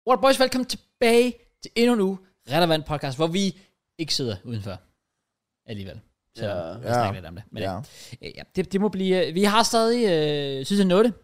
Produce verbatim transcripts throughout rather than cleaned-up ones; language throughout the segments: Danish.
What up, boys? Velkommen tilbage til endnu en uge relevant podcast, hvor vi ikke sidder udenfor alligevel. Så ja, jeg snakker ja. lidt om det. Men ja. Det, ja, det, det må blive... Vi har stadig øh, synes jeg nåede det.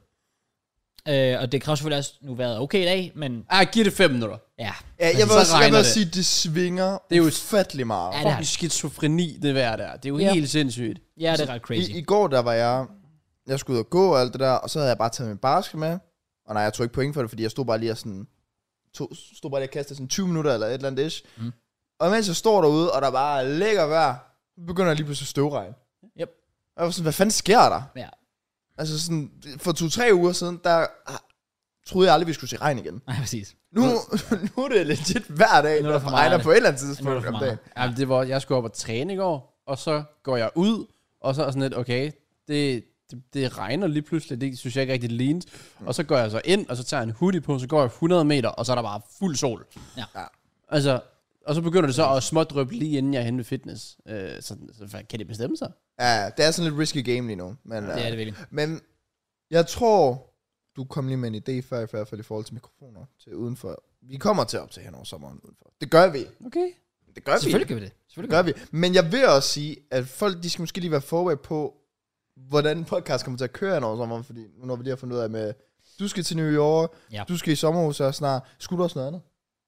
Øh, og det kræver selvfølgelig også nu været okay i dag, men... Ah, giv det fem minutter. Ja. Ja, jeg vil også jeg vil sige, det svinger det er jo ufattelig meget. Ja, det er skizofreni, det vejr der. Det er jo ja. helt sindssygt. Ja, det er ret crazy. I, I går, der var jeg... Jeg skulle ud og gå og alt det der, og så havde jeg bare taget min basket med. Og nej, jeg tog ikke point for det, fordi jeg stod bare lige og sådan... To, stod bare lige og kastede sådan tyve minutter eller et eller andet ish. Mm. Og mens jeg står derude, og der bare lægger vejr, begynder jeg lige pludselig støvregn. Yep. Og jeg var sådan, hvad fanden sker der? Ja. Altså sådan, for to-tre uger siden, der troede jeg aldrig, vi skulle se regn igen. Nej, præcis. Nu, nu er det legit hver dag, der regner på et eller andet tidspunkt om dagen. Ja, det var, jeg skulle op og træne i går, og så går jeg ud, og så er sådan lidt, okay, det, det, det regner lige pludselig, det synes jeg ikke rigtig lignet. Og så går jeg så ind, og så tager jeg en hoodie på, så går jeg hundrede meter, og så er der bare fuld sol. Ja. Ja. Altså, og så begynder det så at smådryppe lige inden jeg er henne ved fitness. Øh, så, så kan det bestemme sig? Ja, det er sådan lidt risky game lige nu. Men, det er det virkelig. Men jeg tror, du kom lige med en idé før, i hvert fald i forhold til mikrofoner til udenfor. Vi kommer til at optage hen over sommeren udenfor. Det gør vi. Okay. Det gør vi. Selvfølgelig gør vi det. Selvfølgelig gør vi. Men jeg vil også sige, at folk, de skal måske lige være forberedt på, hvordan podcast kommer til at køre hen over sommeren, fordi nu når vi lige har fundet ud af med, du skal til New York, ja. Du skal i sommerhus og snart. Skulle du også noget andet?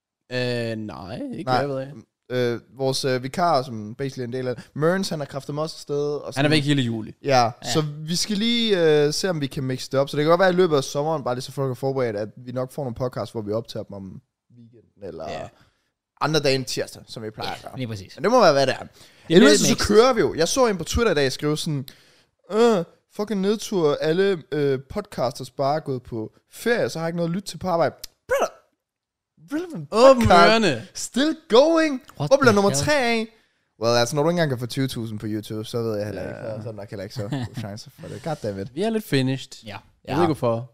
Øh, nej, ikke nej. Jeg ved ikke. Øh, vores øh, vikar, som basically en del af Mørns, han har kraftet mig også afsted. Og han er væk hele juli. Ja, ja, så vi skal lige øh, se, om vi kan mixe det op. Så det kan godt være i løbet af sommeren, bare lige så folk er forberedt, at vi nok får nogle podcasts, hvor vi optager dem om weekenden, eller ja. andre dage end tirsdag, som vi plejer ja, at gøre. lige præcis. Men det må være, hvad det er. Ellers så kører vi jo. Jeg så en på Twitter i dag, skrive sådan, øh, fucking nedtur, alle øh, podcasters bare er gået på ferie, så har jeg ikke noget at lytte til på arbejde. Brother, relevant podcast, still going. What Hvor bliver nummer tre af? Well, altså, når du ikke engang kan få tyve tusind på YouTube, så ved jeg heller ikke. Yeah. Så er der heller ikke så god chance for det. Goddammit. Vi er lidt finished. Ja. Jeg ja. ved ikke hvorfor.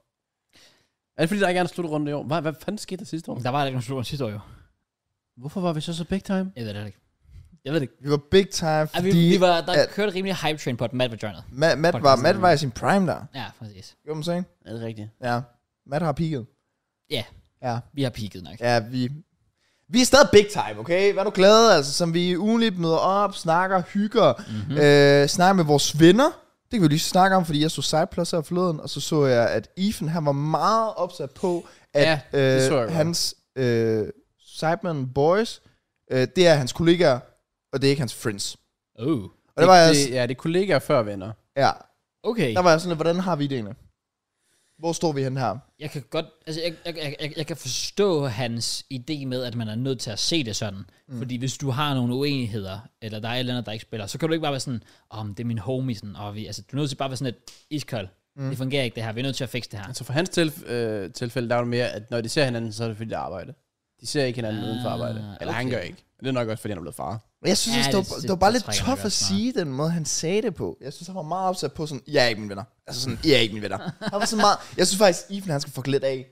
Er det fordi, der ikke er en slutrunde i år? Hvad, hvad fanden skete der sidste år? Der var ikke en slutrunde sidste år, jo. Hvorfor var vi så så big time? Jeg ved det ikke. Jeg ved det ikke. Vi var big time, fordi... Ja, vi, vi var, der at, kørte rimelig hype train på, at Matt var joinet. Matt, Matt, var, Matt var i sin prime der. Ja, præcis. Jo, man siger. Er det rigtigt? Ja. Matt har peaked. Ja. Ja. Vi har peaked nok. Ja, vi... Vi er stadig big time, okay? Vær nu glade, altså, som vi ugenligt møder op, snakker, hygger, mm-hmm. øh, snakker med vores venner. Det kan vi lige snakke om, fordi jeg så Sideplus her forleden, og så så jeg, at Ethan, han var meget opsat på, at ja, øh, hans øh, Sideman Boys, øh, det er hans kollegaer, og det er ikke hans friends. Oh. Og det, det var jeg, det, ja, det er kollegaer før venner. Ja. Okay. Der var jeg sådan lidt, hvordan har vi det egentlig? Hvor står vi hen her? Jeg kan godt, altså jeg, jeg, jeg, jeg kan forstå hans idé med, at man er nødt til at se det sådan. Mm. Fordi hvis du har nogle uenigheder, eller der er et eller andet, der ikke spiller, så kan du ikke bare være sådan, åh, oh, det er min homie, sådan, og vi, altså du er nødt til bare at være sådan et iskold. Mm. Det fungerer ikke det her, vi er nødt til at fikse det her. Altså for hans tilf- øh, tilfælde, der er det mere, at når de ser hinanden, så er det fordi, de arbejder. De ser ikke hinanden ah, uden for arbejde. Eller okay. Han gør ikke. Det er nok også, fordi han er blevet far. Jeg synes, ja, det, det, var, det var bare lidt tough at sige den måde, han sagde det på. Jeg synes, han var meget opsat på sådan, I er ikke mine venner. Altså sådan, I er ikke mine venner. Han var så meget, jeg synes faktisk, Ethan, han skal fuck lidt af.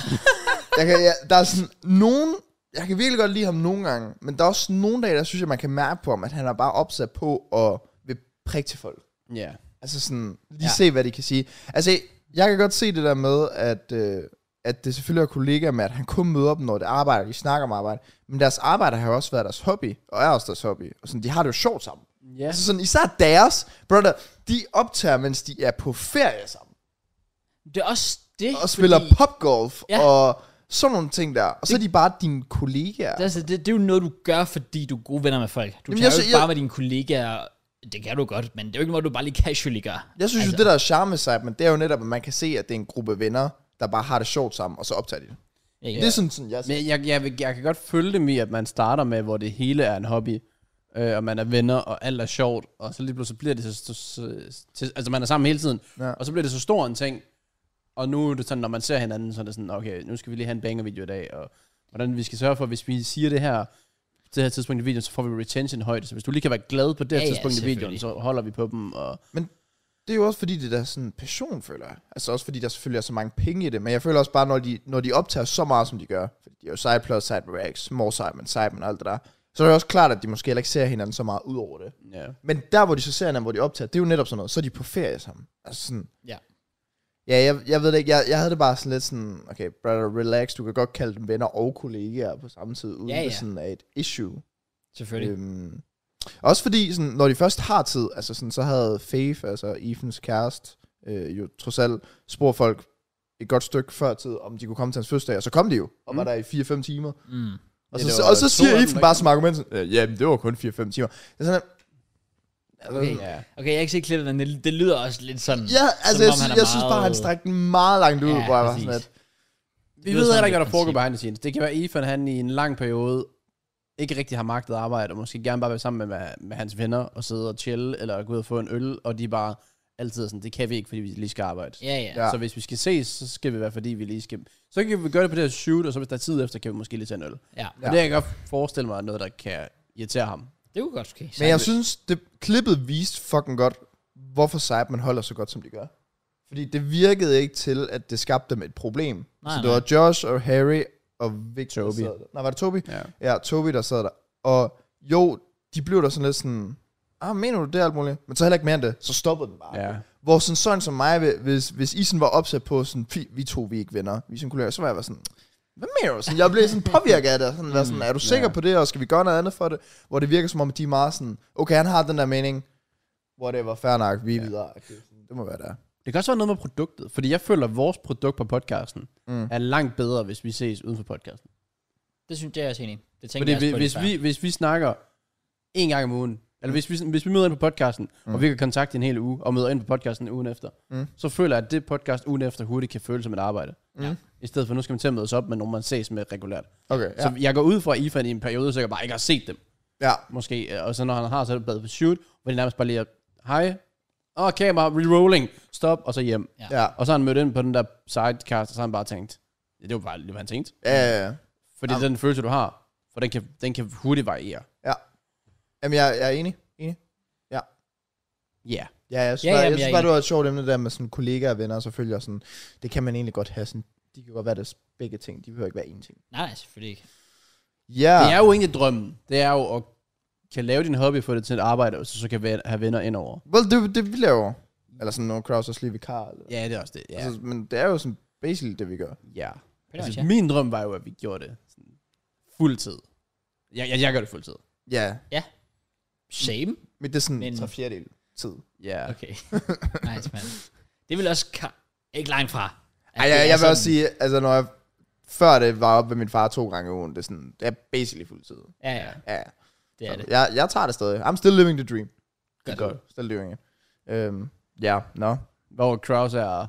jeg kan, jeg, der er sådan nogen, jeg kan virkelig godt lide ham nogle gange, men der er også nogle dage, der synes jeg, man kan mærke på ham, at han er bare opsat på at vil prikke til folk. Ja. Yeah. Altså sådan, lige ja. se, hvad de kan sige. Altså, jeg kan godt se det der med, at... Øh, at det selvfølgelig er kollegaer med, at han kun møder dem, når det arbejder, de snakker om arbejde. Men deres arbejde har jo også været deres hobby, og er også deres hobby. Og sådan, de har det jo sjovt sammen. Yeah. Altså sådan, især deres, brother, de optager, mens de er på ferie sammen. Det er også det, og spiller fordi... popgolf, ja. og sådan nogle ting der. Og det... så er de bare dine kollegaer. Det er, altså, det, det er jo noget, du gør, fordi du er gode venner med folk. Du kan jo ikke bare med dine kollegaer... Det kan du godt, men det er jo ikke noget, du bare lige casually gør. Jeg synes altså. jo, det der er charme sig, men det er jo netop, at man kan se, at det er en gruppe venner, der bare har det sjovt sammen, og så optager de det. Ja, ja. Det er sådan, sådan jeg, men jeg, jeg, jeg, jeg kan godt følge det med, at man starter med, hvor det hele er en hobby, øh, og man er venner, og alt er sjovt, og så lige pludselig bliver det så, så, så, så altså man er sammen hele tiden, ja. og så bliver det så stor en ting, og nu er det sådan, når man ser hinanden, så er det sådan, okay, nu skal vi lige have en banger-video i dag, og hvordan vi skal sørge for, hvis vi siger det her, det her tidspunkt i videoen, så får vi retention højt, så hvis du lige kan være glad på det her ja, tidspunkt ja, i videoen, så holder vi på dem, og... Men det er jo også fordi, det der sådan passion, føler jeg. Altså også fordi, der selvfølgelig er så mange penge i det. Men jeg føler også bare, når de, når de optager så meget, som de gør. Fordi de er jo Sideplus, Siderex, More Sideman, Sideman og alt det der. Så er det også klart, at de måske heller ikke ser hinanden så meget ud over det. Yeah. Men der, hvor de så ser hinanden, hvor de optager, det er jo netop sådan noget. Så er de på ferie sammen. Altså sådan... Ja. Ja, jeg, jeg ved det ikke. Jeg, jeg havde det bare sådan lidt sådan, okay, brother, relax. Du kan godt kalde dem venner og kollegaer på samme tid, uden ja, ja. det sådan er et issue. Selvfølgelig. Øhm, også fordi, sådan, når de først har tid, altså sådan, så havde Faith, altså Ethans kæreste, øh, jo trods alt spurgt folk et godt stykke før tid, om de kunne komme til hans fødselsdag, og så kom de jo, og mm. var der i fire fem timer. Mm. Og, ja, så, og så siger Ethan bare som argument, sådan, ja, men det var kun fire fem timer. Det er sådan, okay, ja. okay, jeg har ikke set klippet, men det, det lyder også lidt sådan, ja, altså, jeg, synes, jeg meget... synes bare, han strækte den meget langt ud, ja, hvor jeg var sådan, at... Vi ved heller ikke, hvad der foregår behind the scenes. Det kan være, Ethan, han i en lang periode ikke rigtig har magtet arbejde, og måske gerne bare være sammen med, med, med hans venner, og sidde og chill, eller gå ud og få en øl, og de bare altid sådan, det kan vi ikke, fordi vi lige skal arbejde. Ja, ja. Så hvis vi skal ses, så skal vi være, fordi vi lige skal... Så kan vi gøre det på det her shoot, og så hvis der er tid efter, kan vi måske lige tage en øl. Ja. Og det kan jeg godt forestille mig, noget, der kan irritere ham. Det er jo godt, okay. Men jeg synes, det klippet viste fucking godt, hvorfor Cyberman holder så godt, som de gør. Fordi det virkede ikke til, at det skabte dem et problem. Nej, så det nej. var Josh og Harry og Victor, Toby. Der sad der. Nej, var det Toby? Ja. ja, Toby, der sad der. Og jo, de blev der sådan lidt sådan, ah, mener du det alt muligt? Men så heller ikke mere end det, så stoppede den bare. Ja. Hvor sådan sådan som mig, hvis, hvis Isen var opsat på sådan, vi to vi ikke venner, vi er sådan kolleger, så var jeg bare sådan, hvad mener du? Sådan, jeg blev sådan påvirket af det. Sådan, mm, sådan, er du sikker ja. på det, og skal vi gøre noget andet for det? Hvor det virker som om, de er meget sådan, okay, han har den der mening, whatever, fair nok, vi er ja. videre. Okay, det må være der. Det kan også være noget med produktet, fordi jeg føler, at vores produkt på podcasten mm. er langt bedre, hvis vi ses uden for podcasten. Det synes jeg, jeg er enig. Det tænker fordi jeg hvis, hvis, vi, hvis vi snakker en gang om ugen, eller hvis vi, hvis vi møder ind på podcasten, mm. og vi kan kontakte en hel uge, og møder ind på podcasten ugen efter, mm. så føler jeg, at det podcast ugen efter hurtigt kan føles som et arbejde. Mm. I stedet for, nu skal man til at mødes op med nogen, man ses med regulært. Okay, ja. Så jeg går ud fra, at Ethan i en periode, så jeg bare ikke har set dem. Ja. Måske. Og så når han har, så er det blevet på shoot, hvor det nærmest bare lige er, hej, åh, oh, kamera, re-rolling, stop, og så hjem. Ja. Ja. Og så har han mødt ind på den der sidecast, og så har han bare tænkt, ja, det var bare det, var han tænkt. Ja, ja, ja. Fordi det er den følelse, du har, for den kan, den kan hurtigt variere. Ja. Jamen, jeg, jeg er enig. Enig. Ja. Yeah. Ja. Jeg synes, ja, bare, jeg synes bare, det var et sjovt emne der med sådan kollegaer og venner, og selvfølgelig sådan, det kan man egentlig godt have sådan, de kan godt være det begge ting, de behøver ikke være én ting. Nej, nej, selvfølgelig ikke. Ja. Det er jo egentlig drømmen. Det er jo at kan lave din hobby, få det til et arbejde, og så, så kan have venner indover. Well, det, det vi laver. Eller sådan nogle crowds og lige vikar. Eller. Ja, det er også det. Ja. Altså, men det er jo sådan basically det, vi gør. Ja. Altså, ja. Min drøm var jo, at vi gjorde det sådan fuldtid. Jeg, jeg, jeg gør det fuldtid. Ja. Ja. Same. Men det er sådan en tre fjerdedel tid. Ja. Okay. Nice, man. Det vil også ka- ikke langt fra. Ej, jeg, jeg vil også sige, altså når jeg før det var oppe ved min far to gange i ugen, det er sådan, det er basically fuldtid. Ja, ja. Ja. Det er det. Jeg, jeg tager det stadig. I'm still living the dream. Godt. Godt. Still doing it. Um, ja, no. Hvor Kraus er...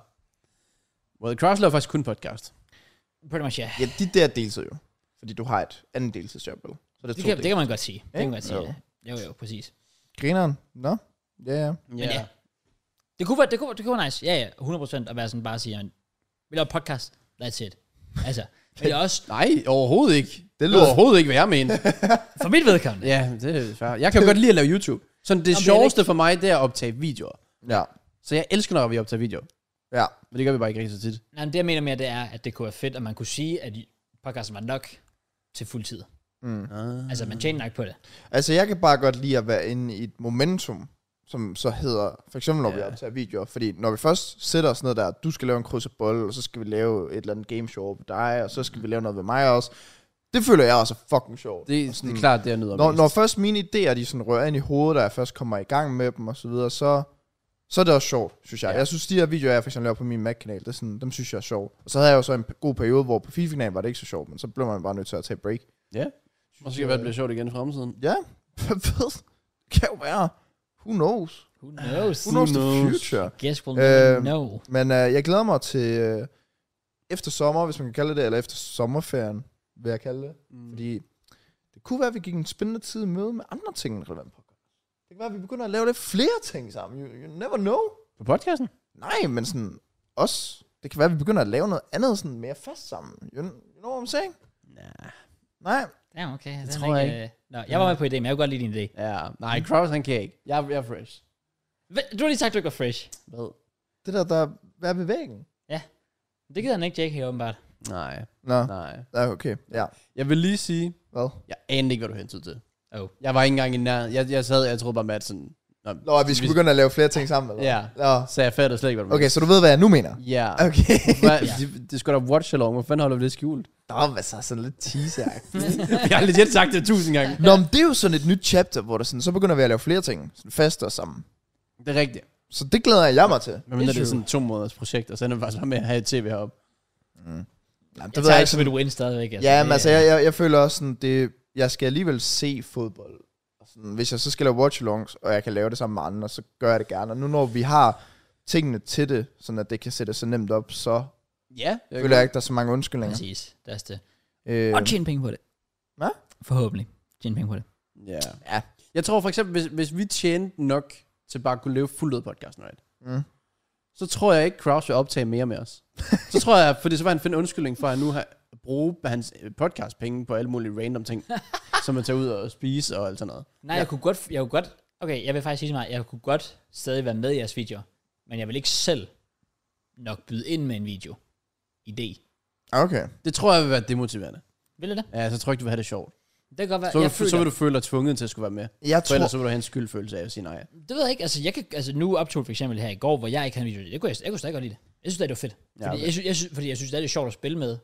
Well, Kraus laver faktisk kun podcast. Pretty much, ja. Ja, de der deltid jo. Fordi du har et andet deltidsjob, vel? Så det, det, kan, det kan man godt sige. Det kan man godt sige, ja. Jo, jo, præcis. Grineren? Nå? No? Ja, ja. Men ja. Det kunne være, det kunne, det kunne være nice. Ja, ja. hundrede procent at være sådan bare at sige, vi laver podcast. That's it. Altså, men det er også... Nej, overhovedet ikke. Det lyder overhovedet ikke, hvad jeg mener. For mit vedkommende. Ja, det er fair. Jeg kan jo godt lide at lave YouTube. Så det Nå, sjoveste det for mig, det er at optage videoer. Ja. Så jeg elsker, når vi optager videoer. Ja. Men det gør vi bare ikke rigtig så tit. Nej, men det jeg mener mere, det er, at det kunne være fedt, at man kunne sige, at podcasten var nok til fuld tid. Mm. Ah. Altså, man tjener nok på det. Altså, jeg kan bare godt lide at være inde i et momentum, som så hedder, for eksempel når ja. vi optager videoer, fordi når vi først sætter os ned der, du skal lave en kryds og bold, og så skal vi lave et eller andet gameshow på dig, og så skal vi lave noget ved mig også. Det føler jeg også er fucking sjovt. Det, sådan, det er klart, det er noget når, når først mine idéer, de sådan rører ind i hovedet, og jeg først kommer i gang med dem og så videre, så, så er det også sjovt, synes jeg. Ja. Jeg synes, de her videoer, jeg for eksempel laver på min Mac-kanal, det er sådan, dem synes jeg er sjovt. Og så havde jeg jo så en god periode, hvor på FIFA-kanalen var det ikke så sjovt, men så blev man bare nødt til at tage break. Ja, og så kan det blive sjovt igen i fremtiden. Ja, kan jo være. Who knows? Who knows? Who knows the future? Guess we'll never uh, know. Men uh, jeg glæder mig til uh, efter sommer, hvis man kan kalde det, eller efter sommerferien, vil jeg kalde det. Mm. Fordi det kunne være, at vi gik en spændende tid i møde med andre ting end relevant podcast. Det kan være, at vi begynder at lave lidt flere ting sammen. You, you never know. På podcasten? Nej, men sådan også. Det kan være, at vi begynder at lave noget andet sådan mere fast sammen. You, you know what I'm saying? Nah. Nej. Ja, okay. Det tror jeg ikke. Øh... Nå, jeg var med på idéen, men jeg kunne godt lide din idé. Ja, nej, Kraus han kan ikke. Jeg, jeg er fresh. Du har lige sagt, du ikke var fresh. Hvad? Det der, der er ved væggen. Ja. Det gider han ikke, J K, åbenbart. Nej. Nå. Nej. Ja, okay. Ja. Jeg vil lige sige, hvad? Jeg anede ikke, hvad du hentede til. Oh. Jeg var ikke engang i nær. Jeg, jeg sad, jeg troede bare, Matt sådan, Nå, Nå vi skal begynde at lave flere ting sammen, eller? Ja, Nå. så jeg fatter slet ikke, hvad du Okay, så du ved, hvad jeg nu mener? Ja. Okay. ja. Det, det skulle da watch-along. Hvor fanden holder vi det skjult? Nå, hvad så? Sådan lidt teaser-agtigt. Jeg har legit sagt det tusind gange. Nå, men det er jo sådan et nyt chapter, hvor der sådan, så begynder vi at lave flere ting. Sådan fast og sammen. Det er rigtigt. Så det glæder jeg mig til. Men det er sådan to måneders projekt, og så ender vi faktisk med at have et tv heroppe. Mm. Jamen, det jeg ved tager jeg ikke som et win stadigvæk. Altså. Ja, men altså, jeg, jeg, jeg føler også sådan, det, jeg skal alligevel se fodbold. Sådan, hvis jeg så skal lave watch-alongs, og jeg kan lave det sammen med andre, så gør jeg det gerne. Og nu når vi har tingene til det, sådan at det kan sætte så nemt op, så ja, jeg føler jeg ikke, der er så mange undskyldninger. Præcis, det er det. Øh, Og tjene penge på det. Hvad? Forhåbentlig. Tjene penge på det. Ja. ja. Jeg tror for eksempel, hvis, hvis vi tjente nok til bare at kunne leve fuldt ud af podcasten, right? Mm. så tror jeg ikke, Kraus vil optage mere med os. Så tror jeg, fordi så var han finde undskyldning for at nu have, bruge hans podcastpenge på alle mulige random ting, som at tage ud og spise og alt sådan noget. Nej, ja. jeg kunne godt, jeg kunne godt, okay, jeg vil faktisk sige til mig, jeg kunne godt stadig være med i jeres videoer, men jeg vil ikke selv nok byde ind med en video. Idé. Okay. Det tror jeg vil være demotiverende. Vil det det? Ja, så tror jeg ikke, du vil have det sjovt. Det kan godt være. Så, jeg så, føler, så vil du føle dig tvunget til at skulle være med. Jeg for tror... ellers så vil du have en skyldfølelse af at sige nej. Det ved jeg ikke. Altså, jeg kan, altså nu optog for eksempel her i går, hvor jeg ikke havde en video. Det kunne jeg, jeg kunne stadig godt lide det. Jeg synes, det var fedt. Fordi, Ja, okay. jeg, synes, jeg, synes, fordi jeg synes, det er sjovt at spille med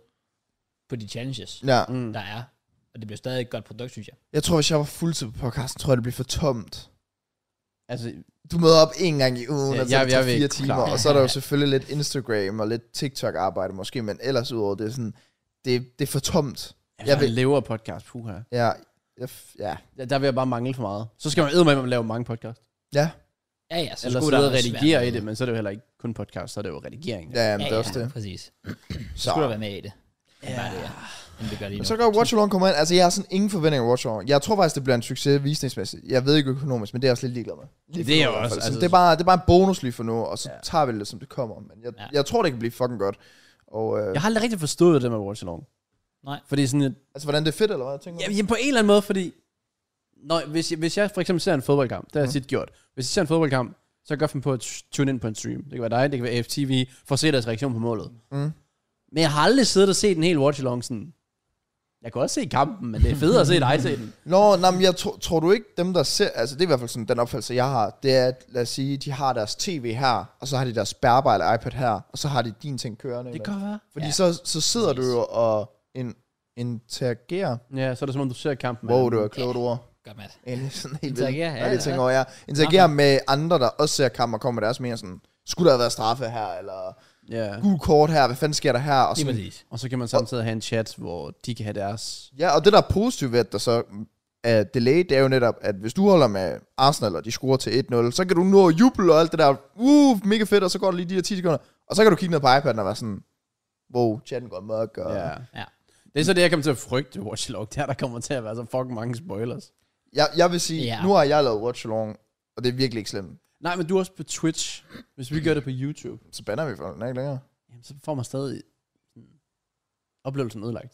på de challenges, Ja. Mm. der er. Og det bliver stadig et godt produkt, synes jeg. Jeg tror, hvis jeg var fuldtid på podcasten, tror jeg, det bliver for tomt. Altså, Du møder op en gang i ugen, Ja, og så jeg- det tager jeg ved fire ikke, timer, klar. og så er der jo selvfølgelig lidt Instagram og lidt TikTok-arbejde måske, men ellers udover det er sådan, det, det er for tomt. jeg, Jeg jeg vil- lever podcast, puha. Ja, jeg, f- ja, Der, der vil jeg bare mangle for meget. Så skal man eddermame med at lave mange podcast. ja, Ja, ja. Så Eller skulle sidde der og være redigere svært i med det, men så er det jo heller ikke kun podcast, så er det jo redigering. ja, jamen, Ja, det er også ja, det. præcis. Så Så, skulle der være med i det. Ja. Bare det, ja. End vi gør lige men nu. så gør Watch Along kommer ind, altså jeg har sådan ingen forventninger af Watch Along. Jeg tror faktisk, det bliver en succes visningsmæssigt. Jeg ved ikke økonomisk, men det er jeg også lidt ligeglad med. Lige Det er for nu, jo i hvert også, fald. altså- Sådan, det, er bare, det er bare en bonus lige for nu, og så Ja. tager vi det, som det kommer. Men jeg, Ja. jeg tror, det kan blive fucking godt. Og, øh, Jeg har aldrig rigtig forstået det med Watch Along. Nej. Fordi sådan et, altså, hvordan det er fedt, eller hvad? Tænker du? jamen, på en eller anden måde, fordi når, hvis, jeg, hvis jeg for eksempel ser en fodboldkamp, det har jeg Mhm. tit gjort. Hvis jeg ser en fodboldkamp, så kan jeg godt finde på at tune ind på en stream. Det kan være dig, det kan være A F T V, for at se deres reaktion på målet. Mm. Men jeg har aldrig siddet og set en hel watch along sådan. Jeg kan også se kampen, men det er federe at se dig se den. Nå, nej, men jeg tror, tror du ikke, dem der ser, altså det er i hvert fald sådan den opfattelse, jeg har, det er, at, lad os sige, de har deres tv her, og så har de deres bærbare eller iPad her, og så har de din ting kørende. Det kan godt være. Fordi Ja. så, så sidder du jo og in, interagerer. Ja, så er det som om, du ser kampen. med Wow, anden. det var et klogt ord. Godt, Matt. Egentlig sådan helt vildt. Interagerer, ja, Ja, det ja. tænker over, ja. Interagerer med andre, der også ser kampen og kommer med deres mere sådan, skulle der have været straffe her, eller Ja. gul kort her, hvad fanden sker der her? Og Lige sådan, præcis. Og så kan man samtidig have en chat, hvor de kan have deres... ja, og det der er positivt ved, at der så er delay, det er jo netop, at hvis du holder med Arsenal, og de scorer til et nul, så kan du nå at juble og alt det der, uh, mega fedt, og så går det lige de her ti sekunder, og så kan du kigge ned på iPad'en og være sådan, wow, chatten går mørk, og Ja. Ja. Det er så det, jeg kommer til at frygte ved Watch Along. Det er, der kommer til at være så fucking mange spoilers. jeg, jeg vil sige, Ja. nu har jeg lavet Watch Along, og det er virkelig ikke slemt. Nej, men du er også på Twitch. Hvis vi gør det på YouTube, Så banner vi for den, ikke længere? jamen, så får man stadig sådan oplevelsen ødelagt.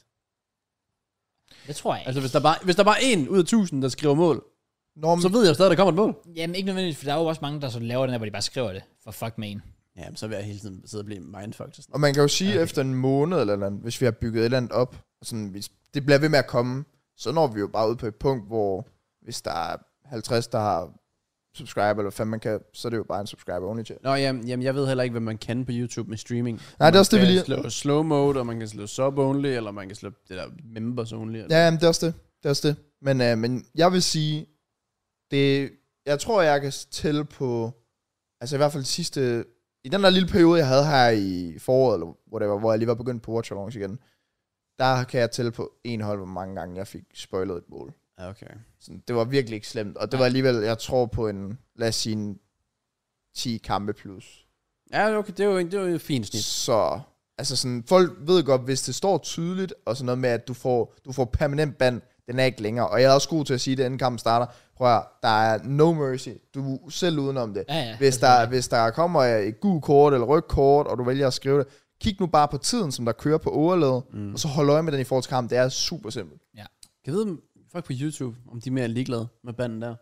Det tror jeg ikke. Altså, hvis der, bare, hvis der bare er en ud af tusind, der skriver mål, Nå, men, så ved jeg stadig, der kommer et mål. Jamen ikke nødvendigvis, for der er jo også mange, der så laver den der, hvor de bare skriver det. For fuck me en. Jamen, så vil jeg hele tiden sidde og blive mindfucked. Og sådan. og man kan jo sige, Okay. okay. efter en måned eller andet, hvis vi har bygget et eller andet op, og sådan, hvis det bliver ved med at komme, så når vi jo bare ud på et punkt, hvor hvis der er halvtreds, der har subscribe, eller hvad fanden man kan, så er det jo bare en subscriber only chat. Nå, jamen, jamen, jeg ved heller ikke, hvad man kan på YouTube med streaming. Nej, det er også det, vi lige... slå slow mode, og man kan slå sub only, eller man kan slå det der members only. Eller. Ja, jamen, det er også det. Det er også det. Men, øh, men jeg vil sige, det, jeg tror, jeg kan tælle på, altså i hvert fald de sidste, i den der lille periode, jeg havde her i foråret, eller whatever, hvor jeg lige var begyndt på Watch Alongs igen, der kan jeg tælle på en hold, hvor mange gange jeg fik spoilet et mål. Ja, okay. Sådan, det var virkelig ikke slemt, og det var alligevel, jeg tror på en, lad os sige en ti kampe plus. Ja, okay, det er jo, det er jo et fint snit. Så, altså sådan, folk ved godt, hvis det står tydeligt, og sådan noget med, at du får, du får permanent ban, den er ikke længere. Og jeg er også god til at sige det, inden kampen starter. Prøv at høre, der er no mercy. Du er selv udenom det. Ja, ja. Hvis der, hvis der kommer et gult kort eller rødt kort, og du vælger at skrive det, kig nu bare på tiden, som der kører på overlaget, mm. og så hold øje med den i forhold til kampen. Det er super simpelt. Kan jeg vide, om folk på YouTube, om de er mere ligeglade med banden der?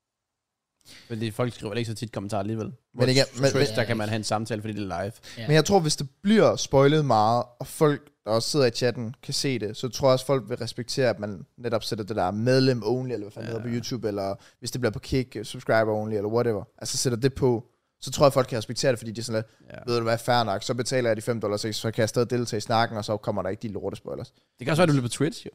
Fordi folk skriver ikke så tit kommentarer alligevel. Men igen, men- Twitch, men- der kan man have en samtale, fordi det er live. Ja. Men jeg tror, hvis det bliver spoilet meget, og folk der også sidder i chatten, kan se det, så tror jeg også, folk vil respektere, at man netop sætter det der medlem only, eller hvad fanden ja. det på YouTube, eller hvis det bliver på Kick, subscriber only, eller whatever. Altså sætter det på, så tror jeg, folk kan respektere det, fordi de er sådan lidt, ja. ved du hvad, fair nok, så betaler jeg de fem dollars, så kan jeg stadig deltage i snakken, og så kommer der ikke de lortespoilers. Det kan også være, du bliver på Twitch, jo.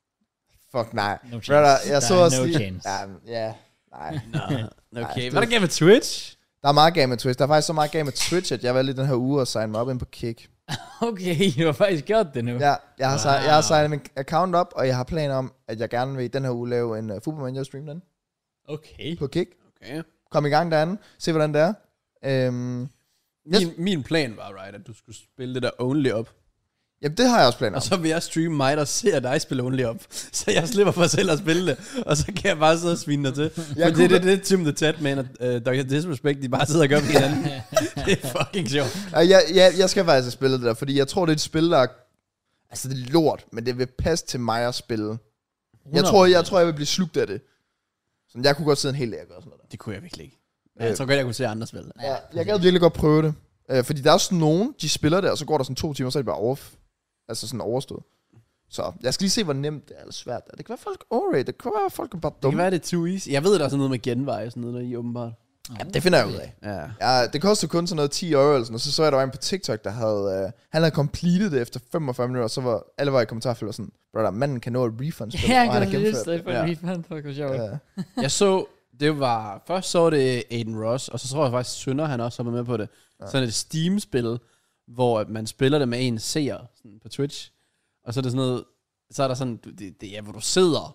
Fuck nej. No Brother, jeg så også no lige... chance. Ja, ja, nej. no. Okay, hvad er der gav med Twitch? Der er meget game med Twitch. Der er faktisk så meget game med Twitch, at jeg valgte den her uge at signe mig op ind på Kick. Okay, du har faktisk gjort det nu. Ja, jeg har, wow. signet, jeg har signet min account op, og jeg har planer om, at jeg gerne vil i den her uge lave en uh, Football Manager stream den. Okay. På Kick. Okay. Kom i gang derinde. Se hvordan det er. Øhm, min, min plan var, right, at du skulle spille det der only op. Jamen, det har jeg også planer om. Og så vil jeg streame mig, der ser dig spille only op. Så jeg slipper for selv at spille det. Og så kan jeg bare sidde og svine dig til. For det er det, det, Tim the Tat Man og uh, doktor Disrespect, de bare sidder og gør med hinanden. Det er fucking sjovt. Ja, jeg, jeg, jeg skal faktisk spille det der, fordi jeg tror, det er et spil, der... Altså, det er lort, men det vil passe til mig at spille. Jeg tror, jeg, tror, jeg vil blive slugt af det. Så jeg kunne godt sidde en hel dag og gøre sådan noget der. Det kunne jeg virkelig ikke. Ja, jeg tror godt, jeg kunne se andre spille. Ja, jeg gad virkelig godt prøve det. Uh, fordi der er også nogen, de spiller det, og så går der sådan to timer, så er de bare off. Altså sådan overstået. Så jeg skal lige se, hvor nemt det er, eller svært det er. Det kan være, folk overrate. Det kan være, at folk er bare dumme. Det kan være, det er too easy. Jeg ved, der er sådan noget med genvej og sådan noget der i, åbenbart. Ja, det finder jeg ud af. Ja. Ja, det koster kun sådan noget ti euro eller sådan, og så så jeg, der var en på TikTok, der havde, uh, han havde completed det efter femogfyrre minutter, og så var alle var i kommentarfeltet sådan, brother, manden kan nå et refund spil, ja, og han har gennemført det. Ja, han kan refund, det sjovt. Ja. Jeg så, det var, først så det Aiden Ross, og så tror jeg faktisk, Sønder han også var med på det. Ja. Sådan et Steam-spil, hvor man spiller det med en seer sådan på Twitch. Og så er det sådan noget, så er der sådan, det, det er, hvor du sidder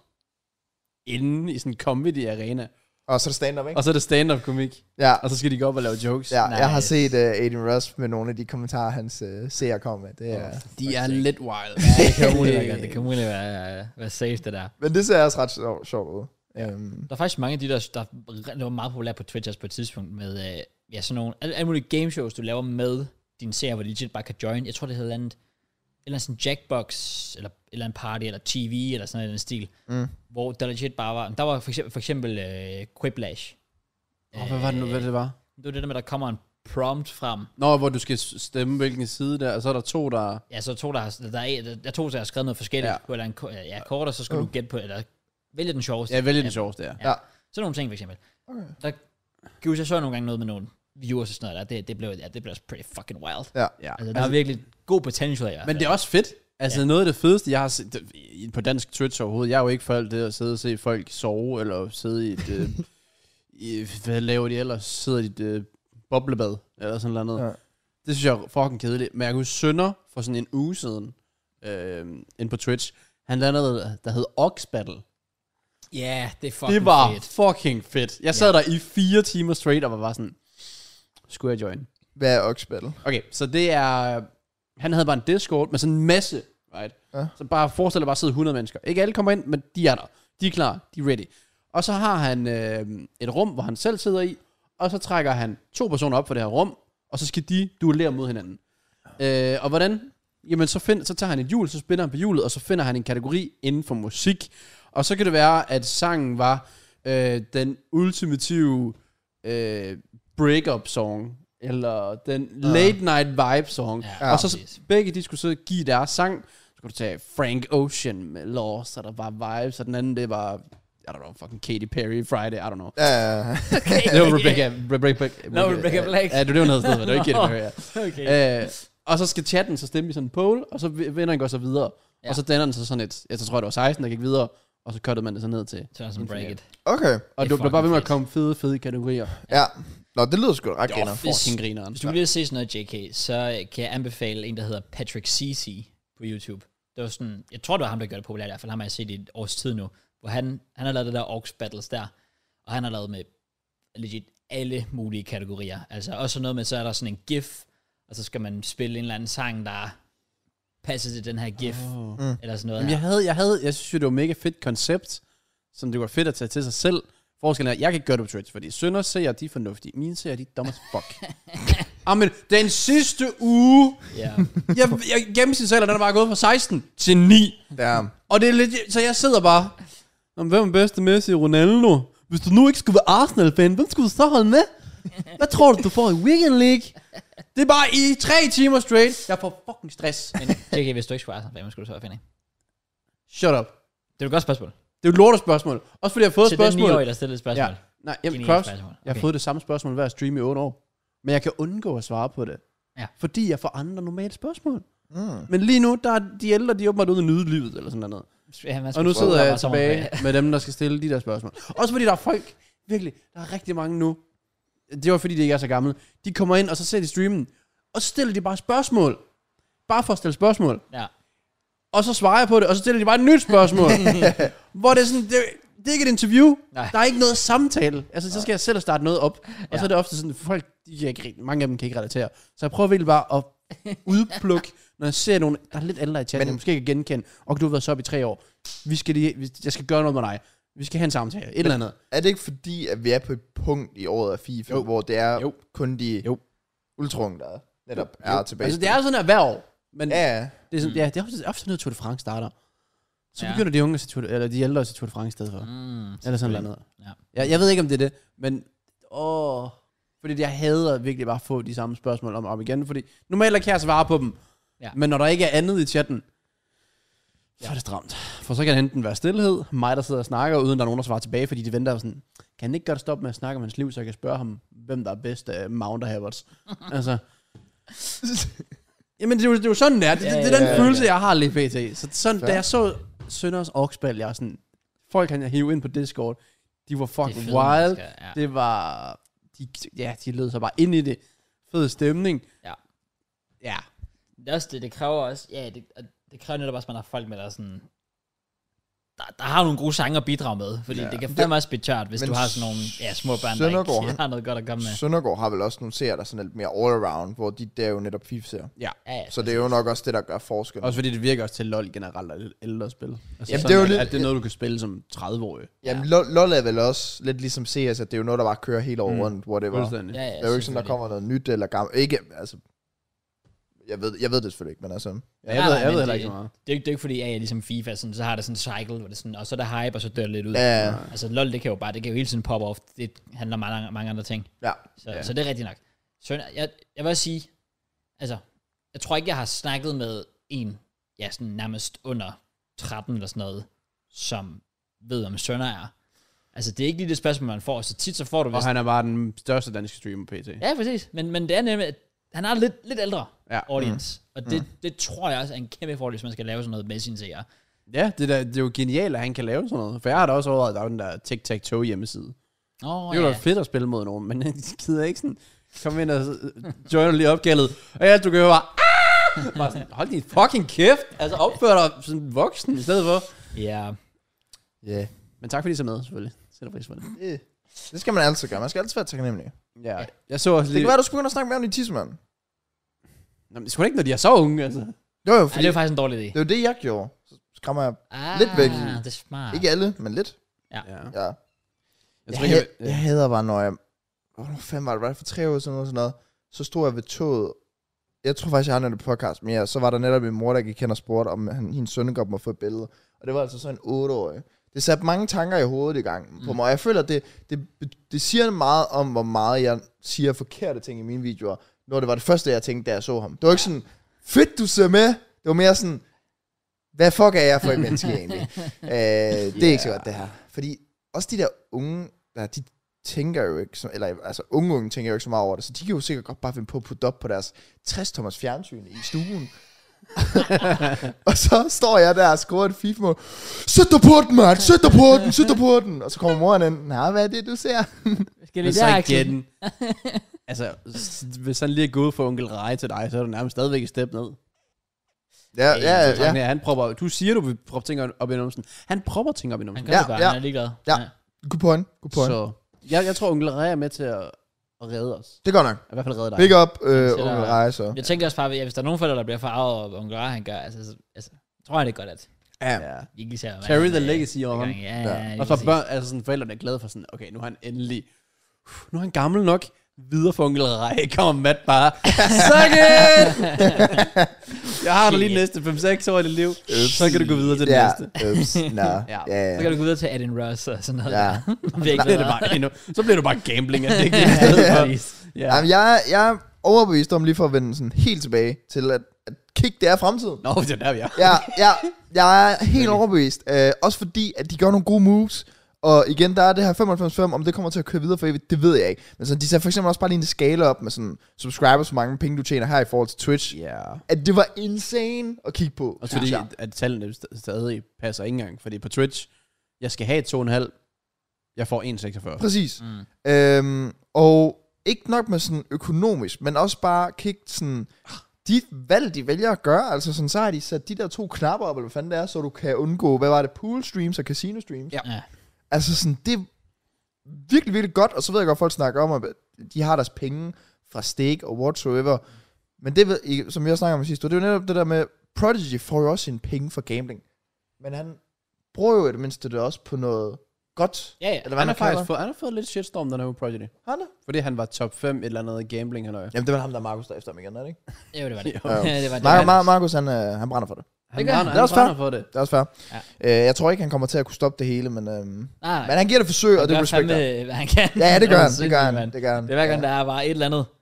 inde i sådan en comedy arena. Og så er det stand-up, ikke? Og så er det stand-up komik. Ja. Og så skal de gå op og lave jokes. Ja, nice. jeg har set uh, Aiden Ross med nogle af de kommentarer, hans uh, seer kom med. Det er, de er lidt wild. Ja, det kan muligt være, det kan muligt være, være safe, det der. Men det ser også ret sjovt, sjovt ud. Ja. Um, der er faktisk mange af de der, der, der var meget populære på Twitch også på et tidspunkt, med uh, ja, sådan nogle, alle, alle mulige gameshows, du laver med din seer, hvor de legit bare kan join. Jeg tror, det hedder andet, eller sådan Jackbox, eller eller en party, eller T V, eller sådan noget i den stil, mm. hvor der legit bare var, der var for eksempel, for eksempel uh, Quiplash. Åh, oh, hvad var det nu, hvad det var? Det var det der med, der kommer en prompt frem. Nå, hvor du skal stemme hvilken side der, og så er der to, der... Ja, så er to, der har, der er, der er to, der har skrevet noget forskelligt ja. på, eller en ja, kort, og så skal uh. du gætte på, eller vælge den sjoveste. Ja, vælge den sjoveste, ja. ja. ja. Sådan nogle ting, for eksempel. Okay. Der giver jeg så nogle gange noget med nogle viewers og sådan noget der. Det, det blev, ja, det blev pretty fucking wild. Ja. ja. Altså, der altså, er virkelig god potential i. Men det er også fedt. Altså ja. Noget af det fedeste, jeg har set på dansk Twitch overhovedet, jeg er jo ikke for alt det at sidde og se folk sove, eller sidde i et, øh, i, hvad laver de ellers, sidder i et øh, boblebad, eller sådan noget. Ja. Det synes jeg er fucking kedeligt. Men jeg kunne Sønder for sådan en uge siden, øh, ind på Twitch, han lavede noget, der hed Ox Battle. Ja, yeah, det er fucking Det var fedt. fucking fedt. Jeg sad yeah. der i fire timer straight, og var bare sådan, skulle jeg join? Hvad er Ox Battle? Okay, så det er... Han havde bare en Discord med sådan en masse, right? Ja. Så bare forestil dig bare sidde hundrede mennesker. Ikke alle kommer ind, men de er der. De er klar. De er ready. Og så har han øh, et rum, hvor han selv sidder i, og så trækker han to personer op for det her rum, og så skal de duellere mod hinanden. Ja. Øh, og hvordan? Jamen, så, find, så tager han et hjul, så spænder han på hjulet, og så finder han en kategori inden for musik. Og så kan det være, at sangen var øh, den ultimative øh, break-up song, eller den late night vibe song. Ja, og så ja. begge de skulle så give deres sang. Så skulle du tage Frank Ocean med Lost, så der var vibes, og den anden det var, I don't know, fucking Katy Perry, Friday, I don't know. Ja, uh, det var Rebecca, Rebecca, Rebecca, no, Rebecca Black. Ja, det var det, hun havde stedet, det var ikke Katy Perry, ja. Okay. Uh, og så skal chatten så stemme i sådan en poll, og så vinder den går så videre. Ja. Og så danner den så sådan et, jeg tror det var seksten, der gik videre, og så cuttede man det så ned til. Så break it. Okay. Og du blev bare ved med at komme fede, fede kategorier. Ja. Nå, det lyder sgu da ret griner. Det var fucking grineren. Hvis du vil se sådan noget, J K, så kan jeg anbefale en, der hedder Patrick Cece på YouTube. Det var sådan, jeg tror, det var ham, der gør det populært, i hvert fald ham har jeg set i et års tid nu, hvor han, han har lavet det der Orcs Battles der, og han har lavet med legit alle mulige kategorier. Altså også noget med, så er der sådan en gif, og så skal man spille en eller anden sang, der passer til den her gif, oh. mm. eller sådan noget. Jamen, jeg havde, jeg havde, jeg synes jo, det var mega fedt koncept, som det var fedt at tage til sig selv. Forskellen er, jeg kan ikke gøre det på Twitch, fordi Sønder ser de er fornuftige. Mine ser de er dumme as fuck. Amen, den sidste uge, yeah. jeg, jeg gennemsnitsalder, den er bare gået fra seksten til ni. Damn. Og det er lidt, så jeg sidder bare, hvem er bedste Messi, Ronaldo? Hvis du nu ikke skulle være Arsenal-fan, hvem skulle du så holde med? Hvad tror du, du får i Weekend League? Det er bare i tre timer straight. Jeg får fucking stress. Men J K, hvis du ikke skulle være så, hvad skulle du så være, Fanny? Shut up. Det er et godt spørgsmål. Det er jo et lortespørgsmål. Også fordi jeg har fået til spørgsmål. Til den ni-årige, der stillede et spørgsmål. Ja. Nej, jamen, Genialt Cross, spørgsmål. Okay. jeg har fået det samme spørgsmål hver stream i otte år. Men jeg kan undgå at svare på det. Ja. Fordi jeg får andre normale spørgsmål. Mm. Men lige nu, der er de ældre, de er åbenbart ude at nyde livet, eller sådan noget. Ja, og nu sidder jeg tilbage med dem, der skal stille de der spørgsmål. Også fordi der er folk, virkelig, der er rigtig mange nu. Det var fordi, de ikke er så gamle. De kommer ind, og så ser de streamen. Og så stiller de bare spørgsmål. Bare for at stille spørgsmål. Ja. Og så svarer jeg på det, og så stiller de bare et nyt spørgsmål. Hvor det er sådan, det, det er ikke et interview. Nej. Der er ikke noget samtale. Altså, så skal jeg selv starte noget op. Og ja. Så er det ofte sådan, folk, de kan ikke, mange af dem kan ikke relatere. Så jeg prøver virkelig bare at udplukke, når jeg ser nogen, der er lidt ældre i chatten, men jeg måske ikke kan genkende, og du har været så op i tre år. Vi skal lige, jeg skal gøre noget med dig. Vi skal have en samtale. Et men, eller andet. Er det ikke fordi, at vi er på et punkt i året af FIFA, jo. Hvor det er jo. kun de jo. ultraunge, der netop jo. er tilbage? Altså, det er sådan her hver år. Men ja. Det er, sådan, mm. ja, det er ofte, ofte noget, Tour de France starter. Så ja. begynder de unge til eller de ældre til Tour de France i stedet for. Mm, eller sådan noget. Ja. Jeg, jeg ved ikke, om det er det, men åh, fordi jeg hader virkelig bare at få de samme spørgsmål om og om igen, fordi normalt kan jeg svare på dem, ja. Men når der ikke er andet i chatten, så er det stramt. For så kan det enten være stillhed, mig der sidder og snakker, uden der er nogen, der svarer tilbage, fordi de venter sådan, kan han ikke godt stoppe med at snakke om hans liv, så jeg kan spørge ham, hvem der er bedst af Mounter Havertz. Altså... Jamen, det er, jo, det er jo sådan, det er. Det, ja, det er den ja, følelse, ja. jeg har lige pt. Så sådan, da jeg så Sønders Orkspil, jeg sådan... Folk kan jeg hive ind på Discord. De var fucking fede, wild. Ja. Det var... De, ja, de lød så bare ind i det. Fed stemning. Ja. Ja. Det er også det, det kræver også... Ja, det, det kræver netop også, at man har folk med, der sådan... Der, der har nogle gode sange at bidrage med, fordi ja. det kan fandme også blive tørt, hvis men du har sådan nogle ja, små børn, Søndergaard, der ikke har noget godt at komme med. Søndergaard har vel også nogle serier, der er sådan lidt mere all-around, hvor de der er jo netop FIFA-serier. Ja. Ja, ja. Så det er jo nok også det, der gør forskel. Også fordi det virker også til LoL generelt at ældre spil. Altså jamen, det er jo at, lidt... at det er noget, du kan spille som tredive-årig. Jamen, ja. LoL er vel også lidt ligesom C S, at det er jo noget, der bare kører hele året mm. rundt, hvor det var. Ja, ja, det er jo ikke sådan, der kommer noget nyt eller gammelt. Ikke, altså... Jeg ved, jeg ved det selvfølgelig ikke, men altså... Ja, jeg ved, jeg ved heller ikke så meget. Det er, det er ikke fordi, at jeg ligesom FIFA, sådan, så har det sådan en cycle, hvor det sådan, og så er der hype, og så dør det lidt ud. Ja, ja. Altså LoL, det kan jo bare, det kan jo hele tiden poppe off. Det handler om mange, mange andre ting. Ja. Så, ja. så det er rigtigt nok. Så jeg, jeg vil sige, altså, jeg tror ikke, jeg har snakket med en, ja, sådan nærmest under tretten eller sådan noget, som ved, om Sønder er. Altså, det er ikke lige det spørgsmål, man får. Så tit så får du... Og han er bare den største danske streamer pt. Ja, præcis. Men, men det er nemlig, at han har lidt, lidt ældre ja. audience. Mm. Og det, mm. det tror jeg også er en kæmpe fordel, hvis man skal lave sådan noget med sine seere. Ja, det, der, det er jo genialt, at han kan lave sådan noget. For jeg har da også overvejet, at der er den der Tic-Tac-Toe hjemmeside. Oh, det er jo ja. fedt at spille mod nogen, men jeg gider ikke sådan komme ind og joiner lige opgældet. Og ja, du kan jo bare... Ah! bare sådan, hold din fucking kæft. Altså opfør dig som voksen i stedet for. Ja. Ja. Men tak fordi I så med, selvfølgelig. Sætter pris for det. Yeah. Det skal man altid gøre. Man skal altid være taknemmelig. Ja. Jeg så også det lige... kan være, du skulle begynde at snakke mere om de tissemand. Nå, men det skulle ikke, når de er så unge, altså. Jo, jo, fordi ja, det er faktisk en dårlig idé. Det er jo det, jeg gjorde. Så skræmmer jeg ah, lidt væk. Det er smart. Ikke alle, men lidt. Ja. ja. Jeg, jeg, jeg, jeg, jeg, jeg hader bare, når jeg... Hvor fanden var det? Var det for tre år siden eller sådan noget? Så stod jeg ved toget. Jeg tror faktisk, jeg har en podcast, men ja, så var der netop min mor, der gik hen og spurgte, om han, hendes sønnegård må få et billede. Og det var altså så en otteårig. Det satte mange tanker i hovedet i gang på mm. mig. Jeg føler, at det, det, det siger meget om, hvor meget jeg siger forkerte ting i mine videoer, når det var det første, jeg tænkte, da jeg så ham. Det var ikke sådan, fedt du ser med. Det var mere sådan, hvad fuck er jeg for et menneske egentlig? øh, det er yeah. ikke så godt, det her. Fordi også de der unge, der, de tænker jo ikke, så, eller altså unge unge tænker jo ikke så meget over det, så de kan jo sikkert godt bare finde på at putte op på deres tres tommers fjernsyn i stuen. Og så står jeg der og scorer et FIFA-mål. Sæt dig på den, mand! Sæt dig på den! Sæt dig på den! Og så kommer moren ind. Nej, hvad er det, du ser? Skal vi der, igen? Altså, hvis han lige er gået for onkel Rej til dig, så er du nærmest stadigvæk et step ned. Ja, ja, ja. ja. ja. Han propper, du siger, du vil proppe ting op i numsen. Han propper ting op i numsen. Han gør det bare, ja. han er ligeglad. Ja, ja. Good point. Good point. Så jeg, jeg tror, onkel Rej er med til at, at redde os. Det går nok. I hvert fald redde dig. Big up, øh, onkel Rej, så. Jeg tænker også bare, at hvis der er nogen forældre, der bliver farvet over, onkel Rej, han gør, altså, altså, tror jeg det er godt, at... Ja. Ikke især, Carry the legacy over ham. Ja, ja, ja, og så børn, altså sådan, forældrene er glade for sådan, okay, nu er han endelig... Nu er han gammel nok. Videre for onkel Rej. Kommer Matt bare. Suck it! Jeg har da lige næste fem seks år i dit liv. Ups. Så kan du gå videre til det ja. næste. Ups. Nå. ja. Ja. Så kan du gå videre til Adin Ross og sådan noget. Ja. så, bliver det bare endnu, så bliver du bare gambling. Det er ikke ja. ja. Jamen, jeg, jeg overbevist om, lige for at vende sådan helt tilbage til, at, at Kick, det er fremtiden. Nå, det er der, vi er. Ja, ja, jeg er helt overbevist. Øh, også fordi, at de gør nogle gode moves. Og igen, der er det her femoghalvfems fem, om det kommer til at køre videre for evigt, det ved jeg ikke. Men sådan, de ser for eksempel også bare lige en skala op med sådan subscribers, hvor mange penge du tjener her i forhold til Twitch. Ja. Yeah. At det var insane at kigge på. Og fordi, ja. at tallene stadig passer ikke engang. Fordi på Twitch, jeg skal have to komma fem, jeg får en komma seksogfyrre. Præcis. Mm. Øhm, og ikke nok med sådan økonomisk, men også bare Kick sådan... De valg, de vælger at gøre, altså sådan, så har de sat de der to knapper op, eller hvad fanden det er, så du kan undgå, hvad var det, pool streams og casino streams. Ja. Altså sådan, det er virkelig, virkelig godt, og så ved jeg godt, folk snakker om, at de har deres penge fra stake og whatsoever, men det, ved, som jeg snakker om sidst, det er jo netop det der med, Prodigy får jo også sine penge for gambling, men han bruger jo i det mindste det også på noget godt. Ja, ja. Eller hvad han, man har faktisk fået, han har fået lidt shitstorm, den her Prodigy. Han er? Fordi han var top fem et eller andet gambling, han Jamen det var ham, der Markus der efter ham igen, er det ikke? Jo, det var det. Jo. Ja, det var det. Mar- Mar- Markus, han, øh, han brænder for det. Han, det brænder, det er også han brænder fair. for det. Det er også fair. Ja. Øh, jeg tror ikke, han kommer til at kunne stoppe det hele, men, øhm, Nej, men han giver det forsøg, og det gør respekter. fandme, hvad han kan. Ja, det gør han. er Det gør han. sindssygt, Det gør han. Det er hver gang, ja. der er bare et eller andet.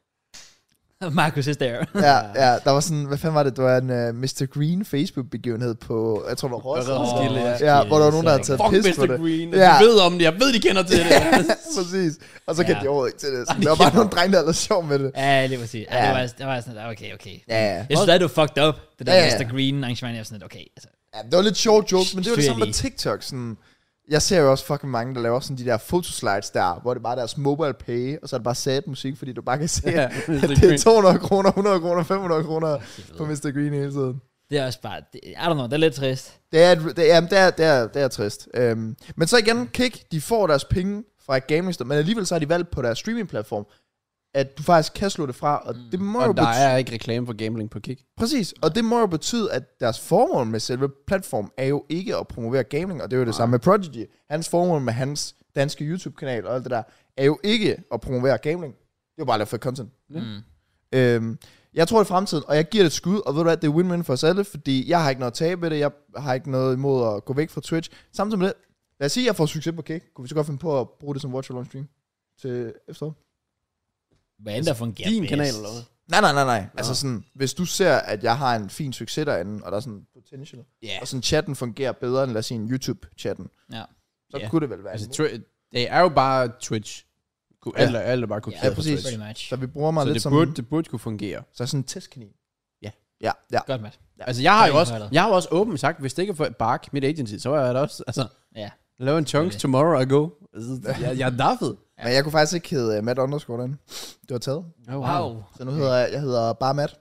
Marcus is there. Ja, ja, der var sådan, hvad fanden var det? Det var en uh, mister Green Facebook-begivenhed på, jeg tror, det var Roskilde. Roskilde, ja. ja, hvor der var nogen, der havde taget Fuck pis på mister det. Green, Ja. de ved om det, jeg ved, de kender til det. Præcis. Og så Ja. kendte de overhovedet ikke til det. Så Ej, der var bare nogle drenge, der havde sjov med det. Ja, lige præcis. Ja, Ja. det var, det var sådan, okay, okay. Ja, ja. Jeg synes, det er du fucked up. Det der Ja, ja. mister Green arrangement, jeg var sådan lidt, okay. Altså. Ja, det var lidt sjovt joke, men det var det samme med Really? TikTok. Sådan, jeg ser jo også fucking mange, der laver sådan de der fotoslides der, hvor det bare er deres mobile pay, og så er det bare sad musik, fordi du bare kan se, Ja, at mister det er Green. to hundrede kroner, hundrede kroner, fem hundrede kroner på mister Green hele tiden. Det er også bare, det, I don't know, det er lidt trist. Det er, det er, det er, det er, det er trist. Um, men så igen, Kick, de får deres penge fra et gaming store, men alligevel så har de valgt på deres streaming-platform, at du faktisk kan slå det fra, og det må jo Og der betyde... er ikke reklame for gambling på Kick. Præcis, og det må jo betyde, at deres formål med selve platform er jo ikke at promovere gaming, og det er jo det Nej. samme med Prodigy. Hans formål med hans danske YouTube-kanal og alt det der, er jo ikke at promovere gambling. Det er jo bare at lave for content. Mm. Øhm, jeg tror i fremtiden, og jeg giver det et skud, og ved du hvad, det er win-win for os alle, fordi jeg har ikke noget at tabe ved det, jeg har ikke noget imod at gå væk fra Twitch. Samtidig med det, lad os sige, at jeg får succes på Kick. Kunne vi så godt finde på at bruge det som watch-along stream til efteråret? Hvad end der fungerer Din bedst. kanal eller hvad? Nej, nej, nej, nej. Altså sådan, hvis du ser, at jeg har en fin succes derinde, og der er sådan potential, Ja. og sådan chatten fungerer bedre, end lad os sige en YouTube-chatten, Ja. så Ja. kunne det vel være. Altså, Altså, twi- det er jo bare Twitch. Kunne- Ja. Alle, alle bare kunne Ja, køre ja, på præcis. Twitch. Pretty much. så vi bruger mig Så lidt det som burde, det burde kunne fungere. så sådan en testkanin. Ja. Ja, ja. Godt, Matt. Altså, jeg har jo Ingen også, fejler. jeg har jo også åbent sagt, hvis det ikke er for Bark, mit agency, så er jeg da også, altså, Ja. lave en chunks Okay. tomorrow ago. Altså, jeg, jeg er daffet. Ja. Men jeg kunne faktisk ikke hedde uh, Matt underscore derinde. Det var taget. Oh, Wow. Så nu hedder jeg, jeg hedder bare Matt.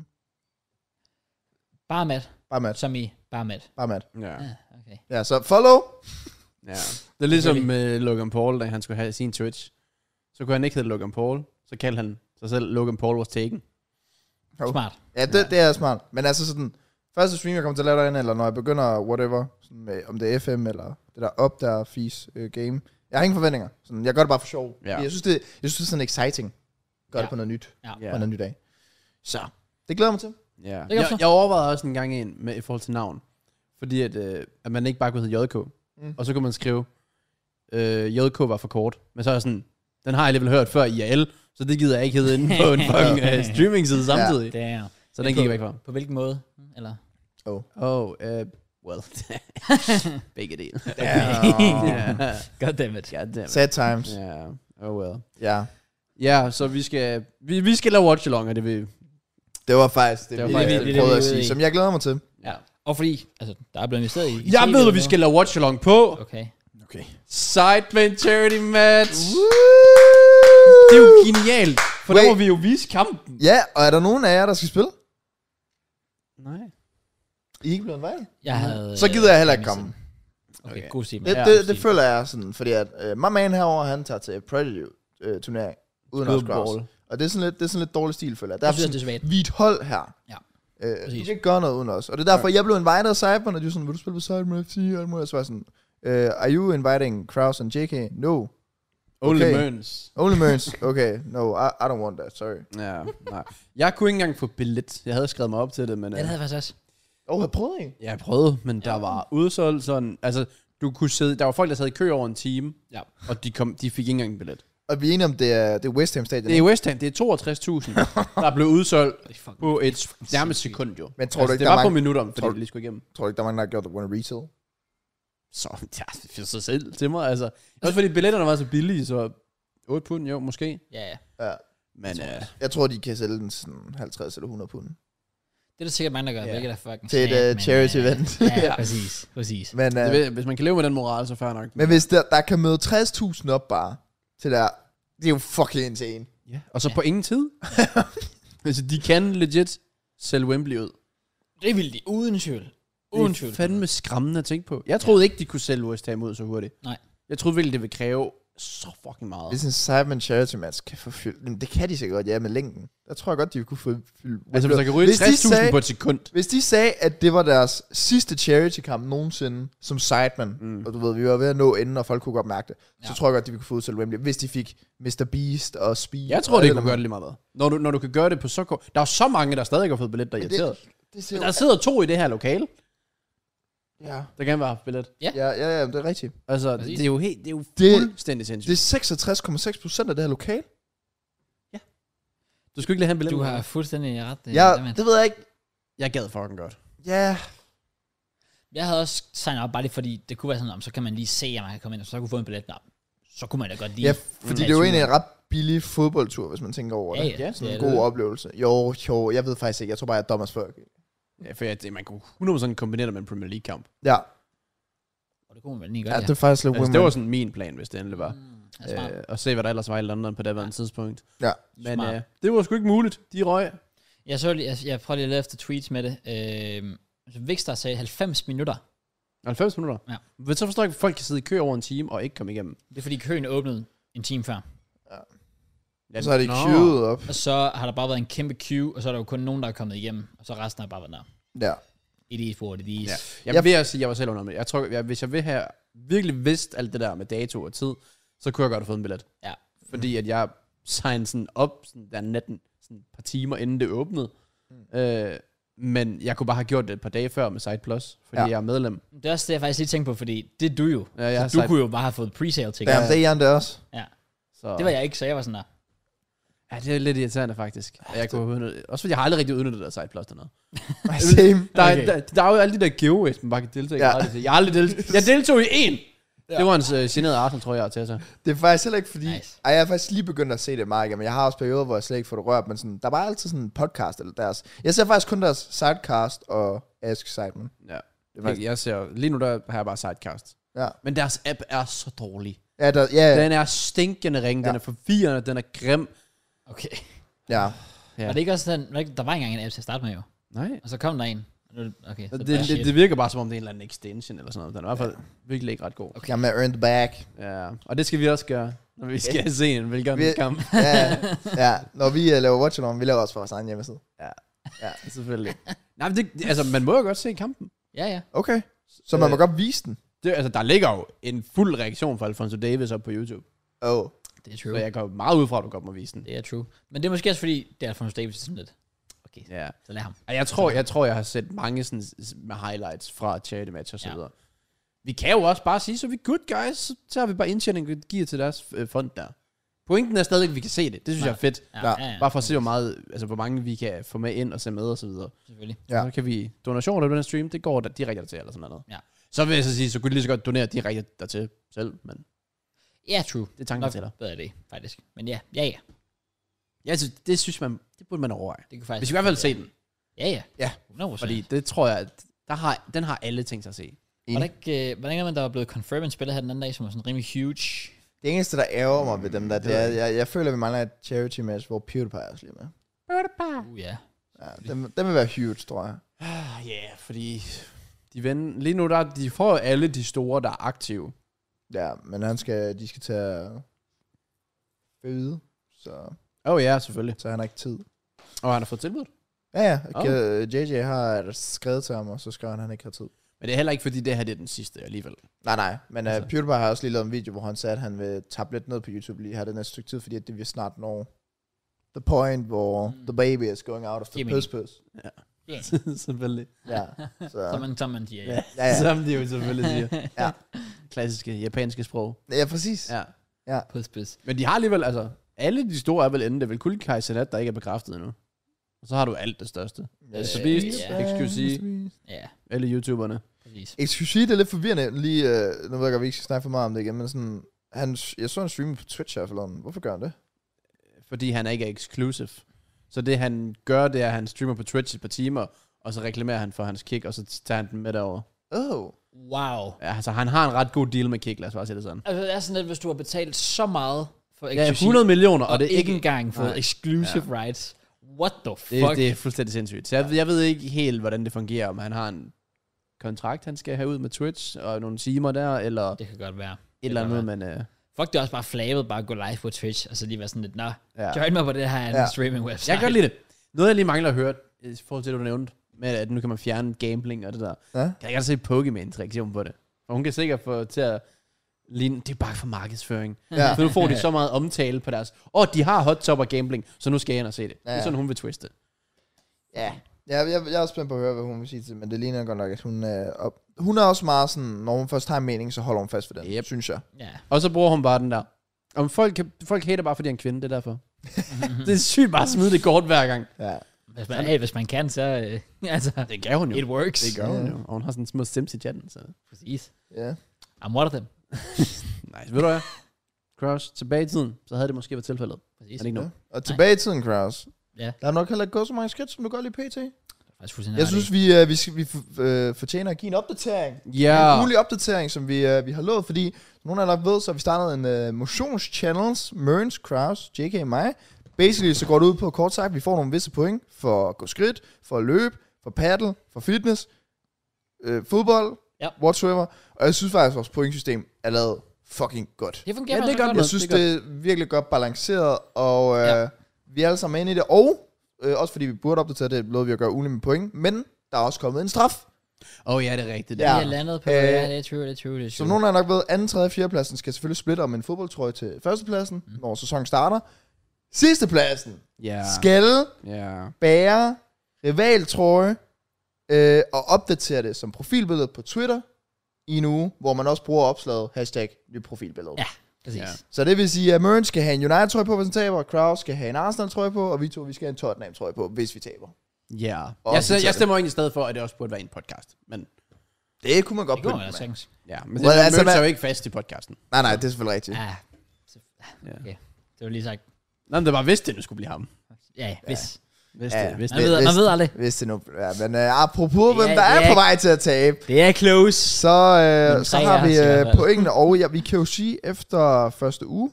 Bare Matt. Bare Matt. Som i bare Matt. Bare Matt. Ja. Ja, okay. Ja, så follow. Ja. Det er ligesom med Logan Paul, da han skulle have sin Twitch. Så kunne han ikke hedde Logan Paul. Så kaldte han sig selv Logan Paul was taken. Jo. Smart. Ja, det, Ja. det er smart. Men altså sådan, første stream, jeg kommer til at lave derinde, eller når jeg begynder whatever, sådan med, om det er F M, eller det der op der fis uh, game. Jeg har ingen forventninger. Sådan, jeg gør det bare for sjov. Ja. Jeg synes, det, jeg synes, det er sådan exciting. Gør Ja. det på noget nyt. Ja. Ja. På noget nyt dag. Så, det glæder jeg mig til. Ja. kan jeg Jeg, forstå. jeg overvejede også en gang en med, i forhold til navn. Fordi at, øh, at man ikke bare kunne hedde J K. Mm. Og så kunne man skrive, øh, J K var for kort. Men så er jeg sådan, den har jeg alligevel hørt før I R L, så det gider jeg ikke hedde inde på en fucking øh, streaming-side samtidig. Det er Så den gik jeg væk fra. På hvilken måde? Eller? Oh. Oh, uh, well. Begge dele. Damn. Goddammit. Goddammit. Sad times. Ja, oh well. Ja. Ja, så vi skal, vi, vi skal lave watch-along, og det vil... Det var faktisk det, Det var vi faktisk jeg det, det, prøvede det, at vi sige, ude i. som jeg glæder mig til. Ja. Og fordi, altså, der er blevet investeret i... i Jeg T V ved, hvad nu. vi skal lave watch-along på. Okay. Okay. Sidemen charity match. Woo! Det er jo genialt, for der Wait. må vi jo vise kampen. Ja, og er der nogen af jer, der skal spille? Nej. I er ikke blevet valgt? Jeg havde... Så gider jeg heller ikke komme. Okay, Okay. god Simon. Det, Ja, det, det præcis. føler jeg sådan, fordi at uh, my man herover han tager til Prodigy-turnering uden os Kraus. Og det er sådan lidt, det er sådan lidt dårlig stil, føler jeg. Der er Jeg synes, sådan, det er svagt. vi er et hold her. Ja, Uh, du præcis. kan ikke gøre noget uden os. Og det er derfor, jeg blev invited af Cyber, og de var sådan, vil du spille på Cyber F C? Og alt muligt. Så var jeg sådan, uh, are you inviting Kraus and J K? No. Only Okay. Mørns. Only Merns. Okay, no, I, I don't want that, sorry. Ja, nej. Jeg kunne ikke engang få billet. Jeg havde skrevet mig op til det, men... Den øh, havde jeg faktisk også. Åh, oh, jeg prøvede ikke. Jeg prøvede, men der var udsolgt sådan... Altså, du kunne sidde... Der var folk, der sad i kø over en time, Ja. og de, kom, de fik ikke engang en billet. Og vi er enige om, det er, det er West Ham stadion. Det er West Ham. Det er toogtres tusind, der blev udsolgt på et nærmest sekund, jo. Men tror altså, du ikke, det der var mange, på minutter, fordi tror, det lige skulle igennem. Tror du ikke, der er mange, der har gjort det under retail? Så, ja, det finder sig selv til mig, altså. Også fordi billetterne var så billige, så otte pund, jo, måske. Ja, ja. Ja. Men, jeg, tror, øh, jeg tror, de kan sælge den sådan halvtreds eller hundrede pund. Det er der sikkert mange, der gør, Ja. hvilket er fucking Til et sad, uh, men, charity øh, event. Ja, præcis, præcis. Men, uh, det ved, hvis man kan leve med den moral, så fair nok. men hvis der, der kan møde tres tusind op bare til der, det er jo fucking insane. Ja. Og så Ja. på ingen tid. Altså, de kan legit sælge Wembley ud. Det vil de, uden tvivl. Uden Det tvivl. er fandme skræmmende at tænke på. Jeg troede ikke, de kunne sælge West Ham ud så hurtigt. Nej. Jeg troede virkelig, det ville kræve så fucking meget. Hvis en Simon Charity match kan få fyldt, men det kan de sikkert godt, ja, med længden. Der tror jeg godt, de kunne få fyldt. Altså, hvis der kan ryge Hvis de tres tusind sagde- på et sekund. Hvis de sagde, at det var deres sidste charity-kamp nogensinde, som sideman, Mm. mm. og du ved, vi var ved at nå enden, og folk kunne godt mærke det, Ja. så tror jeg godt, de ville kunne få udsolgt Wembley, hvis de fik mister Beast og Speed. Jeg tror, og det alle kunne dem. gøre det lige meget. Når du, når du kan gøre det på så kort... Der er jo så mange, der stadig har fået billet, der er Men det- irriteret. Det ser jo... Der sidder to i det her lokale, Ja. der kan være haft billet. Ja, ja, ja, det er rigtigt. Altså, Præcis. det er jo helt, det er jo Det- fuldstændig sindssygt. Det er seksogtres komma seks procent af det her lokale. Du skulle ikke lige have en billet. Du med har dig. fuldstændig ret. øh, Ja, Damian. det ved jeg ikke. Jeg gad fucking godt. Ja, Jeg havde også signet op, bare lige fordi det kunne være sådan, om så kan man lige se, at man kan komme ind, og så kunne få en billet. Nå, så kunne man da godt lige... ja fordi det er jo egentlig en ret billig fodboldtur, hvis man tænker over Ja, det. ja. Ja, Sådan det en er god det. oplevelse. Jo, jo, jeg ved faktisk ikke. Jeg tror bare, at Thomas Førk. Ja, for jeg, det, man kunne hundrede procent kombinere det med en Premier League-kamp. Ja, Og det kunne man vel lige ja, godt, det er faktisk lidt Altså, det var sådan min plan, hvis det endelig var. Mm, ja, smart. Øh, og se, hvad der ellers var i London på det ja. tidspunkt. Ja. Men Smart. øh, det var sgu ikke muligt. De røg. Jeg, så, lige- jeg, jeg prøvede lige at lede efter tweets med det. Øh, altså, Victor sagde halvfems minutter. halvfems minutter. Ja. Men så forstår jeg ikke, at folk kan sidde i kø over en time og ikke komme igennem. Det er fordi køen åbnede en time før. Og så har de Nå. queued op. Og så har der bare været en kæmpe queue, og så er der jo kun nogen, der er kommet igennem. Og så resten har bare været der. Ja. It is what it is. Ja. Jeg vil også sige, at jeg var selv under med. Jeg tror, jeg, hvis jeg vil have virkelig vidst alt det der med dato og tid, så kunne jeg godt have fået en billet. Ja. Fordi at jeg signede sådan op sådan der natten, sådan et par timer inden det åbnede. Mm. Øh, men jeg kunne bare have gjort det et par dage før med Site Plus, fordi Ja. jeg er medlem. Det er også det, jeg faktisk lige tænkte på, fordi det er du jo. Ja, jeg har Så du Site- kunne jo bare have fået pre-sale til. Ja, det er Jan det også. Ja. Så, Det var jeg ikke, så jeg var sådan der. Ja, det er lidt irriterende faktisk. Ej, jeg kunne udnytte, også fordi jeg har aldrig rigtig udnyttet det der Site Plus dernede. Same. Der, Okay. okay. der, der er jo alle de der giveaways, man bare kan deltage Ja. ja. i. Jeg har aldrig deltaget. Jeg deltog i én. Ja. Det var en uh, generet Arsenal, tror jeg, Arteta. Det er faktisk heller ikke fordi... Nice. Ej, jeg er faktisk lige begyndt at se det meget, men jeg har også perioder, hvor jeg slet ikke får det rørt, men sådan, der er bare altid sådan en podcast eller deres... Jeg ser faktisk kun deres sidecast og Ask Sideman. Ja. Det er Jeg, faktisk, jeg ser, lige nu der har jeg bare Sidecast. ja. Men deres app er så dårlig. Ja, der, ja, Den er stinkende ring, Ja. den er forvirrende, den er grim. Okay. ja. Ja. Var det ikke også den, var det ikke- der var ikke engang en app til at starte med jo. Nej. Og så kom der en. Og nu- Okay, så Det, bare det, shit. det virker bare som om det er en eller anden extension eller sådan noget. Den er i hvert fald virkelig ikke ret god. Okay. Jeg med earn the back. Ja. Og det skal vi også gøre, når vi skal se en velgørende Vi- kamp. Ja, ja. Når vi uh, laver watch along, vi laver også for vores egen hjemmeside. Ja, selvfølgelig. Nej, men det, det- altså, man må jo godt se kampen. Ja, ja. Okay. Så man må Øh. godt vise den. Det, altså, der ligger jo en fuld reaktion fra Alfonso Davies op på YouTube. Oh. Det er Så true. jeg går meget ud fra, at du godt må vise den. Det er true. Men det er måske også fordi, det er Alfonso Davis sådan lidt. Okay, Ja. så lad ham. Og Jeg tror, jeg tror, jeg har set mange sådan, med highlights fra charity match og så Ja. videre. Vi kan jo også bare sige, så er vi good guys, så tager vi bare indtjening og giver til deres øh, fond der. Pointen er stadig, at vi kan se det. Det synes Ja. jeg er fedt. Ja, ja, ja. Bare for at se, hvor meget, altså hvor mange vi kan få med ind og se med og så videre. Selvfølgelig. Ja. Så kan vi, donationer på den her stream, det går der direkte dertil eller sådan noget. Ja. Så vil jeg så sige, så kunne de lige så godt donere direkte dertil selv, men Ja, true. det er tanken Nok til dig. bedre det, faktisk. Men ja, ja, ja. Ja, altså, det synes man, det burde man overveje. Det kan faktisk... Vi skal i hvert fald se den, Ja, ja. Ja. hundrede procent. fordi det tror jeg, at der har, den har alle tænkt sig at se. Var der ikke, øh, var der ikke noget, der var blevet confirmed en spiller her den anden dag, som var sådan rimelig huge? Det eneste, der ærger mig ved dem, der, det er, jeg, jeg føler, vi mangler et charity match, hvor PewDiePie er også lige med. Uh, ja. Ja, den, den vil være huge, tror jeg. Ja, yeah, fordi de vender, lige nu der, de får jo alle de store, der er aktive. Ja, men han skal, de skal tage føde, så, Åh oh, ja, selvfølgelig. så han har ikke tid. Og han har fået tilbudt. Ja, ja. Oh. Okay. J J har skrevet til ham, og så skrev han, at han ikke har tid. Men det er heller ikke, fordi det her det er den sidste alligevel. Nej, nej. Men Altså. uh, PewDiePie har også lige lavet en video, hvor han sagde, at han vil tabe lidt ned på YouTube lige her det næste stykke tid, fordi at det vil snart nå the point, hvor Mm. the baby is going out of the Gimme. puss puss. Ja. selvfølgelig. Ja, så, Som man, som man siger, ja. ja, ja. Som de jo selvfølgelig siger. Ja. Klassiske japanske sprog. Ja, præcis. Ja. Ja. På spids. Men de har alligevel, altså, alle de store er vel inde. Det er vel kun Kai Cenat, der ikke er bekræftet endnu. Og så har du alt det største. mister Beast, ja. X Q C, Ja, alle YouTuberne. præcis. X Q C, det er lidt forvirrende. Lige, øh, nu ved jeg godt, at vi ikke skal snakke for meget om det igen, men sådan, han, jeg så en stream på Twitch her forleden. Hvorfor gør han det? Fordi han ikke er exclusive. Så det han gør, det er, at han streamer på Twitch et par timer, og så reklamerer han for hans kick, og så tager han den med derover. Oh. Wow. Ja, altså han har en ret god deal med kick, lad os bare sige det sådan. Altså, det er sådan lidt, hvis du har betalt så meget for X Q C, Ja, hundrede millioner, og, og det er ikke ikke... engang fået Nej. exclusive ja. rights. What the fuck? Det, det er fuldstændig sindssygt. Så jeg, jeg ved ikke helt, hvordan det fungerer, om han har en kontrakt, han skal have ud med Twitch, og nogle timer der, eller et Det kan godt være. eller andet, men... Uh, Fuck, det er også bare flabet, bare at gå live på Twitch, og så lige være sådan lidt, nå, ja. join mig på det her ja. Ja. streaming website. Jeg kan godt lide det. Noget, jeg lige mangler at høre, i forhold til det, du nævnte, med at nu kan man fjerne gambling og det der. Ja. Kan jeg godt se Pokémon reaktion på det? Og hun kan sikkert få til at ligne, det er bare for markedsføring. Ja. For nu får de så meget omtale på deres, åh, oh, de har hot top og gambling, så nu skal jeg ind og se det. Ja. Det er sådan, hun vil twiste. Ja. Ja, jeg, jeg er også spændt på at høre, hvad hun vil sige til, men det ligner godt nok, at hun er op. Hun er også meget sådan, når hun først har en mening, så holder hun fast ved den, Yep. synes jeg. Ja. Og så bruger hun bare den der. Om folk, kan, folk hater bare, fordi han er en kvinde, det er derfor. Det er sygt bare at smide det kort hver gang. Ja. Hvis man, hey, hvis man kan, så... Øh, altså, Det gør hun jo. it works. Det gør hun Ja. jo. Og hun har sådan en små sims i chatten, så... Præcis. Ja. I'm one of them. Nice. Ved du hvad? Cross, tilbage i tiden, så havde det måske været tilfældet. Præcis. Men ikke nu. Ja. Og tilbage i tiden, Kraus. Ja. Der er nok heller ikke gået så mange skridt, som du gør lige pt. Det er faktisk fuldstændig Jeg ret synes, i. vi, uh, vi, skal, vi f- øh, fortjener at give en opdatering. Ja. En ugenlig opdatering, som vi, uh, vi har lovet, fordi som nogen af jer nok ved, så har vi startet en uh, motionschannels, Mørns, Kraus, J K og mig. Basically så går det ud på kort sagt, vi får nogle visse point for at gå skridt, for at løbe, for paddle, for fitness, øh, fodbold, Ja. whatsoever. Og jeg synes faktisk, at vores pointsystem er lavet fucking godt. Det fungerer Ja, det faktisk gør godt. det. Jeg synes, det er det er virkelig godt balanceret, og øh, Ja. vi er alle sammen inde i det. Og øh, også fordi vi burde opdatere det, lovede vi at gøre ugenlig med point. Men der er også kommet en straf. Åh oh, ja, det er rigtigt. Ja. Vi er landet på, Øh, ja, det er true, det er true, det er true. Som nogen af jer nok ved, anden, tredje og fjerde pladsen skal selvfølgelig splitte om en fodboldtrøje til førstepladsen, mm. når sæsonen starter. Sidste pladsen Ja. skal Ja. bære rivaltrøje øh, og opdatere det som profilbillede på Twitter i en uge, hvor man også bruger opslaget hashtag nyt profilbillede. Ja. Præcis. Ja. Så det vil sige, at Mørn skal have en United-trøje på, hvis han taber, Kraus skal have en Arsenal-trøje på, og vi to vi skal have en Tottenham-trøje på, hvis vi taber. Ja. Og Jeg, så jeg tager stemmer egentlig stadig for, at det også burde være en podcast. Men, Det kunne man godt Det går pynte man med. sagtens. ja. men Well, det altså, altså, er hvad- jo ikke fast i podcasten. Nej, nej, det er selvfølgelig rigtigt. Ja. Ja. Okay. Det var lige sagt. Nå, men det var vist, det nu skulle blive ham. Ja, hvis. Hvis Ja. det, hvis Man det. ved, man ved aldrig. Hvis det nu... Ja, men uh, apropos, hvem Ja, der er ja. på vej til at tabe, Det er close. så, uh, Nummer så tre har er vi os i hvert uh, fald. pointene, og ja, vi kan jo sige, efter første uge,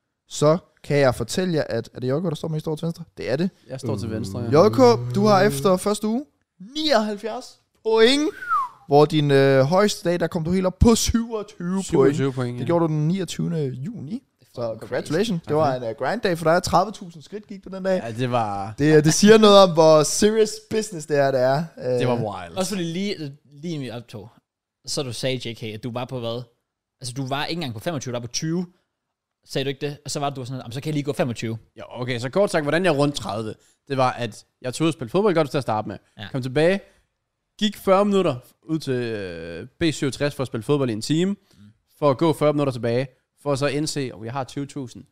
så kan jeg fortælle jer, at... Er det J K, der står mest over til venstre? Det er det. Jeg står til venstre. Ja. J K, du har efter første uge nioghalvfjerds point, hvor din øh, højeste dag, der kom du helt op på syvogtyve point. syvogtyve point. Det gjorde du den niogtyvende juni. Så congratulations. Det var en uh, grind day for dig. tredive tusind skridt gik på den dag. Ja, det var... Det, det siger noget om, hvor serious business det er, det er. Det var Øh, wild. Også fordi lige, lige i mit optog, så du sagde, J K, at du var på hvad? Altså, du var ikke engang på femogtyve, du var på tyve. Sagde du ikke det? Og så var du sådan, at så kan jeg lige gå femogtyve. Ja, okay, så kort sagt, hvordan jeg rundt tredive, det var, at jeg tog ud og spille fodbold godt til at starte med. Ja. Kom tilbage, gik fyrre minutter ud til øh, B syvogtres for at spille fodbold i en time, mm. for at gå fyrre minutter tilbage, for at så indse, at oh, jeg har tyve tusind.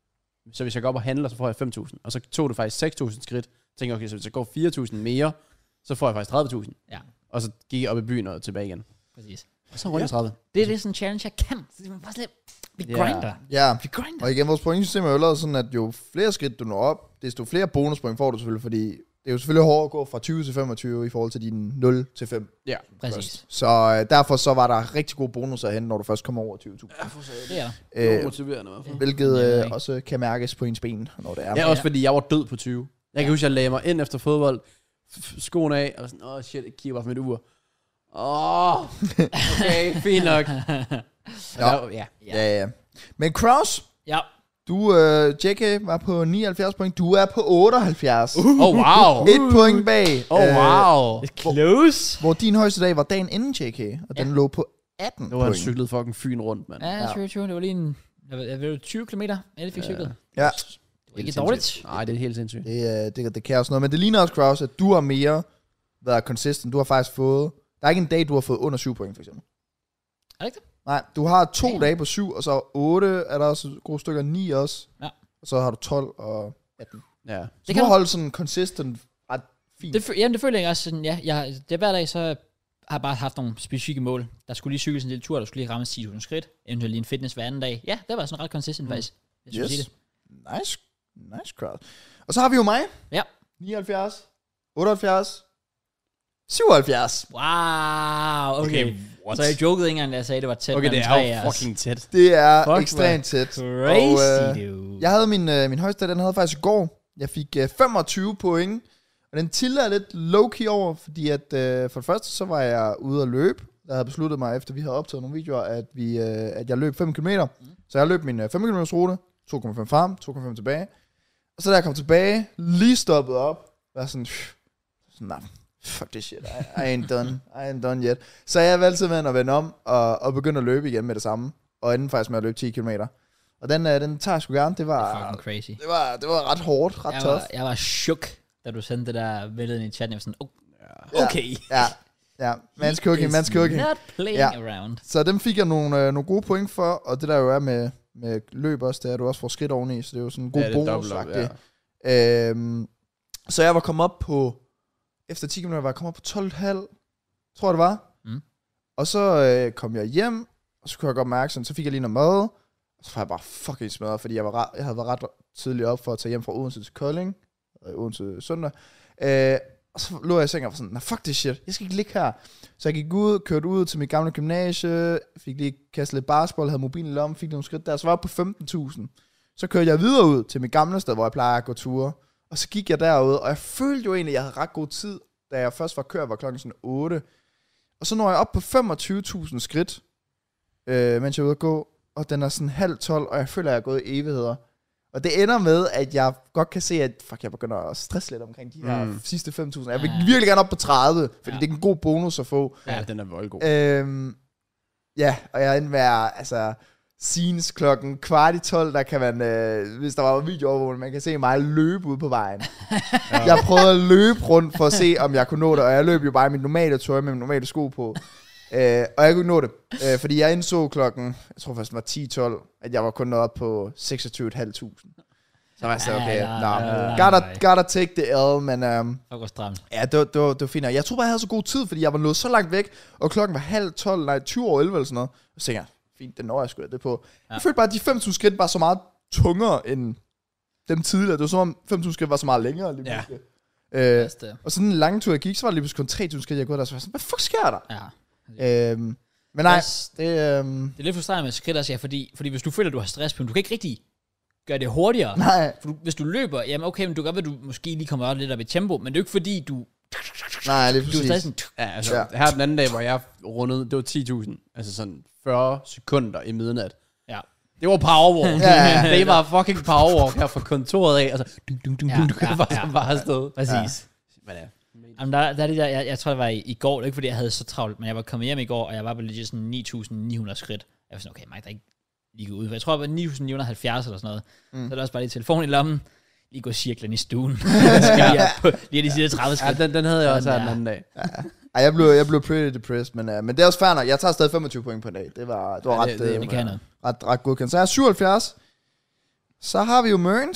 Så hvis jeg går op og handler, så får jeg fem tusind. Og så tog det faktisk seks tusind skridt. Jeg tænkte, okay, så hvis jeg går fire tusind mere, så får jeg faktisk tredive tusind. Ja, Og så gik jeg op i byen og tilbage igen. præcis. Og så rundt jeg tredive. Det er det sådan en challenge, jeg kan. Så det er bare sådan lidt, vi Ja. grinder. ja, Vi grinder. og igen, vores pointsystem er jo lavet sådan, at jo flere skridt du når op, desto flere bonuspoint får du selvfølgelig, fordi det er jo selvfølgelig hårdere at gå fra tyve til femogtyve i forhold til dine nul til fem. Ja. Præcis. Så øh, derfor så var der rigtig gode bonusser at hente, når du først kommer over tyve tusind. Det er der. Det var Øh, motiverende i hvert fald. hvilket Ja, øh, også kan mærkes på ens ben, når det er. Ja, også fordi jeg var død på tyve. Jeg kan Ja. huske, jeg lagde mig ind efter fodbold, f- skoene af, og sådan, åh oh, shit, jeg kigger bare på mit ur. Åh, oh, okay, fint nok. Ja. ja. ja. Ja, ja. Men Kraus, Ja. du, øh, J K var på nioghalvfjerds point. Du er på otteoghalvfjerds. Oh, wow. Et point bag. Oh, øh, wow. Close. Hvor din højeste dag var dagen inden J K, og den Ja. lå på atten Nu har han point. cyklet fucking Fyn rundt, mand. Ja, true, true. Det var lige en, jeg ved, jeg ved, tyve kilometer, alle fik cyklet. Ja, Det var ikke dårligt. Nej, det er helt sindssygt. det, øh, det, det kan også noget. Men det ligner også, Kraus, at du har mere været consistent. Du har faktisk fået... Der er ikke en dag, du har fået under syv point, for eksempel. Er det ikke det? Nej, du har to ja. dage på syv, og så otte er der også gode stykker, ni også. Ja. Og så har du tolv og atten. Ja. Så det kan du holde sådan consistent ret fint. Det, jamen, det føler jeg også sådan, ja, jeg, det er hver dag, så har jeg bare haft nogle specifikke mål. Der skulle lige cykles en lille tur, der skulle lige ramme ti tusind skridt, eventuelt lige en fitness hver anden dag. Ja, det var sådan ret consistent mm. faktisk. Jeg yes. sige det. Nice, nice crowd. Og så har vi jo mig. Ja. nioghalvfjerds, otteoghalvfjerds, syvoghalvfjerds. Wow, okay. okay så jeg jokede ikke engang, da jeg sagde, at det var tæt. Okay, det er jo fucking tæt. Det er Fuck ekstremt tæt. Crazy, og, øh, dude. Jeg havde min, øh, min højeste, den havde jeg faktisk i går. Jeg fik øh, femogtyve point. Og den tiller lidt low-key over, fordi at øh, for det første, så var jeg ude at løbe. Jeg havde besluttet mig, efter vi havde optaget nogle videoer, at, vi, øh, at jeg løb fem kilometer. Mm. Så jeg løb min øh, fem kilometers rute, to komma fem frem, to komma fem tilbage. Og så da jeg kom tilbage, lige stoppet op, var sådan, sådan nah, fuck this shit, I, I ain't done, I ain't done yet. Så jeg valgte simpelthen at vende om og, og begynde at løbe igen med det samme. Og enden faktisk med at løbe ti kilometer. Og den, øh, den tager jeg sgu gerne, det var, det var crazy. Det var, det var ret hårdt, ret tough. Jeg var shook, da du sendte det der billede i chatten. Jeg var sådan, oh, okay. Ja, ja, ja. Man's cooking, man's cooking. Not playing ja. around. Så dem fik jeg nogle, øh, nogle gode point for, og det der jo er med, med løb også, det er, at du også får skridt oveni, så det er jo sådan en god ja, bonus. Ja. Øhm, så jeg var kommet op på, efter ti kilometer var jeg kommet op på tolv komma fem, tror jeg det var. Mm. Og så øh, kom jeg hjem, og så kunne jeg godt mærke sådan, så fik jeg lige noget mad, og så var jeg bare fucking smadret, fordi jeg, var ret, jeg havde været ret tidligt op for at tage hjem fra Odense til Kolding, øh, Odense søndag. Øh, og så lå jeg i seng og var sådan, nah, fuck this shit, jeg skal ikke ligge her. Så jeg gik ud, kørte ud til mit gamle gymnasie, fik lige kastet lidt basketball, havde mobilen i lommen, fik nogle skridt der, så var jeg på femten tusind. Så kørte jeg videre ud til mit gamle sted, hvor jeg plejer at gå ture. Og så gik jeg derud, og jeg følte jo egentlig, at jeg havde ret god tid, da jeg først var kørt, var klokken sådan otte. Og så når jeg op på femogtyve tusind skridt, øh, mens jeg er ude at gå, og den er sådan halv tolv, og jeg føler, at jeg er gået i evigheder. Og det ender med, at jeg godt kan se, at fuck, jeg begynder at stresse lidt omkring de her mm. sidste fem tusind. Jeg vil virkelig gerne op på tredive, fordi ja. det er en god bonus at få. Ja, den er voldgod. Øhm, ja, og jeg er inde med, altså, scenes klokken kvart i tolv, der kan man, øh, hvis der var en video over, hvor man kan se mig løbe ud på vejen. ja. Jeg prøvede at løbe rundt for at se, om jeg kunne nå det, og jeg løb jo bare i mit normale tøj med min normale sko på. Øh, og jeg kunne nå det, øh, fordi jeg indså klokken, jeg tror faktisk det var ti tolv, at jeg var kun nået op på seksogtyve tusind fem hundrede. Så var jeg så okay, no, gotta, gotta take the L, men um, det var stramt. Ja, det var, det, var, det var fint. Jeg tror bare, jeg havde så god tid, fordi jeg var nået så langt væk, og klokken var halv tolv, nej, tyve over elleve eller sådan noget. Og så tænkte jeg, fint, det når jeg sgu det på. Ja. Jeg følte bare, at de fem tusind skridt var så meget tungere end dem tidligere. Det var som om fem tusind skridt var så meget længere lige pludselig. Ja. Øh, og sådan en lang tur, jeg gik, så var det lige pludselig kun tre tusind skridt, jeg gik der, så var jeg sådan, hvad fuck sker der? Ja. Øhm, men nej, det, øhm, det er lidt frustrerende med skridt også, ja, fordi, fordi hvis du føler, at du har stress på, du kan ikke rigtig gøre det hurtigere. Nej. For du, hvis du løber, jamen okay, men du kan godt være, du måske lige kommer op lidt op i tempo, men det er jo ikke fordi, du... Nej, det er præcis. Du er sådan, ja, altså, ja. Her den anden dag, hvor jeg rundede, det var ti tusind, altså sådan fyrre sekunder i midnat. Ja. Det var powerwalk. ja, ja, ja, det var fucking powerwalk her fra kontoret af, altså, dum, dum, dum, ja, dum, du ja, kan bare, ja, bare afsted. Præcis. Ja. Ja. Jamen, der, der er det der, jeg, jeg tror, det var i, i går, det er ikke fordi, jeg havde så travlt, men jeg var kommet hjem i går, og jeg var på lidt sådan ni tusind ni hundrede skridt. Jeg var sådan, okay, Mike, der er ikke lige gå ud, for jeg tror, det var ni tusind ni hundrede halvfjerds eller sådan noget. Mm. Så er der også bare lige telefon i lommen, lige gå cirklen i stuen. lige, på, lige de sidste tredive skridt. Ja, den, den havde jeg også her den anden dag. Ja. Ej, jeg blev, jeg blev pretty depressed, men, uh, men det er også fair nok. Jeg tager stadig femogtyve point på en dag. Det var, det var ja, ret, det, det, det kan ret, ret, ret godkendt. Så jeg er syvoghalvfjerds. Så har vi jo Mørns,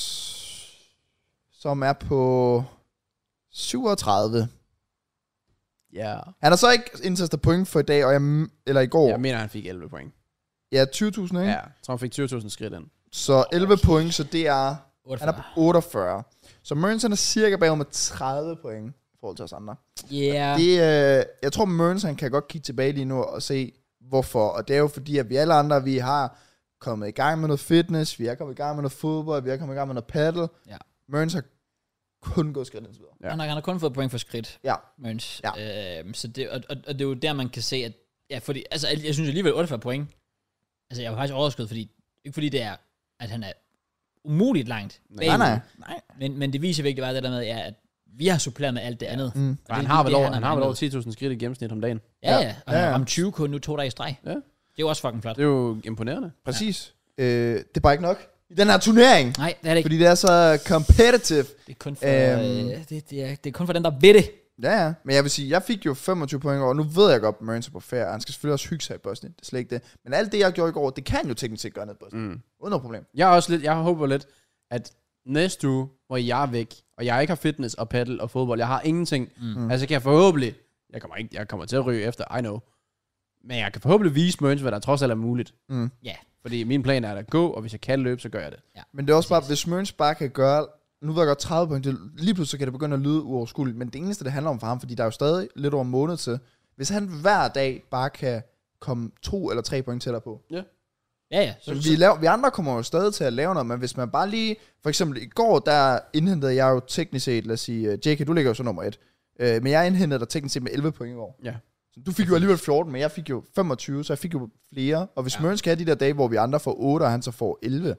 som er på syvogtredive. Ja. Yeah. Han har så ikke indtastet point for i dag, og jeg, eller i går. Jeg mener, han fik elleve point. Ja, tyve tusind, ikke? Ja, så han fik tyve tusind skridt ind. Så elleve oh, point, så det er... otteogfyrre. Han er på otteogfyrre. Så Mørns er cirka bagud med tredive point i forhold til os andre. Yeah. Det, øh, jeg tror, Mørns han kan godt kigge tilbage lige nu og se, hvorfor. Og det er jo fordi, at vi alle andre, vi har kommet i gang med noget fitness, vi er kommet i gang med noget fodbold, vi er kommet i gang med noget paddle. Ja. Mørns har kun gået skridt indtil videre. Ja. Han, har, han har kun fået point for skridt. Ja. Mørns. Ja. Øhm, så det, og, og, og det er jo der, man kan se, at... Ja, fordi... Altså, jeg synes alligevel otteogfyrre point. Altså, jeg var faktisk overrasket, fordi... Ikke fordi det er... At han er umuligt langt. Nej, nej. nej. Men, men det viser virkelig bare det der med, ja, at vi har suppleret med alt det andet. Mm. Og han, har vel over, han har vel over ti tusind skridt i gennemsnit om dagen. Ja, ja. Og han har ramt tyve kun nu to dage i streg. Ja. Det er jo også fucking flot. Det er jo imponerende. Præcis. Ja. Øh, det er bare ikke nok i den her turnering. Nej, det er det ikke. Fordi det er så competitive. Det er kun for, øhm, øh, det, det, er, det er kun for den, der ved det. Ja, ja. Men jeg vil sige, jeg fik jo femogtyve point over, og nu ved jeg godt, at Mørens er på ferie, og han skal selvfølgelig også hygge sig i Bosnien. Det er slet ikke det. Men alt det, jeg gjorde i går, det kan jo teknisk set gøre ned i Bosnien. Mm. Uden noget problem. Jeg er også lidt, jeg håber lidt, at næste uge, hvor jeg er væk, og jeg ikke har fitness og paddle og fodbold, jeg har ingenting, mm. altså kan jeg forhåbentlig, jeg kommer, ikke, jeg kommer til at ryge efter, I know, men jeg kan forhåbentlig vise Mørens, hvad der trods alt er muligt. Mm. Ja. Fordi min plan er at gå, og hvis jeg kan løbe, så gør jeg det. Ja. Men det er også bare, hvis Mørens bare kan gøre, nu ved jeg godt tredive point, det, lige pludselig kan det begynde at lyde uoverskueligt, men det eneste, det handler om for ham, fordi der er jo stadig lidt over en måned til, hvis han hver dag bare kan komme to eller tre point tættere på. Ja. Ja, ja. Så, så vi, laver, vi andre kommer jo stadig til at lave noget, men hvis man bare lige, for eksempel i går, der indhentede jeg jo teknisk set, lad os sige, J K, du ligger jo så nummer et, uh, men jeg indhentede dig teknisk set med elleve point i år. Ja. Så du fik jo alligevel fjorten, men jeg fik jo femogtyve, så jeg fik jo flere, og hvis ja. Mørens skal have de der dage, hvor vi andre får otte, og han så får elleve,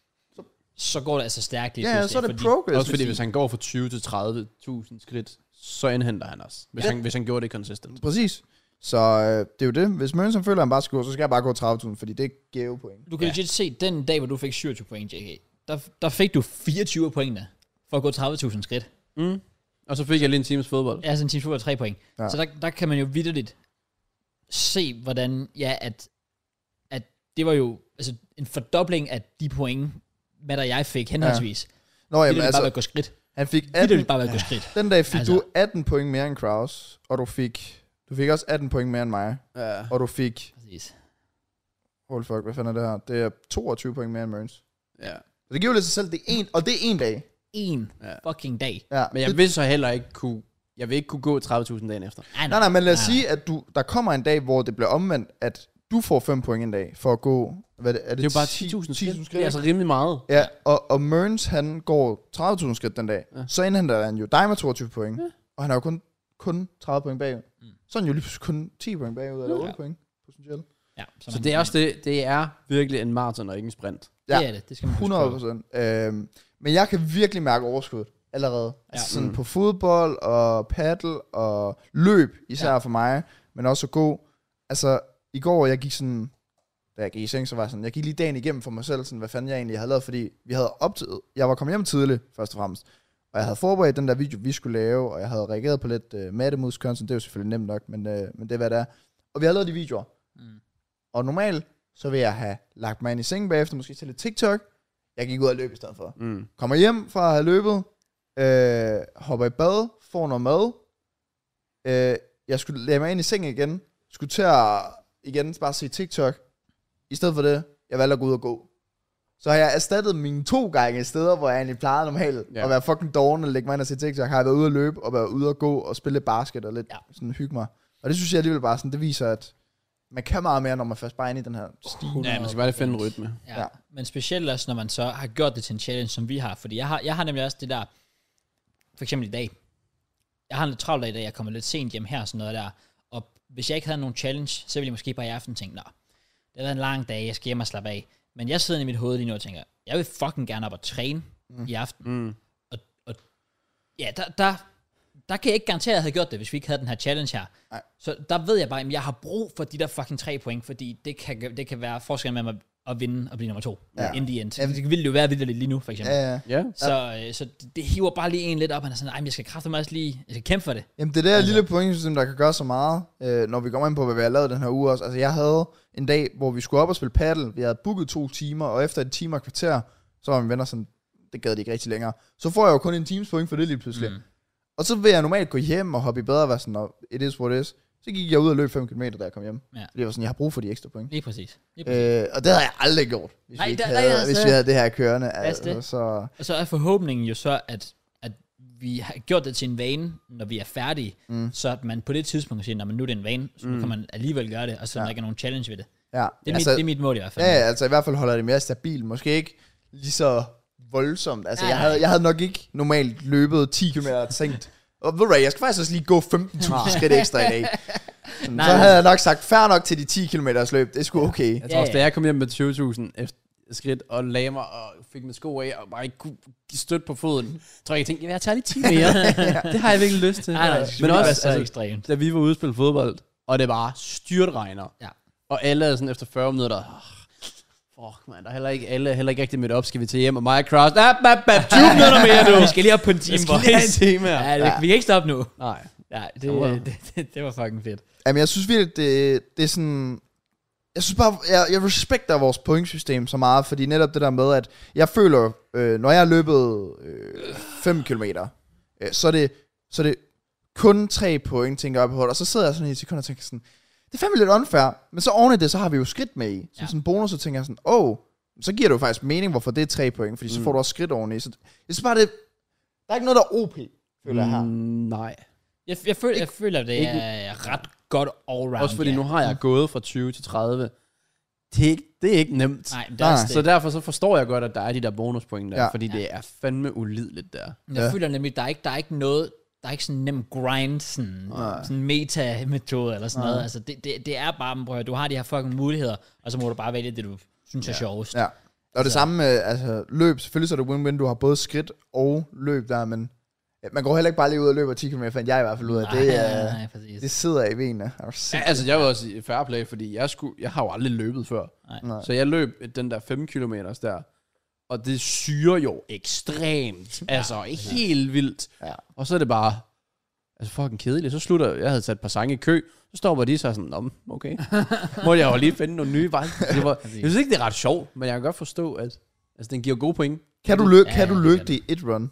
så går det altså stærkt lige ja, pludselig. så er det fordi, progress. Også fordi, hvis han går fra tyve til tredive tusind skridt, så indhenter han også. Hvis, ja. han, hvis han gjorde det consistent. Præcis. Så øh, det er jo det. Hvis Mørens føler, at han bare skal gå, så skal jeg bare gå tredive tusind, fordi det er gave point. Du kan ja. legit se, den dag, hvor du fik syvogtyve point, J K, der, der fik du fireogtyve pointene for at gå tredive tusind skridt. Mm. Og så fik jeg lige en times fodbold. Ja, sådan en times fodbold tre point. Ja. Så der, der kan man jo vitterligt se, hvordan, ja, at, at det var jo altså, en fordobling af de point, hvad der jeg fik henholdsvis. Ja. Nå, jamen, det altså, bare at gå skridt. Han fik atten, det ville bare være at gå skridt. Den dag fik altså. du atten point mere end Kraus, og du fik, du fik også atten point mere end mig. Ja. Og du fik, præcis. Hold fuck, hvad fanden er det her? Det er toogtyve point mere end Mørens. Ja. Så det giver jo lidt sig selv, det er en, og det er en dag. En ja. fucking dag. Ja. Men jeg det, vil så heller ikke kunne, jeg vil ikke kunne gå tredive tusind dagen efter. Nej, nej, nej, men lad os sige, at du, der kommer en dag, hvor det bliver omvendt, at du får fem point en dag for at gå, hvad er det, er det, det er jo bare ti tusind skridt. skridt. Det er altså rimelig meget. Ja, og, og Mørens, han går tredive tusind skridt den dag. Ja. Så indhenter han jo dig med toogtyve point, ja. Og han har jo kun, kun tredive point bagud. Mm. Så er han jo lige kun ti point bagud, eller otte ja. point potentielt. Ja, så, så det er også det, det er virkelig en maraton og ikke en sprint. Ja, det er det, det skal man hundrede procent. Øhm, men jeg kan virkelig mærke overskud allerede. Ja. Altså sådan mm. på fodbold og paddle og løb, især ja. for mig, men også at gå. Altså, i går, jeg gik sådan, da jeg gik i seng, så var jeg sådan, jeg gik lige dagen igennem for mig selv, sådan, hvad fanden jeg egentlig havde lavet, fordi vi havde optaget, jeg var kommet hjem tidligt, først og fremmest, og jeg havde forberedt den der video, vi skulle lave, og jeg havde reageret på lidt uh, mattemus content, det er jo selvfølgelig nemt nok, men, uh, men det er, hvad det er. Og vi havde lavet de videoer. Mm. Og normalt, så vil jeg have lagt mig ind i sengen bagefter, måske til lidt TikTok. Jeg gik ud og løb i stedet for. Mm. Kommer hjem fra at have løbet, øh, hopper i bad, får noget mad. Øh, jeg skulle lade mig ind i sengen igen, skulle til at igen bare se TikTok. I stedet for det, jeg valgte at gå ud og gå. Så har jeg erstattet mine to gange steder, hvor jeg egentlig plejede normalt ja. at være fucking doven og lægge mig ind og se TikTok. Har jeg været ude at løbe og været ude at gå og spille basket og lidt ja. sådan hygge mig. Og det synes jeg alligevel bare sådan, det viser, at man kan meget mere, når man først bare er inde i den her stil. Ja, man skal bare finde en rytme. Ja. ja. Men specielt også, når man så har gjort det til en challenge, som vi har. Fordi jeg har, jeg har nemlig også det der, for eksempel i dag. Jeg har en lidt travlt dag i dag, jeg kommer lidt sent hjem her og sådan noget der. Og hvis jeg ikke havde nogen challenge, så ville jeg måske bare i aften tænke, nå, det har været en lang dag, jeg skal hjem og slappe af. Men jeg sidder i mit hoved lige nu og tænker, jeg vil fucking gerne op og træne mm. i aften. Mm. Og, og ja, der, der, der kan jeg ikke garantere, at jeg havde gjort det, hvis vi ikke havde den her challenge her. Ej. Så der ved jeg bare, at jeg har brug for de der fucking tre point, fordi det kan, det kan være forskellen med at vinde og blive nummer to. Ja. In the end. Ja. Det vil jo være vildt lige nu, for eksempel. Ja, ja. Ja. Så, øh, så det hiver bare lige en lidt op, og han er sådan, ej, jeg skal kræfte også lige, jeg skal kæmpe for det. Jamen det der altså. lille pointsystem, der kan gøre så meget, øh, når vi kommer ind på, hvad vi har lavet den her uge også. Altså jeg havde en dag, hvor vi skulle op og spille paddle, vi havde booket to timer, og efter et time og kvarter, så var mine venner sådan, det gad de ikke rigtig længere. Så får jeg jo kun en times point for det lige pludselig. Mm. Og så vil jeg normalt gå hjem og hoppe i bad og være sådan, no, it is what it is. Så gik jeg ud og løb fem kilometer, da jeg kom hjem. Ja. Det var sådan, jeg har brug for de ekstra point. Lige præcis. Lige præcis. Øh, og det havde jeg aldrig gjort, hvis, Nej, vi, der, havde, der, hvis vi havde det her kørende. Altså, det. Så... Og så er forhåbningen jo så, at, at vi har gjort det til en vane, når vi er færdige, mm. så at man på det tidspunkt kan sige, når man nu er det en vane, så mm. kan man alligevel gøre det, og så ja. der ikke er nogen challenge ved det. Ja. Det, er altså, mit, det er mit mål i hvert fald. Ja, altså i hvert fald holder det mere stabilt. Måske ikke lige så voldsomt. Altså, ja, jeg, havde, jeg havde nok ikke normalt løbet ti kilometer og tænkt, og ved du, jeg skal faktisk også lige gå femten tusind skridt ekstra i dag. Nej, så havde jeg nok sagt, fair nok til de ti kilometers løb. Det er sgu okay. Jeg tror også, da jeg kom hjem med tyve tusind skridt og lagde mig og fik mit sko af og bare ikke kunne støtte på foden, tror jeg, jeg tænkte, jeg tager lige ti mere. Ja. Det har jeg virkelig lyst til. Nej, nej, men også så altså, ekstremt. Da vi var ude og spille fodbold, og det bare styrtregner. Ja. Og alle er sådan efter fyrre minutter, fuck man, der er heller ikke alle, heller ikke rigtig mødt op, skal vi til hjem, og mig og Cross, ah, bap, bap, tyve minutter mere nu. Vi skal lige op på en time. Vi skal lige have en time her. Ja, det, ja. Vi kan ikke stoppe nu. Nej. Ja, det, det, det, det var fucking fedt. Jamen, jeg synes virkelig, det, det er sådan... Jeg synes bare, jeg, jeg respekter vores pointsystem så meget, fordi netop det der med, at jeg føler, øh, når jeg har løbet øh, fem kilometer, øh, så, er det, så er det kun tre point, tænker jeg på, og så sidder jeg sådan i et sekund og tænker sådan, det er fandme lidt unfair, men så oven i det, så har vi jo skridt med i. Så ja. Sådan en bonus, så tænker jeg sådan, åh, oh, så giver det jo faktisk mening, hvorfor det er tre point, fordi mm. så får du også skridt oveni. Så jeg synes bare, det, der er ikke noget, der er O P, føler jeg her. Mm, nej. Jeg, jeg, føler, jeg føler, det ikke, er ret godt all-round. Også fordi ja. nu har jeg gået fra tyve til tredive. Det er ikke, det er ikke nemt. Nej, det er så derfor så forstår jeg godt, at der er de der bonuspoint der, ja. fordi ja. det er fandme ulideligt der. Jeg ja. føler nemlig, der er ikke, der er ikke noget, der er ikke sådan en nem grind, sådan, sådan meta-metode eller sådan Nej. noget. Altså, det, det, det er bare, prøv, du har de her fucking muligheder, og så må du bare vælge det, du synes ja. er sjovest. Ja. Og det altså. samme med altså, løb, selvfølgelig så er det win-win, du har både skridt og løb der, men man går heller ikke bare lige ud og løber ti kilometer, fandt jeg i hvert fald ud af. Nej, det, nej, nej, præcis. Det sidder i benene. Ja, altså, jeg var også i fair play, fordi jeg, skulle, jeg har jo aldrig løbet før. Nej. Så jeg løb den der fem kilometer der, og det syrer jo ekstremt. Ja, altså, helt vildt. Ja. Og så er det bare, altså fucking kedeligt. Så slutter, jeg havde sat et par sange i kø, så stopper de så sådan, om okay. Må jeg jo lige finde nogle nye veje. Det var, jeg synes ikke, det er ret sjovt, men jeg kan godt forstå, at altså, den giver gode point. Kan du løbe, ja, kan du løbe det i et run?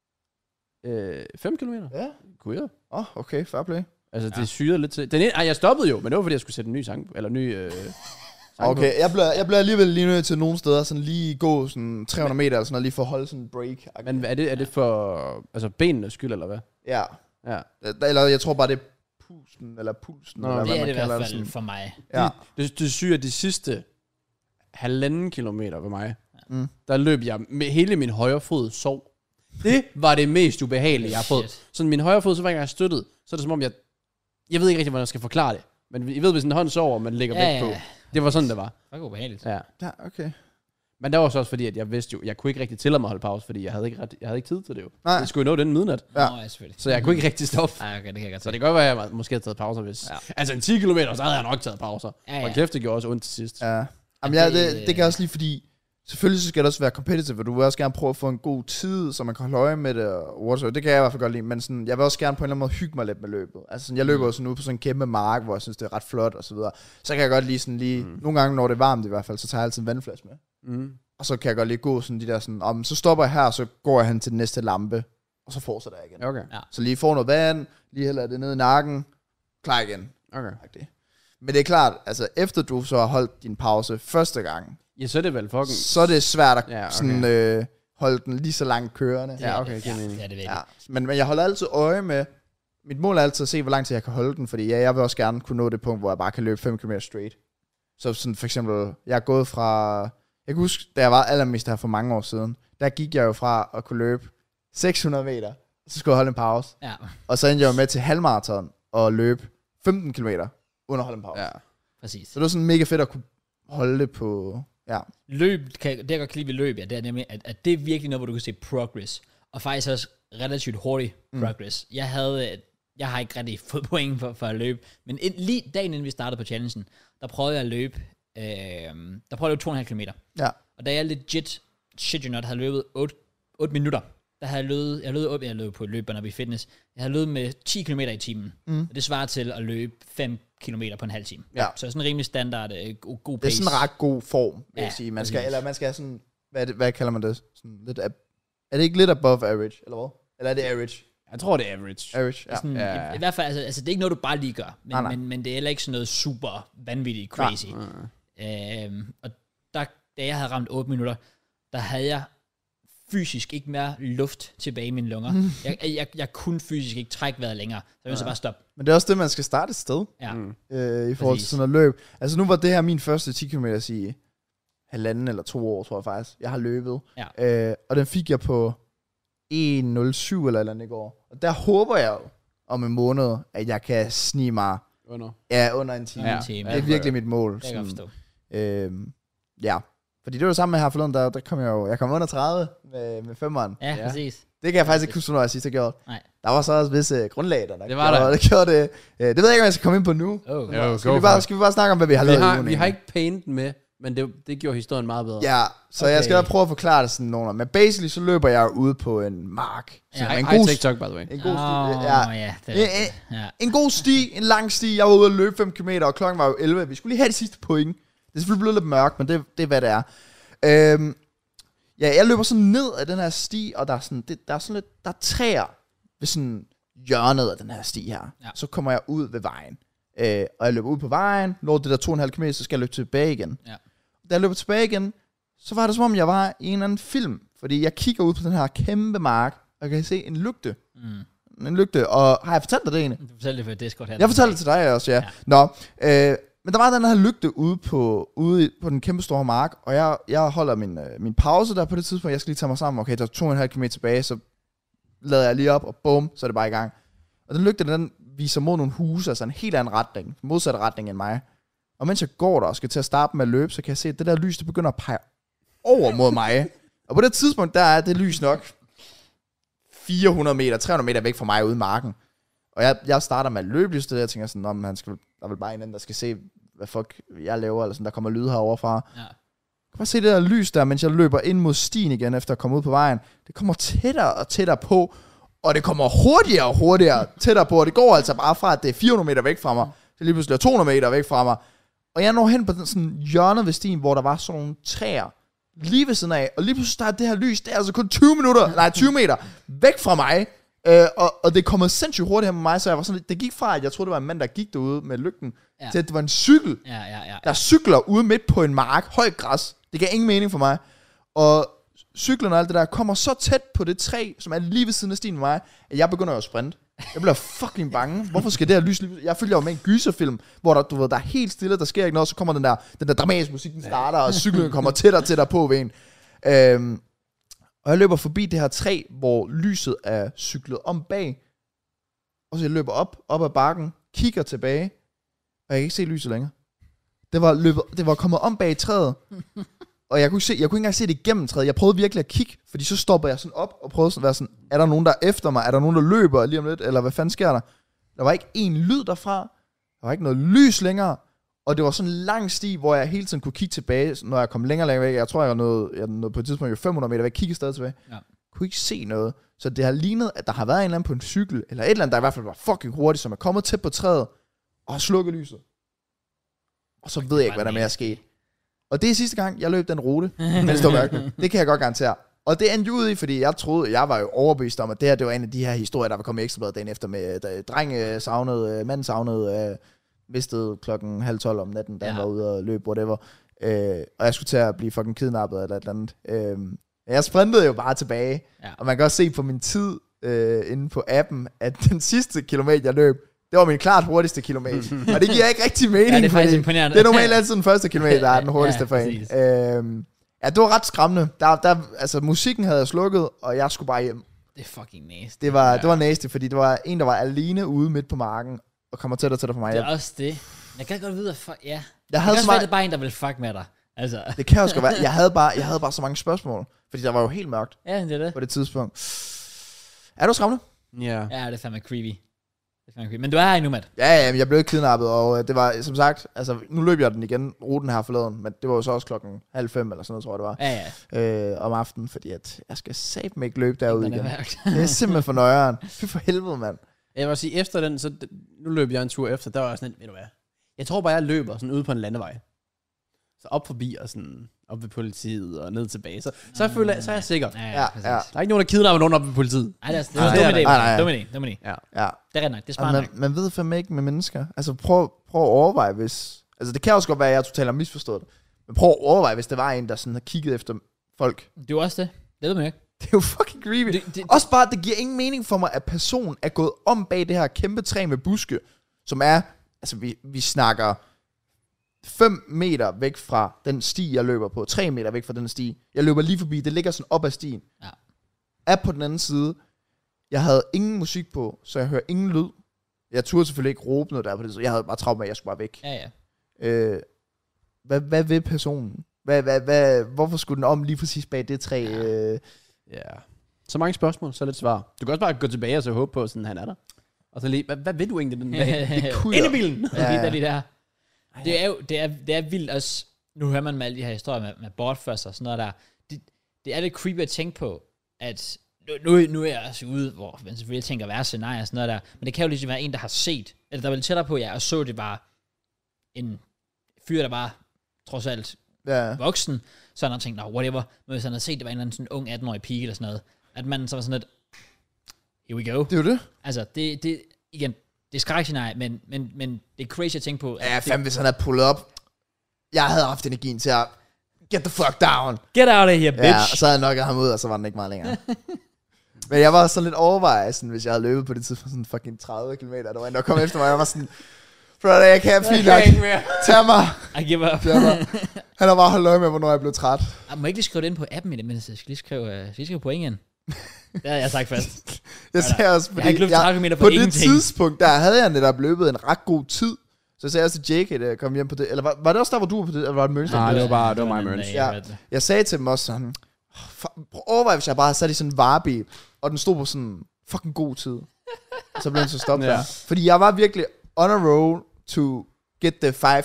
Øh, fem kilometer? Ja. Kunne jeg? Åh, oh, okay, fair play. Altså, det ja. syrede lidt til. Den ene, ej, jeg stoppede jo, men det var, fordi jeg skulle sætte en ny sang, eller en ny øh, sang okay, på. jeg bliver, jeg bliver alligevel lige nødt til nogle steder, sådan lige gå sådan tre hundrede meter, eller sådan noget, lige for at holde sådan en break. Men er det, er det for, altså benenes skyld, eller hvad? Ja. Ja. Eller jeg tror bare, det er pusten, eller pulsen, Nå, eller det hvad er man det i kalder hvert fald det. for mig. Ja. Det, det, det syrer de sidste halvanden kilometer ved mig. Mm. Der løb jeg med hele min højre fod sov. Det var det mest ubehagelige, jeg har fået. Sådan min højre fod, så hver gang jeg støttede, så er det som om, jeg... Jeg ved ikke rigtig, hvordan jeg skal forklare det. Men I ved, hvis en hånd sover, og man lægger ja, væk på. Ja. Det var sådan, det var. Det var ubehageligt. Ja. Ja, okay. Men der var så også fordi, at jeg vidste jo, jeg kunne ikke rigtig tillade mig at holde pause, fordi jeg havde ikke, ret, jeg havde ikke tid til det jo. Nej. Jeg skulle jo nå den midnat. Ja. Nå, ja, selvfølgelig. Så jeg kunne ikke rigtig stoppe. Nej, okay, det kan jeg godt så det kan godt være, at jeg måske havde taget pauser, hvis... Ja. Altså en ti kilometer, så havde jeg nok taget pauser. Ja, ja. Og kæft, det gjorde også ondt til sidst. Ja. Jamen, ja, det, det kan også lige, fordi... Selvfølgelig så skal det også være competitive, og du vil også gerne prøve at få en god tid, så man kan holde øje med det, og whatever. Det kan jeg i hvert fald godt lide, men sådan, jeg vil også gerne på en eller anden måde hygge mig lidt med løbet. Altså sådan, jeg løber jo sådan ude på sådan en kæmpe mark, hvor jeg synes, det er ret flot, og så videre. Så kan jeg godt lige sådan lige, mm. nogle gange, når det er varmt i hvert fald, så tager jeg altid en vandflaske med. Mm. Og så kan jeg godt lige gå sådan de der sådan, om så stopper jeg her, så går jeg hen til den næste lampe, og så fortsætter jeg igen. Okay. Ja. Så lige får noget vand, lige hælder det ned i nakken, klar igen. Okay. Men det er klart, altså efter du så har holdt din pause første gang, ja, så er det vel fucking... Så er det svært at ja, okay. sådan, øh, holde den lige så langt kørende. Ja, okay, ja, ja, det er det ja. men, men jeg holder altid øje med... Mit mål er altid at se, hvor lang tid jeg kan holde den, fordi ja, jeg vil også gerne kunne nå det punkt, hvor jeg bare kan løbe fem kilometer straight. Så sådan for eksempel, jeg er gået fra... Jeg kan huske, da jeg var allermest her for mange år siden, der gik jeg jo fra at kunne løbe seks hundrede meter, så skulle jeg holde en pause. Ja. Og så endte jeg jo med til halvmarathon og løbe femten kilometer, uden at holde en pause. Ja, præcis. Så det var sådan mega fedt at kunne holde det på... Ja. Løb, kan, det jeg godt kan lide ved løb, ja, det er nemlig, at, at det er virkelig noget, hvor du kan se progress. Og faktisk også relativt hurtig progress. Mm. Jeg havde, jeg har ikke rigtig fået point for, for at løbe, men ind, lige dagen inden vi startede på challengen, der prøvede jeg at løbe, øh, der prøvede jeg at løbe to komma fem kilometer. Ja. Og da jeg legit, shit you not, havde løbet otte minutter, der havde jeg løbet, jeg løbet op, jeg løb på løberne op i fitness, jeg havde løbet med ti kilometer i timen. Mm. Og det svarer til at løbe fem kilometer på en halv time. Ja. Så sådan en rimelig standard, øh, god, god pace. Det er sådan en ret god form, vil ja, jeg sige. Man skal, eller man skal have sådan, hvad, er det, hvad kalder man det? Sådan lidt ab, er det ikke lidt above average, eller hvad? Eller er det average? Jeg tror, det er average. Average, ja. Sådan, ja. I, I hvert fald, altså, altså det er ikke noget, du bare lige gør, men, nej, nej. men, men det er heller ikke sådan noget super vanvittigt crazy. Nej, nej. Øhm, og der, da jeg havde ramt otte minutter, der havde jeg fysisk ikke mere luft tilbage i mine lunger. Mm. Jeg, jeg, jeg kunne fysisk ikke trække vejret længere, så jeg ja. så bare stoppe. Men det er også det, man skal starte et sted, ja. øh, i forhold til sådan noget løb. Altså nu var det her min første ti kilometer i halvanden eller to år, tror jeg faktisk, jeg har løbet. Ja. Øh, og den fik jeg på en nul syv eller eller andet i går. Og der håber jeg jo om en måned, at jeg kan snige mig under, ja, under en time. Ja. Det er virkelig mit mål. Det kan jeg forstå. Øh, ja. Fordi det var det samme med her forleden, der, der kom jeg jo, jeg kom under tredive med, med femmeren. Ja, ja, præcis. Det kan jeg faktisk ikke huske, når jeg sidst har gjort. Nej. Der var så også visse grundlag, der, der det var der. Det gjorde det. Det ved jeg ikke, om jeg skal komme ind på nu. Oh, no, skal, vi bare, skal vi bare snakke om, hvad vi har vi lavet har, i ugen? Vi har ikke paint med men det, det gjorde historien meget bedre. Ja, så okay. jeg skal da prøve at forklare det sådan nogen. Men basically, så løber jeg ude på en mark. Ja, en god TikTok, by the way. En god sti. Oh, ja. ja, det en, en, ja. en god sti, en lang sti. Jeg var ude at løbe fem kilometer, og klokken var jo elleve. Vi skulle lige have de sidste point. Det er selvfølgelig blevet lidt mørkt, men det, det er, hvad det er. Øhm, ja, jeg løber sådan ned af den her sti, og der er sådan, det, der er sådan lidt, der er træer ved sådan hjørnet af den her sti her. Ja. Så kommer jeg ud ved vejen. Øh, og jeg løber ud på vejen, når det der to komma fem kilometer, så skal jeg løbe tilbage igen. Ja. Da jeg løber tilbage igen, så var det som om, jeg var i en eller anden film. Fordi jeg kigger ud på den her kæmpe mark, og kan se en lygte. Mm. En lygte, og har jeg fortalt dig det egentlig? Du fortalte det for Discord her. Jeg fortalte det til dig også, ja. ja. Nå, øh, men der var den her lygte ude på, ude på den kæmpe store mark, og jeg, jeg holder min, øh, min pause der på det tidspunkt. Jeg skal lige tage mig sammen. Okay, der er to komma fem kilometer tilbage, så lader jeg lige op, og bum, så er det bare i gang. Og den lygte, den viser mod nogle huse, altså en helt anden retning, modsat retning end mig. Og mens jeg går der og skal til at starte med at løbe, så kan jeg se, at det der lys, det begynder at pege over mod mig. Og på det tidspunkt, der er det lys nok fire hundrede meter, tre hundrede meter væk fra mig ude i marken. Og jeg, jeg starter med at løbe lige stedet, og jeg tænker sådan, om han skal, der er vel bare en anden, der skal se, hvad fuck jeg laver, eller sådan, der kommer lyd herovre fra. Ja. Jeg kan bare se det der lys der, mens jeg løber ind mod stien igen, efter at komme ud på vejen. Det kommer tættere og tættere på, og det kommer hurtigere og hurtigere tættere på, og det går altså bare fra, at det er fire hundrede meter væk fra mig, til lige pludselig er to hundrede meter væk fra mig. Og jeg når hen på den sådan hjørne ved stien, hvor der var sådan nogle træer lige ved siden af, og lige pludselig starter det her lys, det er altså kun tyve minutter, nej tyve meter væk fra mig, øh, og, og det kommer sindssygt hurtigt her med mig, så jeg var sådan, det gik fra, at jeg troede, det var en mand, der gik derude med lygten, ja. til at det var en cykel, ja, ja, ja, ja. der cykler ude midt på en mark, højt græs. Det gav ingen mening for mig. Og cyklen og alt det der kommer så tæt på det træ, som er lige ved siden af stien med mig, at jeg begynder at sprinte. Jeg bliver fucking bange. Hvorfor skal det her lys lige... Jeg følger jo med en gyserfilm, hvor der, du ved, der er helt stille, der sker ikke noget, så kommer den der, den der dramatiske musik, den starter, og cyklen kommer tættere og tættere på ved en. Øhm, og jeg løber forbi det her træ, hvor lyset er cyklet om bag, og så jeg løber op, op ad bakken, kigger tilbage, og jeg kan ikke se lyset længere. Det var, løbet, det var kommet om bag træet, og jeg kunne, se, jeg kunne ikke engang se det igennem træet. Jeg prøvede virkelig at kigge, fordi så stopper jeg sådan op og prøvede sådan at være sådan, er der nogen, der er efter mig? Er der nogen, der løber lige om lidt? Eller hvad fanden sker der? Der var ikke en lyd derfra. Der var ikke noget lys længere. Og det var sådan en lang sti, hvor jeg hele tiden kunne kigge tilbage, når jeg kom længere længere væk. Jeg tror, jeg var noget, jeg nåede på et tidspunkt jo fem hundrede meter væk, kiggede stadig tilbage. Ja. Kunne ikke se noget. Så det har lignet, at der har været en eller anden på en cykel, eller et eller andet, der i hvert fald var fucking hurtigt, som er kommet tæt på træet, og har slukket lyset. Og så ved jeg ikke, hvad der med er sket. Og det er sidste gang, jeg løb den rute, men det står mørkt. Det kan jeg godt garantere. Og det endte ud i, fordi jeg troede, jeg var jo overbevist om, at det her, det var en af de her historier, der var kommet ekstra dagen efter med, da dreng savnede, mand savnede, øh, mistede klokken halv tolv om natten, da ja. han var ude og løbe, whatever. Øh, og jeg skulle til at blive fucking kidnappet eller et eller andet. Øh, jeg sprintede jo bare tilbage, ja. og man kan også se på min tid øh, inde på appen, at den sidste kilometer, jeg løb, det var min klart hurtigste kilometer. Og det giver ikke rigtig mening, ja, det er faktisk imponerende. Det er normalt altid den første kilometer, der er den hurtigste ja, for en. Øhm, ja, det var ret skræmmende. Der, der, altså, musikken havde jeg slukket, og jeg skulle bare hjem. Det er fucking nasty. Det var, ja. det var nasty, fordi det var en, der var alene ude midt på marken, og kommer tættere til dig for mig. Det er også det. Jeg kan godt vide, at fuck, ja. Jeg det havde kan også meget... være, det bare en, der vil fuck med dig. Altså. Det kan også godt være. Jeg havde, bare, jeg havde bare så mange spørgsmål, fordi der var jo helt mørkt. Ja, det er det. På det tidspunkt. Er du skræmmende? Ja. Ja, det er fandme creepy. Men du er her endnu, Matt. Ja, ja, jeg blev ikke kidnappet, og det var, som sagt, altså, nu løb jeg den igen, ruten her forleden, men det var jo så også klokken halv fem, eller sådan noget, tror jeg, det var, ja, ja. Øh, om aftenen, fordi at jeg skal satme ikke løbe derude igen. Det er simpelthen for nøjeren. Fy for helvede, mand. Jeg vil sige, efter den, så nu løb jeg en tur efter, der var jeg sådan, ved du hvad, jeg tror bare, jeg løber sådan ude på en landevej. Så op forbi og sådan op ved politiet og ned tilbage. Så, så, jeg føler, så er jeg sikker. Ja, ja, ja, ja. Der er ikke nogen, der kidnapper nogen op ved politiet. Nej, det er, det er en dum idé. Dum idé. Dum idé. Ja. Ja. Det er ret nok. Det er smart nok. Man ved fandme ikke med mennesker. Altså prøv, prøv at overveje, hvis... Altså det kan også godt være, at jeg totalt har misforstået det. Men prøv at overveje, hvis det var en, der sådan har kigget efter folk. Det er jo også det. Det ved man ikke. Det er jo fucking creepy. Det, det, også bare, det giver ingen mening for mig, at personen er gået om bag det her kæmpe træ med buske, som er... Altså vi, vi snakker... fem meter væk fra den sti, jeg løber på. tre meter væk fra den sti. Jeg løber lige forbi. Det ligger sådan op ad stien. Ja. Er på den anden side. Jeg havde ingen musik på, så jeg hører ingen lyd. Jeg turde selvfølgelig ikke råbe noget der på det. Så jeg havde bare travlt med, at jeg skulle bare væk. Ja, ja. Øh, hvad, hvad vil personen? Hvad, hvad, hvad, hvorfor skulle den om lige præcis bag det træ? Ja. Øh? ja. Så mange spørgsmål, så lidt svar. Du kan også bare gå tilbage og så håbe på, at han er der. Og så lige, hvad, hvad vil du egentlig den dag? Ind i bilen! Ja. Det er jo det er, det er vildt også. nu hører man med alle de her historier med, med bortførsel og sådan noget der, det, det er lidt creepy at tænke på, at nu, nu er jeg altså ude, hvor man selvfølgelig tænker værre scenarier og sådan noget der, men det kan jo lige være en, der har set, eller der vil tættere på jer, og så det var en fyr, der var trods alt ja. voksen, så han har tænkt, no, whatever, men hvis han havde set, det var en eller anden sådan ung atten-årig pige eller sådan noget, at man så var sådan lidt, here we go. Det er jo det. Altså, det, det igen, det er skrækscenarie, men, men, men det er crazy at tænke på. Ja, det, fandme, hvis han havde pullet op. Jeg havde haft energien til at get the fuck down. Get out of here, bitch. Ja, og så havde jeg nokket ham ud, og så var den ikke meget længere. Men jeg var sådan lidt overvejet, sådan, hvis jeg havde løbet på det tidspunkt sådan fucking tredive kilometer, der var en, der kom efter mig, og jeg var sådan, brother, jeg kan have fint nok. Tag mig. I give up. Han har bare holdt øje med, hvornår jeg blev træt. Jeg må ikke lige skrive det ind på appen i det, men jeg skal lige skrive, uh, skal lige skrive point igen. Det har jeg sagt først. Jeg sagde også, fordi jeg, jeg, jeg på, på det tidspunkt, der havde jeg netop løbet en ret god tid. Så jeg sagde også til Jake, at jeg kom hjem på det. Eller var, var det også der, hvor du var på det? Eller var det Mørns? Nej, det var bare det var mig Mørns. Ja. Jeg sagde til dem også sådan, overvej, hvis jeg bare sat i sådan en varebil, og den stod på sådan fucking god tid. Og så blev den så stoppet der. Fordi jeg var virkelig on a roll to get the five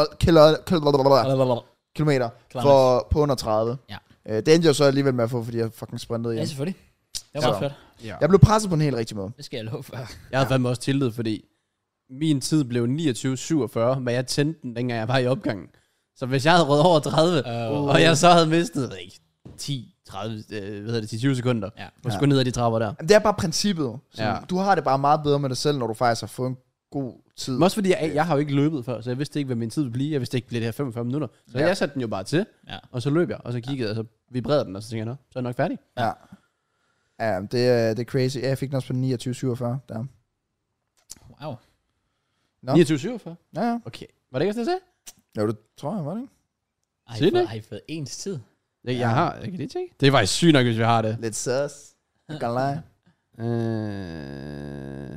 kilometer for, på under tredive. Ja. Det endte jeg så alligevel med at få, fordi jeg fucking sprintede hjem. Ja, selvfølgelig. Det var meget fedt. Ja. Jeg blev presset på en helt rigtig måde. Det skal jeg love for. Jeg havde fandme også tiltet, fordi min tid blev niogtyve syvogfyrre, men jeg tændte den, dengang jeg var i opgangen. Så hvis jeg havde rødt over tredive, uh. og jeg så havde mistet, ved ikke, ti, tredive, øh, hvad hedder det, ti, tyve sekunder, ja. og skulle ja. ned ad de trapper der. Det er bare princippet. Ja. Du har det bare meget bedre med dig selv, når du faktisk har fået en god tid. Men også fordi, jeg, jeg har jo ikke løbet før, så jeg vidste ikke, hvad min tid ville blive. Jeg vidste ikke, det her femogfyrre minutter. Så ja. jeg satte den jo bare til, ja. og så løb jeg, og så kiggede jeg, og så vibrerede den, og så tænkte jeg, nå, så er jeg nok færdig. Ja, ja det, er, det er crazy. Jeg fik den også på niogtyve syvogfyrre der. Wow. No. niogtyve syvogfyrre? Ja, ja. Okay. Var det ikke også det, jeg sagde? Jo, det tror jeg, var det ikke? Har I, fået, har I fået ens tid? Jeg, jeg har, jeg kan lige tænke. Det var faktisk sygt nok, hvis vi har det. Lidt sus. Jeg kan lege. Øh...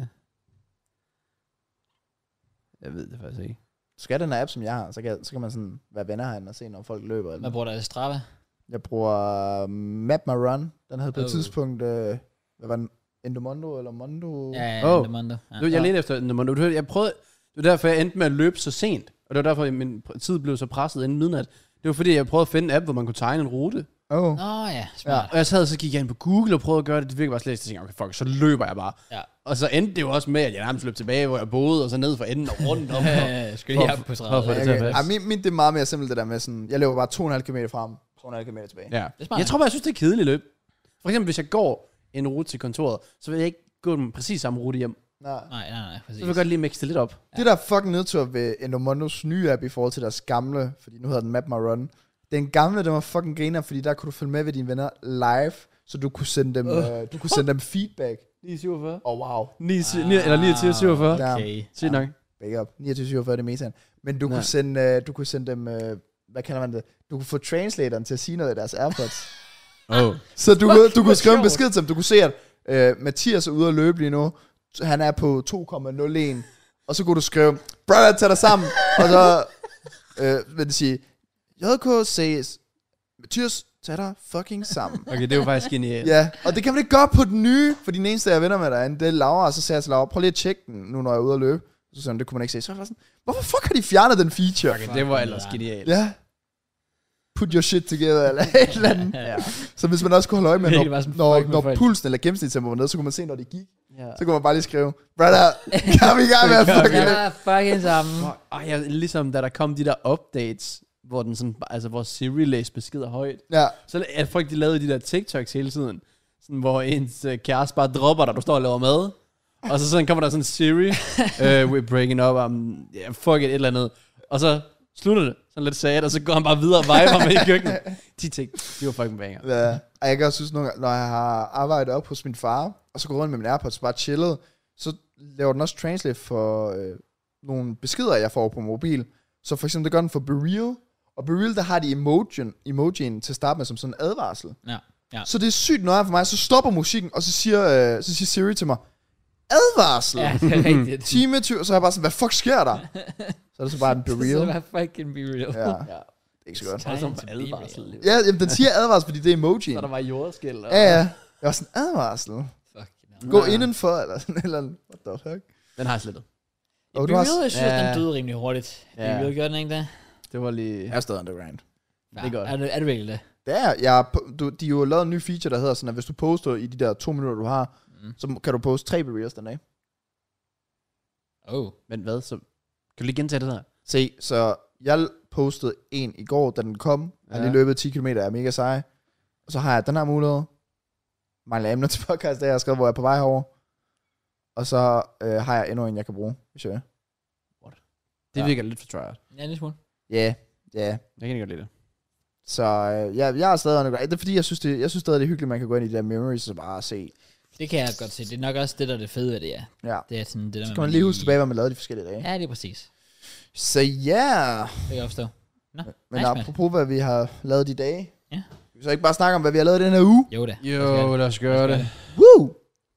Jeg ved det faktisk ikke. Du skal have den her app, som jeg har, så kan, så kan man sådan være venner herinde og se, når folk løber. Eller hvad bruger du? Strava? Jeg bruger Map My Run. Den havde på et oh. tidspunkt, øh, hvad var den? Endomondo eller Mondo? Ja, ja oh. Endomondo. Ja. Du, jeg ledte efter Endomondo. Jeg prøvede, det var derfor, jeg endte med at løbe så sent. Og det var derfor, min tid blev så presset inden midnat. Det var fordi, jeg prøvede at finde en app, hvor man kunne tegne en rute. Oh. Nå ja, smart. Ja. Og jeg sad, så gik jeg ind på Google og prøvede at gøre det. Det virkede bare slet ikke. Så tænkte jeg, okay, fuck, så løber jeg bare. Ja. Og så endte det jo også med, at jeg nærmest løb tilbage, hvor jeg boede, og så ned for enden og rundt om. Jeg skulle lige op på tredive. Ja, min, min, det er meget mere simpelt det der med sådan, jeg løber bare to komma fem kilometer frem, to komma fem kilometer tilbage. Ja. Jeg tror bare, jeg synes, det er kedeligt løb. For eksempel, hvis jeg går en rute til kontoret, så vil jeg ikke gå den præcis samme rute hjem. Nej, nej, nej, nej præcis. Så vil jeg godt lige mixe det lidt op. Det der er fucking nedtur ved Endomondos nye app i forhold til deres gamle, fordi nu hedder den Map My Run. Den gamle, den var fucking griner, fordi der kunne du følge med ved dine venner live, så du kunne sende dem, uh. Øh, du kunne sende dem feedback. ni syvogfyrre Åh, oh, wow. ni, ni, eller niogtyve syvogfyrre Okay. Sygt nok. Back up. niogtyve syvogfyrre det er metaen. Men du, kunne sende, uh, du kunne sende dem, uh, hvad kalder man det? Du kunne få translatoren til at sige noget i deres AirPods. Oh. Så du, du, du kunne skrive en besked til dem. Du kunne se, at uh, Mathias er ude at løbe lige nu. Han er på to komma nul en. Og så kunne du skrive, brother, tag dig sammen. Og så uh, vil det sige, J K says, Mathias, tag dig fucking sammen. Okay, det var faktisk genialt. Ja, og det kan man ikke gøre på den nye, for den eneste, jeg venner med derinde, det er Laura, og så sagde jeg til Laura, prøv lige at tjekke den, nu når jeg er ude at løbe. Så sagde hun, det kunne man ikke se. Så jeg var sådan, hvorfor fuck har de fjernet den feature? Okay, det var ellers genialt. Ja. Put your shit together, eller et eller andet. Ja. Så hvis man også kunne holde øje med, når, når, når pulsen eller gennemsnitstempo var nede, så kunne man se, når de gik. Ja. Så kunne man bare lige skrive, brother, kan vi i gang med at fucking løbe? Ja, fucking sammen. Ej, ja, ligesom da der kom de der updates, hvor den sådan, altså hvor Siri læste beskeder højt. Ja. Så er folk, de lavede de der TikToks hele tiden, sådan, hvor ens uh, kæreste bare dropper dig, du står og laver mad. Og så sådan kommer der sådan Siri, uh, we're breaking up, um, yeah, fuck it, et eller andet. Og så slutter det, sådan lidt sad, og så går han bare videre og viber med i køkkenet. De ting, de var fucking banger. Ja, og jeg kan også synes, nogle gange, når jeg har arbejdet op hos min far, og så går rundt med min AirPods, bare chillet, så laver den også translate for øh, nogle beskeder, jeg får på mobil. Så for eksempel, det gør den for BeReal, og BeReal, der har de emojien, emojien til at starte med som sådan en advarsel. Ja, ja. Så det er sygt nøje for mig, så stopper musikken, og så siger, øh, så siger Siri til mig, advarsel! Ja, det er rigtigt. Time tyve, så er jeg bare sådan, hvad fuck sker der? Så er det så bare en BeReal. Så er det fucking BeReal. Ja, det er ikke så godt. Det er som advarsel. Ja, jamen, den siger advarsel, fordi det er emojien. Så der var jordskæld. Ja, ja. Jeg var sådan, advarsel. Fuck. Gå indenfor, eller sådan, eller what the fuck. Den har jeg slettet. Oh, BeReal, jeg synes, ja. Den døde rimelig hurtigt. Ja. BeReal gør den ikke det? Det var lige... Jeg er stadig on the grind. Ja, det er godt. Er det, er det virkelig det? Det er, jeg, du, de har jo lavet en ny feature, der hedder sådan, at hvis du poster i de der to minutter, du har, mm. så kan du poste tre reels den dag. Oh. Men hvad, så... Kan du lige gentage det der? Se, så jeg postede en i går, da den kom. Jeg har Ja. lige løbet ti kilometer, er mega sej. Og så har jeg den her mulighed. Mangler emner til podcast, det jeg har skrevet, hvor jeg er på vej herover. Og så øh, har jeg endnu en, jeg kan bruge, hvis jeg vil. Det Ja. virker lidt for tryhard. Ja, en lille smule. Ja, yeah, ja. Yeah. Jeg kan ikke godt lide det. Så øh, jeg, jeg er stadig on the grind. Det er fordi, jeg synes, det, jeg synes stadig, det er hyggeligt, at man kan gå ind i de der memories og bare se. Det kan jeg godt se. Det er nok også det, der er det fede ved det, ja. Ja. Det er sådan det der Så med, kan man lige huske tilbage, hvad man lavede de forskellige dage. Ja, det er præcis. Så ja. Det kan jeg forstå. Nå, Men nice, man. apropos, hvad vi har lavet de dage. Ja. Vi så ikke bare snakke om, hvad vi har lavet den her uge. Jo da. Jo, lad os gøre det. Woo!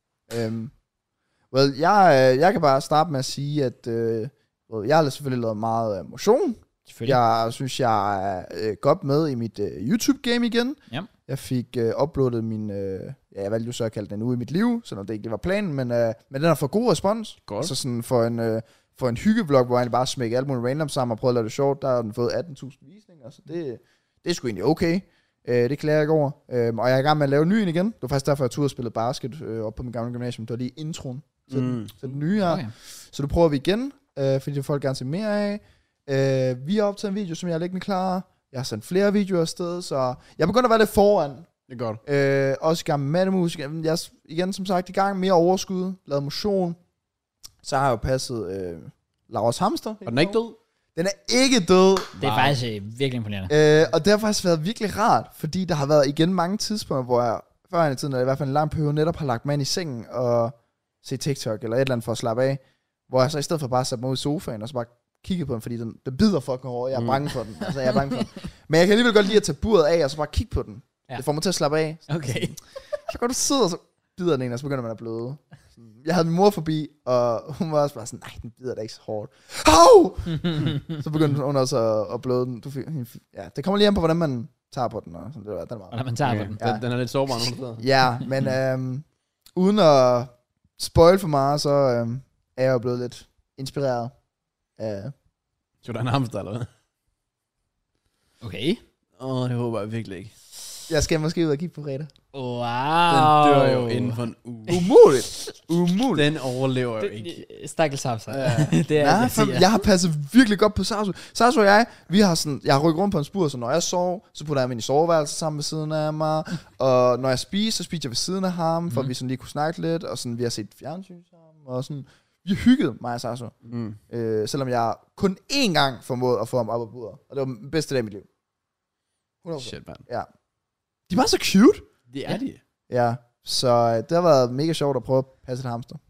Um, well, jeg, øh, jeg kan bare starte med at sige, at øh, well, jeg har selvfølgelig lavet meget uh, motion. Selvfølgelig. Jeg synes, jeg er øh, godt med i mit øh, YouTube-game igen. Ja. Jeg fik øh, uploadet min, øh, ja, jeg valgte jo så at kalde den uge i mit liv, selvom det ikke det var planen, men, øh, men den har fået god respons. Godt. Så sådan for en, øh, for en hyggevlog, hvor jeg egentlig bare smækker alt muligt random sammen og prøvede at lave det sjovt, der har den fået atten tusind visninger, så det, det er sgu egentlig okay. Øh, det klager jeg ikke over. Øh, og jeg er i gang med at lave en ny en igen. Det var faktisk derfor, jeg tog og spillede basket øh, op på min gamle gymnasium. Det var lige introen til, Mm. den, til den nye her. Okay. Så det prøver vi igen, øh, fordi det folk gerne se mere af. Øh, vi har optaget en video, som jeg er liggende klar. Jeg har sendt flere videoer afsted, så jeg begynder at være lidt foran. Det er godt. Øh, også i gang med mattemusik. Jeg er igen, som sagt, i gang med mere overskud. Lavet motion. Så har jeg jo passet øh, Lauras hamster. Og den er ikke død? Den er ikke død. Det er faktisk øh, virkelig imponerende. Øh, og det har faktisk været virkelig rart, fordi der har været igen mange tidspunkter, hvor jeg før i tiden, eller i hvert fald en lang periode, netop har lagt mig ind i sengen og se TikTok eller et eller andet for at slappe af. Hvor jeg så i stedet for bare satte mig ud i sofaen og så bare kigge på den, fordi den, den bider fucking hårdt. Jeg er bange for den. Altså, jeg er bange for den. Men jeg kan alligevel godt lide at tage buret af og så bare kigge på den. Ja. Det får mig til at slappe af. Okay. Så går du sidder, og så bider den en, og så begynder man at bløde. Jeg havde min mor forbi, og hun var også bare sådan, nej, den bider da ikke så hårdt. Hov! Så begyndte hun også at, at bløde den. Du fik, ja, det kommer lige an på, hvordan man tager på den. Og sådan, det var, den var. Og når man tager Okay. på den. Den, den er lidt sårbar nogle steder. Ja, men øhm, uden at spoil for meget, så øhm, er jeg jo blevet lidt inspireret af... Så der er en hamster, eller hvad? Okay. Åh, oh, det håber jeg virkelig ikke. Jeg skal måske ud og kigge på Reda. Wow. Den dør jo inden for en uge. Umuligt! Umuligt! Den overlever jo ikke. Stakkels hamster. Ja. Det er, Nej, jeg for siger. jeg har passet virkelig godt på Sarsu. Sarsu og jeg, vi har sådan, jeg har rykket rundt på en spur, så når jeg sover, så putter jeg ham ind i soveværelset sammen ved siden af mig. Og når jeg spiser, så spiser jeg ved siden af ham, for Mhm. vi sådan lige kunne snakke lidt, og sådan, vi har set fjernsyn sammen, og sådan, vi hyggede mig og Sarsu. Mm. Øh, selvom jeg kun én gang formåede at få ham op af buret. Og det var den bedste dag i mit liv. hundrede procent. Shit, man. Ja. De var så cute. Det er de. Ja, så øh, det har været mega sjovt at prøve at passe et hamster.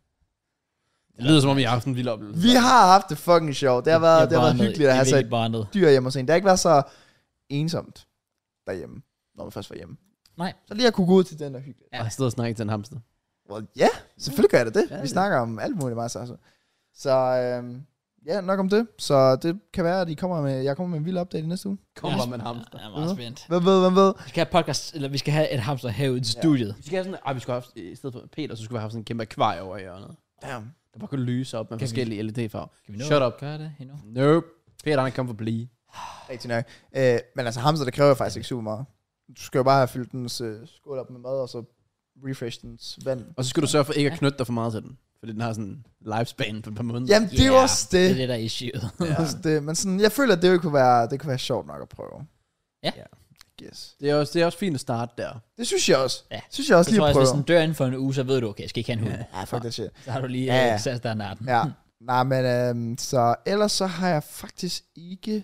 Det lyder som om, I har haft en vild oplevelse. Vi har haft det fucking sjovt. Det har været, Jeg det har været bondede. hyggeligt at I have virkelig sat bondede. dyr hjemme hos en. Det har ikke været så ensomt derhjemme, når man først var hjemme. Nej. Så lige at kunne gå ud til den der hyggeligt. Ja. Og sidde og snakke til en hamster. Well, ja, selvfølgelig gør jeg da det. Ja, Vi det- snakker om alt muligt meget, altså. Så øhm, ja, nok om det. Så det kan være, at I kommer med, jeg kommer med en vild update i næste uge. Kom bare med en hamster. Jeg er meget spændt. Hvem ved, hvem ved? Vi skal have podcast, eller vi skal have et hamster herude i studiet. Vi skal have sådan, ej, vi skulle have haft, i stedet for Peter, så skulle vi have haft sådan en kæmpe akvarie over i hjørnet. Damn. Der bare kunne lyse op med Kan vi- forskellige L E D-farver. Kan vi nå Shut at up. gøre det endnu? Nope. Peter, han kan for at blive. Rigtig nok. Øh, men altså, hamster, det kræver faktisk ikke super meget. Du skal jo bare have fyldt dens øh, skål op med mad, og så refresh dens vand. Og så skal du sørge for ikke at knytte dig for meget til den. Fordi den har sådan en lifespan på et par måneder. Jamen, det er jo Ja, også Det er det. det, der er issue. Ja. det. Men sådan, jeg føler, at det jo kunne være, det kunne være sjovt nok at prøve. Ja. Yes. Det er også, det er også fint at starte der. Det synes jeg også. Ja. Synes jeg også Så lige tror at jeg, prøve. hvis den dør inden for en uge, så ved du, okay, jeg skal ikke have en hund. Ja, fuck that shit. Så har du lige Ja, ja. ja. sat standarden. Ja. Nej, men øhm, så ellers så har jeg faktisk ikke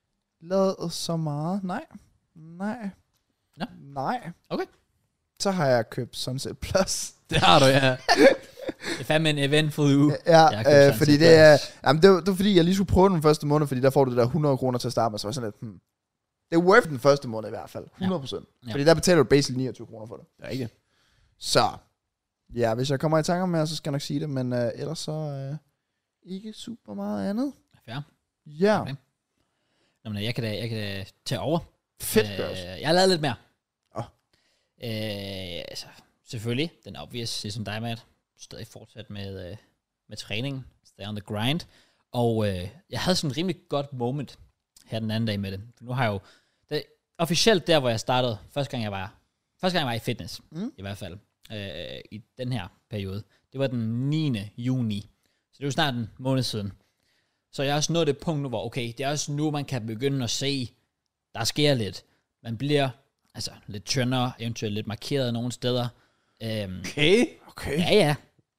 lavet så meget. Nej. Nej. Nå. Nej. Okay. Så har jeg købt Sunset Plus. Det har du, ja. Det er fandme en eventfuld uge. Ja, Jeg har købt øh, Sunset fordi det er, Plus. jamen det, var, det var fordi, jeg lige skulle prøve den første måned, fordi der får du det der hundrede kroner til at starte med, så var jeg sådan lidt, hmm. Det er worth den første måned i hvert fald. hundrede procent. Ja. Fordi der betaler du basically niogtyve kroner for det. Det er ikke. Så, ja, hvis jeg kommer i tanker med, så skal jeg nok sige det, men øh, ellers så øh, ikke super meget andet. Fair. Ja, Okay. Nå, men jeg kan da, jeg kan da tage over. fedt, Øh, Børs. jeg har lavet lidt mere. Åh. Øh, altså, selvfølgelig, den er obvious, ligesom dig, Matt. Stadig fortsat med, øh, med træning. Stay on the grind. Og øh, jeg havde sådan en rimelig godt moment her den anden dag med det. For nu har jeg jo, det, officielt der, hvor jeg startede, første gang jeg var, første gang jeg var i fitness, mm. i hvert fald, øh, i den her periode, det var den niende juni. Så det er jo snart en måned siden. Så jeg er også nået det punkt nu, hvor okay, det er også nu, man kan begynde at se, der sker lidt. Man bliver altså lidt tyndere, eventuelt lidt markeret nogle steder. Øhm, okay. Okay. Ja, ja.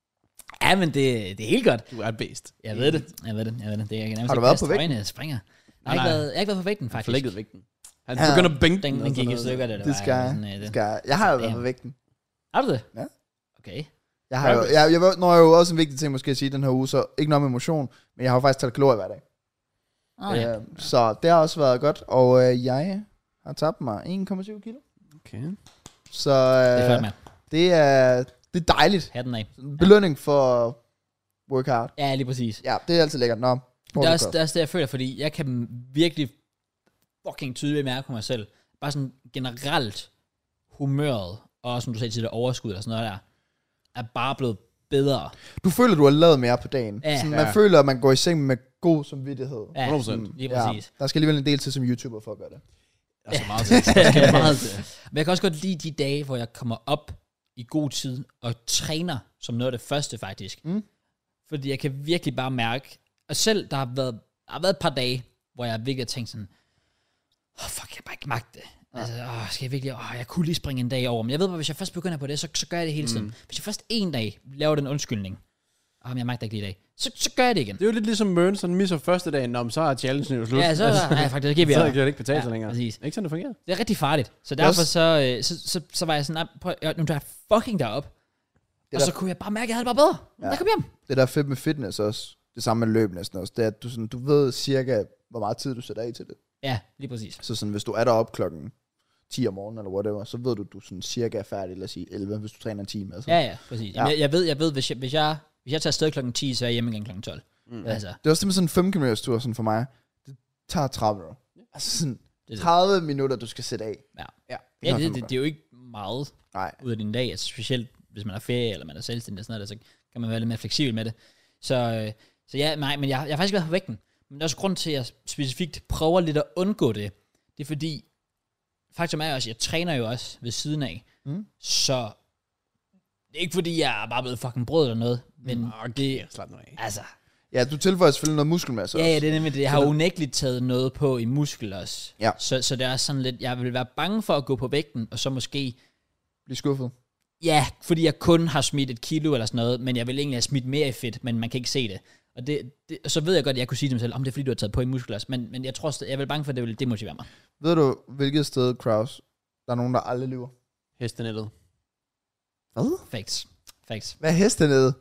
Ja, men det, det er helt godt. Du er et beast. Jeg ved det. Jeg ved det. Jeg ved det. det er, jeg har du været på vægten? Jeg springer. Jeg har, ikke været, jeg har ikke været på vægten, faktisk. Jeg har flækket vægten. Han ja. begynder at bænke den. Den gik i stykker, det der det skal, var. Sådan, det det. skal. Jeg har jo været på vægten. Har du det? Ja. Okay. Jeg har jo, jeg, jeg, når jeg jo også en vigtig ting måske at sige den her uge, så ikke noget med motion, men jeg har jo faktisk talt kalorier hver dag. Oh, ja. øh, så det har også været godt, og øh, jeg har tabt mig en komma syv kilo. Okay. Så øh, det er flot, mand. Det er, det er dejligt. Hatten af. Belønning for work hard. Ja, lige præcis. Ja, det er altid lækkert. Nå, det er også det, er også det, jeg føler, fordi jeg kan virkelig fucking tydeligt mærke på mig selv. Bare sådan generelt humøret, og som du sagde til det overskud og sådan noget der, er bare blevet bedre. Du føler, du har lavet mere på dagen. Ja. Sådan, Ja. man føler, at man går i seng med god samvittighed. Ja, hundrede procent. lige præcis. Ja, der skal alligevel en del til som YouTuber for at gøre det. Der er så meget til. Der skal meget til. Men jeg kan også godt lide de dage, hvor jeg kommer op i god tid og træner som noget af det første faktisk. Mm. Fordi jeg kan virkelig bare mærke, og selv der har været, der har været et par dage, hvor jeg virkelig har tænkt sådan, åh oh, fuck, jeg har bare ikke magt det. Ja. Altså, åh, skal jeg virkelig, åh, jeg kunne lige springe en dag over. Men jeg ved bare, hvis jeg først begynder på det, så, så gør jeg det hele tiden. Mm. Hvis jeg først en dag laver den undskyldning, åh, men jeg magter ikke lige i dag, så, så gør jeg det igen. Det er jo lidt ligesom Mørn, så misser første dagen, når så er challengen jo slut. Ja, så er ja, faktisk, det giver vi. Så kan det ikke betale sig ja, længere. Præcis. Ikke sådan, det fungerer. Det er rigtig farligt. Så derfor så, så, så, så var jeg sådan, prøv, nu tager jeg fucking derop. Og der, så kunne jeg bare mærke, at jeg havde det bare bedre. Ja. Jeg kom hjem. Det der er fedt med fitness også, det samme med løb næsten også, det er, at du, sådan, du ved cirka, hvor meget tid du sætter af til det. Ja, lige præcis. Så sådan, hvis du er deroppe klokken ti om morgenen, eller whatever, så ved du, du sådan cirka er færdig, lad os sige elleve, hvis du træner en time. Altså. Ja, ja, præcis. Jamen, Ja. jeg, jeg ved, jeg ved hvis, jeg, hvis, jeg, hvis jeg tager afsted klokken ti, så er jeg hjemme igen klokken tolv. Mm. Altså, Det er også det med sådan en fem kilometers tur, sådan for mig. Det tager tredive minutter. Altså sådan det, tredive minutter, du skal sætte af. ja. Ja, Ja, tager det, fem det, det er jo ikke meget Nej. ud af din dag, altså specielt hvis man er ferie, eller man er selvstændig og sådan noget, så kan man være lidt mere fleksibel med det. Så, øh, så ja, nej, men jeg, jeg har faktisk været på vægten. Men der er også grund til, at jeg specifikt prøver lidt at undgå det. Det er fordi, faktum er også, jeg træner jo også ved siden af. Mm. Så det er ikke fordi, jeg er bare blevet fucking brød eller noget, men Okay, det, slap nu af. altså, Ja, du tilføjer selvfølgelig noget muskelmasse ja, også. ja, det er nemlig det. Jeg har unægteligt taget noget på i muskel også. Ja. Så, så det er sådan lidt, jeg vil være bange for at gå på vægten, og så måske, Bliv skuffet. ja, fordi jeg kun har smidt et kilo eller sådan noget, men jeg vil egentlig have smidt mere i fedt, men man kan ikke se det. Og det, det, så ved jeg godt, at jeg kunne sige til mig selv, om det er fordi, du har taget på i muskel også, men, men jeg tror, jeg er vel bange for, at det vil demotivere mig. Ved du, hvilket sted, Kraus, der er nogen, der aldrig lyver? Hestenettet. Hvad? Facts. Facts. Hvad er hestenede?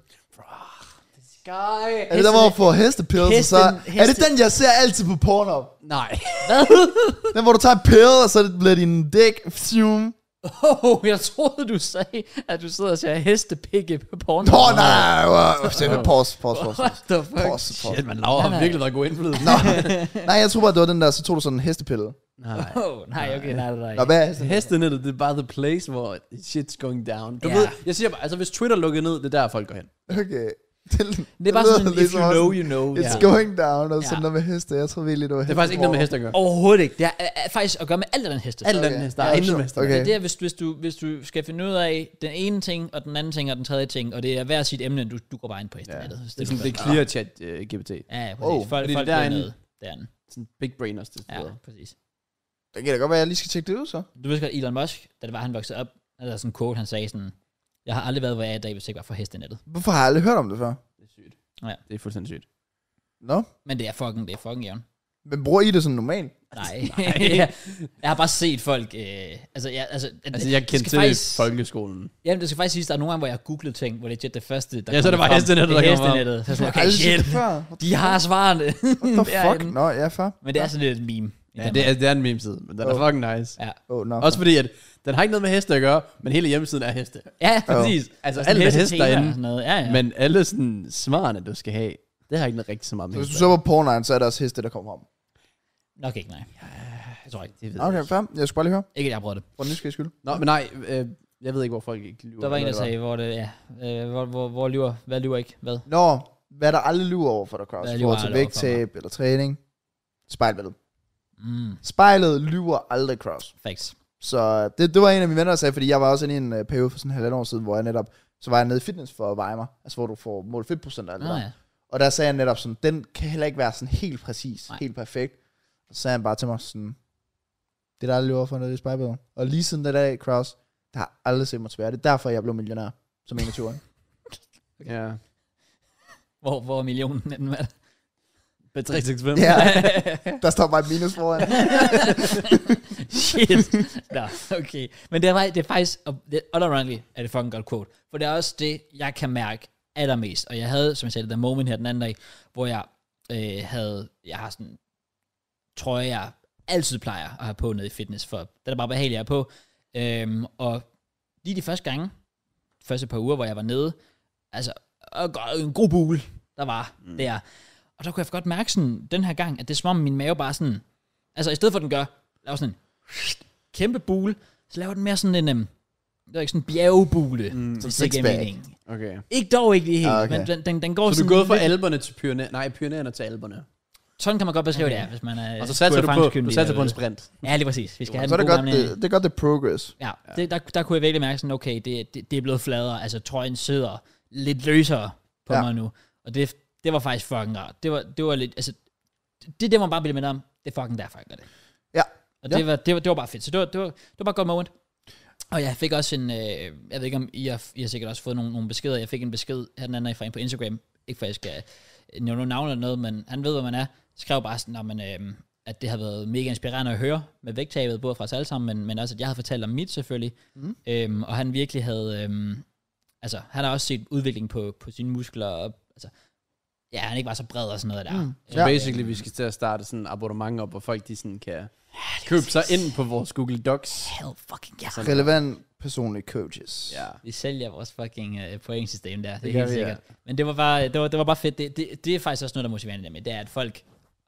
Sky. Er det der, hvor man får hestepills, og så... Hesten- Er det den, jeg ser altid på Pornhub? Nej. Den, hvor du tager en pill, og så bliver din dæk... Zoom. Oh, jeg troede, du sagde, at du sidder og ser hestepikke på porno. Nå, nej, nej, nej, nej. Pause, pause, pause. What the fuck? Pause, pause. Shit, man Laura har virkelig været god indflydelse. Nå, nej, jeg tror bare, det var den der, så tog du sådan en hestepille. Nej. Oh, nej, okay, nej, nej, Nå, nej. hvad er hesten? Hestenettet, det er bare the place, hvor shit's going down. Du Ja. ved, jeg siger bare, altså hvis Twitter lukker ned, det er der, folk går hen. Okay. Det, Det er bare sådan, if you know, you know. It's Ja. going down, og sådan Ja. noget med heste. Jeg tror virkelig, det var Det er faktisk ikke noget med heste at gøre. Overhovedet ikke. Det er, er, er faktisk at gøre med alt den heste. Alt Okay. den heste, der er Ja, intet sure. med heste. Okay. Det er det, hvis, hvis, du, hvis du skal finde ud af den ene ting, og den anden ting, og den tredje ting, og det er hver sit emne, du, du går bare ind på hestenettet. Ja. Hvis Det er du sådan, det gør. er clear chat uh, G P T. Ja, ja, præcis. Oh, folk fordi folk det er bliver en- noget derinde. Sådan big brain også til Ja, steder. præcis. Det kan da godt være, at jeg lige skal tjekke det ud, så. Du ved godt, Elon Musk, da det var, han voksede op, der er sådan en quote, han sagde sådan, jeg har aldrig været, hvor jeg er i dag, hvis det ikke var for hestenettet. Hvorfor har jeg aldrig hørt om det før? Det er sygt. Ja. Det er fuldstændig sygt. Nå, Men det er fucking, det er fucking jævn. men bruger I det sådan normalt? Nej. jeg, jeg har bare set folk, øh, altså, jeg, altså, Altså, jeg kendte til faktisk, folkeskolen. Jamen, det skal faktisk sige, at der er nogle gange, hvor jeg har googlet ting, hvor det er det første, der Ja, så kommer det var frem. hestenettet, Det er der kom frem. hestenettet. Så er jeg sådan, Jeg okay, har aldrig set shit, det før. What de the har svarene. fuck? What the Derinde. fuck? Nå, ja, fair. Men det er sådan lidt et meme. Ja, det er, det er en meme-side, men den er Oh. fucking nice. Ja, Oh, no, Også fordi, at den har ikke noget med heste at gøre, men hele hjemmesiden er heste. ja præcis. Altså, Sådan alt med heste hestetema og derinde. sådan noget. Ja, ja. Men alle sådan svarene, du skal have, det har ikke noget rigtig så meget med Så hvis du heste. så på Pornhub, så er der også heste, der kommer om. Nok ikke, nej. Jeg tror ikke. Det ved jeg Okay, ikke. fair. Jeg skulle bare lige høre. Ikke, at jeg har prøvet det. For nysgerrig skyld. Nå, men nej, øh, jeg ved ikke, hvor folk ikke lyver. Der var en, der Hvad det sagde, hvor det, ja, øh, hvor, hvor, hvor lyver, hvad lyver ikke, hvad? Nå, hvad der aldrig lyver over for dig, Kraus? Hvad I lyver forhold til aldrig over for vægttab eller træning? Spejlbilledet. Mm. Spejlet lyver aldrig, Kraus. Facts. Så det, det var en af mine venner, der sagde, fordi jeg var også inde i en uh, periode for sådan en halvandet år siden, hvor jeg netop, så var jeg nede i fitness for at veje mig, altså hvor du får mål fedtprocent og alt det Nå, der. ja. Og der sagde jeg netop sådan, den kan heller ikke være sådan helt præcis, Nej. helt perfekt. Og så sagde han bare til mig sådan, det er der aldrig løber for noget i spejlet. Og lige siden den dag, Kraus, der har aldrig set mig tilbage. Det er derfor, jeg blev millionær som enogtyve-årig. Ja. Hvor, hvor er millionen den var? B tre seks fem. Ja, der står bare et minus foran. Shit. Nå, okay. Men det er, det er faktisk, unironically er det fucking godt quote, for det er også det, jeg kan mærke allermest. Og jeg havde, som jeg sagde, der moment her den anden dag, hvor jeg øh, havde, jeg har sådan, tror jeg, jeg altid plejer at have på nede i fitness, for det er bare behageligt at have på. Øhm, og lige de første gange, første par uger, hvor jeg var nede, altså, en god bule, der var mm. der. Og der kunne jeg godt mærke sådan, den her gang, at det er som om min mave bare sådan, altså i stedet for at den gør, laver sådan en kæmpe bule, så laver den mere sådan en, um, det er ikke sådan en bjergebule, mm, hvis det giver mening. Okay. Ikke dog ikke lige helt, ah, okay. men den, den, den går så sådan... Så du er gået fra alberne til Pyrenæerne, nej, Pyrenæerne til alberne. Sådan kan man godt beskrive okay. det, ja, hvis man er... Og så satser du på, du satser på en sprint. Ja, lige præcis. Vi skal have så den er det, gode godt, gamle... det, det er godt, det progress. Ja, det, der, der kunne jeg virkelig mærke sådan, okay, det, det, det er blevet fladere, altså trøjen sidder lidt løsere på ja. mig nu, og det, det var faktisk fucking rart. Det var, det var lidt, altså, det det, man bare ville med om, det er fucking derfor, jeg gør det. Ja. Og det, ja. var, det, var, det var bare fedt, så det var, det var, det var bare et godt moment. Og jeg fik også en, øh, jeg ved ikke om I har, I har sikkert også fået nogle, nogle beskeder, jeg fik en besked her den anden dag fra en på Instagram, ikke for jeg skal nævne nogle navne eller noget, men han ved, hvad man er, skrev bare sådan, man, øh, at det har været mega inspirerende at høre med vægttabet, både fra os alle sammen, men, men også, at jeg havde fortalt om mit selvfølgelig, mm. øhm, og han virkelig havde, øhm, altså, han har også set udvikling på, på sine muskler, og, altså, ja, han ikke var så bred og sådan noget der. Mm. Så ja. Basically, vi skal til at starte sådan en abonnement op, hvor folk de sådan kan ja, købe sig ind på vores Google Docs. Hell fucking ja. Yeah. Relevant personlige coaches. Ja. Vi sælger vores fucking uh, pointsystem der, det, det er helt vi, sikkert. Ja. Men det var bare, det var, det var bare fedt. Det, det, det er faktisk også noget, der motiverer det med, det er, at folk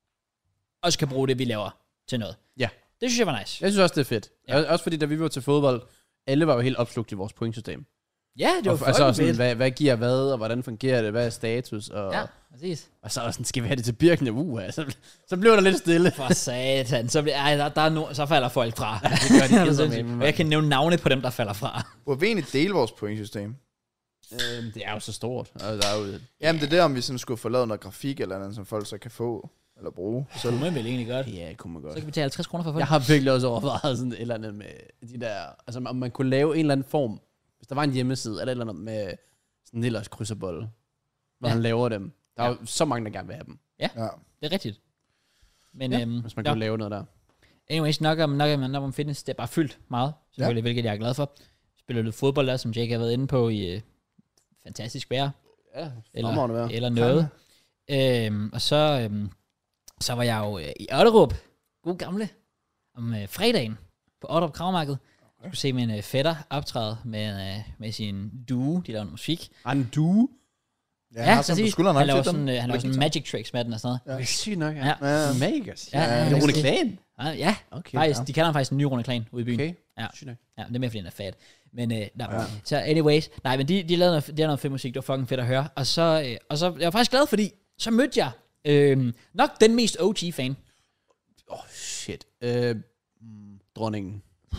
også kan bruge det, vi laver til noget. Ja. Det synes jeg var nice. Jeg synes også, det er fedt. Ja. Også fordi, da vi var til fodbold, alle var jo helt opslugt i vores pointsystem. Ja, det var og, fucking altså fedt. Hvad, hvad giver hvad, og hvordan fungerer det, hvad er status, og... Ja, præcis. Og så sådan, skal vi have det til Birkene? Uh, så, så bliver der lidt stille. For satan, så, bliver, ej, der, der er no, så falder folk fra. Ja, det gør de med, og jeg kan nævne navne på dem, der falder fra. Hvor vi egentlig dele vores pointsystem? Øhm, det er jo så stort. Altså, der er jo... Jamen, det er der, om vi sådan skulle få lavet noget grafik eller andet, som folk så kan få eller bruge. Så kunne man vel egentlig godt. Ja, det kunne man godt. Så kan vi betale halvtreds kroner for folk. Jeg har virkelig også overvejet sådan et eller andet med de der... Altså, om man kunne lave en eller anden form. Hvis der var en hjemmeside, eller et eller andet med sådan en lille krydserbolle, hvor ja. han laver dem. Der er ja. jo så mange, der gerne vil have dem. Ja, ja. Det er rigtigt. Men, ja, øhm, hvis man kunne ja. lave noget der. Anyways, nok om, nok om, nok om fitness, det er bare fyldt meget, selvfølgelig, ja. hvilket jeg er glad for. Spiller lidt fodbold der, som Jake har været inde på i øh, fantastisk vejr. Ja, eller, være. eller noget. Øhm, og så, øhm, så var jeg jo øh, i Otterup, god gamle, om øh, fredagen på Otterup Kravmarked. Jeg kunne se min øh, fætter optræde med, øh, med sin duo, de lavede musik. En duo? Ja, ja præcis. Han laver sådan, øh, han laver sådan magic tricks med den og sådan noget. Ja. Det er sygt nok, ja. ja. ja. Magus. Ja, ja, ja. Rune Klan? Ja, ja. Okay, faktisk, ja. de kalder ham faktisk en ny Rune Klan ude i byen. Okay, ja. sygt nok. Ja, det er mere fordi han er fat. Men, øh, ja. Så anyways, nej, men de, de lavede noget, de lavede noget fed musik, det var fucking fedt at høre. Og så, øh, og så jeg var faktisk glad, fordi så mødte jeg øh, nok den mest O G-fan. Åh, oh, shit. Øh, dronningen.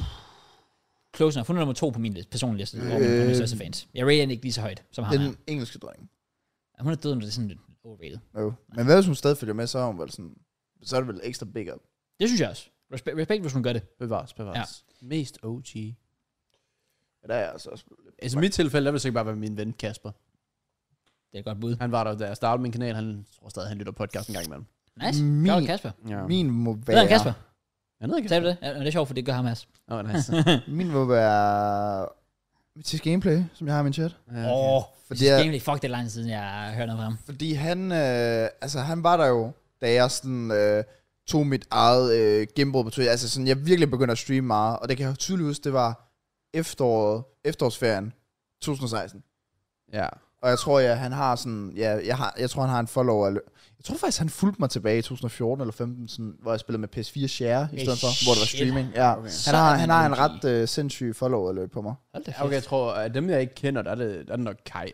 Close enough. Hun er nummer to på min liste, personlige liste, øh, hvor hun er min største fans. Jeg rater ikke lige så højt, som ham. Den engelske dronning. Ja, hun er død, men det er sådan lidt overrated. Jo. Men hvad hvis hun stadig følger med, så er hun vel sådan, så er det vel ekstra big up. Det synes jeg også. Respekt, respekt hvis hun gør det. Bevares, bevares. Ja. Mest O G. Ja, der er jeg altså også. Altså i mit tilfælde, der vil sikkert bare være min ven Kasper. Det er et godt bud. Han var der, da jeg startede min kanal. Han tror stadig, han lytter podcast en gang imellem. Nice. Min, gør Kasper. Ja. Min må være... Det er Kasper. Jeg ved ikke. Sagde du det? Ja, det er sjovt, for det gør ham også. Åh, oh, nice. Min må være... til gameplay, som jeg har i min chat. Åh, ja, okay. oh, fordi jeg... gameplay. Fuck, det er lang siden, jeg har hørt noget fra ham. Fordi han... Øh, altså, han var der jo, da jeg sådan... Øh, tog mit eget øh, gennembrud på Twitch. Altså sådan, jeg virkelig begyndte at streame meget. Og det kan jeg tydeligt huske, det var efteråret, efterårsferien to tusind og seksten. Ja. Og jeg tror, ja, han har sådan... Ja, jeg, har, jeg tror, han har en follower... Jeg tror faktisk, han fulgte mig tilbage i to tusind og fjorten eller femten, sådan, hvor jeg spillede med P S fire Share i stedet for, hvor det var streaming. Ja. Okay. Han har, han har en ret øh, sindssyg follower alert på mig. Okay, jeg tror, at dem, jeg ikke kender, der er det, der er det nok Kai.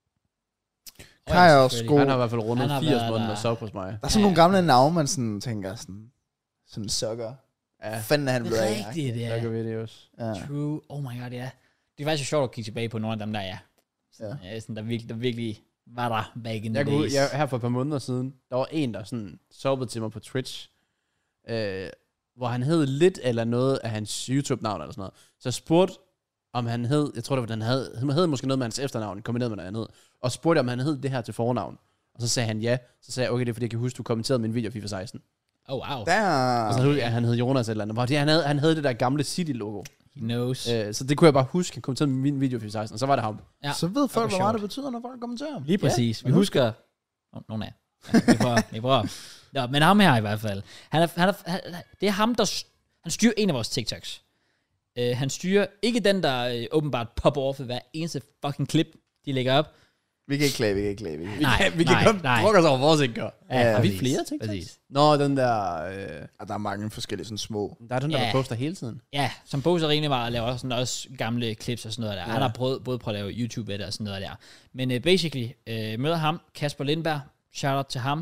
Kai er også god. Han har i hvert fald rundet firs måneder og så hos mig. Der er sådan ja, nogle gamle navne, man sådan tænker sådan... Som en sukker. Ja. Fanden er han blevet af. Det er rigtigt, ja. Der gør vi det også. Ja. True. Oh my god, ja. Det er faktisk sjovt at kigge tilbage på nogle af dem, der er. Ja. Ja, sådan, der, virkelig, der virkelig var der back in the Jeg kunne, days. jeg, her for et par måneder siden, der var en, der sådan soppede til mig på Twitch, øh, hvor han hed lidt eller noget af hans YouTube-navn eller sådan noget. Så jeg spurgte, om han hed, jeg tror det var, han hed, han hed måske noget med hans efternavn, kombineret med noget andet, og spurgte, om han hed det her til fornavn. Og så sagde han ja. Så sagde jeg, okay, det er fordi, jeg kan huske, du kommenterede min video FIFA seksten. Oh, wow. Der. Og så hed, ja, han hed Jonas eller andet. Fordi han havde, han havde det der gamle City-logo. He knows. Øh, så det kunne jeg bare huske, han kommenterede min video FIFA seksten, og så var det ham. Ja. Så ved folk, hvor meget sjovt. det betyder, når folk kommenterer. Lige præcis. Ja. Vi husker... Oh, nogle af ja, vi prøver. Vi prøver. Ja, men ham her i hvert fald. Han er, han er, han, det er ham, der... Han styrer en af vores TikToks. Uh, han styrer ikke den, der uh, åbenbart popper over for hver eneste fucking klip, de lægger op. Vi kan ikke klage, vi kan ikke klage. Vi kan ikke. Nej, Ja, vi kan nej, godt nej. brokke os over vores ikke gør. Ja, Ja, Har vi præcis, flere TikToks? Præcis. Nå, den der... Øh, Ja, der er mange forskellige sådan små. der er den der, Ja. der poster hele tiden. Ja, som poser rimelig meget og laver også, sådan, også gamle clips og sådan noget der. Ja. Ja. Han har prøvet, både prøvet at lave YouTube af det og sådan noget der. Men uh, basically, uh, møder ham, Kasper Lindberg, shout out til ham.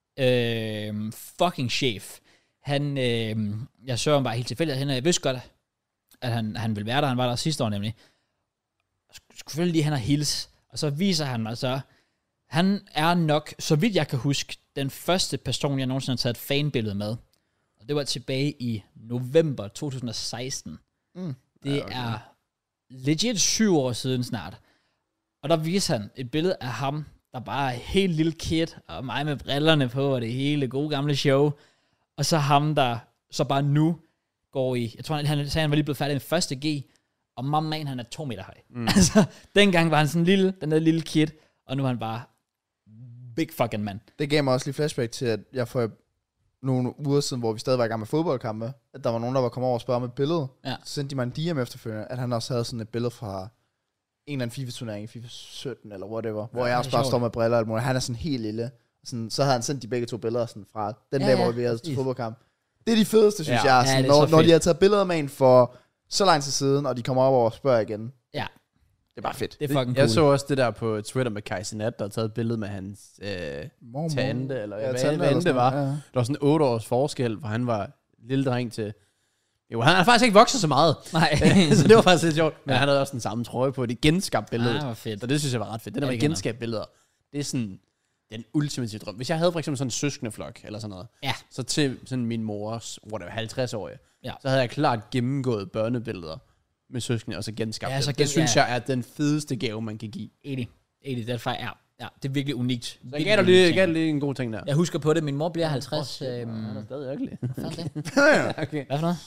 Uh, fucking chef. Han, uh, jeg så ham bare helt tilfældigt hen, og jeg vidste godt, at han, han ville være der. Han var der sidste år nemlig. Selvfølgelig lige han har hils. Og så viser han mig så, han er nok, så vidt jeg kan huske, den første person, jeg nogensinde har taget et fanbillede med. Og det var tilbage i november to tusind og seksten. Mm. Det Ja, okay. er legit syv år siden snart. Og der viser han et billede af ham, der bare er helt lille kid, og mig med brillerne på, og det hele gode gamle show. Og så ham, der så bare nu går i, jeg tror, han sagde, han var lige blevet færdig med første G, og mamman, han er to meter høj. Mm. Altså, dengang var han sådan en lille, den der lille kid, og nu er han bare big fucking man. Det gav mig også lige flashback til, at jeg for nogle uger siden, hvor vi stadig var i gang med fodboldkampe, at der var nogen, der var kommet over og spørge om et billede. Ja. Så sendte de mig en D M efterfølgende, at han også havde sådan et billede fra en eller anden FIFA-turnering i FIFA sytten, eller whatever, hvor Ja, jeg det også er bare sjovt. står med briller og alt muligt. Han er sådan helt lille. Sådan, så havde han sendt de begge to billeder sådan fra den Ja, dag, ja, hvor vi havde til præcis. fodboldkamp. Det er de fedeste, synes Ja. jeg. Ja, Sådan, det er når, så når de fedt. har taget billeder med en for så lang tid siden, og de kommer op og spørger igen. Ja. Det er bare fedt. Det er fucking Jeg cool. så også det der på Twitter med Kai Sinat, der havde taget et billede med hans øh, Mormor. tante, eller Ja, hvad, tante hvad eller end det sådan var. noget, ja. Der var sådan otte års forskel, hvor han var lille dreng til... Jo, han har faktisk ikke vokset så meget. Nej. Så det var faktisk lidt sjovt. Men Ja. han havde også den samme trøje på. Det genskabte billede. Ah, hvor fedt. Så det synes jeg var ret fedt. Det der Ja, med det kan genskabe billeder, det er sådan den ultimative drøm. Hvis jeg havde for eksempel sådan en søskendeflok, eller sådan noget, Ja. så til sådan min mors, whatever, halvtreds-årige, Ja. så havde jeg klart gennemgået børnebilleder med søskende, og så genskabt Ja, ja, så det. gen- Det synes ja. jeg er den fedeste gave, man kan give. Enig. Enig, det er faktisk, ja. Ja, det er virkelig unikt. Så jeg Virkelig gav dig unikt lige, ting. gav dig lige en god ting der. Jeg husker på det, min mor bliver halvtreds. Åh, shit, øhm, han er stadig ærgerlig. hvad er det? Okay. Hvad for noget?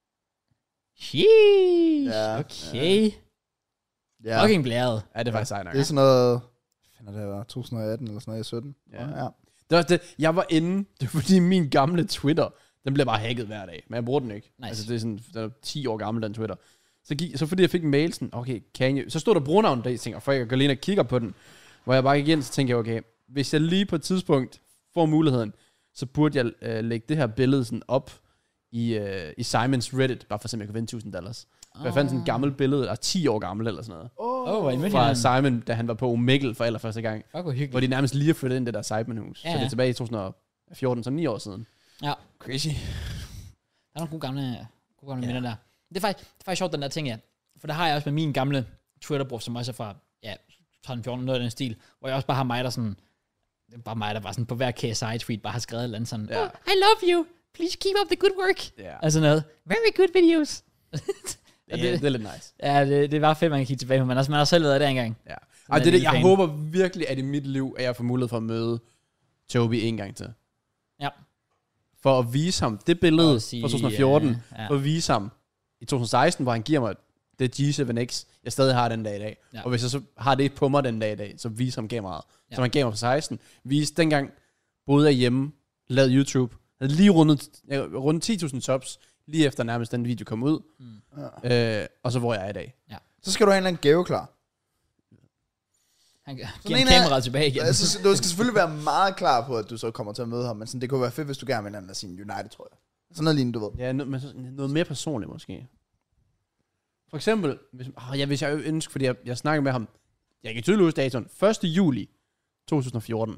Sheesh. Ja, Okay. Ja. Fucking blæret. Ja, det er faktisk sejt nok. Det er sådan noget, hvad fanden er det, var to tusind og atten eller sådan noget i sytten. Ja. Ja. Det var også det. Jeg var inde, det var fordi min gamle Twitter, den bliver bare hacket hver dag, men jeg bruger den ikke. Nice. Altså det er sådan, den er ti år gammel, den Twitter. Så, gik, så fordi jeg fik en mail, sådan, okay, kan jeg, så stod der brugernavn der, jeg tænker, for jeg går lige ind og kigger på den, hvor jeg bare gik ind, så tænkte jeg, okay, hvis jeg lige på et tidspunkt får muligheden, så burde jeg øh, lægge det her billede sådan op i, øh, i Simons Reddit, bare for at se, om jeg kunne vinde tusind dollars. Oh. Jeg fandt sådan et gammelt billede, der er ti år gammel eller sådan noget, Åh, oh, hvor I mødte fra hinanden. Simon, da han var på Omegle for allerførste gang. Fuck, hvor hyggeligt. Hvor de nærmest lige har flyttet ind i det der Simon-hus. Ja, Så det ja. er tilbage i to tusind og fjorten, så ni år siden. Ja. Crazy. Der er nogle gode gamle, gode gamle Ja. minder der. Det er, faktisk, det er faktisk sjovt, den der ting, ja. For der har jeg også med min gamle Twitter-bror, som også er fra, ja, tretten fjorten, noget af den stil, hvor jeg også bare har mig, der sådan, det er bare mig, der bare sådan på hver K S I-tweet bare har skrevet et eller andet sådan, Ja. oh, I love you, please keep up the good work. Ja, Altså noget, very good videos. det, det, det er lidt nice. Ja, det, det var fedt, man kan kigge tilbage på, men altså, man har selv været der engang. Ja. er Ej, det, en er det, lille jeg fan. håber virkelig, at i mit liv, at jeg får mulighed for at møde Toby en gang til. Ja. For at vise ham det billede at sige, fra to tusind og fjorten, ja, ja. for at vise ham i to tusind og seksten, hvor han giver mig det G syv X, jeg stadig har den dag i dag. Ja. Og hvis jeg så har det på mig den dag i dag, så viser ham kameraet. Ja. Så han gav mig fra seksten. Viste dengang, boede jeg hjemme, lavede YouTube, havde lige rundet, jeg, rundet ti tusind subs, lige efter nærmest den video kom ud. Mm. Øh, og så hvor jeg er i dag. Så skal du have en eller anden gave klar. Han giver en ham af- kameraet tilbage igen. Altså, du skal selvfølgelig være meget klar på, at du så kommer til at møde ham, men sådan, det kunne være fedt, hvis du gerne vil have sin United, tror jeg. Sådan noget lignende, du ved. Ja, noget, men så- noget mere personligt måske. For eksempel, hvis, åh, ja, hvis jeg ønsker, fordi jeg, jeg snakker med ham, jeg kan tydeligt huske datoen, første juli to tusind og fjorten,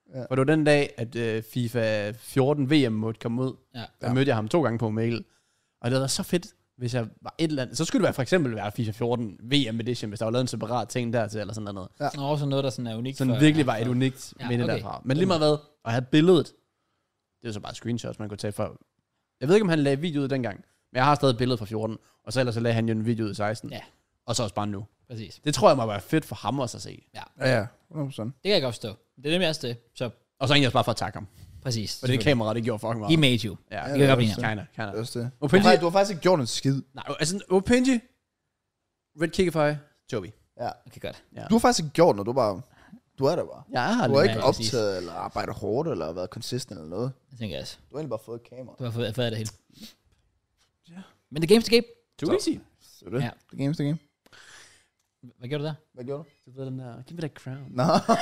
Ja. For det var den dag, at uh, FIFA fjorten V M måtte komme ud. Ja. Der ja. mødte jeg ham to gange på mail. Og det var så fedt, hvis jeg var et eller andet. Så skulle det være for eksempel være FIFA fjorten V M Edition, hvis der var lavet en separat ting dertil, eller sådan noget. Ja. Og også noget, der sådan er unikt. Sådan for, virkelig var et unikt ja, minde okay. derfra. Men lige meget hvad, og have billedet. Det er så bare screenshots, man kunne tage for. Jeg ved ikke, om han lagde video ud dengang. Men jeg har stadig billedet fra fjorten. Og så ellers så lagde han jo en video ud i seksten. Ja. Og så også bare nu. Præcis. Det tror jeg må være fedt for ham også at se. Ja, ja, ja. hundrede procent. Det kan jeg godt forstå. Det er det meste. Så. Og så egentlig også bare for at takke ham. Præcis. Og det kamera, det gjorde fucking meget. He made you. Ja, det kan jeg godt blive. Kinda, kinda. Det er det. Opinji, Nej, du har faktisk ikke gjort en skid. Nej, altså Opinji, Red Kikify, Toby. Ja. Okay, godt. Ja. Du har faktisk ikke gjort noget, du bare... Du er der bare. Ja, du har ikke optaget, eller arbejdet hårdt, eller været consistent, eller noget. Det tænker jeg også. Du har egentlig bare fået et kamera. Du har fået, fået det hele. Ja. Men the game's the game. Too easy. Så det. Ja. The game's the game. Hvad gjorde du der? Hvad gjorde du? Du ved den der, give me that crown. Nå.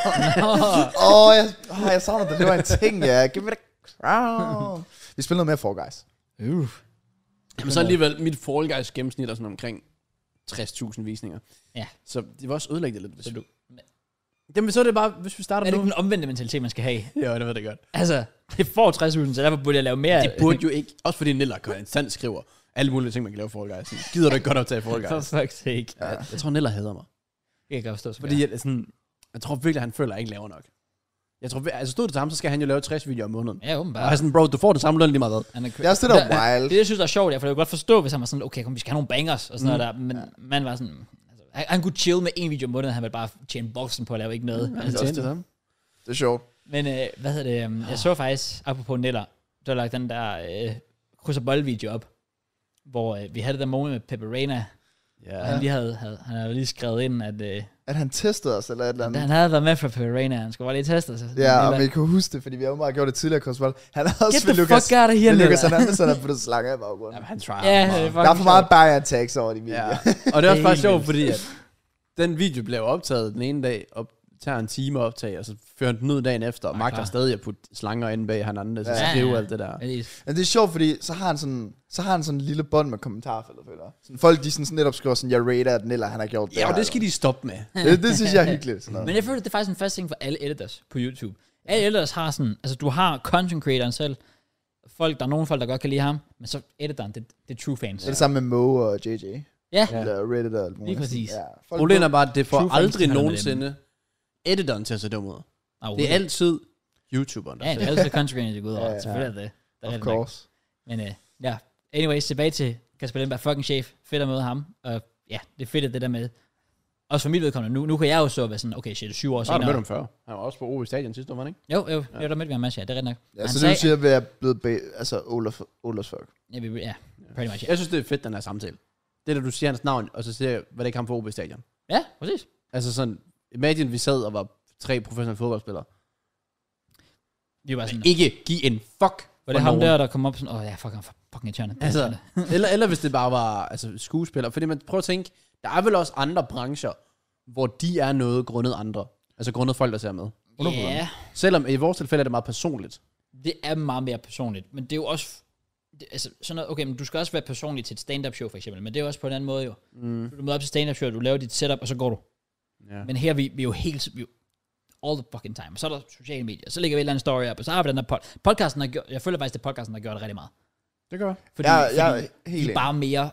Åh, oh, jeg, oh, jeg savner det. Det var en ting, ja. Give me that crown. Vi spiller noget mere Fall Guys. Uh. Jamen så alligevel, mit Fall Guys gennemsnit er sådan omkring tres tusind visninger. Ja. Så det var også ødelægget lidt. Hvis så du... Jamen så er det bare, hvis vi starter nu. Er det nu. ikke den omvendte mentalitet, man skal have? Ja, det ved jeg godt. Altså, det får tres tusind, så derfor burde jeg lave mere. Det burde jo ikke. Også fordi Niller konstant skriver alle mulige ting, man kan lave Fall Guys. Sådan, gider du ikke godt optage Fall Guys? For fuck's sake. Ja. Jeg, jeg tror, Niller hader mig. Jeg kan godt forstå. Fordi jeg, sådan, jeg tror virkelig, at han føler, at jeg ikke laver nok. Jeg tror, altså stod det til ham, så skal han jo lave tres videoer om måneden. Ja, åbenbart. Og jeg er sådan, bro, du får den samme løn lige meget hvad. Det er også det, der er wild. Det, jeg synes, der er sjovt, for jeg kunne godt forstå, hvis han var sådan, okay, kom, vi skal have nogle bangers, og sådan mm. noget der. Men ja. man var sådan, altså, han, han kunne chill med en video om måneden, han ville bare tjene boksen på at lave ikke noget. Mm, altså, det, det, det er sjovt. Men øh, hvad hedder det, jeg så faktisk, apropos Neller, der har lagt den der øh, kryds og bold video op, hvor øh, vi havde det der moment med Pepperina. Ja. Han lige havde, havde, han havde lige skrevet ind, at... Øh, at han testede os, eller et eller andet. Han havde været med for Pepperina, han skulle bare lige teste os. Ja, og vi kunne huske det, fordi vi har jo meget gjort det tidligere, Korsvold. Han har også ved Lucas. Get the fuck out of here, Lucas Hernandez, han har puttet slange af baggrunden. Jamen, han tryder. Ja, det er der er for meget barrier tags over de videoer. Ja. Og det er også bare sjovt, fordi at den video blev optaget den ene dag, og tager en time at optage, og så fører han den ud dagen efter, og magter stadig at putte slanger inde bag Hernandez, og skrive ja, alt det der. Men det er sjovt, fordi så har han sådan, så har han sådan en lille bånd med kommentarfeltet, føler jeg. Folk, de sådan netop skriver sådan, jeg rater den, eller han har gjort det. Ja, og det skal de stoppe med. det, det synes jeg er hyggeligt. Sådan Men jeg føler, det er faktisk en fast ting for alle editors på YouTube. Alle editors har sådan, altså du har content creatoren selv, folk, der er nogle folk, der godt kan lide ham, men så editoren, det, det er true fans. Det er det samme med Mo og J J. Ja. Eller Reddit og alt muligt. Lige præcis. Ja, problemet er bare, at det får aldrig nogensinde editoren til at se dum ud. Oh, det er altid YouTuberen, der ja, det er altid content creatoren, der går ud over. Selvfølgelig er det. det er of course. Men uh, ja, anyways, tilbage til Kasper Lindberg, fucking chef. Fedt at møde ham. Og ja, det er fedt, at det der med. Også for mit vedkommende. Nu, nu kan jeg jo så være sådan, okay, shit, syv år senere. Har du mødt ham før? Han var også på O B Stadion sidste år, var han ikke? Jo, jo, ja. jo der mødte vi ham masser, ja, det er ret nok. Ja, så det siger, at vi er blevet be- altså Olaf, Olafs folk. Ja, vi, ja, pretty much, ja. Jeg synes, det er fedt, den her samtale. Det er, da du siger hans navn, og så siger jeg, hvad det ikke ham på O B Stadion. Ja, præcis. Altså sådan, imagine, vi sad og var tre professionelle fodboldspillere. Vi var sådan, ikke give en fuck. Var det ham der, der kom op sådan, åh oh, ja, fuck, fucking irriterende. Altså, eller, eller hvis det bare var altså, skuespillere. Fordi man prøver at tænke, der er vel også andre brancher, hvor de er noget grundet andre. Altså grundet folk, der ser med. Ja. Yeah. Selvom i vores tilfælde er det meget personligt. Det er meget mere personligt. Men det er jo også... Det, altså, sådan noget, okay, men du skal også være personlig til et stand-up show, for eksempel. Men det er jo også på en anden måde, jo. Mm. Du møder op til stand-up show, du laver dit setup, og så går du. Yeah. Men her vi, vi er jo helt... Vi, all the fucking time. Så er der sociale medier. Så lægger vi et eller andet story op, og så har vi den der pod- podcasten, der gjort, jeg føler faktisk, at podcasten har gjort det rigtig meget. Det gør fordi, ja, fordi jeg er helt de er bare mere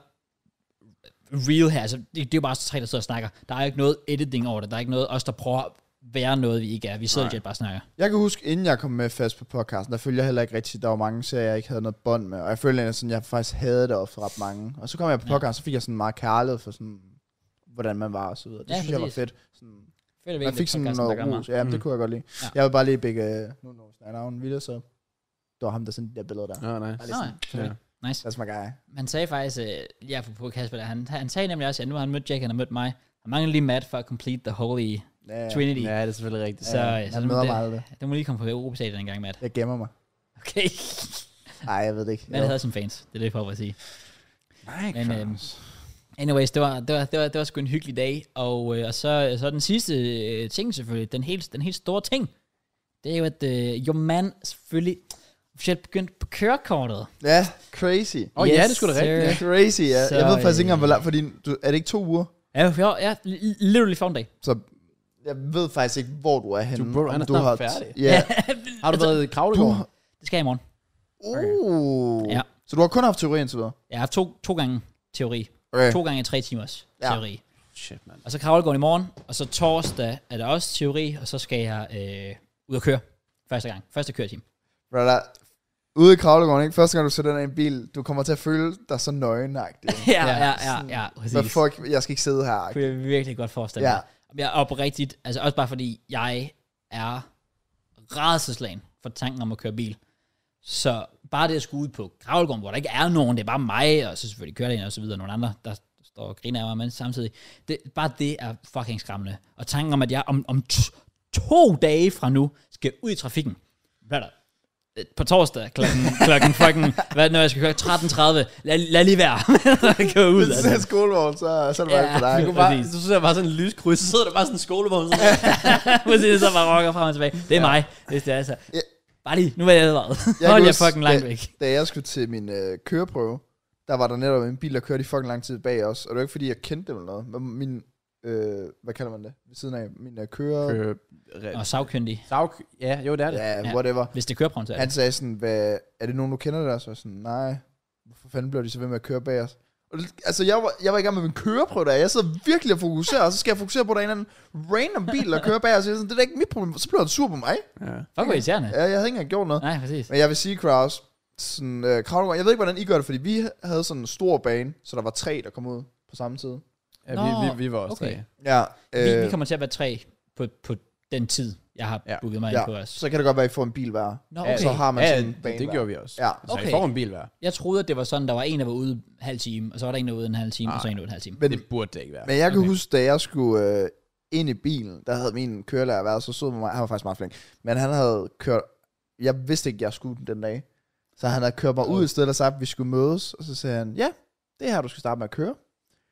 real her. Altså, det, det er jo bare så tre, der sidder og snakker. Der er ikke noget editing over det. Der er ikke noget os, der prøver at være noget, vi ikke er. Vi sidder lidt bare og snakker. Jeg kan huske, inden jeg kom med fast på podcasten, der følte jeg heller ikke rigtigt, der var mange serier, jeg ikke havde noget bånd med. Og jeg følte, at jeg faktisk havde det også ret mange. Og så kom jeg på podcasten, ja. Så fik jeg sådan meget kærlighed for sådan, hvordan man var og så videre. Det ja, synes præcis. Jeg var fedt. Sådan, fedt man fik sådan noget ros. Ja, mm. det kunne jeg godt lide. Ja. Jeg vil bare lige begge, nu når vi snakker navn videre, så det var ham, der sådan de der billeder der. Ja, nice. Sådan, oh, ja. Nice. That's my guy. Man sagde faktisk, uh, ja, på Kasper, der, han, han sagde nemlig også, at nu har han mødt Jack, han har mødt mig. Han mangler lige Matt for at complete the holy ja, Trinity. Ja, det er selvfølgelig rigtigt. Så, ja, så det, møder det, mig aldrig. Det må lige komme på Europa-stadion en gang, Matt. Jeg gemmer mig. Okay. Nej, jeg ved det ikke. Matt havde sine fans, det er det, jeg prøver at sige. Nej, Men, øhm, anyways, det var, det, var, det, var, det var sgu en hyggelig dag, og, øh, og så, så den sidste øh, ting selvfølgelig, den helt, den helt store ting, det er jo, at øh, your man selvfølgelig officielt begyndt på kørekortet. Ja, crazy. Åh oh, yes, ja, det skulle da rigtigt. Crazy, ja. Så, jeg ved faktisk ikke engang, hvor langt, fordi du, er det ikke to uger? Ja, ja, ja literally for en dag. Så Jeg ved faktisk ikke, hvor du er henne. Du, bro, han er du snart har færdig. Ja. Har du Altså, været i Kravlegården? Du- Det skal jeg i morgen. Uh. Ja. Så du har kun haft teori indtil videre? Jeg har to, to gange teori. Okay. To gange tre timers Ja. teori. Shit, man. Og så Kravlegården i morgen, og så torsdag er der også teori, og så skal jeg øh, ud og køre. Første gang. Første køretime. Brother, ude i Kravlegården, ikke? Første gang du sætter dig i en bil, du kommer til at føle dig så nøgenagtig. ja, ja, ja, ja, præcis. Så fuck, jeg skal ikke sidde her. Det kunne jeg virkelig godt forestille Ja. mig. Jeg er oprigtigt, altså også bare fordi, jeg er rædselsslagen for tanken om at køre bil. Så bare det at skulle ud på Kravlegården, hvor der ikke er nogen, det er bare mig, og så selvfølgelig kører der og så videre, nogle andre, der står og griner af mig, men samtidig, det, bare det er fucking skræmmende. Og tanken om, at jeg om, om to, to dage fra nu skal ud i trafikken, hvad er der? På torsdag klokken, klokken fucking, hvad når jeg skal køre tretten tredive, lad, lad lige være, at køre ud. Hvis du ser skolevogn, så, så er det bare Ja, ikke for dig. Du, kunne bare, præcis. du ser bare sådan en lyskryds, så sidder der bare sådan en skolevogn. Sådan Præcis, så bare rocker frem og tilbage. Det er ja. mig, hvis det er så. Ja. Bare lige, nu er jeg advaret. Jeg Hold kan jer huske, fucking langt da- væk. Da jeg skulle til min øh, køreprøve, der var der netop en bil, der kørte i fucking lang tid bag os. Og det var ikke fordi, jeg kendte dem eller noget. Men min, øh, hvad kalder man det? Ved siden af min øh, kører... Kører... Og sagkyndig, Sauk. Ja, jo, det er det. Ja, Ja. whatever. hvis det kører prøven til. Han sagde sådan, hvad, er det nogen, du kender der? Så var jeg sådan, nej. Hvorfor fanden blev de så ved med at køre bag os? Og det, altså, jeg var, jeg var i gang med min køreprøve der. Jeg sidder virkelig og fokuserer, og så skal jeg fokusere på, at der er en eller anden random bil, der kører bag os. Jeg er sådan, det er da ikke mit problem. Så blev han sur på mig. Ja. Fuck, hvor irriterende. Ja, jeg havde ikke engang gjort noget. Nej, præcis. Men jeg vil sige, Kraus, sådan, øh, Kravlegården, jeg ved ikke, hvordan I gør det, fordi vi havde sådan en stor bane, så der var tre, der kom ud på samme tid. Ja, Nå, vi, vi, vi var også okay. tre. Ja, øh, Vi, vi kommer til at være tre på, på den tid, jeg har Ja. booket mig ja, ind på os. så kan det godt være, at I får en bil hver. Nå, Ja, okay. Så har man Ja, sådan en det, bane det hver. gjorde vi også. Ja. Så Okay. vi får en bil hver. Jeg troede, at det var sådan, der var en, der var ude en halv time, og så var der en, der var ude en halv time, Nej. og så en, der var en halv time. Men, Det burde det ikke være. men jeg kan Okay. huske, da jeg skulle øh, ind i bilen, der havde min kørelærer været så sød med mig. Han var faktisk meget flink. Men han havde kørt... Jeg vidste ikke, jeg skulle den dag. Så han havde kørt mig ud et sted, der sagde, at vi skulle mødes. Og så sagde han, ja, det er her, du skal starte med at køre.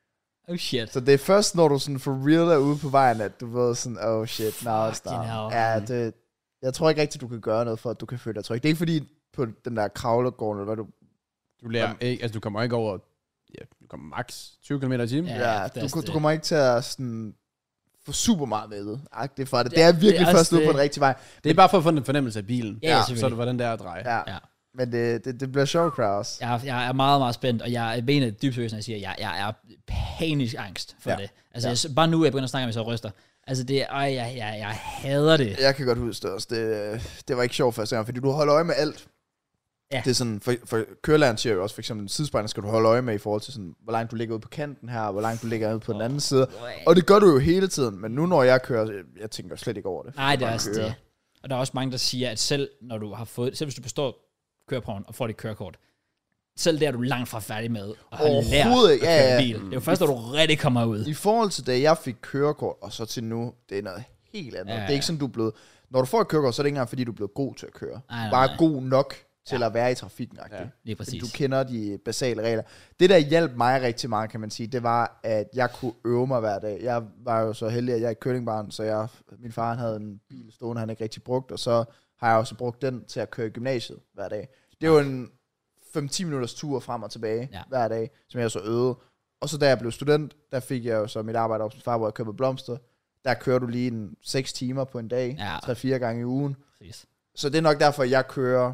Oh shit. Så det er først, når du sådan for real er ude på vejen, at du ved sådan, oh shit, now it's Fucking done. hell. Ja, det, jeg tror ikke rigtigt, du kan gøre noget for, at du kan føle dig tryg. Det er ikke fordi, på den der Kravlegården, eller hvad du... Du lærer ikke, altså du kommer ikke over, ja, du kommer max tyve kilometer i timen. Ja. Ja, det er du, også du det. kommer ikke til at sådan, få super meget med det. Det, for det. Ja, det er virkelig det er først også ude på det. den rigtige vej. Det er bare for at få en fornemmelse af bilen. Ja, ja, så er selvfølgelig. det, hvordan det er at dreje. Ja. Ja. Men det, det, det bliver sjovt, Kraus. Jeg, jeg er meget, meget spændt, og jeg mener dybt seriøst, når jeg siger, at jeg, jeg er panisk angst for Ja. det. Altså, Ja. jeg, bare nu er jeg begyndt at snakke med så ryster. Altså, det er, øj, jeg, jeg, jeg hader det. Jeg kan godt huske det også. Det, det var ikke sjovt første gang, fordi du holder øje med alt. Ja. Det er sådan, for, for kørelæreren siger jo også, for eksempel sidespejler skal du holde øje med i forhold til sådan, hvor langt du ligger ude på kanten her, og hvor langt du ligger ude på den anden side. Og det gør du jo hele tiden, men nu når jeg kører, jeg, jeg tænker slet ikke over det. Nej, det er Bare også kører. det. Og der er også mange, der siger, at selv når du har fået, selv hvis du består køreprøven og får dit kørekort, selv der er du langt fra færdig med at have lært at Overhovedet ikke. køre Ja, ja. bil. Det er jo først, når du rigtig kommer ud. I forhold til da jeg fik kørekort, og så til nu, det er noget helt andet. Ja, ja, Det er ikke sådan, du er blevet... Når du får et kørekort, så er det ikke engang, fordi du er blevet god til at køre. Nej, nej, Bare nej. god nok til Ja. at være i trafikken. Ja. Lige Fordi præcis. du kender de basale regler. Det, der hjalp mig rigtig meget, kan man sige, det var, at jeg kunne øve mig hver dag. Jeg var jo så heldig, at jeg er et køllingbarn, så jeg, min far han havde en bil stående, han ikke rigtig brugt, og så har jeg også brugt den til at køre i gymnasiet hver dag. Det er jo en fem til ti minutters tur frem og tilbage Ja. hver dag, som jeg så øvede. Og så da jeg blev student, der fik jeg jo så mit arbejde op som far, hvor jeg købte blomster. Der kører du lige en seks timer på en dag, Ja. tre-fire gange i ugen. Præcis. Så det er nok derfor, jeg kører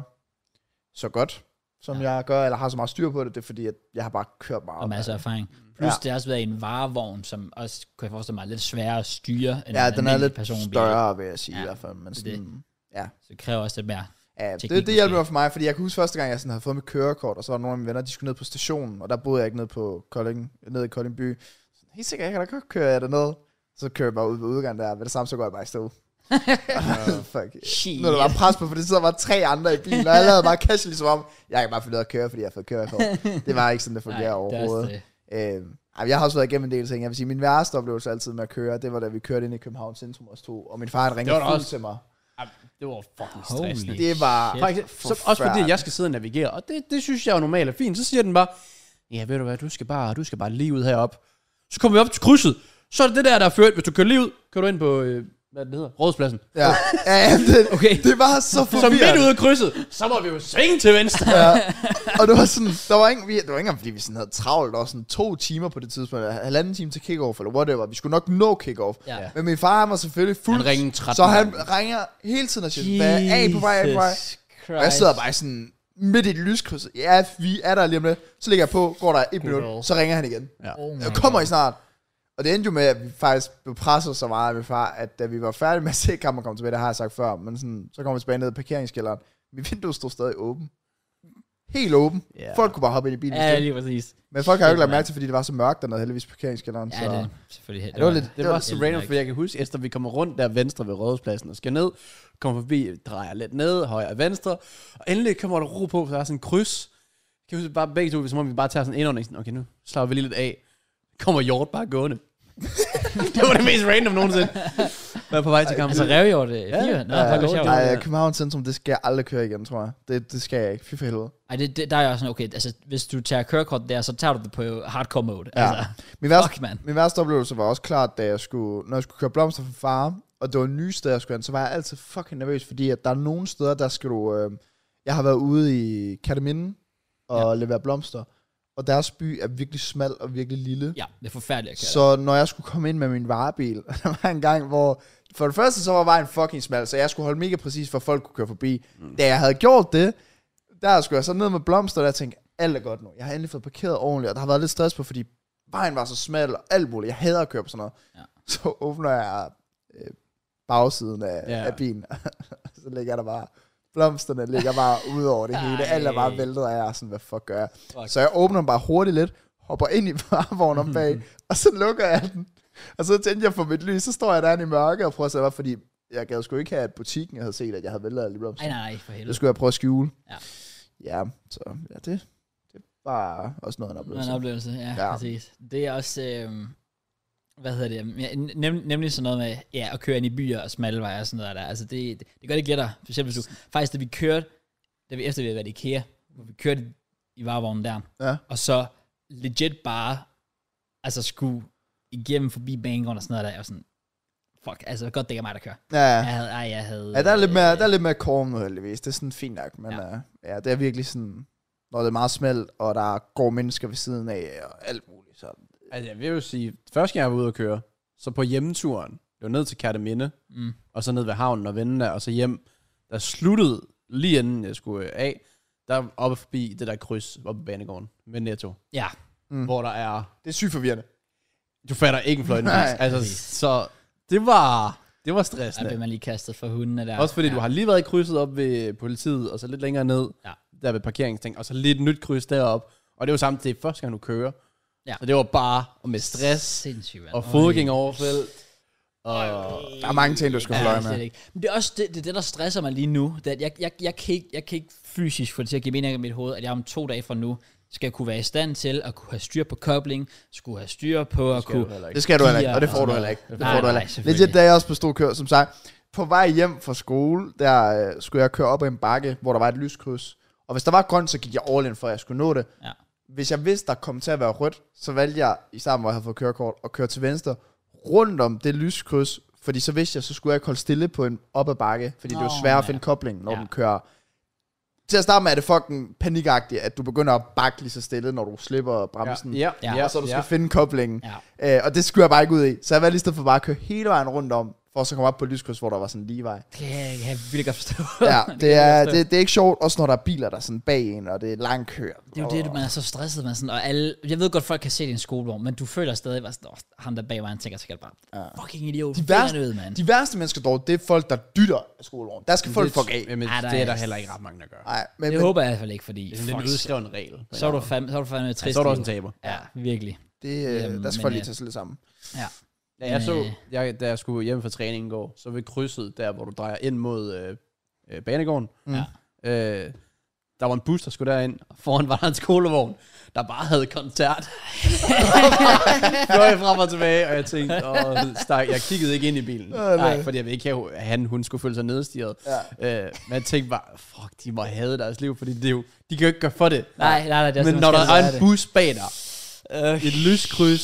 så godt, som Ja. jeg gør, eller har så meget styr på det. Det er fordi, at jeg har bare kørt meget. Og masser af erfaring. Plus, Ja. det har også været en varevogn, som også, kunne jeg forestille mig, er lidt sværere at styre end Ja, en den er almindelig lidt personbil. større, vil jeg sige Ja, i hvert fald. Men det er sådan, ja. Så det kræver også lidt mere. Ja, teknik det, det hjalp måske. mig for mig, fordi jeg kan huske første gang, jeg sådan havde fået mit kørekort, og så var nogle af mine venner, de skulle ned på stationen, og der boede jeg ikke ned på Kolding, ned i Kolding by. Så, helt sikkert, jeg kan da godt køre jeg derned. Så kører jeg bare ud ved udgangen der, ved det samme, så går jeg bare i stå. Fuck. Shit. Når der var pres på, for det så var tre andre i bilen, og alle havde bare cash ligesom om, jeg kan bare finde ud af at køre, fordi jeg har fået kørekort. Det var ikke sådan, det fungerer Nej, det er også overhovedet. det. Øh, ej, jeg har også været igennem en del ting. Jeg vil sige, min værste oplevelse altid med at køre, det var da vi kørte ind i København Centrum os to, og min far han ringede Det var da fuld også- til mig. Det var fucking Holy stressende. Det var shit. Faktisk, så, også fordi jeg skal sidde og navigere, og det, det synes jeg jo normalt er fint. Så siger den bare, ja, ved du hvad, du skal bare, du skal bare lige ud herop. Så kommer vi op til krydset, så er det det der, der er ført. Hvis du kører lige ud, kører du ind på, øh, hvad det hedder, Rådspladsen. Ja, ja, ja det, okay. det var så forvirrende. Så midt ude af krydset, så må vi jo svinge til venstre. Ja. Og det var sådan, der var ingen, vi, det var ikke engang, fordi vi sådan havde travlt, der var sådan to timer på det tidspunkt, halvanden time til kick-off, eller whatever, vi skulle nok nå kick-off. Ja. Men min far, han var selvfølgelig fuld, han ringede tretten så han ringer hele tiden og siger, hvad er A på vej, A på vej? Og jeg sidder bare sådan, midt i et lyskryds, ja, vi er der lige om lidt, så lægger jeg på, går der et minut, så ringer han igen. Ja. Oh jeg kommer I snart. Og det endte jo med, at vi faktisk blev presset så meget af min far, at da vi var færdige med at se kampen komme tilbage, det har jeg sagt før, men sådan, så kom vi tilbage ned i parkeringskælderen. Mit vindue stod stadig åben. Helt åben. Yeah. Folk kunne bare hoppe ind i bilen. Ja, lige præcis. Men folk har jo ikke lagt mærke til, fordi det var så mørkt dernede, heldigvis parkeringskælderen. Ja, det er selvfølgelig helt. Ja, det var, lidt, det var, var så random, fordi jeg kan huske, efter vi kommer rundt der venstre ved Rådhuspladsen og skal ned, kommer forbi, drejer lidt ned, højre og venstre, og endelig kommer der ro på, så der er sådan en kryds. Kan huske bare begge to, som om vi bare tager sådan en indånding. Okay, nu slapper vi lige lidt af. Kommer Hjort bare gående. Det var det mest random nogensinde. Hvad på vej til kampen? Altså revhjort fire? Ja. Nå, ja, ja, nej, København Centrum, det skal jeg aldrig køre igen, tror jeg. Det, det skal jeg ikke. Fy for helvede. Ej, det, det, der er jo sådan, okay, altså, hvis du tager kørekort der, så tager du det på hardcore mode. Ja. Altså, min, værste, fuck, min værste oplevelse var også klart, da jeg skulle, når jeg skulle køre blomster for far, og det var nye steder, jeg skulle hen, så var jeg altid fucking nervøs, fordi at der er nogle steder, der skal du... Øh, jeg har været ude i Kerteminde og ja. levere blomster, og deres by er virkelig smal og virkelig lille. Ja, det er forfærdeligt. Så når jeg skulle komme ind med min varebil, der var en gang, hvor... For det første, så var vejen fucking smal, så jeg skulle holde mega præcis, for folk kunne køre forbi. Mm. Da jeg havde gjort det, der skulle jeg så ned med blomster, og der tænkte, alt er godt nu. Jeg har endelig fået parkeret ordentligt, og der har været lidt stress på, fordi vejen var så smal og alt muligt. Jeg hader at køre på sådan noget. Ja. Så åbner jeg øh, bagsiden af, yeah. af bilen, så ligger der bare... Blomsterne ligger bare ud over det hele. Alt er bare væltet, og jeg er sådan, hvad fuck gør jeg? Fuck. Så jeg åbner den bare hurtigt lidt, hopper ind i varevognen om bag, og så lukker jeg den. Og så tændte jeg for mit lys, så står jeg derinde i mørke og prøver at se, hvad, fordi jeg gad sgu ikke have, at butikken havde set, at jeg havde væltet alle de blomster. Nej, nej, for helvede. Det skulle jeg prøve at skjule. Ja. Ja, så ja, det, det var også noget af en oplevelse. En oplevelse, ja, ja. Præcis. Det er også... Øh... Hvad hedder det? Ja, nem, nemlig sådan noget med ja, at køre ind i byer og smalle veje og sådan noget der. Altså det, det, det gør det ikke lettere. Specielt hvis du... Faktisk, da vi kørte, da vi efter vi havde været i IKEA, hvor vi kørte i varevognen der, ja. og så legit bare altså skulle igennem forbi banegården og sådan noget der, jeg var sådan, fuck, altså godt det ikke er mig, der kører. Ja, ja. Jeg havde, ej, jeg havde... Ja, der er lidt mere, der er lidt mere korn nu heldigvis. Det er sådan fint nok, men ja. Uh, ja, det er virkelig sådan, når det er meget smelt, og der går mennesker ved siden af, og alt muligt, så... Altså, jeg vil jo sige, første gang jeg var ude at køre, så på hjemmeturen, det var ned til Kerteminde, mm. og så ned ved havnen og vende der, og så hjem, der sluttede lige inden jeg skulle af, der oppe forbi det der kryds oppe på banegården med Netto. Ja. Mm. Hvor der er... Det er sygt forvirrende. Du fatter ikke en fløjtende. Altså, så det var... Det var stressende. Der blev man lige kastet for hundene der. Også fordi ja. du har lige været i krydset op ved politiet, og så lidt længere ned, ja. der ved parkeringsting, og så lidt nyt kryds derop. Og det var samtidig første gang, du kører. Ja. Så det var bare med stress, sindssygt, og fodgængeroverfelt. Og der er mange ting, du skal ja, holde med. Ikke. Men det er også det, det, det, der stresser mig lige nu. Det, jeg, jeg, jeg, kan ikke, jeg kan ikke fysisk få det til at give mening i mit hoved, at jeg om to dage fra nu skal kunne være i stand til at kunne have styr på kobling, skulle have styr på at kunne... Det skal du heller ikke, og det får du heller ikke. Det nej, får du heller ikke. Legit, da jeg også på stor kør, som sagt, på vej hjem fra skole, der øh, skulle jeg køre op ad en bakke, hvor der var et lyskryds. Og hvis der var grønt, så gik jeg all in, for at jeg skulle nå det. Ja. Hvis jeg vidste, der kom til at være rødt, så valgte jeg, i starten hvor jeg havde fået kørekort, at køre til venstre, rundt om det lyskryds, fordi så vidste jeg, så skulle jeg ikke holde stille på en op ad bakke, fordi oh, det er jo svært ja. at finde kobling, når ja. den kører. Til at starte med er det fucking panikagtigt, at du begynder at bakke lige så stille, når du slipper bremsen, ja. Ja. Ja. og så du skal ja. finde koblingen. Ja. Øh, og det skulle jeg bare ikke ud i. Så jeg valgte i stedet for bare at køre hele vejen rundt om, for så komme op på lyskryds, hvor der var sådan en lige vej. Det kan jeg, jeg virkelig godt forstå. Ja, det er, det, det er ikke sjovt, også når der er biler, der er sådan bag en, og det er lang kør. Det er jo det, man er så stresset med sådan, og alle, jeg ved godt, folk kan se din skolevogn, men du føler stadig, at oh, ham der bag vejen tænker sikkert bare, ja. fucking idiot. De værste, ud, man. de værste mennesker dog, det er folk, der dytter af skolevogn. Der skal men folk fuck af. Men ja, det er der heller ikke ret mange, der gør. Nej, men, det men, håber jeg i hvert fald ikke, fordi... Det er en udskreven regel. Så er du fandme, så er du fandme trist. Ja, så er du også en taber. Ja, virkelig. Det, Jamen, der skal folk lige tage sig lidt sammen. Ja. Ja, jeg så, jeg, da jeg skulle hjem fra træningen i går, så ved krydset, der hvor du drejer ind mod øh, øh, banegården, mm. øh, der var en bus, der skulle derind, og foran var der en skolevogn, der bare havde koncert. Jeg frem og tilbage, og jeg tænkte, åh, stak, jeg kiggede ikke ind i bilen, nej, fordi jeg vil ikke have, at han, hun skulle føle sig nedstiget. Ja. Øh, men jeg tænkte bare, fuck, de må have deres liv, fordi det er jo, de kan jo ikke gøre for det. Nej, nej, nej. Det er men når der er en bus bag dig, uh, et lyskryds,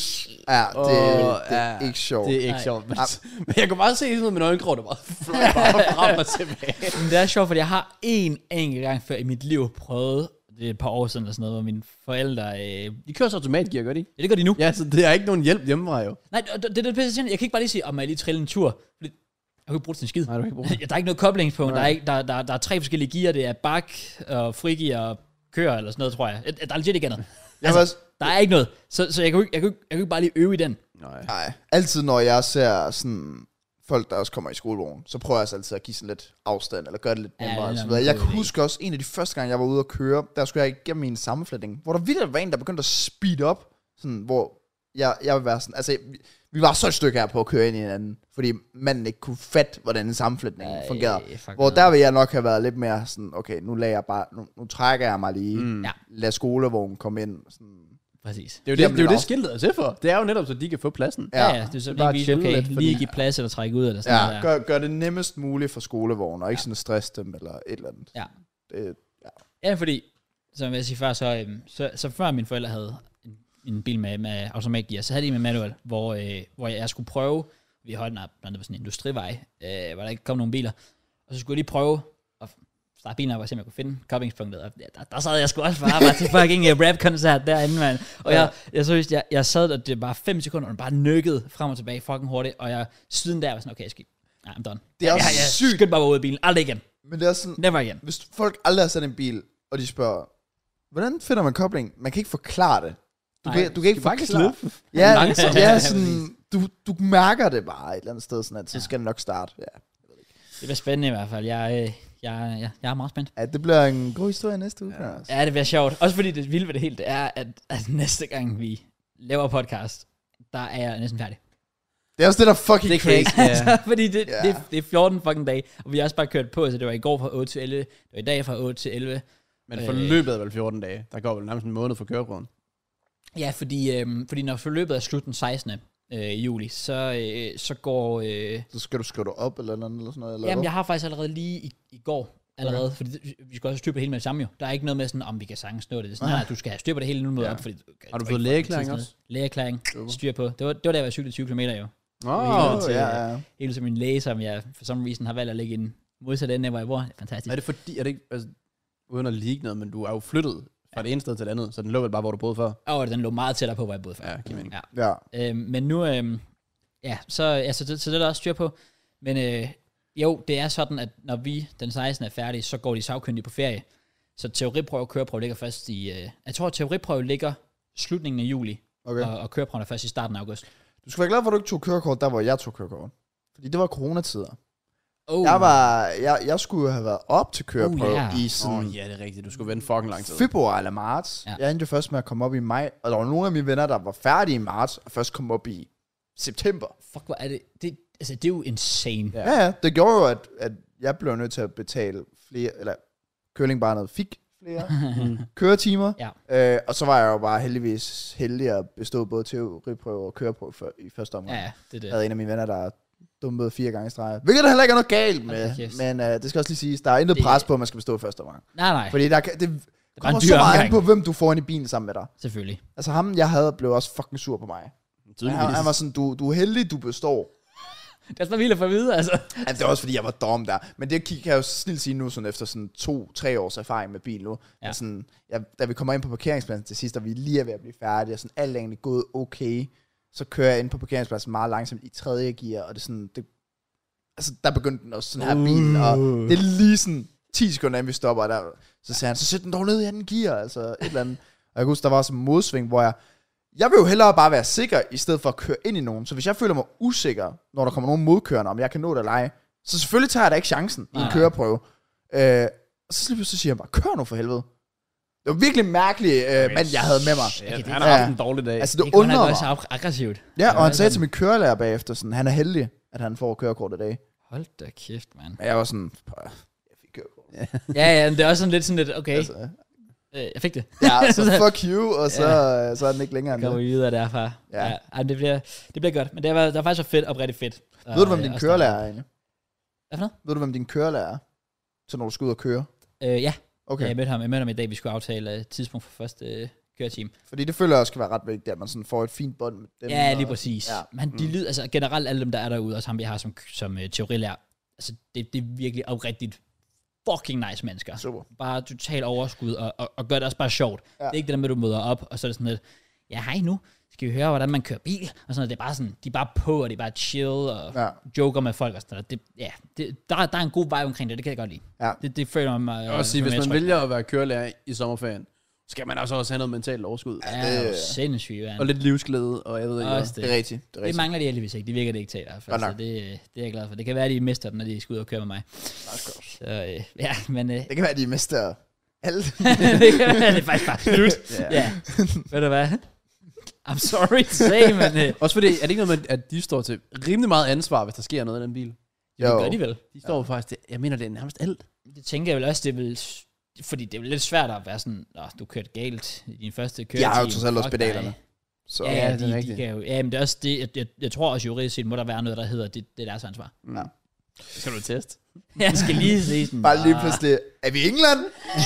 Ja, det, Åh, det er ja, ikke sjovt. Det er ikke Nej. sjovt. Men, men jeg kunne bare se sådan ud med mine øjenkrog, der bare fløj bare frem og tilbage. Men det er sjovt, fordi jeg har en enkelt gang før i mit liv prøvet, det er et par år siden eller sådan noget, hvor mine forældre... Øh, De kører så automatgear, gør de? ja, det gør de nu. Ja, så det er ikke nogen hjælp hjemmefra jo. Nej, det, det, det er det pisse. Jeg kan ikke bare lige sige, om jeg lige trille en tur. Fordi jeg kan ikke bruge det til en skid. Nej, du kan ikke bruge det. Der er ikke noget koblingspunkt. Der er, ikke, der, der, der er tre forskellige gear. Det er bak og frigear og kører eller sådan noget, tror jeg. Der er legit ikke andet. Altså, Altså, der er ikke noget. Så, så jeg kan jo ikke, jeg kan, jo ikke- jeg kan jo ikke bare lige øve i den. Nej. nej, altid når jeg ser sådan folk, der også kommer i skolevogn, så prøver jeg altså altid at give sådan lidt afstand, eller gøre det lidt Ja, nemmere. det Ja, er så en jeg god kan idé. huske også, en af de første gange, jeg var ude at køre, der skulle jeg igennem min sammenflætning, hvor der virkelig var en, der begyndte at speed op, sådan, hvor jeg, jeg vil være sådan, altså, vi, vi var så et stykke her på at køre ind i hinanden, fordi manden ikke kunne fatte, hvordan en sammenflætning Ej, fungerede. fuck Hvor noget. der vil jeg nok have været lidt mere sådan, okay, nu lader jeg bare, nu, nu trækker jeg mig lige, Mm. Ja. lad skolevognen komme ind. Sådan. Præcis. Det er jo det, Jamen, det, er jo lidt det skiltet er til for. Det er jo netop, så de kan få pladsen. Ja, Ja. ja, det er så Bare lige chille okay, lidt, fordi- lige give plads eller trække ud eller sådan Ja, noget der. gør, gør det nemmest muligt for skolevognen, og ikke sådan at stresse dem, eller et eller andet. Ja. Det, Ja, fordi, som jeg siger før, så, øhm, så, så før mine forældre havde en, en bil med, med automatgear, så havde de med manual, hvor, øh, hvor jeg, jeg skulle prøve, vi holdt op, blandt andet på sådan en industrivej, øh, hvor der ikke kom nogen biler, og så skulle jeg lige prøve at starte bilen op og se, om jeg kunne finde koblingspunktet, og der, der, der sad jeg sgu også for arbejde til fucking uh, rap-koncert derinde, mand. Og Ja. jeg, jeg, så, jeg, jeg sad, og det var fem sekunder, og den bare nykkede frem og tilbage fucking hurtigt, og jeg siden der var sådan, okay, jeg skal, nej, I'm done. Det er også jeg, jeg, sygt. Jeg skyndte bare ud af bilen, aldrig igen, men det er sådan, never igen. hvis folk aldrig har sat en bil, og de spørger, hvordan finder man kobling? Man kan ikke forklare det. Du, Nej, kan, du kan ikke bare kan forklare. slippe. Ja, Langsomt. ja, sådan, du, du mærker det bare et eller andet sted, sådan at så skal det nok starte. Ja. Det bliver spændende i hvert fald. Jeg, øh, jeg, jeg, jeg er meget spændt. Ja, det bliver en god historie næste uge. Ja. Ja, det bliver sjovt. Også fordi det vilde ved det hele, det er, at, at næste gang vi laver podcast, der er jeg næsten færdig. Det er også det, der er fucking Det kan crazy. ikke, ja. fordi det, Ja. det, det er fjorten fucking dage, og vi har også bare kørt på, så det var i går fra otte til elleve, det var i dag fra otte til elleve. Men forløbet er vel fjorten dage. Der går vel nærmest en måned for køreprøven. Ja, fordi, øhm, fordi når forløbet er slut den sekstende Øh, juli, så, øh, så går... Øh, Så skal du skrive det op eller noget, eller sådan noget. Eller jamen, hvad? jeg har faktisk allerede lige i, i går, allerede, okay. fordi det, vi skal også have styr på det hele med det samme jo. Der er ikke noget med sådan, om vi kan sagtens nå det. Det er sådan, nej, du skal have styr på det hele nu med Ja. op, fordi... Har du fået lægeerklæring også? Lægeerklæring, styr på. Det var, det var da jeg var syv til tyve kilometer jo. Åh, Åh, til- ja, ja. Helt som min læge, som jeg for some reason har valgt at lægge en modsat ende af, hvor jeg bor. Det er fantastisk. er det fordi, er det ikke, altså, uden at ligge noget, men du er jo flyttet fra det ene sted til det andet, så den lå vel bare, hvor du boede før? Og den lå meget tættere på, hvor jeg boede før. Ja, giver mening. Ja. Ja. Øhm, men nu, øhm, ja, så, altså, det, så det er der også styr på. Men øh, jo, det er sådan, at når vi den sekstende er færdige, så går de sagkyndige på ferie. Så teoriprøve og køreprøve ligger først i... Øh, jeg tror, at teoriprøve ligger slutningen af juli, Okay. og, og køreprøven er først i starten af august. Du skal være glad for, at du ikke tog kørekort, der hvor jeg tog kørekort. Fordi det var coronatider. Oh, Jeg var, jeg, jeg skulle jo have været op til køreprøve Oh, ja. i Åh, sådan oh, ja, det er rigtigt. Du skulle vente fucking lang tid. februar eller marts. Ja. Ja. Jeg endte jo først med at komme op i maj, og der var nogle af mine venner, der var færdige i marts, og først kom op i september. fuck, hvor er det... det altså, det er jo insane. Ja. Ja, ja. Det gjorde jo, at, at jeg blev nødt til at betale flere, eller curlingbarnet fik flere køretimer. Ja. Øh, og så var jeg jo bare heldigvis heldig at bestå både teoriprøve og køreprøve for, i første omgang. Ja, ja, det er det. Jeg havde en af mine venner, der dumpede fire gange i streg. Hvilket der heller ikke er noget galt Hold da med. kæft. Men uh, det skal også lige siges, der er intet Det- pres på, at man skal bestå første omgang. Nej, nej, Fordi der kan, det, det er bare kommer en så dyr meget an omgang. på, hvem du får ind i bilen sammen med dig. Selvfølgelig. Altså ham, jeg havde, blev også fucking sur på mig. Han, han var sådan, du, du er heldig, du består. Det er så vildt at få at vide, altså. Altså, det var også fordi, jeg var dum der. Men det kan jeg jo snilt sige nu, sådan efter sådan to-tre års erfaring med bil nu. Ja. Ja. Sådan, jeg, da vi kommer ind på parkeringspladsen til sidst, og vi lige er ved at blive færdige, og sådan alt er egentlig gået okay, så kører jeg ind på parkeringspladsen meget langsomt i tredje gear, og det er sådan, det, altså der begyndte den også sådan her bil, og det er lige sådan ti sekunder, inden vi stopper, og der, så sagde han, så sæt den dog ned i anden gear, altså et eller andet. Og jeg kan huske, der var sådan en modsving, hvor jeg, jeg vil jo hellere bare være sikker, i stedet for at køre ind i nogen. Så hvis jeg føler mig usikker, når der kommer nogen modkørende, om jeg kan nå det eller ej, så selvfølgelig tager jeg da ikke chancen i en Nej. køreprøve. Øh, og så lige så siger han bare, kør nu for helvede. Det var virkelig mærkeligt, øh, men jeg havde med mig. Ja, han har haft en dårlig dag. Altså Det det kunne han undrer også mig. ag- aggressivt. Ja, og var han sagde sådan- til min kørelærer bagefter, sådan, han er heldig, at han får kørekort i dag. Hold da kæft, mand. Men jeg var sådan, "Prøv, jeg fik kørekort. Ja, ja, men det er også sådan lidt sådan lidt, okay, Altså, øh, jeg fik det. ja, så fuck you, og så, ja. så er den ikke længere end Kommer det. vi videre derfra. Ja. Ja. Ja, det, bliver, det bliver godt. Men det var, det var faktisk så fedt, oprigtigt fedt. Ved du, hvem Og, din øh, kørelærer også- er egentlig? Hvad for noget? Ved du, hvem din kørelærer er? Så når du skal ud og køre? Øh, ja, Okay. ja, jeg mødte ham. Jeg mødte ham i dag, vi skulle aftale uh, tidspunkt for første uh, køreteam. Fordi det føler jeg også skal være ret vigtigt, at man sådan får et fint bånd med dem. Ja, lige og, præcis. Ja. Men de lyder, altså generelt alle dem, der er derude, også ham, jeg har som, som uh, teorilærer, altså det, det er virkelig oprigtigt fucking nice mennesker. Super. Bare total overskud, og, og, og gør det også bare sjovt. Ja. Det er ikke det der med, at du møder op, og så er det sådan lidt, ja hej nu, skal vi høre, hvordan man kører bil, og sådan noget. Det er bare sådan, de er bare på, og de er bare chill, og ja. joker med folk og sådan noget. Det, ja, det, der, der er en god vibe omkring det, det kan jeg godt lide. Ja. Det, det føler mig... Jeg vil også sige, hvis man vælger at være kørelærer i sommerferien, skal man altså også have noget mentalt overskud. Ja, det er sindssygt, ja. Og lidt livsglæde, og jeg ved ikke det. Det er rigtigt. Det, er rigtigt. Det mangler de heldigvis ikke. De virker det ikke til i hvert fald. Så det, det er jeg glad for. Det kan være, at de mister den, når de skal ud og køre med mig. Så, øh, ja, men... Øh, det kan være, at de mister alt. det kan være, det er faktisk bare slut. Ja. ja. Ved du hvad? I'm sorry to say, men... Øh, også fordi, er det ikke noget med, at de står til rimelig meget ansvar, hvis der sker noget i den bil? Jo. Det gør de vel. De står ja. faktisk til, jeg mener, det er nærmest alt. Det tænker jeg vel også, det vil... Fordi det er jo lidt svært at være sådan, Nå, du kørte galt i din første køretid. Jeg har jo trods alt også pedalerne. Så. Ja, ja, de, det er de kan jo, ja, men det er også det, jeg, jeg, jeg tror også juridisk set, må der være noget, der hedder, det, det er deres ansvar. Ja. Skal du teste? Jeg skal lige se sådan. Bare lige pludselig, er vi i England?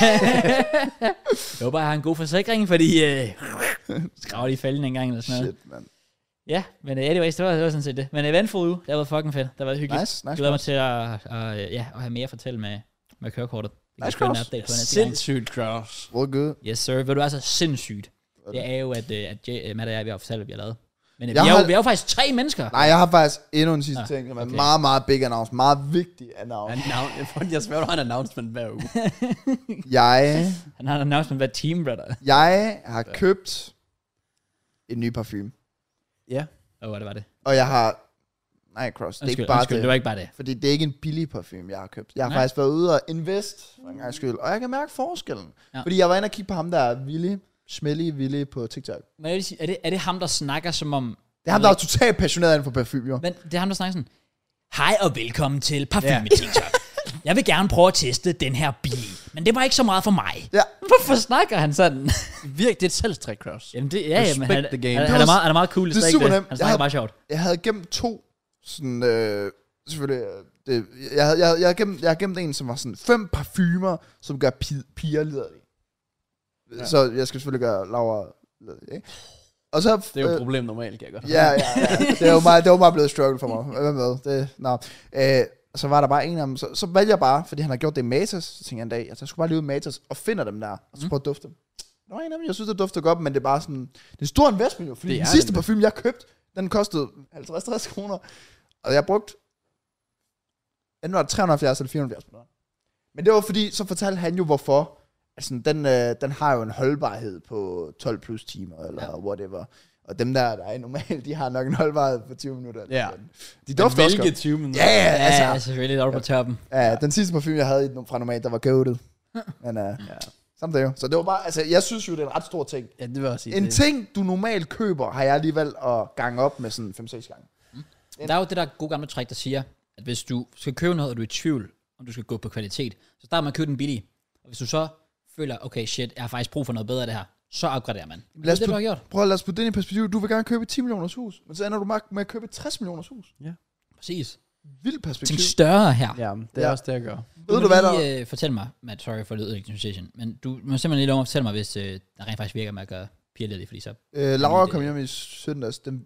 Jeg håber, jeg har en god forsikring, fordi øh, skraver de fælden en gang eller sådan noget. Shit, man. Ja, men anyways, det var, det var sådan set det. Men eventful uge, det har været fucking fedt. Det har været hyggeligt. Nice, nice. Jeg glæder mig til at, at, at, ja, at have mere at fortælle med, med kørekortet. Nice cross. Sindssygt cross. Well good. Yes, sir. Ved du, altså sindssygt. Det er jo, at, at J- Matt og jeg, vi har fortalt, at vi har lavet. Men vi er, har... jo, vi er jo faktisk tre mennesker. Nej, jeg har faktisk endnu en sidste ah, ting, som er okay. meget, meget big announcement. Meget vigtig announcement. Annou- jeg svæver, du har en announcement hver uge. jeg... Han har en announcement hver team, brother. Jeg har købt en ny parfume. Ja. Åh, oh, det var det. Og jeg har... Nej, Cross, det er undskyld, ikke bare undskyld, det. det var ikke bare det. Fordi det er ikke en billig parfume, jeg har købt. Jeg har Nej. faktisk været ude og invest for en gang skyld. Og jeg kan mærke forskellen. Ja. Fordi jeg var inde og kigge på ham, der er Willy. Smelly Willy på TikTok. Men jeg sige, er, det, er det ham, der snakker som om... Det er ham, der er totalt passioneret inden for parfume, jo. Men det er ham, der snakker sådan... Hej og velkommen til Parfume ja. TikTok. Jeg vil gerne prøve at teste den her bil. Men det var ikke så meget for mig. Ja. Hvorfor snakker han sådan? Virkelig, det er et selvstræk, Cross. Jamen det, ja, ja, men han, han, han, var, han, er meget, han er meget cool. Det er super nemt. Han snakker meget sjovt. Jeg havde gemt to sådan... Øh, selvfølgelig... Det, jeg, havde, jeg, jeg, havde gemt, jeg havde gemt en, som var sådan fem parfumer, som gør pi, piger liderlige. Ja. Så jeg skal selvfølgelig gøre Laura liderlig, ikke? Og så, det er jo et øh, problem normalt, kan jeg godt. Ja, ja, ja. Det er jo meget, det var meget blevet struggle for mig. Hvad med? Det, no. øh, så var der bare en af dem. Så, så valgte jeg bare, fordi han har gjort det i Matas, så tænkte jeg en dag, at jeg skulle bare lige ud i Matas og finder dem der, og så prøve at dufte dem. Der var en af dem, jeg synes, det dufter godt, men det er bare sådan, det er en stor investment jo, fordi den sidste parfume, jeg købte, den kostede halvtreds til tres kroner, og jeg brugte, enten var det tre hundrede og halvfjerds eller fire hundrede og halvfjerds. Men det var fordi, så fortalte han jo hvorfor. Altså, den, øh, den har jo en holdbarhed på tolv plus timer, eller ja. whatever. Og dem der, der er normalt, de har nok en holdbarhed på tyve minutter. Ja. De dufter også godt. tyve minutter. Ja, ja, altså. Ja, selvfølgelig oppe på toppen. Ja, den sidste parfume, jeg havde fra normalt, der var goated. Men uh, ja. Samtidig jo. Så det var bare, altså, jeg synes jo, det er en ret stor ting. Ja, det vil jeg sige. En det. ting, du normalt køber, har jeg alligevel at gange op med sådan fem seks gange. Mm. Der er jo det der gode gamle træk, der siger, at hvis du skal købe noget, og du er i tvivl, om du skal gå på kvalitet, så starter man at købe den billige. Og hvis du så føler, okay shit, jeg har faktisk brug for noget bedre af det her, så opgraderer man. Lad os det, det, du har gjort. Prøv at lade os putte det ind i perspektiv. Du vil gerne købe et ti millioners hus, men så ender du med at købe et tres millioners hus. Ja. Præcis. Vildt perspektiv. Tænk større her. Ja, det er ja. også det, jeg gør. Du Ved du hvad der? Lige, uh, fortæl mig, Matt, sorry for the conversation, men du må simpelthen lige lov at fortælle mig, hvis uh, der rent faktisk virker med at gøre piger ledige, fordi så... Øh, Laura kom hjem i søndags. Den,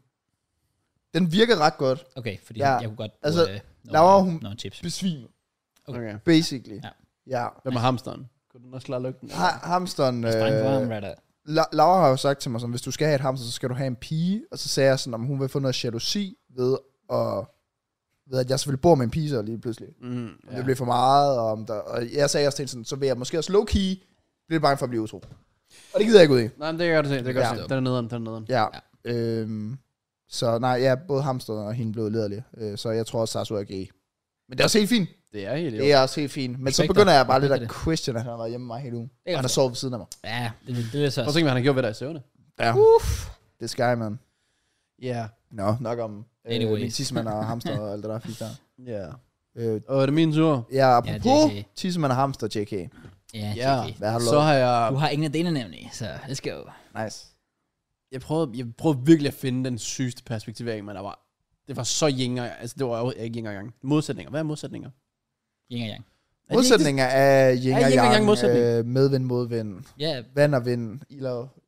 den virker ret godt. Okay, fordi ja. jeg kunne godt bruge altså, uh, Laura, hun nogle tips. besvimer. Okay. okay. Basically. Ja. ja. Hvad med hamsteren? Kunne du også klare lygten? Ha- hamsteren... Øh, La- Laura har jo sagt til mig sådan, hvis du skal have et hamster, så skal du have en pige. Og så sagde jeg sådan, om hun vil få noget jalousi ved, at, ved at jeg selvfølgelig bor med en pige så lige pludselig. Mm, ja. Det bliver for meget. Og, om der, og jeg sagde også til sådan, så vil jeg måske også low-key blive bange for at blive utro. Og det gider jeg ikke ud i. Nej, men det gør det se. Det gør ja. se. Den er nederen, den er nederen. Ja. ja. Øhm, så nej, ja, både hamsteren og hende blev lederlig. Øh, så jeg tror også, Sasu er gay. Men det er også helt fint. Det er helt Det er også helt fint. Men så begynder jeg bare lidt at question, at han har været hjemme med mig hele ugen. Og han har sovet ved siden af mig. Ja, det, det, det er så... Prøv at tænke, hvad han har gjort ved dig i søvne. Ja. Uff. Det er sky, man. Ja. Yeah. Nå, nok om øh, min tissemand og hamster og alt det der fint der. Ja. Øh, og er det min tur? Ja, apropos ja, tissemand og hamster, J K. Ja, ja. J K. Hvad har du så har jeg... Du har ingen af delene nemlig, så let's go. Nice. Jeg prøvede, jeg prøvede virkelig at finde den sygeste perspektivering, men der var... Det var så jinger, altså det var jo ikke jinger gang. Modsætninger. Hvad er modsætninger? Yin og yang. Modsætninger er yin og yang, yang øh, medvind, modvind, yeah. vand og vind, ild og,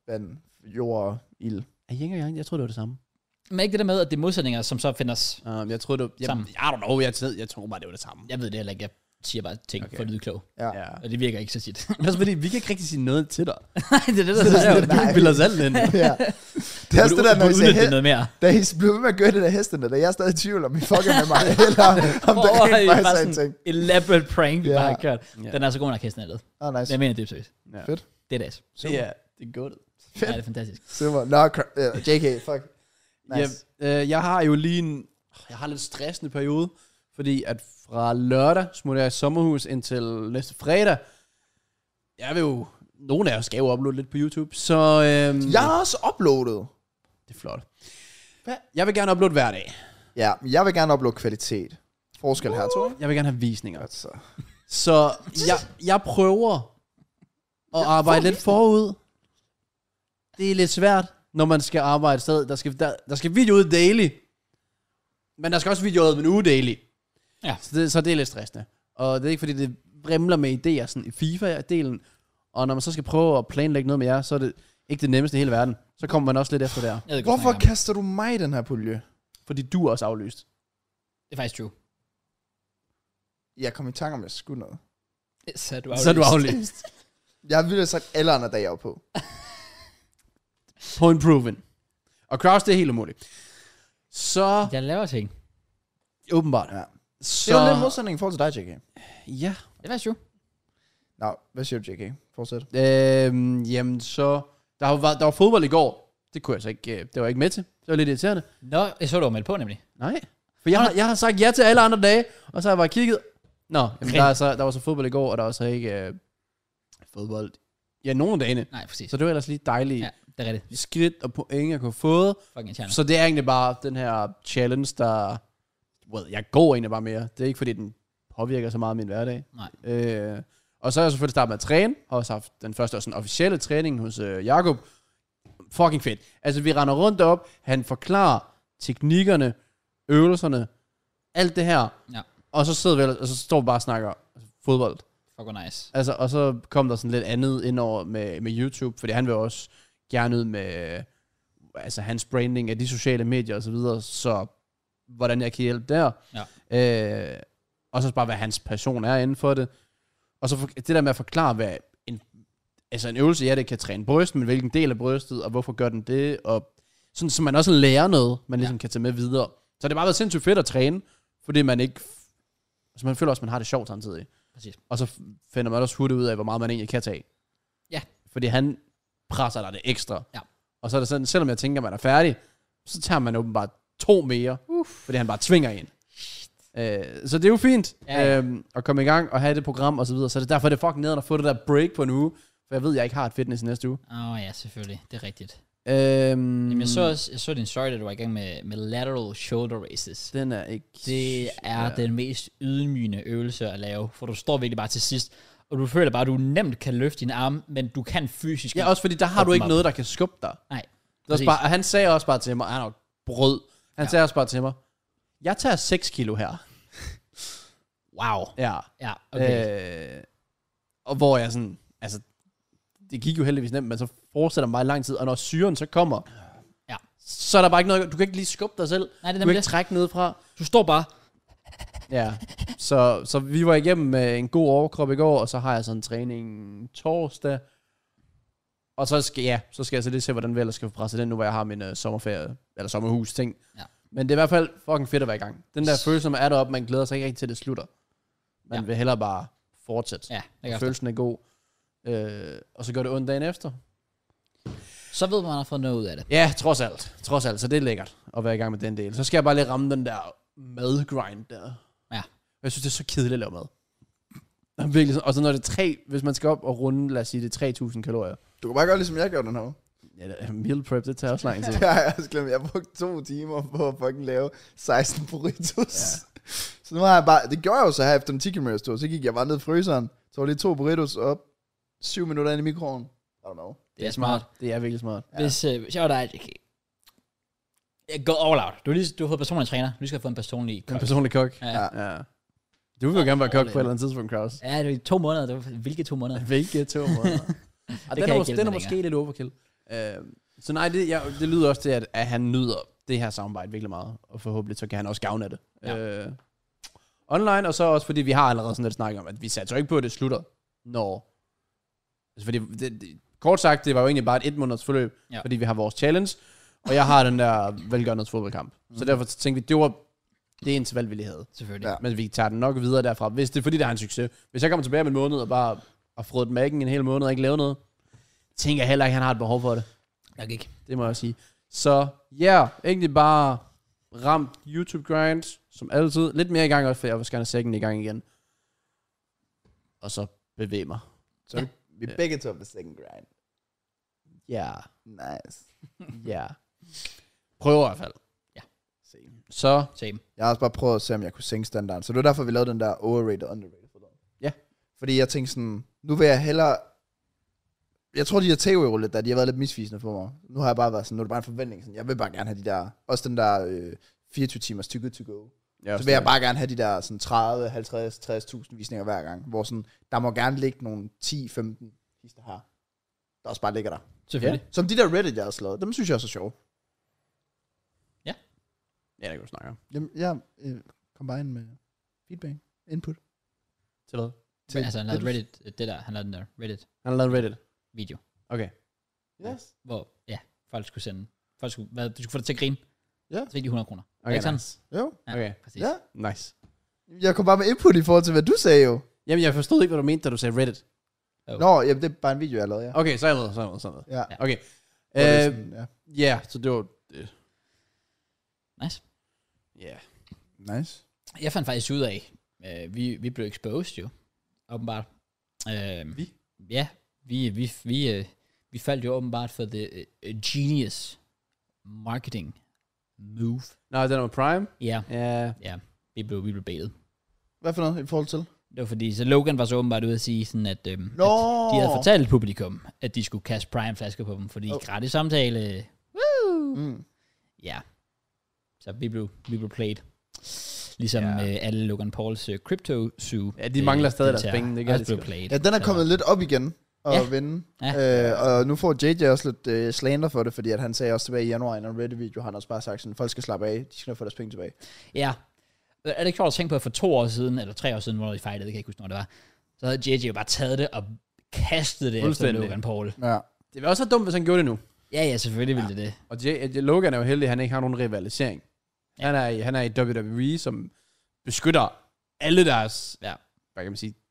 vand, jord, ild. Er yin og yang? Jeg tror det var det samme. Men ikke det der med, at det er modsætninger, som så findes Um, jeg tror det var... Jeg, sammen. I don't know, jeg, jeg tror bare, det var det samme. Jeg ved det heller ikke. Jeg siger bare ting okay. for at lyde klog. Ja. Ja. Og det virker ikke så tit. Men også fordi, vi kan ikke rigtig sige noget til dig. Nej, det er det, der er det. Du bilder os alt ind. Ja. Det er også det der, når I siger, det noget mere. da I blev ved med at gøre det der hestene, da jeg er stadig i tvivl, om I fucker med mig, eller om der oh, ikke bare sådan en ting. Elaborate prank, vi Ja. bare har kørt. Ja. Den er så god nok, hesten er lavet. Ah, nice. Jeg mener, det er seriøst. Ja. Fedt. Det er det. Det er, det er godt. Fedt. Ja, det er fantastisk. Super. Nå, uh, J K, fuck. Nice. Ja, øh, jeg har jo lige en... Jeg har lidt stressende periode, fordi at fra lørdag smutter jeg i sommerhus indtil næste fredag. Jeg vil jo... Nogle af jer skal jo uploade lidt på YouTube, så... Øhm, Jeg har også uploadet. Det er flot. Hvad? Jeg vil gerne uploade hver dag. Ja, jeg vil gerne uploade kvalitet. Forskel her, tror jeg. Jeg vil gerne have visninger. Altså. Så jeg, jeg prøver at arbejde lidt forud. Det er lidt svært, når man skal arbejde et sted. Der skal, der, der skal video ud daily. Men der skal også video ud en uge daily. Ja. Så det, så det er lidt stressende. Og det er ikke fordi, det vrimler med idéer sådan i FIFA-delen. Og når man så skal prøve at planlægge noget med jer, så er det ikke det nemmeste i hele verden. Så kommer man også lidt efter der. Jeg ved godt, Hvorfor kaster du mig i den her pulje? Fordi du er også aflyst. det er faktisk true. Jeg kom i tanke om, at jeg skulle noget. Så er du Så er du aflyst. Jeg har virkelig sagt alle andre dage, jeg var på. Point proven. Og Kraus, det er helt umuligt. Så... Jeg laver ting. Åbenbart. Ja. Så... Det er jo lidt modsætning i forhold til dig, J K. Ja. Det er faktisk true. Nå, hvad siger du, J K? Fortsæt. Øhm, jamen så... Der var, der var fodbold i går. Det kunne jeg så ikke... Det var jeg ikke med til. Det var lidt irriterende. Nå, jeg så, du var meldt på, nemlig. Nej. For jeg har, jeg har sagt ja til alle andre dage, og så har jeg bare kigget. Nå, jamen, der, er så, der var så fodbold i går, og der var så ikke øh, fodbold. Ja, nogle af dagene. Nej, præcis. Så det var ellers lige dejligt. Ja, det er rigtigt. Skridt og point, jeg kunne få. Fucking irriterende. Så det er egentlig bare den her challenge, der... Well, jeg går egentlig bare mere. Det er ikke, fordi den påvirker så meget min hverdag. Nej. Øh, og så er jeg selvfølgelig startet med at træne. Har også haft den første sådan, officielle træning hos øh, Jakob. Fucking fedt. Altså, vi render rundt op. Han forklarer teknikkerne, øvelserne, alt det her. Ja. Og så sidder vi, og så står vi bare og snakker fodbold. Fuck, hvor nice. Altså, og så kom der sådan lidt andet ind over med, med YouTube, fordi han vil også gerne ud med altså, hans branding af de sociale medier og så videre, så hvordan jeg kan hjælpe der. Ja. Øh, og så bare, hvad hans passion er inden for det. Og så for, det der med at forklare, hvad en, altså en øvelse, ja, det kan træne bryst, men hvilken del af brystet, og hvorfor gør den det, og sådan, så man også lærer noget, man ligesom ja. kan tage med videre. Så det har bare været sindssygt fedt at træne, fordi man ikke, altså man føler også, man har det sjovt samtidig. Præcis. Og så finder man også hurtigt ud af, hvor meget man egentlig kan tage. Ja. Fordi han presser dig det ekstra. Ja. Og så er det sådan, selvom jeg tænker, at man er færdig, så tager man åbenbart to mere, Uff. fordi han bare tvinger en. Øh, så det er jo fint ja, ja. Øhm, at komme i gang og have det program og så videre. Så det er derfor, det er fucking nederen at få det der break på en uge. For jeg ved, at jeg ikke har et fitness i næste uge. Åh oh, ja, selvfølgelig. Det er rigtigt. Øhm, Jamen, jeg så også, jeg så din story, da du var i gang med, med lateral shoulder raises. Den er ikke... Det er ja. den mest ydmygende øvelse at lave, for du står virkelig bare til sidst, og du føler bare, at du nemt kan løfte din arm, men du kan fysisk... Ja, også fordi der har du ikke op. noget, der kan skubbe dig. Nej, også bare, han sagde også bare til mig, han er brød. Han ja. sagde også bare til mig, jeg tager seks kilo her. Wow. Ja. Ja, okay. Øh, og hvor jeg sådan, altså, det gik jo heldigvis nemt, men så fortsætter mig i lang tid, og når syren så kommer, ja. så er der bare ikke noget, du kan ikke lige skubbe dig selv. Nej, det er du kan ikke det. trække noget fra. Du står bare. Ja, så, så vi var igennem med en god overkrop i går, og så har jeg sådan en træning torsdag. Og så skal, ja, så skal jeg så lige se, hvordan vi ellers skal få presset den, nu hvor jeg har min uh, sommerferie, eller sommerhus ting. Ja. Men det er i hvert fald fucking fedt at være i gang. Den der følelse, man er deroppe, man glæder sig ikke rigtig til, at det slutter. Man ja. vil hellere bare fortsætte. Ja, det følelsen er god. Øh, og så gør det ondt dagen efter. Så ved man, at man har fået noget ud af det. Ja, trods alt. Trods alt, så det er lækkert at være i gang med den del. Så skal jeg bare lige ramme den der madgrind der. Ja. Jeg synes, det er så kedeligt at lave mad. Virkelig, og så når det er tre, hvis man skal op og runde, lad os sige, det er tre tusind kalorier. Du kan bare gøre, ligesom jeg gjorde den her. Ja, meal prep, det tager også lang tid. Ja, jeg har glemt, jeg brugte to timer på at fucking lave seksten burritos. Ja. Så nu har jeg bare, det gjorde jeg jo så her efter en ti kilometer stod, så gik jeg bare ned i fryseren, så var lige to burritos op, syv minutter ind i mikroen. I don't know. Det er smart. Det er virkelig smart. Ja. Hvis, øh, hvis jeg var dig, J K, jeg går all out. Du har, lige, du har fået personlig træner, du skal have fået en personlig kok. En personlig kok. Ja. ja. Du vil jo gerne være kok på et eller andet tidspunkt, Kraus. Ja, det er to måneder. Det var, hvilke to måneder? Hvilke to måneder? Og den er, mås- den er måske lidt overkill. Øh, så nej, det, ja, det lyder også til, at, at han nyder det her samarbejde virkelig meget, og forhåbentlig så kan han også gavne af det. Ja. Øh, online, og så også fordi vi har allerede sådan lidt snakket om, at vi satser ikke på, at det slutter, når... Altså fordi, det, det, kort sagt, det var jo egentlig bare et et måneders forløb, ja. Fordi vi har vores challenge, og jeg har den der velgørendes fodboldkamp. Mm. Så derfor tænkte vi, det var det eneste valg, vi lige havde. Selvfølgelig. Ja. Men vi tager den nok videre derfra, hvis det er fordi, det har en succes. Hvis jeg kommer tilbage om en måned, og bare har frået mækken en hel måned, og ikke lavet noget, tænker jeg heller ikke, han har et behov for det. Nok ikke. Det må jeg sige. Så ja, yeah, egentlig bare ramt YouTube-grind, som altid. Lidt mere i gang også, for jeg vil gerne second i gang igen. Og så bevæge mig. Så ja. Vi er begge to på second grind. Ja. Yeah. Nice. Ja. Yeah. Prøv i hvert fald. Ja. Same. Så. Same. Jeg har også bare prøvet at se, om jeg kunne sænke standarden. Så det var derfor, vi lavede den der overrated, underrated for dig. Ja. Fordi jeg tænkte sådan, nu vil jeg hellere... Jeg tror, de der takeaway lidt der, de har været lidt misvisende for mig. Nu har jeg bare været sådan, nu er det bare en forventning. Sådan, jeg vil bare gerne have de der, også den der øh, fireogtyve timers too good to go. Ja, så vil jeg bare gerne have de der sådan tredive, halvtreds, tres tusind visninger hver gang. Hvor sådan, der må gerne ligge nogle ti femten hister her. Der også bare ligger der. Selvfølgelig. Ja. Som de der Reddit, jeg har slået, dem synes jeg også er sjove. Ja. Ja, det kan du snakke om. Jamen, jeg øh, kom bare ind med feedback, input. Til hvad? Til altså, han lavede Reddit, det der, han lavede den der Reddit. Han har lavet Reddit? Video. Okay. Yes. Hvor, ja, folk skulle sende, folk skulle, hvad, du skulle få det til at grine. Ja. Så fik de hundrede kroner. Okay, ikke nice. sådan? Jo. Ja, okay. præcis. Ja. Nice. Jeg kom bare med input i forhold til, hvad du sagde jo. Jamen, jeg forstod ikke, hvad du mente, da du sagde Reddit. Oh. Nå, jamen, det er bare en video, jeg lavede, ja. Okay, så er jeg med, så er jeg med, så er jeg med. Ja. Okay. Øh, Øh, sådan, ja. ja, så det var... det. Nice. Ja. Yeah. Nice. Jeg fandt faktisk ud af, øh, vi, vi blev exposed jo, åbenbart. Øh, Vi? Ja, vi, vi, vi, øh, vi faldt jo åbenbart for the uh, genius marketing move. Nå, den var Prime? Ja, Ja. ja, vi blev, vi blev baitet. Hvad for noget i forhold til? Det var fordi, så Logan var så åbenbart ude at sige sådan, at, øhm, Nå. at de havde fortalt publikum, at de skulle kaste Prime-flasker på dem, fordi Oh. gratis samtale, woo! Mm. Ja, så vi blev, vi blev played. Ligesom Ja. øh, alle Logan Pauls øh, crypto zoo. Ja, de mangler stadig deres penge, det kan også de blev played. Ja, den er Så- kommet lidt op igen og Ja. vinde. Ja. Øh, og nu får J J også lidt øh, slander for det, fordi at han sagde også tilbage i januar i en Reddit-video, han har også bare sagt sådan, folk skal slappe af, de skal nok få deres penge tilbage. Ja. Er det ikke sjovt at tænke på, at for to år siden, eller tre år siden, hvor de fejlede, det kan jeg ikke huske, når det var, så havde J J jo bare taget det og kastet det efter Fuldstændig. Logan Paul. Ja. Det var også så dumt, hvis han gjorde det nu. Ja, ja, selvfølgelig ville det det. Og J- J- Logan er jo heldig, at han ikke har nogen rivalisering. Ja. Han, er i, han er i W W E, som beskytter alle deres, Ja. hvad kan man sige,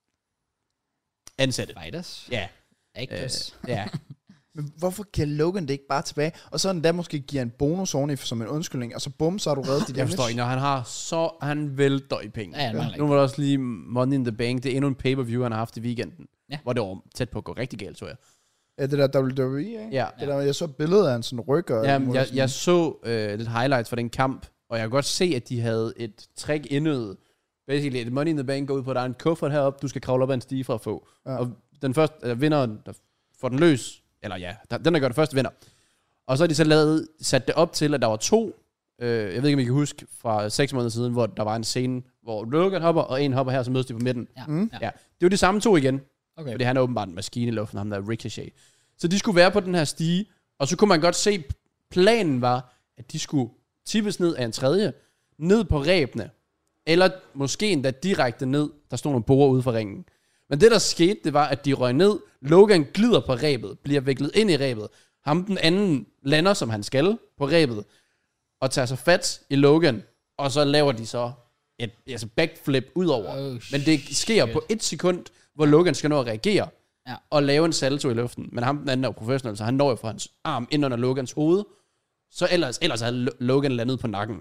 ansatte. Fighters. Ja. Actors. Øh, ja. Men hvorfor giver Logan det ikke bare tilbage? Og så endda måske giver en bonus oveni som en undskyldning, og så bum, så har du reddet dit Jeg forstår ikke, når han har så, han vælter i penge. Ja, han mangler Nu var der også lige Money in the Bank, det er endnu en pay-per-view, han har haft i weekenden. Ja. Hvor det var tæt på at gå rigtig galt, tror jeg. Ja, det der W W E, ikke? Ja. Det der, jeg så billedet af en sådan ryg og... Jamen, jeg, jeg så øh, lidt highlights fra den kamp, og jeg kan godt se, at de havde et trick indøvet. Basically, et Money in the Bank går ud på, at der er en kuffert heroppe, du skal kravle op ad en stige for at få. Ja. Og den første, eller vinderen, der får den løs, eller ja, der, den der gør det første, vinder. Og så har de så lavet, sat det op til, at der var to, øh, jeg ved ikke, om I kan huske, fra seks måneder siden, hvor der var en scene, hvor Logan hopper, og en hopper her, så mødes de på midten. Ja. Mm. Ja. Ja, det var de samme to igen. Okay. Fordi han er åbenbart en maskine i luften, ham der er Ricochet. Så de skulle være på den her stige, og så kunne man godt se, planen var, at de skulle tippes ned af en tredje, ned på ræbene, eller måske endda direkte ned, der stod nogle borer ude for ringen. Men det der skete, det var, at de røg ned, Logan glider på ræbet, bliver viklet ind i ræbet, ham den anden lander, som han skal, på ræbet, og tager sig fat i Logan, og så laver de så et altså backflip ud over. Oh, Men det sker shit. på et sekund, hvor Logan skal nå at reagere, Ja. og lave en salto i luften. Men ham den anden er jo professionel, så han når jo fra hans arm ind under Logans hoved. Så ellers, ellers havde Logan landet på nakken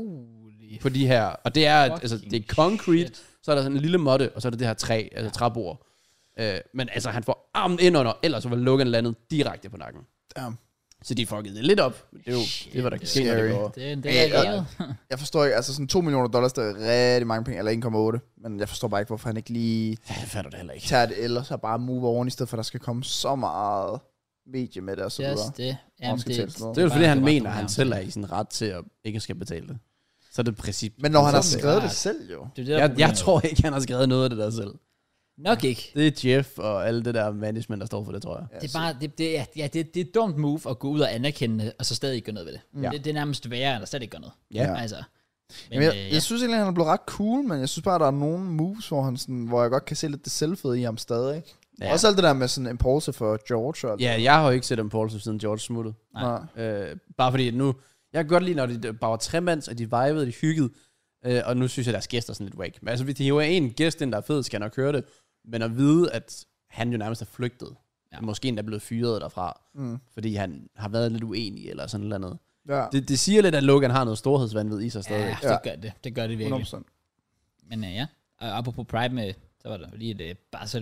Holy på de her. Og det er, altså, fucking det er concrete, shit. så er der sådan en lille måtte, og så er der det her træ, altså Ja. træbord. Øh, men altså, han får armen ind under, ellers så var Logan landet direkte på nakken. Damn. Så de fuckede det lidt op. Det er jo det, var der kan ske, når det Scary. går. Det, er- det Ja, er ja. reaget. Jeg forstår ikke, altså sådan to millioner dollars, der er rigtig mange penge, eller en komma otte, men jeg forstår bare ikke, hvorfor han ikke lige Ja, jeg fatter det heller ikke. tager det, eller så bare move over, i stedet for, at der skal komme så meget medie med det, og så Det er videre. også det. Jamen, skal tælle sådan noget. Det er jo fordi, han bare- mener, bare- at han selv er i sin ret til at ikke skal betale det. Så er det præcis. Men når han har Så er det skrevet klart. det selv, jo. Det er det, der er Jeg, jeg problemet. tror ikke, han har skrevet noget af det der selv. Nok ikke. Det er Jeff og alle det der management, der står for det, tror jeg. Ja, det er bare, det, det, ja, ja, det, det er et dumt move at gå ud og anerkende det, og så stadig ikke gøre noget ved det. Mm. det. Det er nærmest værre, end at stadig ikke gøre noget. Ja. Altså, men, Jamen, jeg, øh, ja. jeg synes egentlig, han er blevet ret cool, men jeg synes bare, der er nogle moves, hvor, han sådan, hvor jeg godt kan se lidt det selvfede i ham stadig. Ja. Også alt det der med sådan impulse for George. Og Ja, jeg har jo ikke set impulse siden George smuttede. Nej. Øh, bare fordi nu, jeg kan godt lide, når de bare var tremands, og de vibede, de hyggede. Øh, og nu synes jeg, deres gæster er sådan lidt wake. Men altså, hvis de hiver en gæst ind, der er fed, skal jeg nok høre det. Men at vide, at han jo nærmest er flygtet. Ja. Måske endda blevet fyret derfra. Mm. Fordi han har været lidt uenig, eller sådan noget andet. Ja. Det, det siger lidt, at Logan har noget storhedsvanvid i sig stadig. Ja, det gør det. Det gør det virkelig. hundrede procent. Men uh, ja, og apropos Pride med, så var der lige et uh,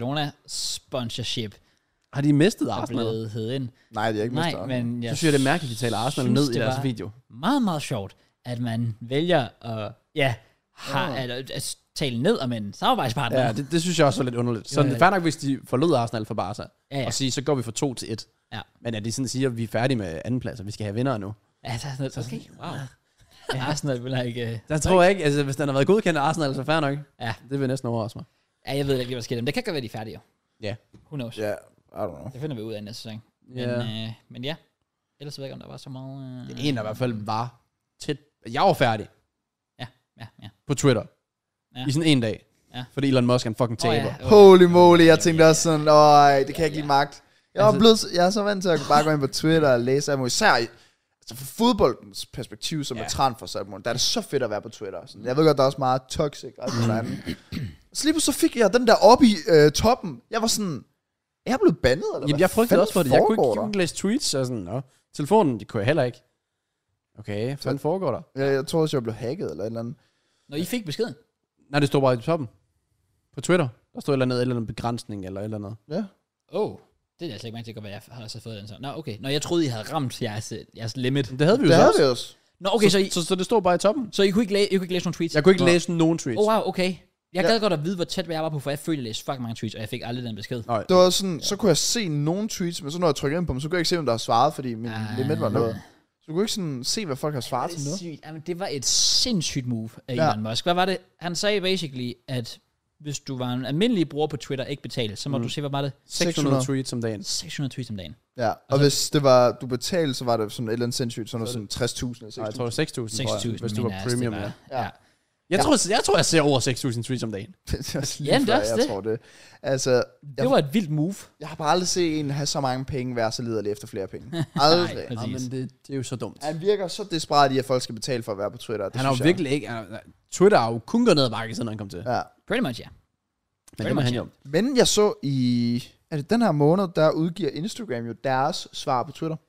Barcelona-sponsorship, Har de mistet der Arsenal? blev hed ind. Nej, det er ikke Nej, mistet. men jeg Så synes jeg, det er mærkeligt, at de taler Arsenal synes, ned i det deres var video. meget, meget sjovt, at man vælger at, ja, har, Ja. at, at, at tale ned om en samarbejdspartner. Ja, det, det synes jeg også er lidt underligt. Så Jo, det ja. er fair nok, hvis de forlod Arsenal for Barca, Ja, ja. og sige, så går vi fra to til et. Ja. Men at de sådan siger, at vi er færdige med andenpladser, vi skal have vindere nu. Ja, så er sådan noget, okay, wow. Ja, Arsenal vil jeg ikke... Der tror jeg ikke, altså hvis den har været godkendt af Arsenal, så fair nok. Ja. Det vil næsten overraske mig. Ja, jeg ved ikke, hvad der sker dem. Det kan godt være, de er færdige, jo. Ja. Who knows? Ja, I don't know. Det finder vi ud af næste sæson. Men, Ja. øh, men ja, ellers ved jeg ikke, om der var så meget... Øh... Det er en, der i hvert fald var tæt. Jeg var færdig Ja, ja, ja. på Twitter. Ja. I sådan en dag. Ja. Fordi Elon Musk er en fucking Åh, taber. ja. Holy moly, jeg tænkte også sådan, åh, det kan jeg ikke lide magt. Jeg er, Altså- blevet, jeg er så vant til at bare gå ind på Twitter og læse alt muligt. Især i- altså fra fodboldens perspektiv, som Ja. er transfer, så der er det så fedt at være på Twitter. Sådan, jeg ved godt, der er også meget toxic og alt det andet. Så lige så fik jeg den der op i øh, toppen. Jeg var sådan, er jeg blevet bandet? Eller Jamen, hvad jeg frygtede fanden også for det. Jeg kunne ikke, foregår jeg der? kunne ikke læse tweets og sådan. Nå. Telefonen, det kunne jeg heller ikke. Okay, hvad fanden foregår der? Jeg, jeg tror også, jeg blev hacket eller et eller andet. Når I fik beskeden? Nej, det stod bare i toppen. På Twitter. Der stod et eller andet, et eller andet begrænsning eller et eller andet. Ja. Oh, det er altså ikke mærke til, hvad jeg har så fået den så. Nå, okay. Når jeg troede, I havde ramt jeres, jeres limit. Det havde vi jo Det så havde også. vi også. Nå, okay, så, så, I, så, så det stod bare i toppen. så I, kunne ikke læ- I kunne ikke læse nogle tweets? Jeg kunne ikke Nå. læse nogen tweets. Oh, wow, okay. Jeg Ja. gad godt at vide, hvor tæt jeg var på, for jeg følte, at jeg læste fucking mange tweets, og jeg fik aldrig den besked. Nej. Det var sådan, så kunne jeg se nogle tweets, men så når jeg trykker ind på dem, så kunne jeg ikke se, om der har svaret, fordi min Ah. limit var nået. Så du kunne ikke sådan se, hvad folk har svaret til det, er noget. sygt. Jamen, det var et sindssygt move af Ja. Elon Musk. Hvad var det? Han sagde basically, at hvis du var en almindelig bruger på Twitter, ikke betale, så må Mm. du se, hvad var det? seks hundrede tweets om dagen. seks hundrede tweets om dagen. Ja, og hvis det var, du betalte, så var det sådan et eller andet sindssygt, sådan noget sådan tres tusind eller Nej, jeg seks tror, det tusind. er seks tusind, tror seks jeg, tusind, hvis du var mener jeg, altså, premium. det Ja. var. Ja. Ja. Jeg, tror, jeg tror, jeg ser over seks tusind tweets om dagen. Det er også lige Jamen, det er før, også jeg det. tror det. Altså, Det jeg, var et vildt move. jeg har bare aldrig set en have så mange penge, være så liderlig efter flere penge. Aldrig. Nej, Ja, præcis. men det, det er jo så dumt. Han virker så desperat i, at folk skal betale for at være på Twitter. Det Han har jo synes jeg. virkelig ikke... han- Twitter har jo kun gået ned ad bakke, siden han kom til. Ja. Pretty much, ja. Men det må much, han ja. jo. Men jeg så i... Er det den her måned, der udgiver Instagram jo deres svar på Twitter?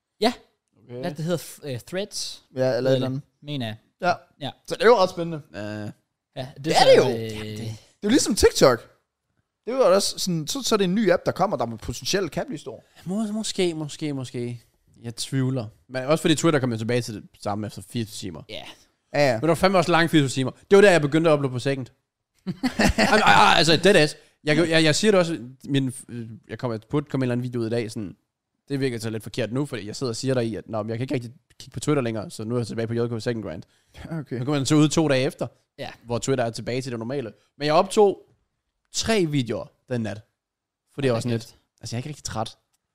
Okay. Hvad det hedder? Uh, threads, Ja, eller et eller andet. mener jeg. Ja. Ja. Så det er jo ret spændende. Uh, Ja, det, Det er det jo. Øh, Det er jo ligesom TikTok. Det er jo også sådan, så, så er det en ny app, der kommer, der potentielt kan blive stor. må, måske, måske, måske. Jeg tvivler. Men også fordi Twitter kom jo tilbage til det samme efter fireogtyve timer. Ja. Ja, ja. Men det var fandme også lange fireogtyve timer. Det var der, jeg begyndte at uploade på second. Ej, ej, ej, altså, dead ass. Jeg, jeg, jeg siger det også, min, øh, jeg kommer på komme en eller anden video ud i dag, sådan, det virker så lidt forkert nu, fordi jeg sidder og siger der i, at nå, men jeg kan ikke rigtig kigge på Twitter længere, så nu er jeg tilbage på J K Second Grind. Okay. Nu kommer den så ud to dage efter, Ja. hvor Twitter er tilbage til det normale. Men jeg optog tre videoer den nat. For det er også lidt. Altså, jeg er ikke rigtig træt.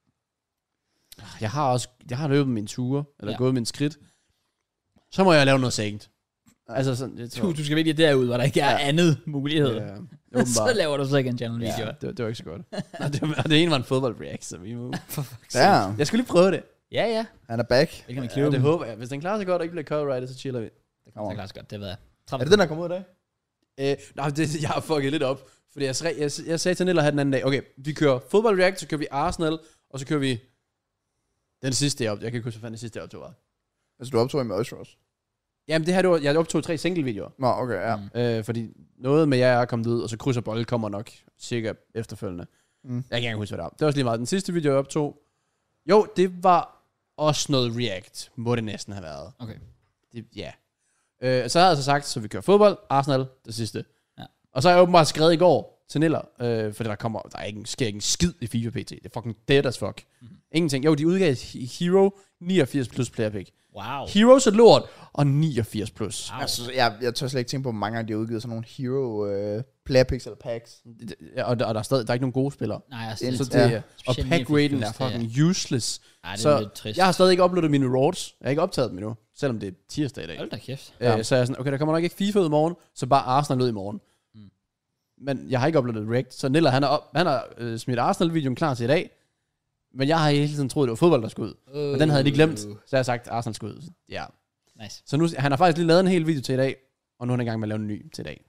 Jeg har også, jeg har løbet min ture, eller Ja. ja. gået min skridt. Så må jeg lave noget second. Altså sådan, jeg tror, Du, du skal virkelig derud, hvor der ikke er Ja. andet mulighed. ja, Så åbenbart. laver du så ikke en channel video. Ja, det, det var ikke så godt. Og det, og det ene var en fodbold react, så vi må... Ja, Jeg skulle lige prøve det. Ja, ja. han er back. Det kan man Ja, kløve. det håber jeg. Hvis den klarer sig godt og ikke bliver copyrightet, så chiller vi. Det kommer klart godt, det ved jeg. Er det den, der kommer ud i dag? Øh, nej, det, jeg har fucket lidt op. Fordi jeg, jeg, jeg sagde til Nilla her den anden dag, okay, vi kører fodbold react, så kører vi Arsenal, og så kører vi den sidste jeg op. Jeg kan ikke huske, hvad fanden det sidste jeg optog var. Altså, du optog med Oceros. Jamen det her, det var, jeg optog tre single-videoer. Nå, okay, ja. Mm. Øh, fordi noget med jer er kommet ud, og så krydser bold kommer nok cirka efterfølgende. Mm. Jeg kan ikke huske, hvad det var. Det var også lige meget. Den sidste video, jeg optog, jo, det var også noget react, må det næsten have været. Okay. Det, ja. Øh, så har jeg så sagt, så vi kører fodbold, Arsenal, det sidste. Ja. Og så har jeg åbenbart skrevet i går til Niller, øh, fordi der kommer, der er ikke, sker ikke en skid i FIFA P T. Det er fucking dead as fuck. Mhm. Ingenting. Jo, de udgav i Hero niogfirs plus player pick. Wow. Heroes er lort, og niogfirs plus. Wow. Altså, jeg, jeg tør slet ikke tænke på, hvor mange gange de har udgivet sådan nogle hero øh, player picks eller packs. Ja, og der, og der er stadig der er ikke nogen gode spillere. Nej, altså, Det er Så det, det, Ja. ja. Og pack-raten er fucking useless. Ej, det er Så lidt trist. jeg har stadig ikke uploadet mine rewards. Jeg har ikke optaget dem endnu, selvom det er tirsdag i dag. Hold da kæft. Ja. Øh, så jeg er sådan, okay, der kommer nok ikke FIFA ud i morgen, så bare Arsenal ud i morgen. Mm. Men jeg har ikke uploadet React, så Niller, han har, op, han har øh, smidt Arsenal-videoen klar til i dag. Men jeg har hele tiden troet, det var fodbold, der skulle ud. Uh. Og den havde de glemt, så jeg har sagt, Arsenal skulle ud. Ja. Nice. Så nu, han har faktisk lige lavet en hel video til i dag, og nu er han i gang med at lave en ny til i dag.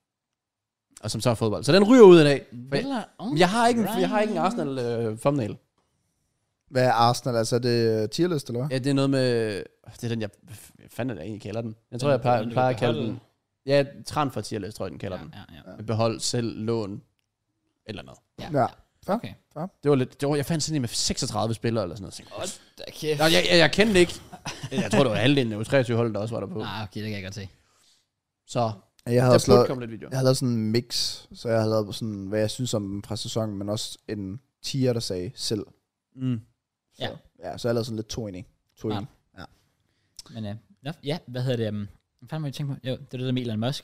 Og som så er fodbold. Så den ryger ud i dag. Jeg, jeg, har ikke en, jeg har ikke en Arsenal øh, thumbnail. Hvad er Arsenal? Altså, er det tierlist, eller hvad? Ja, det er noget med... Det er den, jeg... Hvad fanden er det egentlig kalder den? Jeg tror, jeg plejer, plejer at kalde den... Ja, transfer tierlist, tror jeg, den kalder ja, den. Ja, ja. Med behold, selv, lån, eller noget. Ja. Ja. Okay. Det var lidt... Det var, jeg fandt sådan en med seksogtredive spillere, eller sådan noget. Hold da kæft. Nå, jeg, jeg, jeg kendte ikke. Jeg tror, det var halvdelen af U treogtyve hold, der også var der på. Ah, okay, det kan jeg godt se. Så Jeg havde der også burde lavet, komme lidt video. jeg havde lavet sådan en mix, så jeg havde lavet sådan, hvad jeg synes om dem fra sæsonen, men også en tier, der sagde selv. Mm. Så, Ja. ja, så jeg lavede sådan lidt to i to i Ja. Ja. Men øh, ja, ja, hvad hedder det? Um, hvad fanden må jeg tænke på? Jo, det er det der med Elon Musk.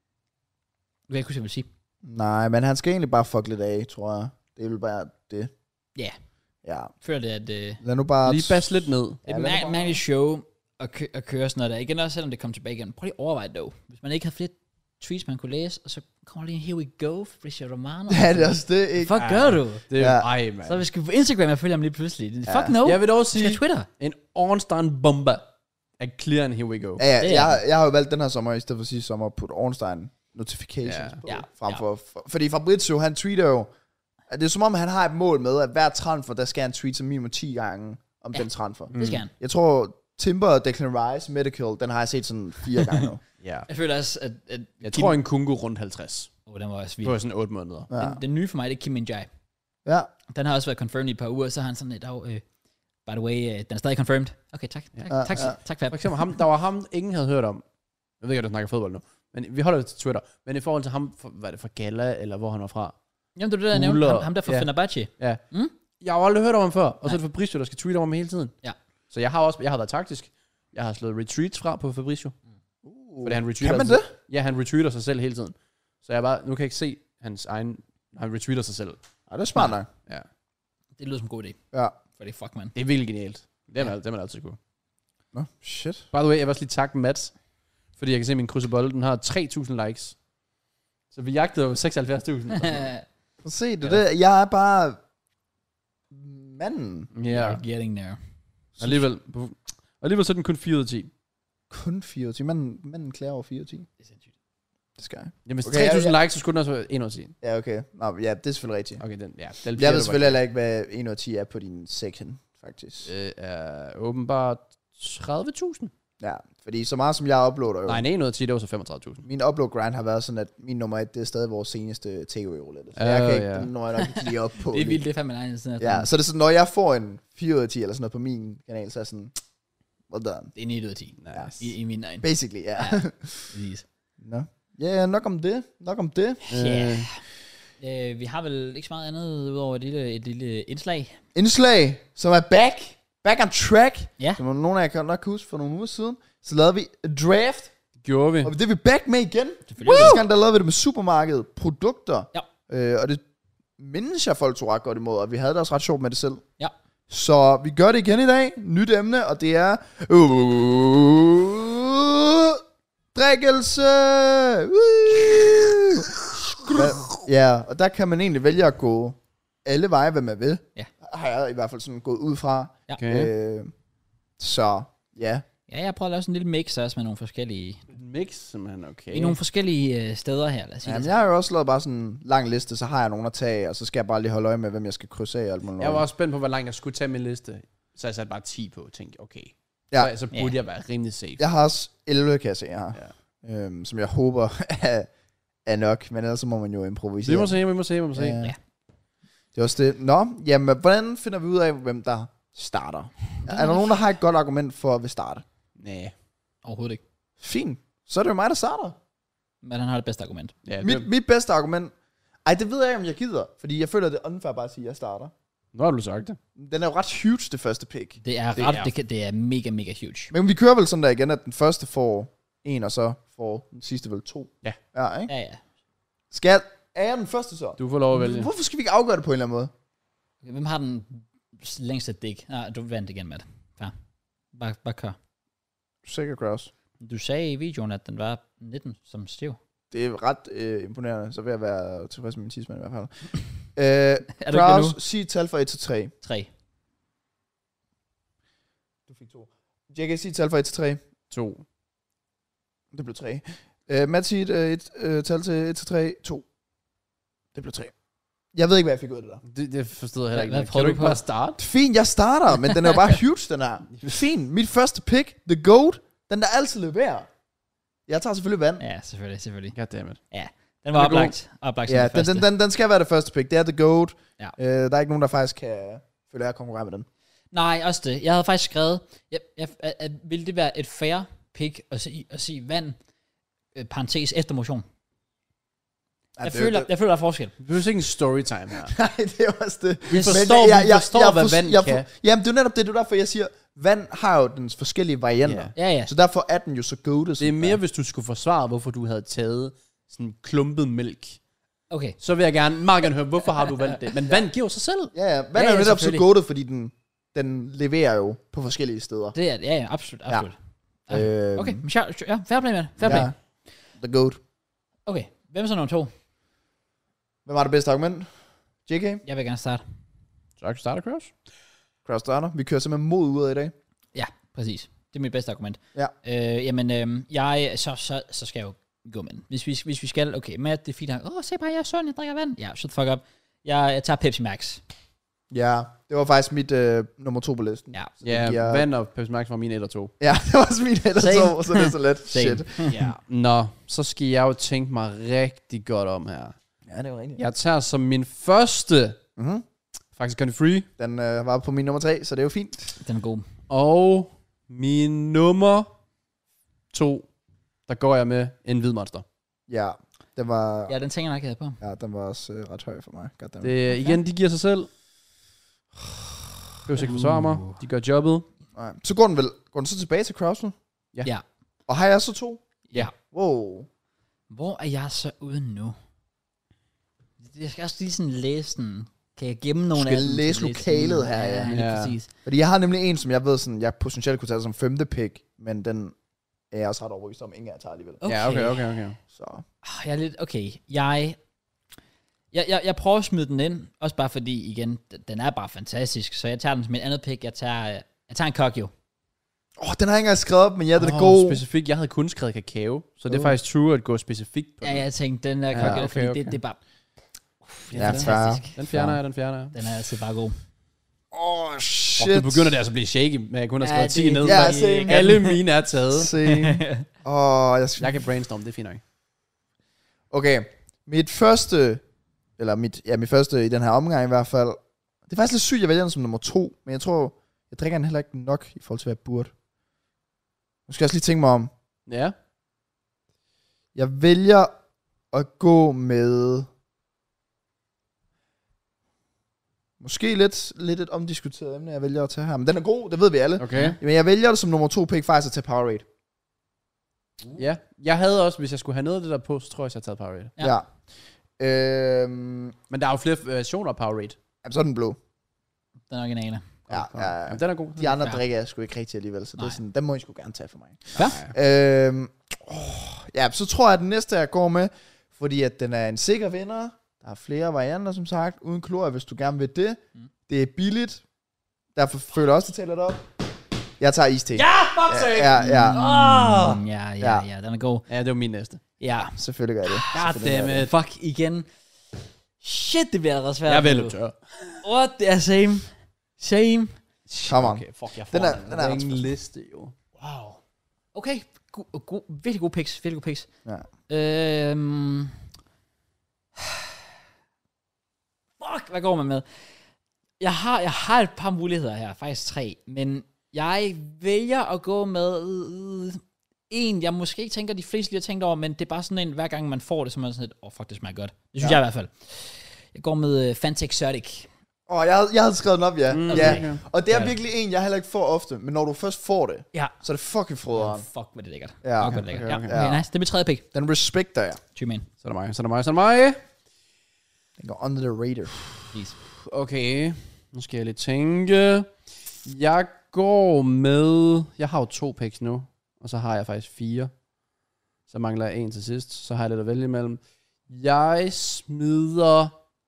Du kan ikke huske, hvad jeg vil sige. Nej, men han skal egentlig bare fuck lidt af, tror jeg. Det er vel bare det. Ja. Ja. Føler det, at øh, Lad nu bare... Lige bas lidt ned. det er Ja, et lad det mær- bare- mærkeligt show at, kø- at køre sådan noget der. Igen også, selvom det kommer tilbage igen. Prøv lige at overveje det dog. Hvis man ikke havde flere tweets, man kunne læse, og så kommer lige en here we go, Fabrizio Romano. Ja, det er også det, ikke? Fuck gør du? Det er Ja. ej, mand. Så vi skal på Instagram og følge ham lige pludselig. Ja. Fuck no. Jeg vil dog Vi skal sige, Twitter. en Ornstein bomber er clear and here we go. Ja, ja, Det er jeg, jeg har jo valgt den her sommer, i stedet for at sige sommer, på Ornstein notifications Ja. på, Ja, frem ja. for, for, fordi Fabrizio, han tweeter jo, at det er som om, han har et mål med, at hver transfer, der skal han tweete som minimum ti gange om Ja. den transfer. Det skal han. Jeg tror, Timber og Declan Rice, Medical, den har jeg set sådan fire gange nu. Ja. Jeg føler også, at... at Jeg tror, en kungo rundt halvtreds. Åh, oh, den var også Det vild. var sådan otte måneder. Ja. Den, den nye for mig, det er Kim Min-jae. Ja. Den har også været confirmed i et par uger, så har han sådan et, oh, øh, by the way, øh, den er stadig confirmed. Okay, tak. Tak, Ja, tak, ja. tak Fab. For eksempel, ham, der var ham, ingen havde hørt om. Jeg ved ikke, at du snakker fodbold nu. Men vi holder det til Twitter. Men i forhold til ham, for, hvad er det for Gala, eller hvor han var fra? Jamen, det er det, jeg nævnte. Ham, ham der fra Ja. Fenerbahce. Ja. Mm? Jeg har jo aldrig hørt om ham før. Og så Nej. er det Fabrizio, der skal tweete om ham hele tiden. Ja. Så jeg har også, jeg har været taktisk. Jeg har slået retweets fra på Fabrizio. Uh, Fordi han retweeter kan man altid- det? Ja, han retweeter sig selv hele tiden. Så jeg bare, nu kan jeg ikke se hans egen, han retweeter sig selv. Ja, det er smart nok. Ja. Det lyder som en god idé. Ja. For det er fuck, man. Det er virkelig genialt. Det er man, Ja. det er man altid kunne. Nå, shit. By the way, jeg vil også lige takke Mats, fordi jeg kan se, at min krydsebolde, den har tre tusind likes. Så vi jagtede jo seksoghalvfjerds tusind. Prøv at se, det, ja. det jeg er bare manden. Ja. You're getting there. Alligevel, alligevel så er den kun fire ud af ti. Kun fire ud af ti. Manden, manden klager over fire ud af ti. Det er sindssygt. Det skal jeg. Jamen, hvis Okay, okay, tre tusind ja, likes, så skulle den også være en ud af ti. Ja, okay. Nå, ja, det er selvfølgelig rigtigt. Okay, den, ja. Den Jeg ved selvfølgelig heller ikke, hvad en ud af ti er på din second, faktisk. Det er åbenbart tredive tusind. Ja, fordi så meget som jeg uploader jo. Nej, en en ud af ti, det var så femogtredive tusind. Min upload grind har været sådan, at min nummer et, det er stadig vores seneste takeaway roulette. Så Øh, jeg kan ikke, ja. den når jeg nok ikke lige op på. Det er lige. vildt, det er fandme en sådan. Ja, så det er sådan, når jeg får en fire ud af ti eller sådan noget på min kanal, så er jeg sådan, well done. Det er ni ud af ti. Nice. I, i min egen. Basically, ja. Ja. Præcis. Nå. Ja, nok om det. Nok om det. Ja. Øh, vi har vel ikke så meget andet, udover et lille, et lille indslag. Indslag, som er back. Back on track. Ja. Som nogle af jer kan nok huske for nogle uger siden. Så lavede vi et draft. Det gjorde vi. Og det er vi back med igen. Selvfølgelig. Sidste gang, der lavede vi det med supermarkedet. Produkter. Ja. Øh, og det mindes jeg, folk tog ret godt imod. Og vi havde det også ret sjovt med det selv. Ja. Så vi gør det igen i dag. Nyt emne, og det er... Uh, drikkelse! Uh. Ja, og der kan man egentlig vælge at gå alle veje, hvad man vil. Ja. Har jeg i hvert fald sådan gået ud fra. Ja. Okay. Øh, så, ja. Ja, jeg prøver at lave sådan en lille mix også med nogle forskellige, Mix, simpelthen, okay. i nogle forskellige øh, steder her, lad os sige Jamen, det. jeg har jo også lavet bare sådan en lang liste, så har jeg nogen at tage, og så skal jeg bare lige holde øje med, hvem jeg skal krydse af og alt muligt. Jeg var også spændt på, hvor langt jeg skulle tage min liste. Så jeg satte bare ti på og tænkte, okay. Ja. Så, så burde Ja. jeg være rimelig safe. Jeg har også elleve, kan jeg se, jeg har. Ja. Øhm, som jeg håber er, er nok, men ellers så må man jo improvisere. Vi må se, vi må se, vi må se. Ja. Ja. Det er også det. Nå, jamen, hvordan finder vi ud af, hvem der starter? Er der nogen, der har et godt argument for at vil starte? Nej. Overhovedet ikke. Fint. Så er det jo mig, der starter. Men han har det bedste argument. Ja, Mit, det, mit bedste argument... Ej, det ved jeg ikke, om jeg gider. Fordi jeg føler, det er unfair bare at sige, at jeg starter. Nu har du sagt det. Den er jo ret huge, det første pick. Det er Det ret, er- det, kan, det er mega, mega huge. Men vi kører vel sådan der igen, at den første får en, og så får den sidste vel to. Ja. Ja, ikke? Ja, ja. Skal jeg, er jeg den første så? Du får lov at vælge. Hvorfor skal vi ikke afgøre det på en eller anden måde? Hvem har den længste dæk? Nej, du vandt igen med det. Ja. Bare, bare kør. Sikker Kraus. Du sagde i videoen, at den var nitten som stiv. Det er ret øh, imponerende, så vil jeg være tilfreds med min tidsmand i hvert fald. øh, Er du ikke Kraus, nu? sig et tal fra et til tre. tre. Du fik to. J K, sig et tal fra et til tre. To. Det blev tre. Øh, Matt, sig et, øh, et øh, tal til et til tre. to. Det blev tre. Jeg ved ikke, hvad jeg fik ud af det der. Det, det forstod jeg heller ikke. Hvad Kan prøver du du ikke på? bare starte? Fint, jeg starter, men den er jo bare huge, den her. Fint, mit første pick, The Goat, den der altid leverer. Jeg tager selvfølgelig vand. Ja, selvfølgelig, selvfølgelig. Goddammit. Den Den var er oplagt. Oplagt som Ja, den den, første. den, den, den skal være det første pick. Det er The Goat. Ja. Øh, der er ikke nogen, der faktisk kan føle at konkurrere med den. Nej, også det. Jeg havde faktisk skrevet, jeg, jeg, at, at, ville det være et fair pick at sige, at sige vand, øh, parentes efter motion? Ja, Jeg, det, føler, det, jeg føler, der er forskel. Vi behøver ikke en storytime her. nej, det er også det. Jeg forstår, jeg, jeg, forstår, jeg, hvad for- vand jeg, kan. for- Jamen, det er jo netop det, det er derfor, jeg siger, vand har jo dens forskellige varianter. Ja. Ja, ja. Så derfor er den jo så goated. Det er mere, hvis du skulle forsvare, hvorfor du havde taget sådan klumpet mælk. Okay. Så vil jeg gerne, meget gerne høre, hvorfor har du valgt det? Men vand giver jo sig selv. Ja, ja. Vand Ja, er ja, jo netop så selvfølgelig. goated, fordi den, den leverer jo på forskellige steder. Det er, ja, ja, absolut, Ja. absolut. Ja. Øhm, Okay, men ja, ja, fair play med det. Fair play. ja. The Goat. Okay, hvem er så nummer to? Hvem var det bedste argument? J K? Jeg vil gerne starte. Så jeg starter, Kraus. Kraus starter. Vi kører simpelthen mod ud af i dag. Ja, præcis. Det er mit bedste argument. Ja. Øh, jamen, øh, jeg, så, så, så skal jeg jo gå med den. Hvis vi, hvis vi skal, okay, Matt, det er fint. Åh, oh, se bare, jeg er sund, jeg drikker vand. Ja, shut the fuck up. Jeg, jeg tager Pepsi Max. Ja, det var faktisk mit øh, nummer to på listen. Ja. Så det Ja, giver- vand og Pepsi Max var min et og to. Ja, det var også mit eller Same. to, så det er så let. Same. Shit. Ja. Nå, så skal jeg jo tænke mig rigtig godt om her. Ja, det var rigtigt. Jeg tager som min første, Mm-hmm. faktisk Country Free, Den øh, var på min nummer tre, så det er jo fint. Den er god. og min nummer to, der går jeg med en hvid monster. Ja, den var, Ja, den tænker jeg nok, jeg havde på. ja, den var også øh, ret høj for mig. Goddammit. Det, igen, de giver sig selv. Behøver ikke forsvare mig. De gør jobbet. Nej. Så går den vel går den så tilbage til Kraus nu? Ja. Ja. Og har jeg så to? Ja. Wow. Hvor er jeg så ude nu? Jeg skal også lige sådan læse den. Kan jeg gemme nogle skal af dem? læse til lokalet listen? her, ja. Ja, lige Ja. præcis. Fordi jeg har nemlig en, som jeg ved, sådan, jeg potentielt kunne tage som femte pick, men den er jeg også ret overbevist om, ingen af jer tager alligevel. Okay. Ja, okay, okay, okay. Så Ah, jeg er lidt, okay, jeg, jeg, jeg, jeg prøver at smide den ind, også bare fordi, igen, d- den er bare fantastisk, så jeg tager den som et andet pick, jeg tager, øh, jeg tager en Kokyo. Åh, oh, den har jeg ikke engang skrevet op, men ja, den er Åh, god. Specifikt, jeg havde kun skrevet kakao, så det er Oh. faktisk true at gå specifikt på Ja, den. jeg tænkte, den der Ja, Kokyo, okay, fordi okay. Det, det er bare, uff, det er Ja, fantastisk. Den fjerner jeg, den fjerner jeg. Den er altid bare god. Åh, oh, Og shit. nu begynder det altså at blive shaky, men jeg kun har Ja, skrevet ti det- ned. Ja, fordi same. alle mine er taget. Se. Åh, oh, jeg skal... Jeg kan brainstorm, det er fint nok. Okay, mit første, eller mit, ja, mit første i den her omgang i hvert fald, det er faktisk lidt sygt, jeg vælger den som nummer to, men jeg tror, jeg drikker den heller ikke nok i forhold til, hvad jeg burde. Nu skal jeg også lige tænke mig om. Ja. Jeg vælger at gå med, måske lidt, lidt et omdiskuteret emne, jeg vælger at tage her, men den er god, det ved vi alle. Okay. Men jeg vælger det som nummer to pick faktisk at tage Powerade. Ja. Jeg havde også, hvis jeg skulle have noget af det der på, så tror jeg, jeg havde taget Powerade. Ja. Ja. Øhm, Men der er jo flere versioner af Powerade. jamen, så er den blå. Den originale. Ja, ja, ja. Jamen, den er god. De andre Ja. drikker jeg sgu ikke rigtig alligevel, så det er Nej. sådan, dem må I sgu gerne tage for mig. Hvad? Øhm, åh, ja, så tror jeg, at den næste, jeg går med, fordi at den er en sikker vinder. Der er flere varianter, som sagt, uden klorie, hvis du gerne vil det. Mm. Det er billigt. Derfor føler jeg også, det taler lidt op. Jeg tager iste. Ja, fuck sake! Ja, ja, ja. Mm, ja, ja, ja, den er god. Ja, det var min næste. Ja. Selvfølgelig gør jeg det. God Selvfølgelig gør damn jeg it. Fuck, igen. Shit, det bliver allerede svært. Jeg er vel nu. løbet tør. What? Det er same. Same. Come on. Okay, fuck, jeg får Den er- en den er ringe ret liste, jo. Wow. Okay, go, go, virkelig gode picks, virkelig gode picks. Ja. Øhm. Fuck, hvad går man med? Jeg har, jeg har et par muligheder her, faktisk tre, men jeg vælger at gå med øh, en, jeg måske ikke tænker, de fleste lige har tænkt over, men det er bare sådan en, hver gang man får det, så er man sådan lidt, åh oh, fuck, det smager godt. Det synes Ja. jeg i hvert fald. Jeg går med uh, Fanta Exotic. Åh, oh, jeg, havde, jeg havde skrevet den op, ja. Mm, ja. okay. Og det er Ja. virkelig en, jeg heller ikke får ofte. Men når du først får det, Ja. så er det fucking frøderen. Oh, fuck, hvor er det lækkert. Ja. Fuck, hvor er det lækkert. Okay, Ja, okay. okay, Ja. nice. Det er mit tredje pick. Den respekter jeg. Typ man. Så er det mig, så er det mig, så er det mig. Den går under the radar. Please. Okay, nu skal jeg lige tænke. Jeg går med... Jeg har jo to picks nu, og så har jeg faktisk fire. Så mangler jeg en til sidst, så har jeg lidt at vælge imellem. Jeg smider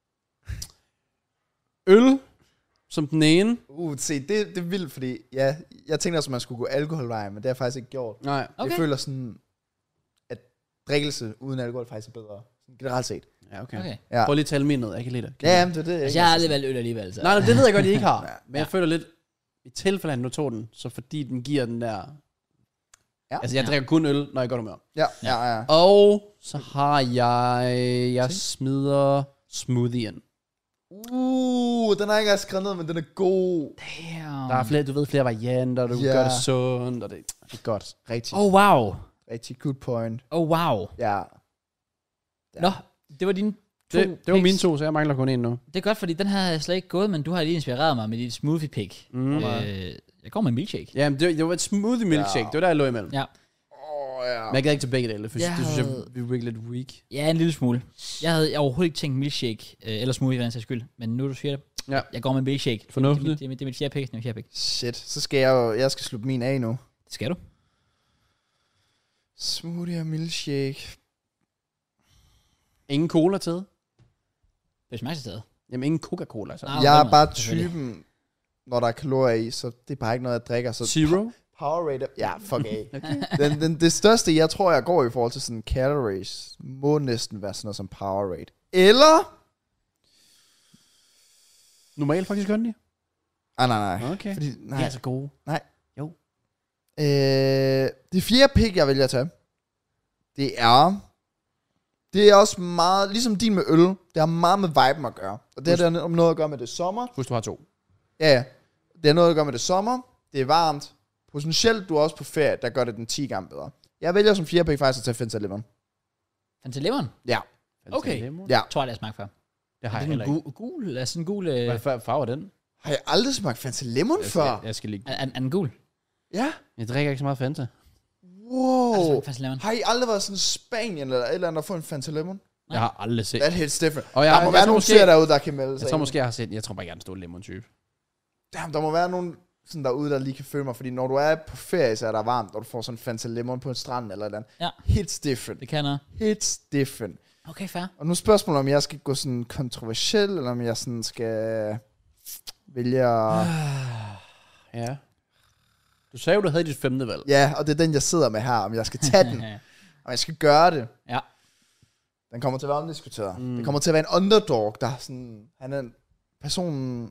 øl som den ene. Uh, se, det, det er vildt, fordi ja, jeg tænkte også, at man skulle gå alkoholvejen, men det har jeg faktisk ikke gjort. Nej. Okay. Jeg føler sådan, at drikkelse uden alkohol faktisk er bedre. Sådan generelt set. Ja, okay. Okay. Ja, Prøv lige at tale min ned, jeg kan lide det. ja jamen, det er det. Altså, jeg har aldrig valgt øl alligevel, så. Nej, nej, det ved jeg godt, I ikke har. Ja. Men jeg føler lidt, i tilfælde han nu tog den, så fordi den giver den der... Ja. Altså, jeg Ja. drikker kun øl, når jeg går humør. Ja, ja, ja. Og så har jeg... Jeg smider smoothien. Uh, den har jeg ikke engang skrevet ned, men den er god. Damn. Der er flere, du ved, flere varianter, du Ja. gør det sundt, og det, det er godt. Rigtig, Oh, wow. rigtig good point. Oh, wow. Ja. Ja. Nå, det var dine to Det, det var picks. mine to, så jeg mangler kun en nu. Det er godt, fordi den her har jeg slet ikke gået, men du har lige inspireret mig med dit smoothie pick. Mm. Øh, jeg går med milkshake. Jamen, det, det var et smoothie milkshake. Ja. Det var der, jeg lå imellem. Ja. Åh, oh, ja. Men jeg gad ikke til begge dele, for Jeg det synes jeg, havde- vi virkelig lidt weak. Ja, en lille smule. Jeg havde overhovedet ikke tænkt milkshake, øh, eller smoothie, for den sags skyld. Men nu du siger det, Ja. jeg går med milkshake. Fornuftigt. Det er mit, det er mit, det er mit fjerde pick. Det er mit fjerde pick. Shit, så skal jeg jo, jeg skal slutte min af nu. Det skal du. Smoothie og milkshake. Ingen cola til. Det smager til stedet. Jamen, ingen Coca-Cola. Så. Nej. Jeg er den er- bare selvfølgelig. typen, når der er kalorier i, så det er bare ikke noget, jeg drikker. Så Zero. Powerade, ja, fuck af. den, den, det største, jeg tror, jeg går i forhold til sådan calories, må næsten være sådan noget som Powerade. Eller... Normalt faktisk kun de. Ah, nej, nej. Okay. Fordi, De nej. er så gode. Øh, det fjerde pick, jeg vælger at tage, det er... Det er også meget, ligesom din med øl, det har meget med viben at gøre. Og det har der noget at gøre med det sommer. Husk, du har to. Ja, ja. Det har noget at gøre med det sommer. Det er varmt. Potentielt, du er også på ferie, der gør det den ti gange bedre. Jeg vælger som fjerde pick faktisk at tage Fanta Lemon. Fanta Lemon? Ja. Okay. Lemon? Ja. Tror jeg, det har smagt før. Det har Er jeg det heller en ikke. gul, gul, er sådan en gul... Øh, Hvad farve er den? Har jeg aldrig smagt Fanta Lemon Jeg før? skal, jeg skal lige... er, er, er den gul? Ja. Jeg drikker ikke så meget Fanta. Wow. Har du smagt Fanta Lemon? Har I aldrig været sådan i Spanien eller et eller andet og få en Fanta Lemon? Jeg har aldrig set. That hits different. Og jeg, Der må jeg, være tror nogle måske, serier derude, der kan melde sig jeg tror ind. måske, jeg har set... Jeg tror bare ikke, jeg er en stor lemon-type. Damn, der må være nogen sådan derude, der lige kan følge mig. Fordi når du er på ferie, så er der varmt, og du får sådan en Fanta Lemon på en strand eller et eller andet. Ja. Hits different. Det kan noget. Hits different. Okay, fair. Og nu er spørgsmålet, om jeg skal gå sådan kontroversiel, eller om jeg sådan skal vælge at... Ja. Du sagde jo, du havde dit femte valg. Ja, og det er den, jeg sidder med her, om jeg skal tage den. Om jeg skal gøre det. Ja. Den kommer til at være omdiskuteret. Mm. Mm. Det kommer til at være en underdog, der er sådan... Han er en person...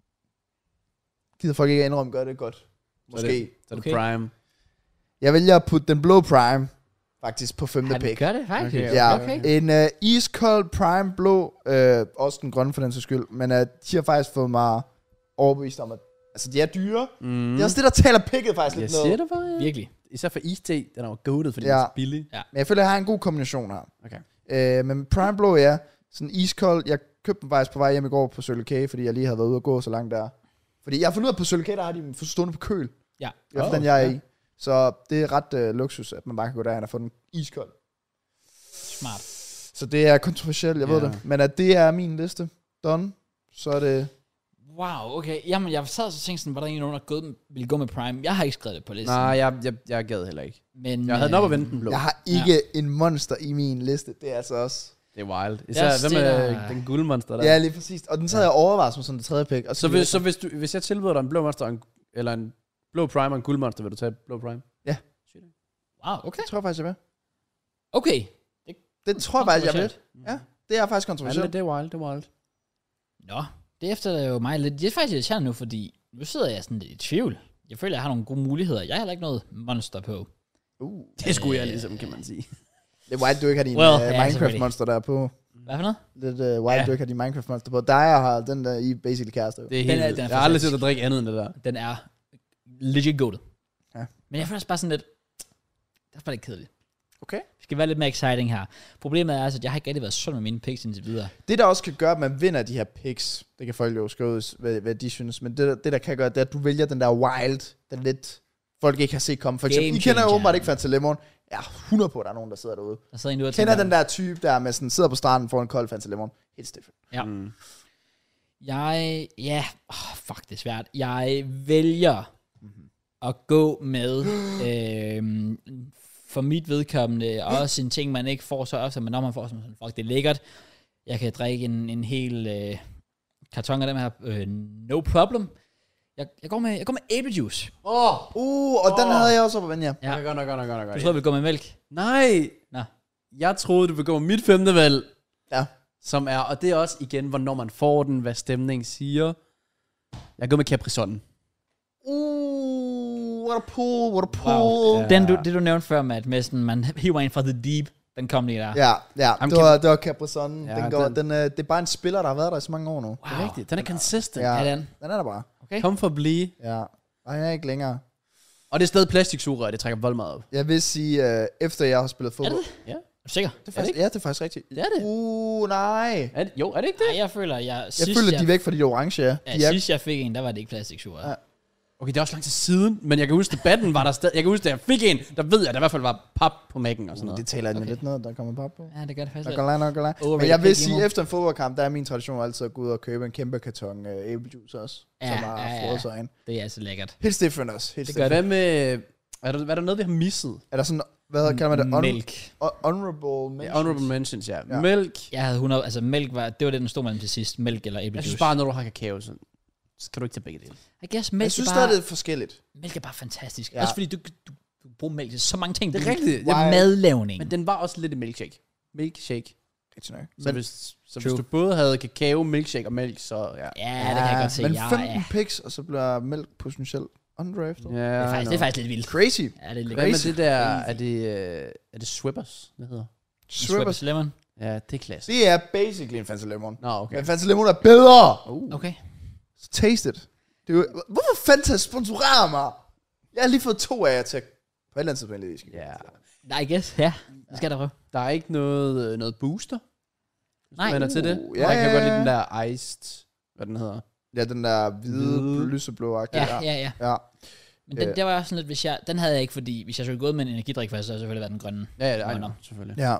Gider folk ikke at indrømme, gør det godt. Måske. Så er det, så er det Okay. prime. Jeg vælger at putte den blå prime, faktisk, på femte Har du pick. gør det faktisk? Okay, Ja, okay. en uh, iskold prime blå, uh, også den grønne for den sags skyld, men uh, de har faktisk fået mig overbevist om, at altså, de er dyre. Mm. Mm. Det er også det, der taler picket faktisk Jeg lidt siger ned. det bare, ja. Virkelig. Især for iste, den er jo goated, fordi Ja. den er så billig. Men jeg føler, at jeg har en god kombination her. Okay. Uh, men prime blå, ja. Sådan iskold. Jeg købte den faktisk på vej hjem i går på Circle K, fordi jeg lige havde været ude og gå så langt der. Fordi jeg har fundet ud af, at på Circle K, der har de dem for stående på køl. Ja. Det er for Oh, den, jeg er ja. i. Så det er ret uh, luksus, at man bare kan gå derhen og få den iskold. Smart. Så det er kontroversielt, jeg Ja. ved det. Men at det er min liste. Done. Så er det... Wow, okay. Jamen, jeg sad og tænkte sådan, var der egentlig nogen, der gået, ville gå med Prime? Jeg har ikke skrevet det på listen. Nej, jeg, jeg, jeg gad heller ikke. Men, Jeg havde den op og øh, vente den blå. Jeg har ikke ja. en monster i min liste. Det er altså også... Det er wild. Især, Yes, hvem det er er- den guldmonster der? Ja, lige præcis. Og den sad jeg overvejet som sådan det tredje pick. Og Så, hvis, så hvis, du, hvis jeg tilbyder dig en blå monster, og en, eller en blå prime og en guldmonster, vil du tage blå prime? Wow, okay. Det tror jeg faktisk, jeg vil. Okay. Det tror jeg faktisk, jeg vil. Kontroversielt. Ja, det er faktisk Ja, det, kontroversielt. det er wild, det er wild. Nå, det efterlader jo mig lidt. Det er faktisk irriterende nu, fordi nu sidder jeg sådan lidt i tvivl. Jeg føler, jeg har nogle gode muligheder. Jeg har heller ikke noget monster på. Uh. Det skulle jeg ligesom, kan man sige. Det er wild, du ikke har din Well, well, uh, ja, Minecraft-monster der på. Hvad for noget? Lidt uh, wild, Ja. du ikke har din Minecraft-monster på. Der jeg har den der i basically kæreste. Det er Den helt er- vildt. den er Jeg har aldrig set fantastisk. dig drikke andet end det der. Den er legit goated. Ja. Men jeg føler også bare sådan lidt, det er bare lidt kedeligt. Okay. Det skal være lidt mere exciting her. Problemet er altså, at jeg har ikke rigtig været sådan med mine picks indtil videre. Det, der også kan gøre, at man vinder de her picks, det kan folk jo skrive ud, hvad, hvad de synes, men det, det, der kan gøre, det er, at du vælger den der wild, den lidt, folk ikke har set komme. For eksempel, Game I kender jo changer. åbenbart ikke Fanta Lemon. Jeg er hundrede på, at der er nogen, der sidder derude. Der sidder en ud og Kender tænker, den der type, der med sådan, sidder på stranden for en kold Fanta Lemon. Helt different. Ja. Mm. Jeg, ja, oh, fuck, det er svært. Jeg vælger mm-hmm. at gå med, øh, for mit vedkommende, også en ting, man ikke får så ofte, men når man får sådan, fuck, det er lækkert. Jeg kan drikke en, en hel øh, karton af dem her, øh, no problem. Jeg, jeg, går med, jeg går med æblejuice. Åh, oh, uh, og oh. den havde jeg også på ven, ja. Ja. Okay, godt nok, godt nok, godt nok. Du tror, jeg vil gå med mælk? Nej. Nå. Jeg troede, du ville gå med mit femte valg. Ja. Som er, og det er også igen, hvornår man får den, hvad stemningen siger. Jeg går med Capri-Sonnen. Uh, what a pull, what a pull. Wow. Ja. Den, du, det du nævnte før med, at med sådan, man hiver en fra the deep, den kom lige der. Ja, ja, Jamen, det var, det var Capri-Sonnen. Ja, den går, den- den, øh, det er bare en spiller, der har været der i så mange år nu. Wow. Det er rigtigt. Den er consistent. Ja, Ja, den. den er der bare. Okay. Kom for at blive. Ja, og jeg er ikke længere. Og det er stadig plastiksugerør, det trækker vold meget op. Jeg vil sige, øh, efter jeg har spillet Er fodbold. det? Ja. Er du sikker? Det er faktisk, ja, det er faktisk rigtigt. Det er det. Uh, nej. Er det. Jo, er det ikke det? Nej, jeg føler, jeg, Jeg sidst, føler, jeg, de er væk fra de orange, ja. ja, De er, sidst jeg fik en, der var det ikke plastiksugerør. Ja. Okay, det er også lang tid siden, men jeg kan huske, debatten var der stadig. Jeg kan huske, at jeg fik en, der ved jeg, at der i hvert fald var pap på mækken og sådan uh, noget. det taler okay. Okay. lidt noget, der kommer bare på. Ja, det gør det faktisk lidt. Nokalaj, nokalaj. Overrated Men jeg vil pick, sige, Emo. efter en fodboldkamp, der er min tradition altid at gå ud og købe en kæmpe karton øh, æblejuice også. Ja, som har ja, ja. fået sig ind. Det er altså lækkert. Helt different også. Helt Det gør different. Hvad med... Er der, er der noget, vi har misset? Er der sådan, hvad kalder man det? Un- Mælk. un- honorable mentions? Ja, honorable mentions, ja. Ja. ja. Mælk. Jeg havde hundrede, altså mælk var, det var det, den stod mellem til sidst. Mælk eller Jeg æblejuice. synes bare, når du har kakao, så så kan du ikke tage begge dele. I guess mælk Jeg synes er stadig, bare, det er forskelligt. mælk er bare fantastisk. Ja. Også fordi du, du, du bruger mælk til så mange ting. Det er Du- rigtigt. Det er Why? madlavning. Men den var også lidt en milkshake. Milkshake. Rigtig nok. Så, Men, hvis, så True. hvis du både havde kakao, milkshake og mælk, så ja. Ja, det kan jeg godt se. Men Ja, femten ja. picks, og så bliver mælk potentielt undrafted. Ja, Det er, faktisk, det er faktisk lidt vildt. Crazy. Ja, det er lidt Hvad med Crazy. det der, er det, øh, er det Swippers, det hedder? Swippers. Lemon. Ja, det er klasse. Det er basically en Fanta Lemon. Nå, okay. Men Fanta Lemon er bedre. Uh. Okay. Taste it. Det er jo, hvorfor Fanta sponsorerer mig? Jeg har lige fået to af jer til på et eller andet tidspunkt. lige skal- Ja. Nej, I guess. Ja, det skal der prøve. Der er ikke noget, øh, noget booster? Nej. Man er til det? Uh, Ja, ja, jeg kan ja, godt lide ja. den der iced, hvad den hedder. Ja, den der hvide, Hvide. lyseblå Ja, ja, ja. ja. Men den, Øh. der var sådan lidt, hvis jeg, den havde jeg ikke, fordi hvis jeg skulle gået med en energidrik først, så havde det selvfølgelig været den grønne. Ja, ja, Nå, ja, nå. selvfølgelig. Ja.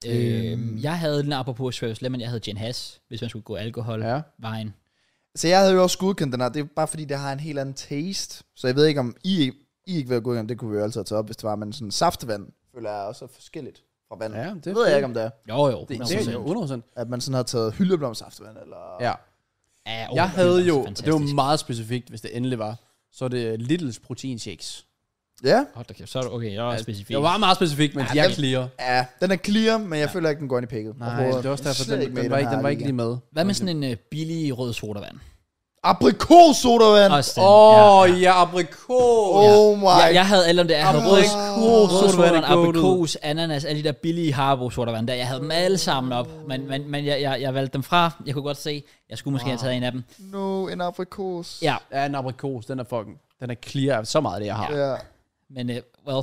Øhm, jeg havde den apropos Schweppes Lemon, jeg havde Gin Hass, hvis man skulle gå alkohol Ja. vejen. Så jeg havde jo også godkendt den her. Det er bare fordi, det har en helt anden taste. Så jeg ved ikke, om I, I ikke vil have godkendt. Det kunne vi jo altid have taget op, hvis det var. Men sådan saftevand føler jeg også er forskelligt fra vand. Ja, det Det ved jeg ikke, om det er. Jo, jo. Det, det, hundrede det procent. er jo hundrede procent. At man sådan har taget hyldeblomsaftevand. Eller... Ja. Ja, oh, Jeg havde det er jo, fantastisk. det var meget specifikt, hvis det endelig var, så er det Littles protein shakes. Ja. Hold da kæft, så er det okay, jeg er også specifik. Det var meget specifikt, men Ja, de er den- clear. Ja, den er clear, men jeg føler ikke, den går ind i picket. Nej, det er også derfor, Slet den, med i den, var ikke, her den var ikke liga. lige med. Hvad med sådan en uh, billig rød sodavand? Aprikos-sodavand. Også den. Åh, oh, ja, ja. ja, aprikos. Oh my. Jeg, jeg havde alle om det. Jeg havde rød, Aprikos rød sodavand, er goated. aprikos, ananas, alle de der billige Haribo sodavand der. Jeg havde dem alle sammen op, men, men, men jeg, jeg, jeg valgte dem fra. Jeg kunne godt se, jeg skulle måske wow. have taget en af dem. No, en aprikos. Ja, Ja, en aprikos, den er fucking, den er clear af så meget, det jeg har. Ja. men uh, well,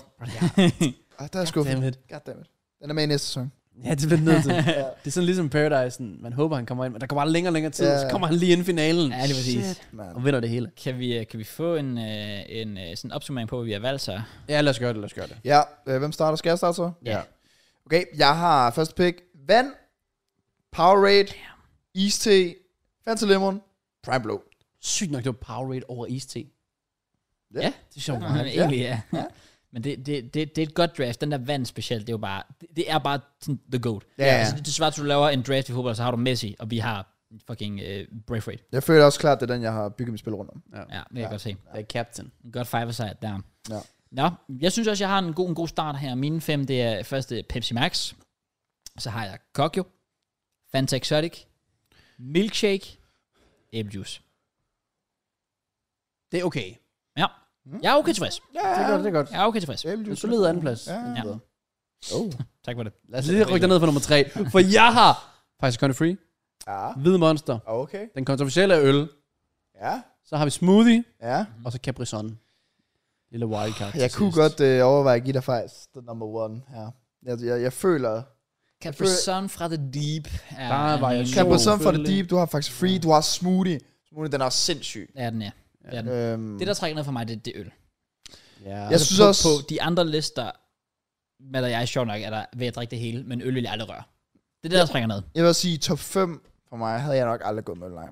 Ah, der er skuffet. Goddammit. Goddammit. Den er med i næste sæson. Ja, det bliver nødt til. Det er sådan ligesom Paradise, man håber, han kommer ind, men der går bare længere og længere tid, Ja. så kommer han lige ind i finalen. ja, det er præcis. Shit, man. Og vinder det hele. Kan vi, øh, kan vi få en, øh, en øh, sådan opsummering på, hvad vi har valgt så? Ja, lad os gøre det, lad os gøre det. Ja, øh, hvem starter? Skal jeg starte så? Ja. Okay, jeg har første pick. Vand, Powerade, Iste, Fanta Lemon, Prime Blue. Sygt nok, det var Powerade over Iste. Ja. Ja. Det er sjovt. Ja, Ja. men egentlig, ja. Ja. Men det, det, det, det er et godt draft. Den der vand specielt, det er jo bare, det, det er bare sådan the goat. Ja, ja. Altså, det er svært, at du laver en draft i fodbold, så har du Messi, og vi har fucking uh, Braithwaite. Jeg føler også klart, det er den, jeg har bygget mit spil rundt om. Ja, det kan jeg Ja. godt se. Det er captain. En godt five-a-side der. Ja. Nå, jeg synes også, jeg har en god, en god start her. Mine fem, det er første Pepsi Max. Så har jeg Kokyo, Fanta Exotic, Milkshake, æblejuice. Det er okay. Ja, jeg er okay tilfræs. Ja, Det er godt, det er godt. Jeg er okay tilfreds. En solid andenplads. Ja. Ja. Oh. Tak for det. Lad os lige rykke ned for nummer tre. For jeg har faktisk Country Free, Ja, Hvid Monster, okay. den kontroversielle øl, Ja, så har vi Smoothie, ja. og så Capri-Sun. Lille wildcard. Jeg til kunne sidst. godt øh, overveje at give dig faktisk the number one her. Jeg, jeg, jeg føler... Capri Sun fra The Deep. Er Der var jeg Capri Sun fra The Deep, du har faktisk Free, du har Smoothie. Smoothie, den er også sindssyg. Ja, den er. Det, er den. Øhm, det der trækker ned for mig, det, det er øl. Ja. Jeg altså synes på, også... på de andre lister, med der jeg er sjov nok, er der ved at drikke det hele, men øl vil jeg aldrig røre. Det er det, der trækker ned. Jeg vil sige, top fem for mig, havde jeg nok aldrig gået med øl, nej.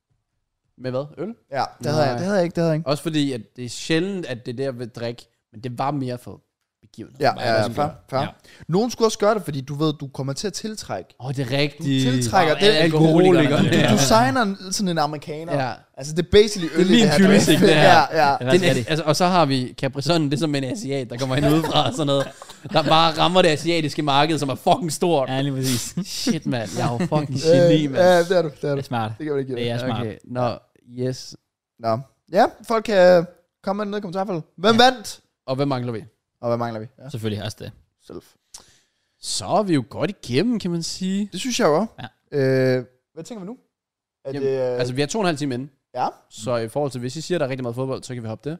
Med hvad? Øl? Ja, det havde, jeg, det havde jeg ikke, det havde jeg ikke. Også fordi, at det er sjældent, at det der vil drikke, men det var mere for begivenhed. Ja, ja, ja, fair, fair. Ja. Nogen skulle også gøre det, fordi du ved, du kommer til at tiltrække. Åh, oh, det er rigtigt. Du tiltrækker Wow, det. alkoholikerne. Du, Ja. du signer sådan en amerikaner. Ja. Altså, det er basically øl. Det er i min her kylling, drink. det her. Ja, ja. Det er Den, rigtigt. altså, og så har vi Capri Sun, det er som en asiat, der kommer ind udefra og sådan noget. Der bare rammer det asiatiske marked, som er fucking stort. Ja, lige præcis. Shit, mand. Jeg er jo fucking geni, Øh, mand. Ja, det er du, det er Det du. er smart. Det kan man ikke give Det dig. er smart. Okay, nå, yes. Nå. Ja, folk kan komme med ned i kommentarfeltet. Hvem Ja. vandt? Og hvad mangler vi? Og hvad mangler vi? Ja. Selvfølgelig også det. Self. Så er vi jo godt igennem, kan man sige. Det synes jeg jo. Ja. Øh, hvad tænker vi nu? Er Jamen, det, øh, Altså, vi har to og en halv time inde. ja. Så i forhold til, hvis I siger, der er rigtig meget fodbold, så kan vi hoppe det.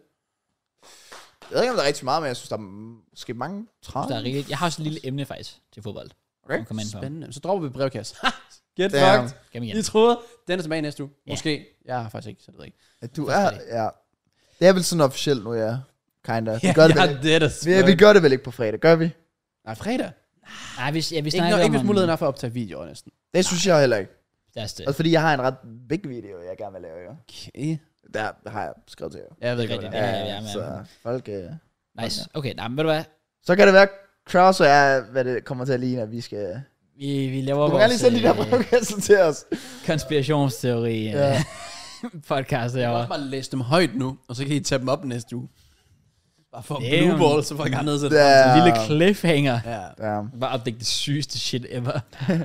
Jeg ved ikke, om der er rigtig meget, men jeg synes, der er måske mange træer. Der er rigtigt. Jeg har også et lille emne faktisk til fodbold. Okay. Kom ind på. Spændende. Så dropper vi brevkasse. Get Damn. fucked. Kom igen. I troede, den er tilbage næste uge. Ja. Måske. Jeg har faktisk ikke, så det ved jeg ikke. At du Først er, fredag. ja. Det er vel sådan officielt nu, ja. Kinda. Vi Ja, gør det ja, vel ikke. det er det. Vi, vi gør det vel ikke på fredag, gør vi? Nej, fredag. Nej, hvis, ja, vi Ikke, snakker når, ikke om... hvis muligheden er for at optage videoer næsten. Det synes jeg heller ikke. Det er det. Også fordi jeg har en ret big video, jeg gerne vil lave, ja. Okay. Der har jeg skrevet til jer. Ja, jeg ved ikke, Rigtigt, hvad det ja, er. ja, ja, så ja. folk... Øh. Nice. Okay, nej, men ved du hvad? Så kan det være, Kraus er, hvad det kommer til at ligne, at vi skal... Vi, vi Du laver må gerne lige sende de der vores brevkasser til os. øh, konspirationsteori Ja. ja. podcast Jeg kan derovre. også bare læse dem højt nu, og så kan I tage dem op næste uge. Bare for Damn. blue ball, så får jeg gerne nedsætte Det er- En lille cliffhanger. Ja. Ja. Bare opdække det sygeste shit ever.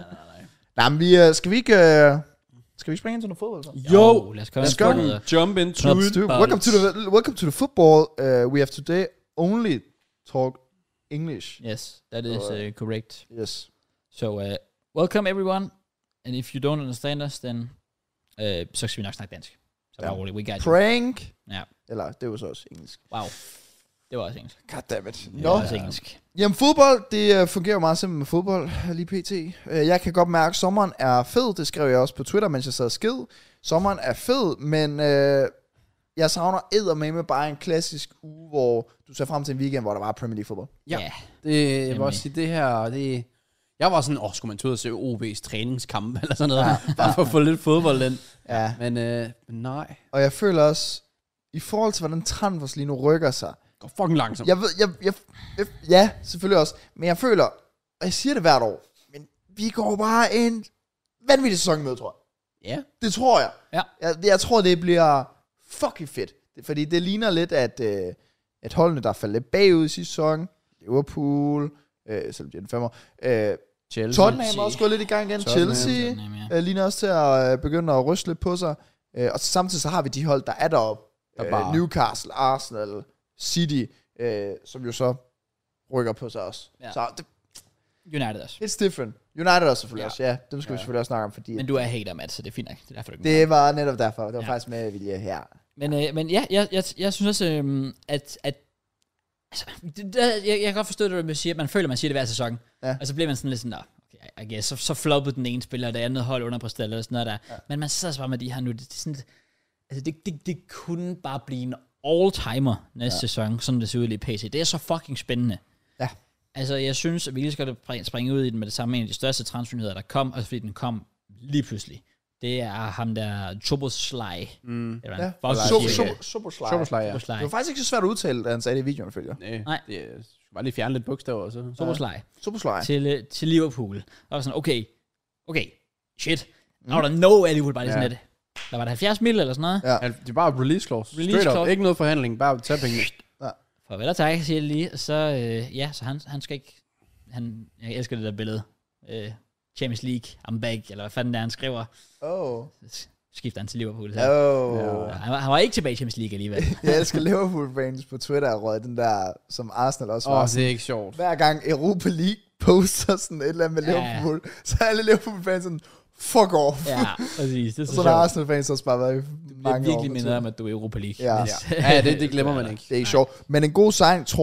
Nej, men vi, øh, skal vi ikke... Øh, skal vi ikke springe ind til noget fodbold så? Jo, lad os komme let's ind go. på noget. Jump into Let's it. Dude, welcome to the welcome to the football. Uh, we have today only talk English. Yes, that is uh, correct. Yes. So, uh, welcome everyone. And if you don't understand us, then uh, så skal vi nok snakke dansk. Så bare Ja. roligt, we got you. Prank. Ja, Eller, det er jo så også engelsk. wow. Det var også engelsk. Goddammit. Det Nå. var også engelsk. Jamen, fodbold, det uh, fungerer jo meget simpelt med fodbold, lige pt. Uh, jeg kan godt mærke, at sommeren er fed. Det skrev jeg også på Twitter, mens jeg sad og skid. Sommeren er fed, men uh, jeg savner eddermame bare en klassisk uge, hvor du ser frem til en weekend, hvor der var Premier League fodbold. Ja. Ja. Det, jeg vil Nemlig. også sige, det her, det... Jeg var sådan, åh, skulle man tage ud og se O B's træningskamp, eller sådan noget, ja. Bare for at få lidt fodbold ind. Ja. Men, øh, men nej, Og jeg føler også, i forhold til, hvordan transfers lige nu rykker sig, går fucking langsomt. Jeg ved, jeg, jeg, jeg, ja, selvfølgelig også. Men jeg føler, og jeg siger det hvert år, men vi går bare en vanvittig sæson med, tror jeg. Ja. Det tror jeg. Ja. Jeg, jeg tror, det bliver fucking fedt. Det, fordi det ligner lidt, at, øh, at holdene, der faldt lidt bagud i sidste sæson, Liverpool, øh, selvom de er den femmer, øh, Chelsea. Tottenham er også gået lidt i gang igen, Tottenham. Chelsea Tottenham, ja. øh, ligner også til at øh, begynde at ryste lidt på sig. Øh, og samtidig så har vi de hold, der er deroppe. Der Øh, bare- Newcastle, Arsenal, City, øh, som jo så rykker på sig også. Ja. Så det, United også. it's different. United også selvfølgelig Ja. også, ja. Dem skal ja. vi selvfølgelig også snakke om, fordi Men du er hater, Matt, så det er fint nok. Det er derfor, du ikke det var netop derfor. Det var Ja. faktisk med vilje her. Men, øh, men ja, jeg, jeg, jeg synes også, øhm, at, at altså, det, der, jeg, jeg kan godt forstå det, du siger, at man føler, at man siger det hver sæson. Ja. Og så bliver man sådan lidt sådan, Nå, okay, I guess, så, så floppede den ene spiller, og det andet hold underpræsterede, eller sådan noget der. Ja. Men man sidder så bare med de her nu, det, det, er sådan, altså det, det, det kunne bare blive en all-timer næste ja. sæson, sådan det ser ud i P C. Det er så fucking spændende. Ja. Altså, jeg synes, at vi lige skal springe ud i den med det samme. En af de største transfernyheder, der kom, og fordi den kom lige pludselig. Det er ham der, Szoboszlai. Mm. Eller Ja. hvad? Fuck, Super, siger super, det. super slide. Superslag, ja. Szoboszlai. Det var faktisk ikke så svært at udtale, da han sagde det i videoen, følger. Nej, Nej. det er, skal bare lige fjerne lidt bogstaver, og så. Szoboszlai. Super slide. til, øh, til Liverpool. Og var sådan, okay, okay, shit. Mm. Out of no, at Liverpool bare lige Ja. sådan lidt. Der var der halvfjerds mil eller sådan noget. Ja. Ja, det er bare release clause. Release Straight up. clause. Ikke noget forhandling, bare tage pengene. Farvel og tak, siger jeg lige. Og så, øh, ja, så han, han skal ikke, han, jeg elsker det der billede. Øh, Champions League, I'm back, eller hvad fanden der han skriver. Oh. Så skifter han til Liverpool. Så. Oh. Ja, han, var, han var ikke tilbage i Champions League alligevel. Jeg elsker Liverpool-fans på Twitter, rød den der, som Arsenal også Åh, var. oh, det er ikke sjovt. Hver gang Europa League poster sådan et eller andet med Ja. Liverpool, så er alle Liverpool-fans sådan, fuck off. Ja, præcis. Det er Og så så har sjovt. Arsenal-fans også bare været i Det bliver mange år. virkelig på mindet Twitter. om, at du er i Europa League. Ja. Hvis- Ja, det, det glemmer man ikke. Det er ikke sjovt. Men en god sign, tror jeg,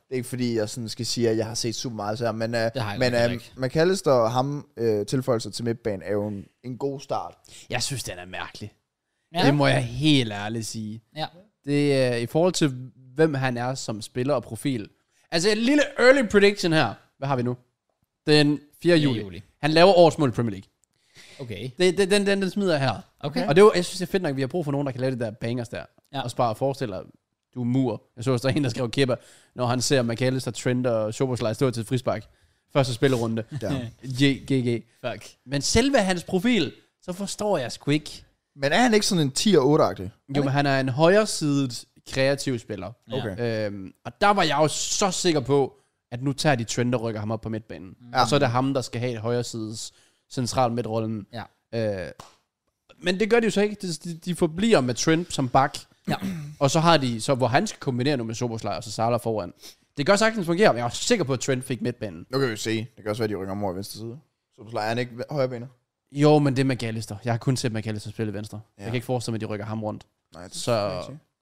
Det er ikke fordi, jeg sådan skal sige, at jeg har set super meget her, men, uh, men uh, McAllister og ham uh, tilføjelser til midtbanen er jo en, en god start. Jeg synes, den er mærkelig. Ja. Det må jeg helt ærligt sige. Ja. Det er uh, i forhold til, hvem han er som spiller og profil. Altså et lille early prediction her. Hvad har vi nu? Den fjerde juli. juli. Han laver årets mål i Premier League. Okay. Det, det, den, den, den smider her. Okay. Og det er jo, jeg synes, det er fedt nok, at vi har brug for nogen, der kan lave det der bangers der. Ja. Og bare forestille dig, du er mur. Jeg så også, der er en, der skrev kæpper, når han ser McAllister, Trent og Szoboszlai stå til et frispark. Første spillerunde. Ja. G G. Fuck. Men selve hans profil, så forstår jeg sgu ikke. Men er han ikke sådan en ti og otte-agtig? Jo, men han er en højresidet kreativ spiller. Okay. Øhm, og der var jeg jo så sikker på, at nu tager de Trent og rykker ham op på midtbanen. Ja. Og så er det ham, der skal have et højresides central midtrollen. Ja. Øh, men det gør de jo så ikke. De, de forbliver med Trent som bak. Ja. Og så har de, så hvor han skal kombinere nu med Szoboszlai og så Salah foran. Det gør sagtens fungere, men jeg er sikker på, at Trent fik midtbanen. Nu kan vi se. Det kan også være, at de rykker om over i venstre side. Szoboszlai er han ikke højrebenet? Jo, men det er McAllister. Jeg har kun set McAllister spille venstre. Ja. Jeg kan ikke forestille mig, at de rykker ham rundt. Nej, det så...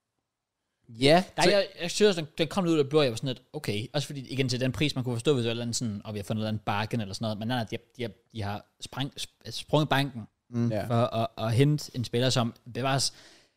Ja. Nej, jeg, jeg synes, den, den kom ud af blå, jeg var sådan lidt, okay. Også fordi, igen til den pris, man kunne forstå, hvis det var eller sådan, og vi har fundet noget en bargain eller sådan noget. Men nej, de, de, de har sprang, sprunget banken mm. for at, at hente en spiller, som bevares.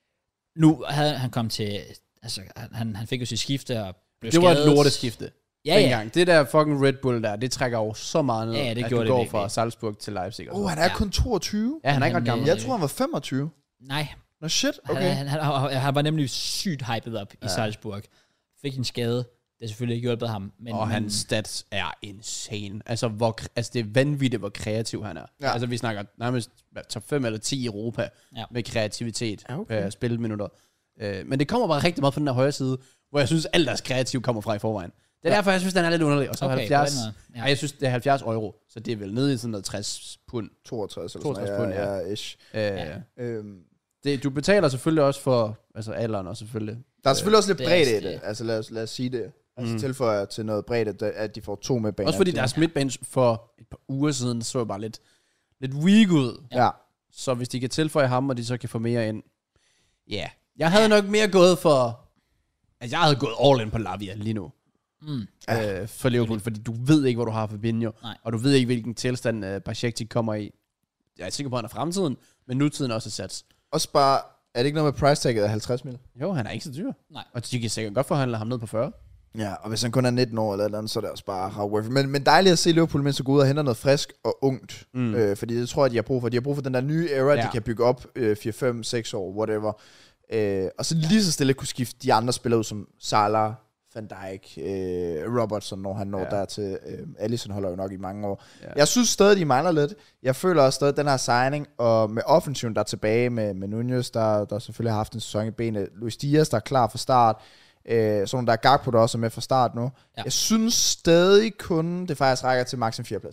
Nu havde han kommet til, altså han, han fik jo sit skifte og blev det skadet. Det var et lorteskifte. Ja, ja. Det der fucking Red Bull der, det trækker jo så meget ned, ja, ja, det at gjorde du det går fra Salzburg til Leipzig. Åh, oh, han er ja. kun toogtyve. Ja, han er ikke ret gammel. Jeg tror, han var femogtyve. Nej. Nå shit, okay. Han, han, han, han var nemlig sygt hyped op ja. i Salzburg. Fik en skade. Det har selvfølgelig ikke hjulpet ham. Men, og men, hans stats er insane. Altså, hvor, altså, det er vanvittigt, hvor kreativ han er. Ja. Altså, vi snakker nærmest top fem eller ti i Europa ja. med kreativitet ja, okay. per spilminutter. Uh, men det kommer bare rigtig meget fra den der højre side, hvor jeg synes, alt deres kreativ kommer fra i forvejen. Det er ja. derfor, jeg synes, den er lidt underlig. Og så okay, halvfjerds... Ja. Ej, jeg synes, det er halvfjerds euro, så det er vel nede i sådan noget tres pund. toogtres eller toogtres pund, ja. ja. Ish. Uh, ja. Øhm. Det, du betaler selvfølgelig også for altså alderen og selvfølgelig. Der er selvfølgelig også lidt bredde i det. Altså lad os, lad os sige det. Altså mm. tilføjer til noget bredde, at de får to med baner. Også fordi deres midtbane for et par uger siden så bare lidt, lidt weak ud. Ja. Så hvis de kan tilføje ham, og de så kan få mere ind. Ja. Yeah. Jeg havde nok mere gået for... Altså jeg havde gået all in på Lavia lige nu. Mm. Øh, for Liverpool, fordi du ved ikke, hvor du har Fabinho. Nej. Og du ved ikke, hvilken tilstand uh, Bajcetic kommer i. Jeg er sikker på, at han er fremtiden, men nutiden også er sats. Også bare, er det ikke noget med price tagget af halvtreds mil? Jo, han er ikke så dyr. Nej. Og de kan sikkert godt forhandle ham ned på fyrre. Ja, og hvis han kun er nitten år eller eller andet, så er det også bare worth it. Men, men dejligt at se Liverpool, mens så gå ud og hente noget frisk og ungt. Mm. Øh, fordi det tror jeg, de har brug for. De har brug for den der nye era, ja. de kan bygge op øh, fire, fem, seks år, whatever. Øh, og så lige så stille kunne skifte de andre spillere ud, som Salah, Van Dijk, øh, Robertson, når han når ja. dertil. Øh, Alisson holder jo nok i mange år. Ja. Jeg synes stadig, de mangler lidt. Jeg føler også stadig, den her signing, og med offensiven, der er tilbage med, med Nunez, der, der selvfølgelig har haft en sæson i benet. Luis Diaz, der er klar for start. Øh, sådan der er Gakpo, der også er med fra start nu. Ja. Jeg synes stadig kun, det faktisk rækker til maks en fjerdeplads.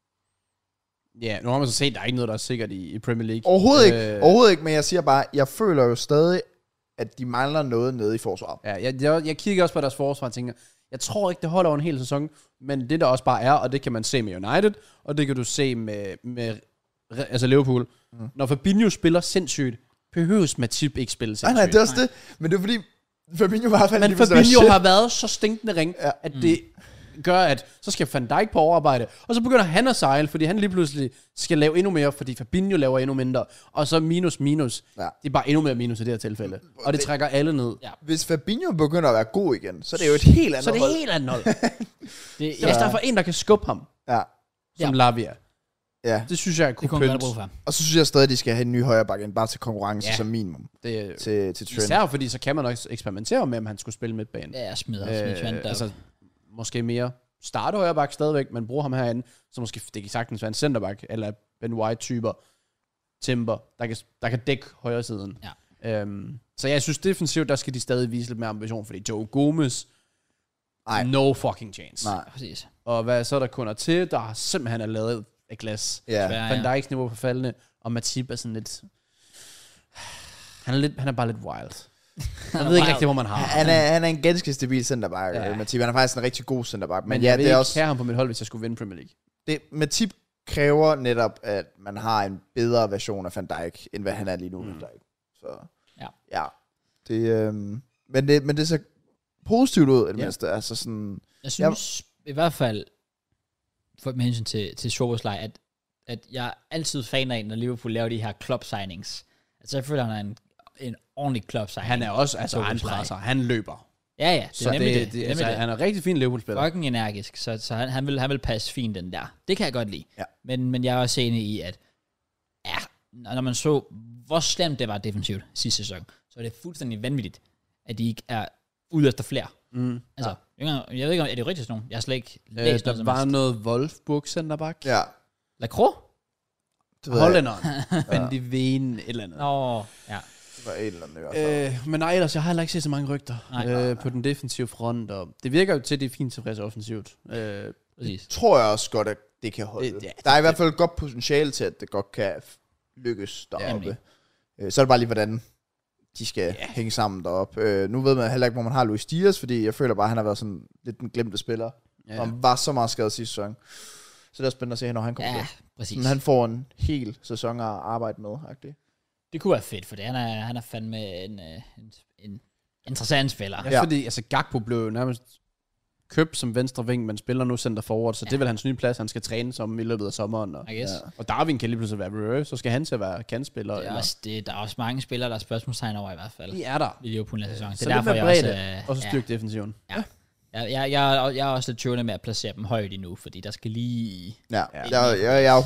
Ja, nu har man så set, der er ikke noget, der er sikkert i, i Premier League. Overhovedet øh, ikke, overhovedet ikke, men jeg siger bare, jeg føler jo stadig, at de mangler noget nede i forsvaret. Ja, jeg, jeg, jeg kigger også på deres forsvar og tænker, jeg tror ikke, det holder over en hel sæson, men det der også bare er, og det kan man se med United, og det kan du se med, med altså Liverpool. Mm. Når Fabinho spiller sindssygt, behøves Matip ikke spille sindssygt. Nej, nej, det er også det, men det er fordi, Fabinho var Men lige, Fabinho har været så stinkende ring, ja. at det gør, at så skal Van Dijk på overarbejde, og så begynder han at sejle, fordi han lige pludselig skal lave endnu mere, fordi Fabinho laver endnu mindre, og så minus minus. Ja. Det er bare endnu mere minus i det her tilfælde. Og det trækker alle ned. Ja. Hvis Fabinho begynder at være god igen, så er det jo et helt andet Så er det hold. et helt andet hold. det, ja. Hvis der er for en, der kan skubbe ham, ja. som ja. Lavia. Ja. Det synes jeg er kunne pynt. Og så synes jeg stadig, at de skal have en ny højre bakke, bare til konkurrence ja. som minimum. Det, til, til Trent. Især fordi så kan man også eksperimentere med, om han skulle spille midtbanen. Ja, jeg smider øh, Trent altså, måske mere starte højre bakke stadigvæk, men bruger ham herinde, så måske det kan sagtens være en centerback, eller Ben White-typer, Timber, der kan, der kan dække højre siden. Ja. Øhm, så jeg synes defensivt, der skal de stadig vise lidt mere ambition, fordi Joe Gomez, Ej. no fucking chance. Nej, præcis. Og hvad så der kun er til, der simpelthen er lavet af glas. Yeah. Van Dijks niveau på faldende, og Matip er sådan lidt, han er, lidt, han er bare lidt wild. Jeg ved ikke rigtig, hvor man har. Han er, han er en ganske stabil centerback, ja. Matip. Han er faktisk en rigtig god centerback. Men, men ja, jeg vil det er også ham på mit hold, hvis jeg skulle vinde Premier League. Det, Matip kræver netop, at man har en bedre version af Van Dijk, end hvad han er lige nu. Mm. Så ja. ja. Det, øhm, men, det, men det er så positivt ud, i det Ja. mindste. Altså sådan... Jeg synes ja. i hvert fald, for med hensyn til, til Szoboszlai, at, at jeg er altid fan af, når Liverpool laver de her club signings. Altså jeg føler, han er en, en ordentlig club signing. Han er også, altså han presser, han løber. Ja, ja, det så er nemlig det, det. det, det, altså, det. Han er rigtig fin Liverpool-spiller. Fucking energisk, så, så han, han, vil, han vil passe fint den der. Det kan jeg godt lide. Ja. Men, men jeg er også enig i, at ja, når man så, hvor slemt det var defensivt sidste sæson, så er det fuldstændig vanvittigt, at de ikke er ude efter flere. Mm. Altså, ja. jeg ved ikke, om er det rigtigt nogen? Jeg har slet ikke Øh, læst der noget var som noget Wolfsburg centerback. Ja. Lacroix? Hollænderen. Van de Ven, et eller andet. Nå, ja. Det var et eller andet i hvert fald. Øh, men nej, ellers, jeg har heller ikke set så mange rygter Nej, øh, nej, på den defensive front, og det virker jo til, at det er fint tilfreds offensivt. Øh, Præcis. Tror jeg også godt, at det kan holde. Det- ja, der er i hvert fald et godt potentiale til, at det godt kan f- lykkes deroppe. Ja, Øh, så er det bare lige, hvordan de skal Ja. hænge sammen deroppe. Øh, nu ved man heller ikke, hvor man har Luis Diaz, fordi jeg føler bare, at han har været sådan lidt den glemte spiller. ja. Og han var så meget skadet sidste sæson. Så det er spændende at se, når han kommer Ja, ja, præcis. Men han får en hel sæson at arbejde med, agtigt. Det kunne være fedt, for det. Han er, han er fandme en, øh, en, en interessant spiller. Ja, Ja. fordi altså, Gakpo blev jo nærmest købt som venstre ving, men spiller nu center forward, så ja. det er vel hans nye plads, han skal træne som i løbet af sommeren. Og, I guess. Ja. og Darwin kan lige pludselig være reserve, så skal han til at være kantspiller. Det er Eller, også, det, der er også mange spillere, der er spørgsmålstegn over i hvert fald. de er der. I Liverpool næste sæson. Det Så er lidt derfor, mere jeg også... bredde, øh, og så ja, styrke defensiven. ja. Jeg, jeg, jeg, jeg er også lidt tvivlende med at placere dem højt endnu, fordi der skal lige... Ja, Ja. ja. Jeg, jeg, jeg er jo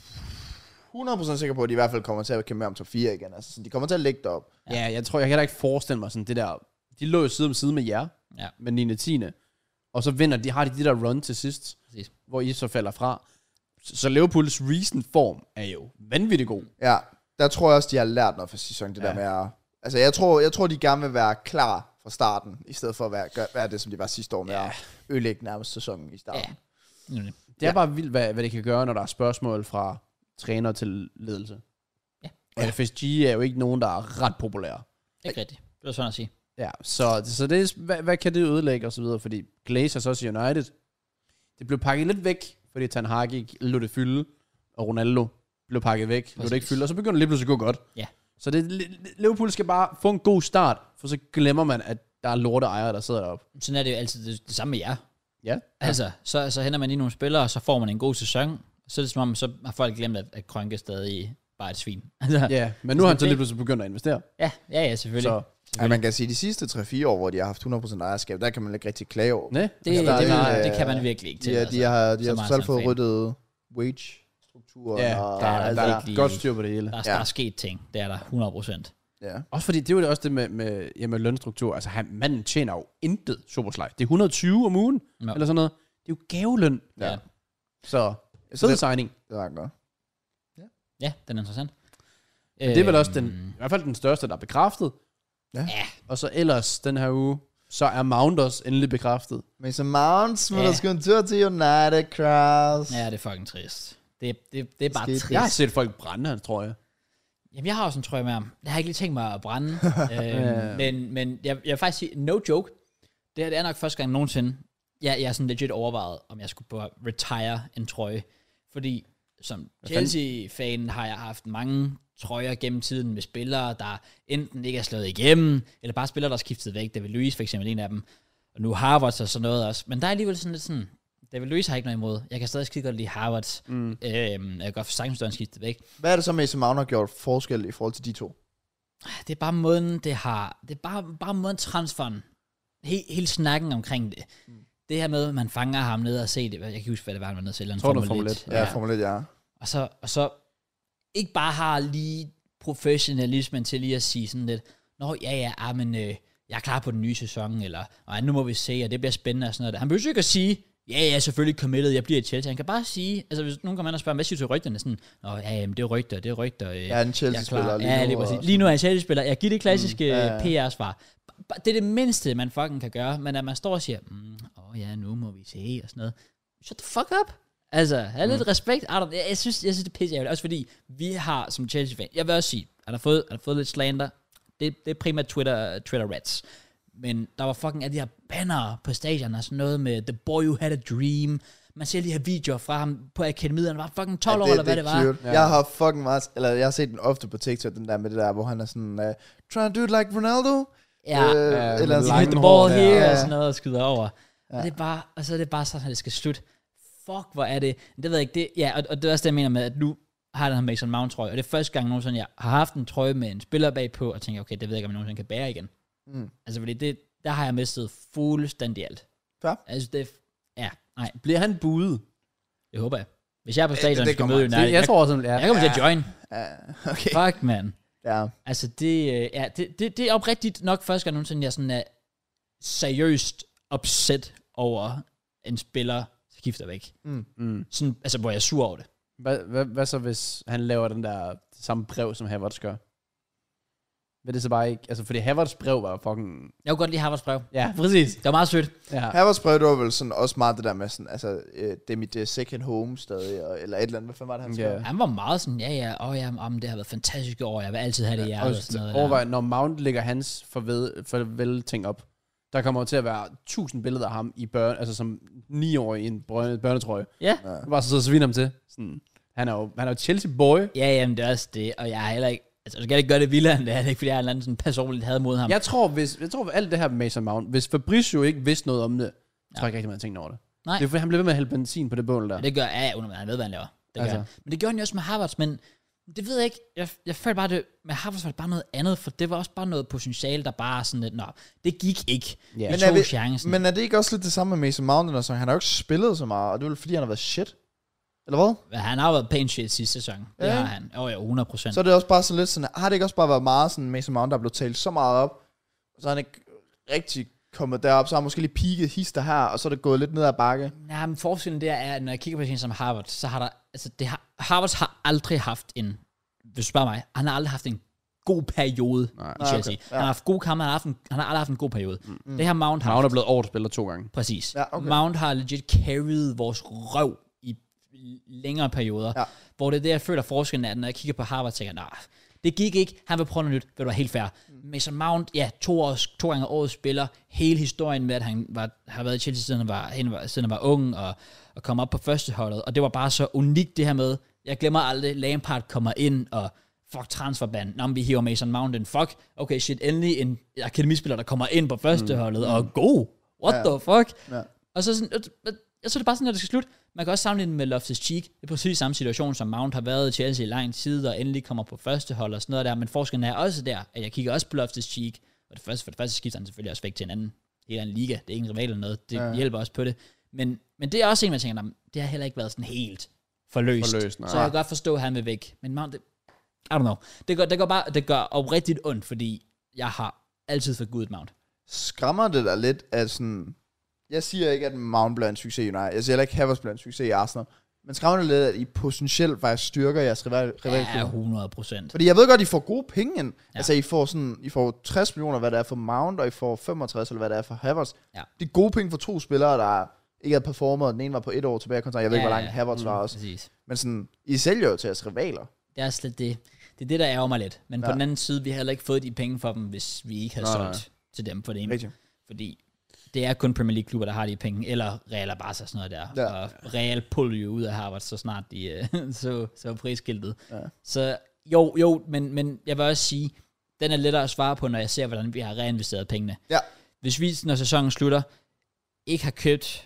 hundrede procent sikker på, at de i hvert fald kommer til at kæmpe med om top fire igen. Altså, sådan, de kommer til at ligge derop. Ja. ja, jeg tror, jeg kan heller ikke forestille mig sådan det der... De lå jo side om side med jer, Ja. med niende tiende og så vinder de, har de de der run til sidst, Præcis. hvor I så falder fra. Så, så Liverpools recent form er jo vanvittigt god. Ja, der tror jeg også, de har lært noget fra sæsonen, det Ja. der med at... Altså, jeg tror, jeg tror, de gerne vil være klar fra starten, i stedet for at være, gøre, være det, som de var sidste år med Ja. at ødelægge nærmest sæsonen i starten. Ja. Det er ja. bare vildt, hvad, hvad det kan gøre, når der er spørgsmål fra træner til ledelse. Ja. Og F S G er jo ikke nogen, der er ret populære. Ikke rigtigt. Det var sådan at sige. Ja, så, så det er, hvad, hvad kan det ødelægge og så videre, fordi Glazers også i United, det blev pakket lidt væk, fordi Ten Hag ikke lod det fylde, og Ronaldo blev pakket væk, lod det ikke fylde, og så begynder det lige pludselig at gå godt. Ja. Så det, Liverpool skal bare få en god start, for så glemmer man, at der er lorte ejere, der sidder deroppe. Sådan er det jo altid det, det samme med jer. Ja. Altså, så, så henter man lige nogle spillere, og så får man en god sæson. Så er det som om, så har folk glemt, at, at Krønke stadig bare er et svin. Altså, Ja, men nu har han så lige pludselig begyndt at investere. ja, ja, ja, selvfølgelig. Så, Ja, man kan sige, de sidste tre fire år, hvor de har haft hundrede procent ejerskab, der kan man ikke rigtig klage over. nej. det, Altså, det, der er det, ikke, det, øh, det kan man virkelig ikke til. Ja, altså. de har, de Så har meget totalt som fået fan. ryddet wage-strukturen. Ja, og der er alt der det er virkelig- godt styr på det hele. Der, er, Ja. der er sket ting. Det er der hundrede procent. Ja. Også fordi, det er jo også det med, med, ja, med lønstruktur. Altså, han, manden tjener jo intet Szoboszlai. Det er et hundrede og tyve om ugen, Ja. eller sådan noget. Det er jo gaveløn. Ja. Ja. Så, Så fed det, signing. det var godt. Ja, den er interessant. Det er vel også Øhm, den, i hvert fald den største, der er bekræftet. Ja, Og så ellers den her uge, så er Mount også endelig bekræftet. Mason Mount smutter Ja. sgu en tur til United, Kraus. ja, det er fucking trist. Det, det, det er bare Skete. trist. Jeg har set folk brænde hans, tror jeg. Jamen, jeg har også en trøje med ham. Det har jeg ikke lige tænkt mig at brænde. Ja. øhm, men men jeg, jeg vil faktisk sige, no joke. Det, her, det er nok første gang nogensinde, jeg, jeg er sådan legit overvejet, om jeg skulle bare retire en trøje. Fordi som Chelsea-fan har jeg haft mange trøjer gennem tiden med spillere, der enten ikke er slået igennem, eller bare spillere, der er skiftet væk. David Luiz for eksempel en af dem. Og nu Harvards og sådan noget også. Men der er alligevel sådan lidt sådan, David Luiz har ikke noget imod. Jeg kan stadig skide godt lide Harvards. Mm. Øhm, jeg kan godt sagtens forstå, at han skiftet væk. Hvad er det så, Mason Mount har gjort forskel i forhold til de to? Det er bare måden, det har... Det er bare, bare måden transferen. He, hele snakken omkring det. Mm. Det her med, at man fanger ham ned og se det. Jeg kan ikke huske, hvad det var, han var nede til. Tror du, Formel et? Ja, Formel et, ja. Og så, og så ikke bare har lige professionalismen til lige at sige sådan lidt, nå ja, ja, ah, men øh, jeg er klar på den nye sæson, eller nej, nu må vi se, og det bliver spændende og sådan noget. Han behøver ikke at sige, ja, jeg er selvfølgelig committed, jeg bliver i Chelsea. Han kan bare sige, altså hvis nogen kommer ind og spørger, hvad siger du til rygterne? Sådan, nå ja, jamen, det er rygter, det er rygter. Øh, Jeg er en Chelsea-spiller lige ja, nu. lige præcis. og- Lige nu er jeg Chelsea-spiller. Jeg giver det klassiske Mm, ja, mm, ja. P R-svar. Det er det mindste, man fucking kan gøre, men at man står og siger, åh mm, oh, ja, nu må vi se, og sådan noget. Shut the fuck up. Altså, have lidt mm. respekt. Jeg, jeg, synes, jeg synes, det er pisse ærgerligt. Også fordi, vi har som Chelsea-fan, jeg vil også sige, han har fået, han har fået lidt slander. Det, det er primært Twitter, Twitter Reds. Men der var fucking alle de her banner på stadion, og sådan noget med The Boy Who Had a Dream. Man ser de her videoer fra ham på akademiet, han var fucking tolv Ja, år, eller hvad det, det var. Ja. Jeg har fucking meget, eller jeg har set den ofte på TikTok, den der med det der, hvor han er sådan, uh, trying to do it like Ronaldo. Ja, øh, øh, eller de hit the ball her, ja. Og sådan noget, og skyder over. Ja. Og det er bare, og så er det bare sådan, at det skal slutte. Fuck, hvor er det. Det ved jeg ikke, det, ja, og, og det er også det, jeg mener med, at nu har den her Mason Mount trøje, og det er første gang nogensinde, jeg har haft en trøje med en spiller bagpå, og tænker, okay, det ved jeg ikke, om jeg nogensinde kan bære igen. Mm. Altså, fordi det, der har jeg mistet fuldstændig alt. Ja. Altså, det, ja, nej. Bliver han budet? Det håber jeg. Hvis jeg er på stadion, skal møde United. Jeg, jeg tror også, jeg, jeg kommer til at join. Ja, okay. Fuck, man. Ja. Altså, det, ja, det, det, det er oprigtigt nok første gang nogensinde, jeg sådan er seriøst upset over en spiller skifter væk. Mm. Mm. Sådan, altså, hvor jeg er sur over det. Hvad, hvad, hvad så, hvis han laver den der samme brev, som Havertz gør? Vil det så bare ikke... Altså, fordi Havertz brev var fucking... Jeg kunne godt lide Havertz brev. Ja, præcis. Det var meget sødt. Ja. Havertz brev, det var vel sådan også meget det der med sådan... Altså, det er mit second home stadig, og, eller et eller andet. Hvad fanden var det, han skrev? Yeah. Han var meget sådan, ja, ja, åh ja, om det har været fantastisk år, jeg vil altid have det i hjertet. Ja, og sådan noget. Overvej, når Mount lægger hans farvel, farvel ting op, der kommer til at være tusind billeder af ham i børn, altså som niårig i en børnetrøje. Ja. Ja. Bare så så svine ham til. Sådan, han er jo, han er jo Chelsea-boy. Ja, jamen det er også det, og jeg er heller ikke... Altså, du kan ikke gøre det vildere end det, er det ikke, fordi jeg har en eller anden sådan personligt had mod ham. Jeg tror, hvis, jeg tror, alt det her med Mason Mount, hvis Fabrizio ikke vidste noget om det, ja. tror jeg ikke rigtig, man har tænkt over det. Nej. Det er fordi, han blev ved med at hælde benzin på det bål der. Ja, det gør jeg, ja, han ved, hvad han laver. Det altså. gør Men det gjorde han jo også med Havertz, men det ved jeg ikke. Jeg, jeg følte bare, det med Havertz var det bare noget andet, for det var også bare noget potentiale, der bare sådan lidt, nå, det gik ikke. Yeah. Men, er vi, men er det ikke også lidt det samme med Mason Mount, og så han har jo ikke spillet så meget, og det er vel fordi, han har været shit? Eller hvad? Han har været pain shit sidste sæson. Det ja. har han. Åh oh, ja, hundrede procent. Så er det også bare sådan lidt sådan, har det ikke også bare været meget sådan, Mason Mount, der er blevet talt så meget op, og så har han ikke rigtig kommet derop, så har han måske lige peaked hister her, og så er det gået lidt ned ad bakke. Nej, men forskellen der er, at når jeg kigger på sådan som Harvard, så har der, altså det har, Harvard har aldrig haft en, hvis du spørger mig, han har aldrig haft en god periode Nej. i Chelsea. Okay. Ja. Han har haft gode kampe, han har, haft en, han har aldrig haft en god periode. Mm. Det her Mount har Mount er blevet overspiller to gange. Præcis. Ja, okay. Mount har legit carried vores røv i længere perioder, ja. hvor det er det, jeg føler forskellen er, når jeg kigger på Harvard, tænker jeg, nej, det gik ikke, han vil prøve noget nyt, vil du være helt fair. Mm. Mason Mount, ja, to, års, to gange årets spiller, hele historien med, at han var, har været i Chelsea, siden han var, siden han var ung, og, og kom op på førsteholdet, og det var bare så unikt det her med, jeg glemmer aldrig, Lampard kommer ind, og fuck transferband, når vi hiver Mason Mount ind, fuck, okay shit, endelig en akademispiller, der kommer ind på førsteholdet, mm. og go, what ja. the fuck? Ja. Og så sådan, jeg så det bare sådan, at det skal slutte. Man kan også sammenligne med Loftus-Cheek. Det er præcis samme situation, som Mount har været i Chelsea i lang tid, og endelig kommer på første hold og sådan noget der. Men forskellen er også der, at jeg kigger også på Loftus-Cheek, og det første, for det første skifter han selvfølgelig også væk til en anden, helt anden liga. Det er ikke en rival eller noget. Det ja. hjælper også på det. Men, men det er også en, man tænker, det har heller ikke været sådan helt forløst. forløst så jeg kan godt forstå, at han vil væk. Men Mount, det, I don't know. Det gør, det gør bare, det gør oprigtigt ondt, fordi jeg har altid forgudet Mount. Skræmmer det der lidt, at sådan... Jeg siger ikke, at Mount bliver en succes i United. Jeg siger heller ikke, at Havertz bliver en succes i Arsenal. Men skræmmer det lidt, at I potentielt faktisk styrker jeres rival. Ja, hundrede procent. Fordi jeg ved godt, at I får gode penge ind. Ja. Altså, I får, sådan, I får tres millioner, hvad det er for Mount, og I får femogtres, eller hvad det er for Havertz. Ja. Det er gode penge for to spillere, der ikke havde performet. Den ene var på et år tilbage i kontrakt. Jeg ved ja, ikke, hvor langt ja. Havertz mm, var også. Præcis. Men sådan, I sælger jo til jeres rivaler. Det er slet det. Det er det, der ærger mig lidt. Men ja. på den anden side, vi har heller ikke fået de penge for dem, hvis vi ikke havde solgt nej. til dem for det ene. Fordi det er kun Premier League-klubber, der har de penge, eller Real og Barca, sådan noget der. Ja. Og Real pullede jo ud af Harvard, så snart de uh, så, så prisskiltet. Ja. Så jo, jo, men, men jeg vil også sige, den er lettere at svare på, når jeg ser, hvordan vi har reinvesteret pengene. Ja. Hvis vi, når sæsonen slutter, ikke har købt,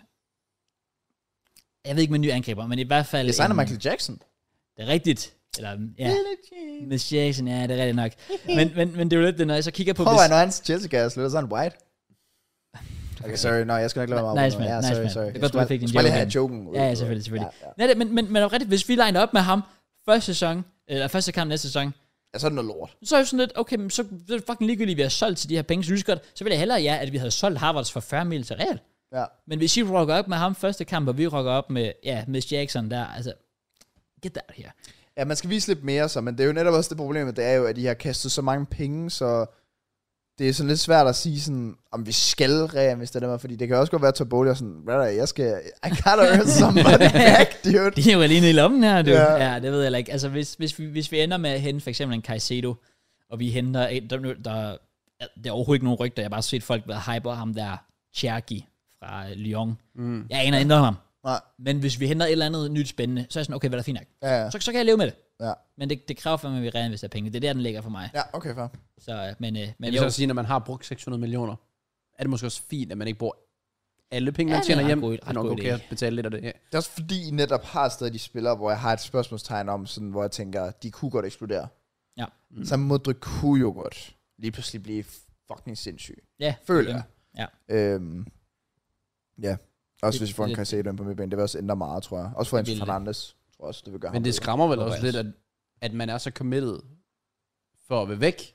jeg ved ikke med nye angriber, men i hvert fald... Det signer Michael Jackson. Det er rigtigt. Eller, ja, Miss Jackson, ja, det er rigtigt nok. men, men, men det er jo lidt det, når jeg så kigger på... Prøv at når hans Chelsea-gas slutter, så er han white. Okay, sorry, nej, jeg skal ikke lade mig nice, man, ja, nice, sorry, man. sorry. Det er godt, du fik din joke. Jeg have joken. Ja, ja, selvfølgelig, selvfølgelig. Ja, ja. Nej, men, men, men rigtigt, hvis vi liner op med ham første sæson, eller første kamp næste sæson, ja, så er det noget lort. Så er det sådan lidt, okay, men så er det fucking ligegyldigt, at vi har solgt til de her penge, så, godt, så vil jeg hellere ja, at vi havde solgt Harvards for fyrre mil til Real. Ja. Men hvis I rocker op med ham første kamp, og vi rocker op med, ja, Miss Jackson der, altså, get that here. Ja, man skal vise lidt mere så, men det er jo netop også det problem, det er jo, at de har kastet så mange penge, så det er sådan lidt svært at sige sådan, om vi skal reinvestere dem, fordi det kan også godt være Toboli og sådan, brother, jeg skal, I gotta earn some money back, dude. De er jo alene i lommen her, du. Ja. ja, det ved jeg ikke. Altså, hvis, hvis, vi, hvis vi ender med at hente for eksempel en Caicedo, og vi henter, en, der, der, der er overhovedet ikke nogen rygter, jeg har bare set folk være hyper ham der, Cherki fra Lyon. Mm. Jeg aner ikke ham. Nej. Men hvis vi henter et eller andet nyt spændende, så er jeg sådan, okay, hvad er der fint nok. Ja, ja. Så, så kan jeg leve med det. Ja. Men det, det kræver for mig, at vi reinvesterer penge. Det er der, den ligger for mig. Ja, okay, fair. Så, men, øh, men jeg vil så sige, når man har brugt seks hundrede millioner, er det måske også fint, at man ikke bruger alle penge, man ja, tjener hjem. God, Det er nok okay at betale lidt af det. Ja. Det er også fordi, I netop har stadig de spillere, hvor jeg har et spørgsmålstegn om, sådan, hvor jeg tænker, de kunne godt eksplodere. Ja. Mm. Samme måde, kunne jo godt lige pludselig blive fucking sindssyg. Ja. Føler jeg. Ja. Øhm, ja. Også det, hvis vi får en Caicedo på midtbanen, det vil også ændre meget, tror jeg. Også for Enzo Fernandes, tror jeg også, det vil gøre. Men det skræmmer vel også lidt, at, at man er så committed for at være væk,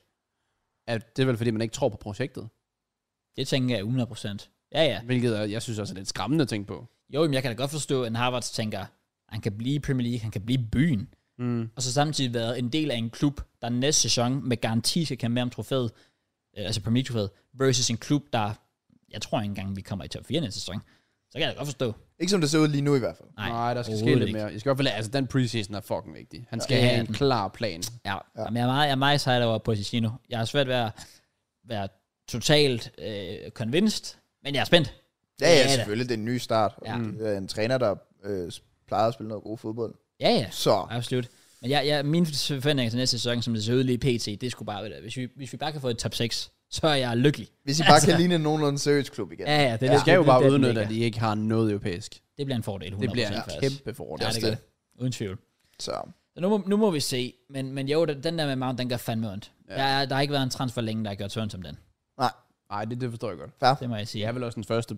at det er vel fordi, man ikke tror på projektet. Det tænker jeg hundrede procent. Ja, ja. Hvilket er, jeg synes også er lidt skræmmende at tænke på. Jo, men jeg kan da godt forstå, at en Harvard tænker, han kan blive i Premier League, han kan blive i byen. Mm. Og så samtidig været en del af en klub, der næste sæson med garanti skal kæmpe med om trofæet, øh, altså Premier League-trofæet, versus en klub, der, jeg tror ikke engang, vi kommer i top fire næste sæson. Så kan jeg da godt forstå. Ikke som det ser ud lige nu i hvert fald. Nej, Nej, der skal ske lidt mere. Jeg skal i hvert fald, altså den preseason er fucking vigtig. Han skal ja, have en den. klar plan. Ja, ja. Jamen, jeg er meget, jeg er meget sejt over Pochettino. Jeg er svært ved at være totalt øh, convinced, men jeg er spændt. Ja, ja, selvfølgelig. Det er en ny start. Ja. Det er en træner, der øh, plejer at spille noget god fodbold. Ja, ja. Så. Absolut. Men jeg, jeg, mine forventninger til næste sæson, som det ser ud lige P T, det skulle bare være, hvis vi, hvis vi bare kan få et top seks, så er jeg lykkelig. Hvis I bare altså, kan ligne nogenlunde seriøs klub igen. Ja, ja. Det, ja. det skal jo det, bare det, udnytte, at de ikke har noget europæisk. Det bliver en fordel, hundrede procent. Det bliver en kæmpe fordel. Ja, det gør det. Uden tvivl. Så. Så nu må, nu må vi se. Men, men jo, den der med Mount, den gør fandme ondt. Ja. Der, der har ikke været en transfer længe, der har gjort sådan som den. Nej. Nej, det, det forstår jeg godt. Fair. Det må jeg sige. Jeg er vel også den første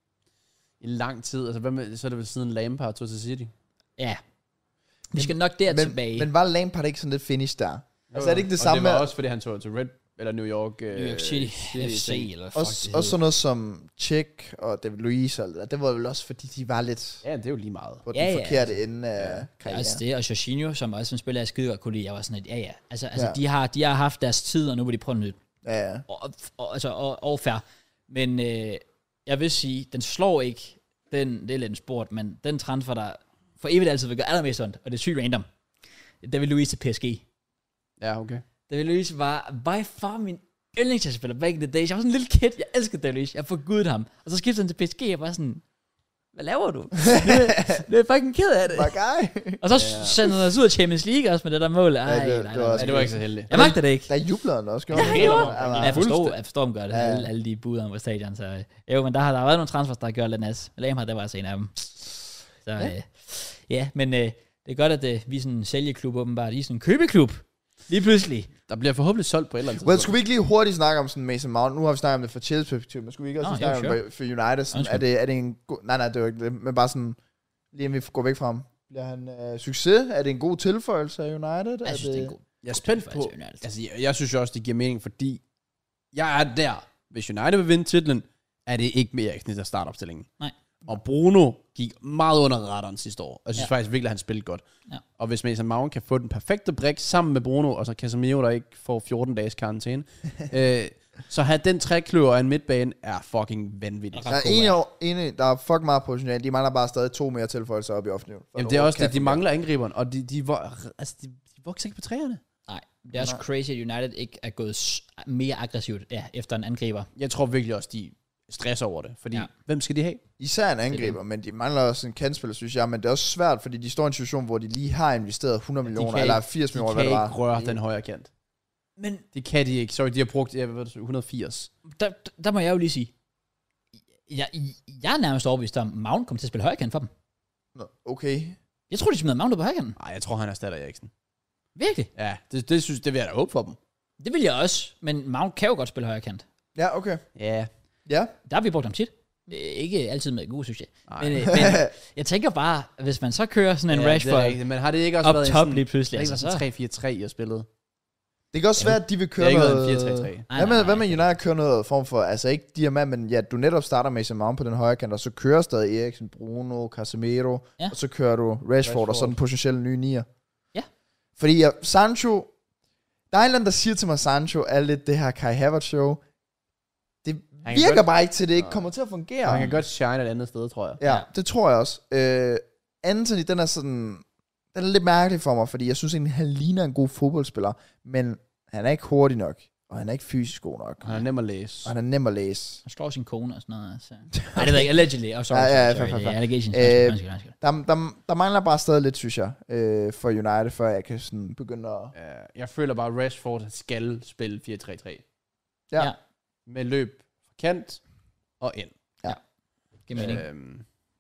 i lang tid. Altså, hvad med, så er det vel siden Lampard tog til City. Ja. Vi skal nok der men, tilbage. Men var Lampard ikke sådan lidt finish der? Jo, altså er det ikke det og samme? det var også, fordi han tog til Red, eller New York... New York City, City F C, eller fuck også, også sådan noget som Czech og David Luiz, og det, der, det var vel også, fordi de var lidt... Ja, det er jo lige meget. På ja, den ja, forkerte altså, ende af ja, karrieren. Altså det, og Jorginho, som også en spiller af skide godt kunne lide, jeg var sådan et, ja ja. Altså, altså ja. De, har, de har haft deres tid, og nu vil de prøve nyt. Ja, ja. Og, og, altså, og, og fair. Men øh, jeg vil sige, den slår ikke, den, det er lidt en sport, men den transfer, der for evigt altid vil gøre allermest ondt, og det er sygt random, David Luiz til P S G. Ja, okay. David Luiz var by far min yndlingsspiller back in the days. Jeg var sådan en lille kid, jeg elskede David Luiz, jeg forgudede ham. Og så skiftede han til P S G, og jeg var sådan, hvad laver du? Det er fucking ked af det. My guy. Og så yeah. sendte han os ud af Champions League også med det der mål. Ej, ja, det, nej, det, var, nej, det var ikke så heldigt. Jeg magter det ikke. Der jubler han også, gjorde ja, han. Ja, ja, jeg, forstår, jeg forstår, om gør det. Ja. Alle, alle de buder på stadion. Så, jo, men der har der har været nogle transfers, der har gjort lidt nas. Lampard, det var altså en af dem. Så ja, øh, ja men øh, det er godt, at øh, vi er sådan en sælgeklub åbenbart. I er sådan en købeklub. Lige pludselig. Der bliver forhåbentlig solgt på et eller andet well, skulle vi ikke lige hurtigt snakke om sådan Mason Mount? Nu har vi snakket om det fra Chelsea perspektiv, men skulle vi ikke også oh, snakke om det for United? Sådan, er, det, er det en god... Nej, nej, det er jo ikke det. Men bare sådan, lige inden vi går væk fra ham. Bliver han øh, succes? Er det en god tilføjelse af United? Jeg synes, er det... det er en god Jeg er spændt på... Altså, jeg, jeg synes jo også, det giver mening, fordi jeg er der. Hvis United vil vinde titlen, er det ikke mere Eriksen, der starter opstillingen. Nej. Og Bruno gik meget under radaren sidste år. Jeg synes ja. faktisk virkelig, at han spillede godt. Ja. Og hvis Mason Mount kan få den perfekte brik sammen med Bruno, og så Casemiro, der ikke får fjorten dages karantæne, øh, så have den trækløver af en midtbane er fucking vanvittigt. Der er en år, en, der er fuck meget potentiale. De mangler bare stadig to mere tilføjelser op i offentlighed. Jamen det er også det, de mangler angriberen, og de, de, de, altså, de, de vokser ikke på træerne. Nej, det er også crazy, at United ikke er gået mere aggressivt ja, efter en angriber. Jeg tror virkelig også, de stresser over det, fordi ja. hvem skal de have? Især en angriber, men de mangler også en kantspiller, synes jeg, men det er også svært, fordi de står i en situation, hvor de lige har investeret hundrede millioner, eller firs millioner, hvad det var. De kan ikke røre den højre kant. Men det kan de ikke. Sorry, de har brugt ja, hvad, et hundrede og firs. Der, der må jeg jo lige sige, jeg, jeg er nærmest overbevist om, Mount kommer til at spille højre kant for dem. Okay. Jeg tror, de smider Mount på højre kanten. Nej, jeg tror, han erstatter Eriksen. Virkelig? Ja, det, det, synes, det vil jeg da håbe for dem. Det vil jeg også, men Mount kan jo godt spille højre kant. Ja, okay. Ja. Ja. Der har vi brugt ham tit. Ikke altid med god succes. Men, men jeg tænker bare, hvis man så kører sådan en ja, Rashford men har det ikke også op været top lige pludselig? Altså, så tre fire tre jeg spillet. Det kan også være, at de vil køre det noget... fire tre tre. Hvad med, hvad med United kører noget form for... Altså ikke Diamant, men ja, du netop starter med Mason Mount på den højre kant, og så kører stadig Eriksen, Bruno, Casemiro, ja. Og så kører du Rashford, Rashford. Og så den potentielle nye nier. Ja. Fordi ja, Sancho... Der er en eller anden, der siger til mig, Sancho er lidt det her Kai Havertz show. Det virker godt, bare ikke til, det ikke kommer til at fungere. Han kan godt shine et andet sted, tror jeg. Ja, ja. Det tror jeg også. Øh, Anthony, den er sådan... Den er lidt mærkelig for mig, fordi jeg synes egentlig, han ligner en god fodboldspiller, men han er ikke hurtig nok, og Og han er ikke fysisk god nok. Han er nem at læse. Og han er nem at læse. Han slår sin kone og sådan noget. Altså. Nej, det ved jeg ikke. Allegedly. Oh, sorry, ja, ja, sorry, sorry. for, for, for. Allegations. Øh, der, der, der mangler bare stadig lidt, synes jeg, øh, for United, før jeg kan sådan begynde at... Uh, jeg føler bare, at Rashford skal spille fire tre tre. Ja. ja. Med løb kant og ind. Ja. Giver mening. Øhm.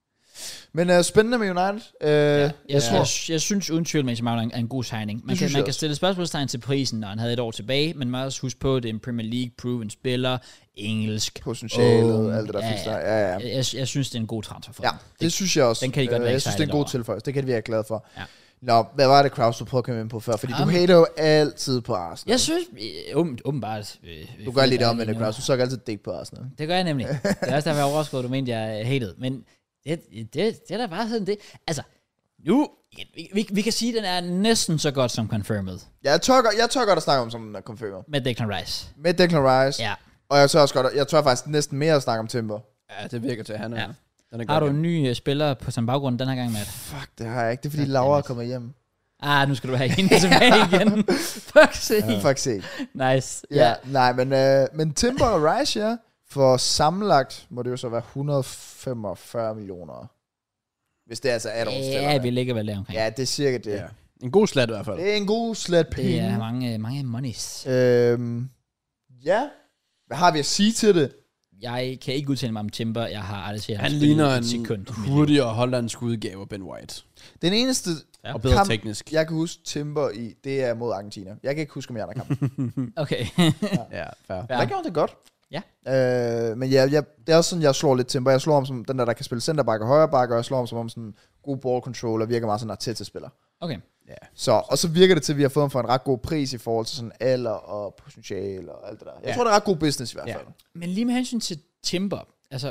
Men uh, spændende med United. Uh, ja. jeg, jeg, tror, jeg, jeg synes uden tvivl, at Mason Mount er en god signing. Man, kan, man kan stille spørgsmålstegn til prisen, når han havde et år tilbage, men man må også huske på, at det er en Premier League-proven spiller, engelsk. Potentialet, oh, alt det der ja, fisk der. Ja, ja. Jeg, jeg, jeg synes, det er en god transfer for ja, dem. det, det synes jeg også. Den kan de godt være uh, Jeg synes, det er en god over. tilføjelse. Det kan vi være glade for. Ja. Ja. Nå, hvad var det, Kraus, du prøvede at komme ind på før? Fordi um, du hater jo altid på Arsenal. Jeg synes, um, åbenbart... Øh, du gør lige det om, men Kraus, du sukker altid dæk på Arsenal. Det gør jeg nemlig. Det er også derfor, jeg overrasker, at du mente, jeg hated. Men det, det, det er da bare sådan det. Altså, nu... Vi, vi, vi kan sige, at den er næsten så godt som confirmed. Ja, jeg tør, jeg tør godt at snakke om, som den er confirmed. Med Declan Rice. Med Declan Rice. Ja. Og jeg tør også godt, jeg tør faktisk næsten mere at snakke om Timber. Ja, det virker til, at han er... Ja. Den er har du godt, en ny uh, spiller på samme baggrund den her gang, Matt? Fuck, det har jeg ikke. Det er fordi Laura kommer hjem. Ah, nu skal du have hende tilbage igen. Fuck sake. Ja. Fuck sake. Nice. Ja, yeah. nej, men, øh, men Timber og Rice, ja, for sammenlagt må det jo så være et hundrede og femogfyrre millioner. Hvis det er altså add-ons. Ja, vi ligger vel der omkring. Ja, det er cirka det. Ja. En god slat i hvert fald. Det er en god slat penge. Det er mange, mange monies. Øhm, ja. Hvad har vi at sige til det? Jeg kan ikke udtale mig om Timber. Jeg har aldrig set han ham ligner en sekund. Hurtigere hollandsk udgave af Ben White. Den eneste ja. Og bedre kamp, teknisk. jeg kan huske Timber i, det er mod Argentina. Jeg kan ikke huske, om jeg andre kamp. Okay. ja, ja fair. Der gjorde det godt. Ja. Øh, men ja, jeg, det er også sådan, jeg slår lidt Timber. Jeg slår ham som den der, der kan spille centerback og højreback, og jeg slår ham som om sådan god ball control, og virker meget sådan en Arteta-spiller. Okay. Ja. Så, og så virker det til, at vi har fået ham for en ret god pris i forhold til sådan alder og potentiale og alt det der. Jeg ja. tror, det er ret god business i hvert fald. Ja. Men lige med hensyn til Timber, altså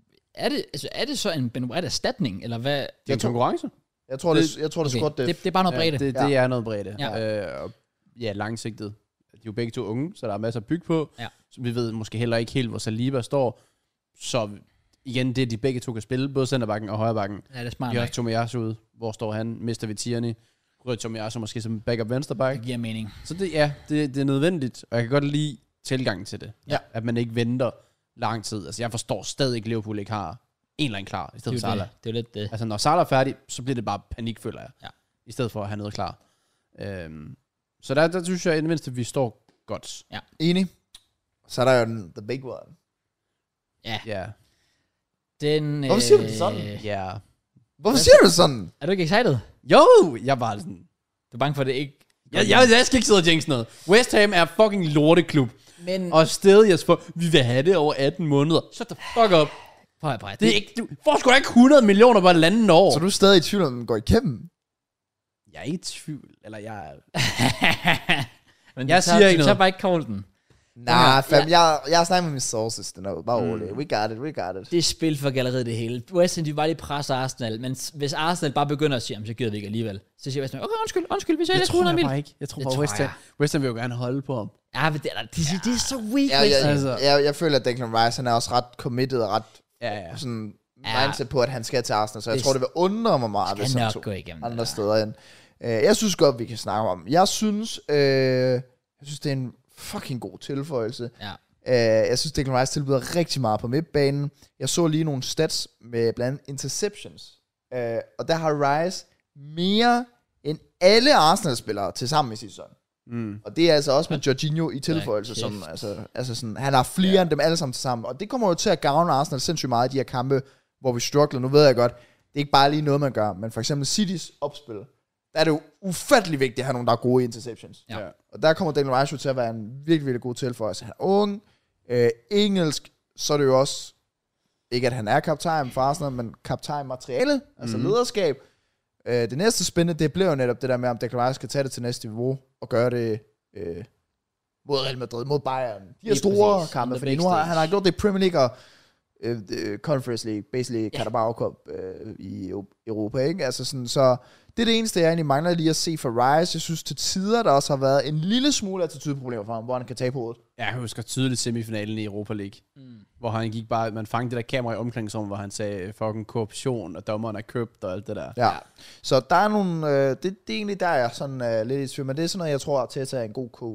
er det, altså, er det så en Ben White erstatning, eller hvad? Det er en konkurrence. Jeg tror, det, det, jeg tror, det, okay. skot, det, det, det er bare noget bredde. Ja, det, det ja. er noget bredde. Ja. Øh, og ja, langsigtet. De er jo begge to unge, så der er masser at bygge på. Ja. Så vi ved måske heller ikke helt, hvor Saliba står. Så igen, det er de begge to kan spille, både centerbacken og højrebacken. Ja, det er smart. Vi har også Tomiyasu ude. Hvor står han? Mister vi Tierney? Rød Tomiyasu måske som backup venstreback. Det giver mening. Så det, ja, det, det er nødvendigt, og jeg kan godt lide tilgangen til det. Ja. At man ikke venter lang tid. Altså jeg forstår stadig ikke, at Liverpool ikke har en eller anden klar, i stedet for Salah. Det, det er lidt det. Altså når Salah er færdig, så bliver det bare panik, føler jeg. Ja. I stedet for at have noget klar. Øhm, så der, der synes jeg i det mindste, at vi står godt. Ja. Enig. Så er der jo den the big one. Ja. Ja. Den, Hvorfor siger du det sådan? Ja. Hvorfor siger du sådan? Er du ikke excited? Jo, jeg var sådan... Du er bange for, at det ikke... Jeg, jeg, jeg skal ikke sidde og jinx noget. West Ham er fucking lorteklub. Men... Og stadig jeg for, vi vil have det over atten måneder. Shut the fuck up. Prøv at prøv Det er ikke, du får sgu da ikke hundrede millioner på et andet år. Så du er stadig i tvivl, om den går igennem? Jeg er i tvivl. Eller jeg er... Men jeg tager, siger ikke du noget. tager bare ikke kolden. Den. Nej, fam, ja. jeg, jeg har snakket med mine sources, den er bare roligt. Mm. We got it, we got it. Det er spil for galleriet det hele. West Ham, de var lige presser Arsenal, men hvis Arsenal bare begynder at sige, så gider vi ikke alligevel. Så siger West Ham, okay, undskyld, undskyld, vi siger det hundrede mil. Ikke. Jeg tror det bare, tror West Ham, jeg. West Ham vil jo gerne holde på ham. Ja, men det er, de, de, de er så weak. Ja, jeg, Altså. jeg, jeg, jeg føler, at Declan Rice, han er også ret committed og ret Ja, ja. sådan Ja. mindset på, at han skal til Arsenal. Så jeg Det tror, det vil undre mig meget, hvis Skal han nok tog gå igennem. andre det der. steder ind. Uh, jeg synes godt, vi kan snakke om. Jeg synes, uh, jeg synes, det er en fucking god tilføjelse. Ja. Uh, jeg synes, Declan Rice tilbyder rigtig meget på midtbanen. Jeg så lige nogle stats med blandt andet interceptions. Uh, og der har Rice mere end alle Arsenal-spillere til sammen i sidste sæson. Mm. Og det er altså også med Jorginho i tilføjelse, Ja, som altså, altså sådan, han har flere ja. end dem alle sammen til sammen. Og det kommer jo til at gavne Arsenal sindssygt meget i de her kampe, hvor vi struggler. Nu ved jeg godt, det er ikke bare lige noget, man gør, men for eksempel Citys opspil, der er det jo ufattelig vigtigt at have nogen, der er gode interceptions. Ja. Og der kommer Declan Rice til at være en virkelig, virkelig god tilføjelse. Han er ung, øh, engelsk, så er det jo også, ikke at han er kaptajn for Arsenal, men kaptajn-materiale, altså mm. lederskab. Øh, det næste spændende, det bliver jo netop det der med, om Declan Rice skal tage det til næste niveau, og gøre det øh, mod Real Madrid, mod Bayern. De her store præcis. kampe, The fordi big nu har stage. han har gjort det i Premier League og øh, øh, Conference League, basically yeah. Carabao Cup øh, i Europa, ikke? Altså sådan, så det er det eneste, jeg egentlig mangler lige at se for Rice. Jeg synes til tider, der også har været en lille smule attitudeproblemer for ham, hvor han kan tabe hovedet. Ja, jeg husker tydeligt semifinalen i Europa League, mm. hvor han gik bare, man fangede det der kamera i omklædningsrummet, hvor han sagde fucking korruption, og dommeren er købt, og alt det der. Ja, så der er nogle, øh, det, det er egentlig der, jeg er sådan øh, lidt i tvivl, men det er sådan noget, jeg tror, at Teta er en god coach.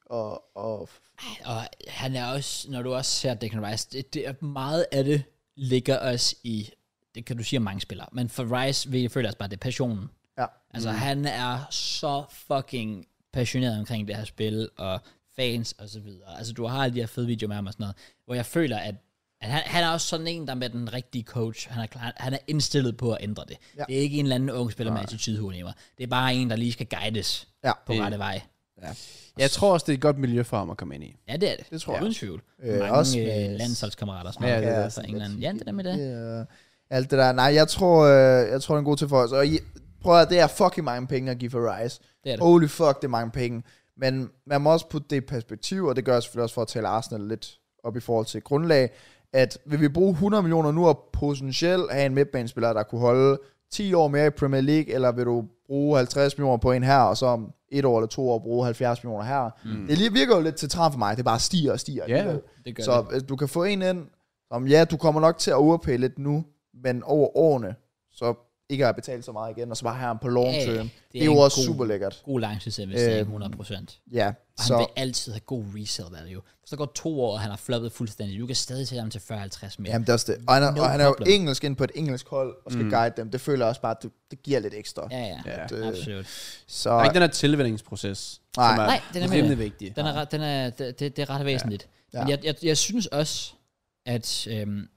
Og, og... og han er også, når du også ser Declan Rice, det, det er meget af det ligger os i, det kan du sige om mange spillere, men for Rice vil jeg føle også bare, det er passionen. Ja. Altså mm. han er så fucking passioneret omkring det her spil, og fans og så videre. Altså du har alle de her fede videoer med ham og sådan noget, hvor jeg føler, at, at han, han er også sådan en, der med den rigtige coach, han er, klar, han er indstillet på at ændre det. Ja. Det er ikke en eller anden ung spiller med attitude-hunever. Det er bare en, der lige skal guides ja. på det, rette vej. Ja. Jeg tror også, det er et godt miljø for ham at komme ind i. Ja, det er det. Det tror jeg. Uden tvivl. Øh, Mange også øh, landsholdskammerater, som ja, har ja, ja, fra England. Ja, det der med det. Ja, alt det der. Nej, jeg tror, øh, jeg tror, det er en god tilføjelse. Og I, prøv at det er fucking mange penge at give for Rice. Det er det. Holy fuck, det er mange penge. Men man må også putte det i perspektiv, og det gør jeg selvfølgelig også for at tale Arsenal lidt op i forhold til grundlag, at vil vi bruge hundrede millioner nu og potentielt have en midtbanespiller, der kunne holde ti år mere i Premier League, eller vil du bruge halvtreds millioner på en her, og så om et år eller to år bruge halvfjerds millioner her. Mm. Det virker jo lidt til træn for mig, det bare stiger og stiger. Yeah, det gør så det. Du kan få en ind, som ja, du kommer nok til at overpay lidt nu, men over årene, så ikke har betalt så meget igen, og så bare have ham på long term. Ja, det, det er jo også god, super lækkert. God langtidsinvestering, øh, hundrede procent. Ja. Og så han vil altid have god resale value. Hvis der går to år, og han har floppet fuldstændig, du kan stadig sætte ham til fyrre halvtreds mere. Jamen det er også det. Og han er, no og han er jo engelsk ind på et engelsk hold, og skal mm. guide dem. Det føler jeg også bare, at det, det giver lidt ekstra. Ja, ja, ja. At, øh, absolut. Så, der er ikke den her tilvændingsproces, nej, som er, nej, den er rimelig vigtig. Den er, den er, det, det, det er ret væsentligt. Ja. Men jeg, jeg, jeg synes også, at, øhm,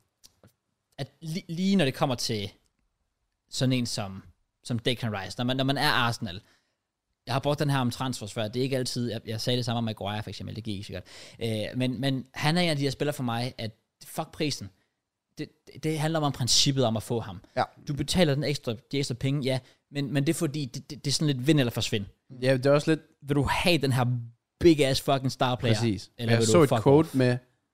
at li, lige når det kommer til sådan en som, som Declan Rice, når man, når man er Arsenal, jeg har brugt den her om transfers før, det er ikke altid, jeg, jeg sagde det samme om Maguire for eksempel, det gik ikke så godt, øh, men, men han er en af de her spillere for mig, at fuck prisen, det, det, det handler om princippet om at få ham. Ja. Du betaler den ekstra, de ekstra penge, ja, men, men det er fordi, det, det, det er sådan lidt vind eller forsvind. Ja, det er også lidt... Vil du have den her big ass fucking star player? Præcis. Eller jeg vil så du et fuck quote off? med,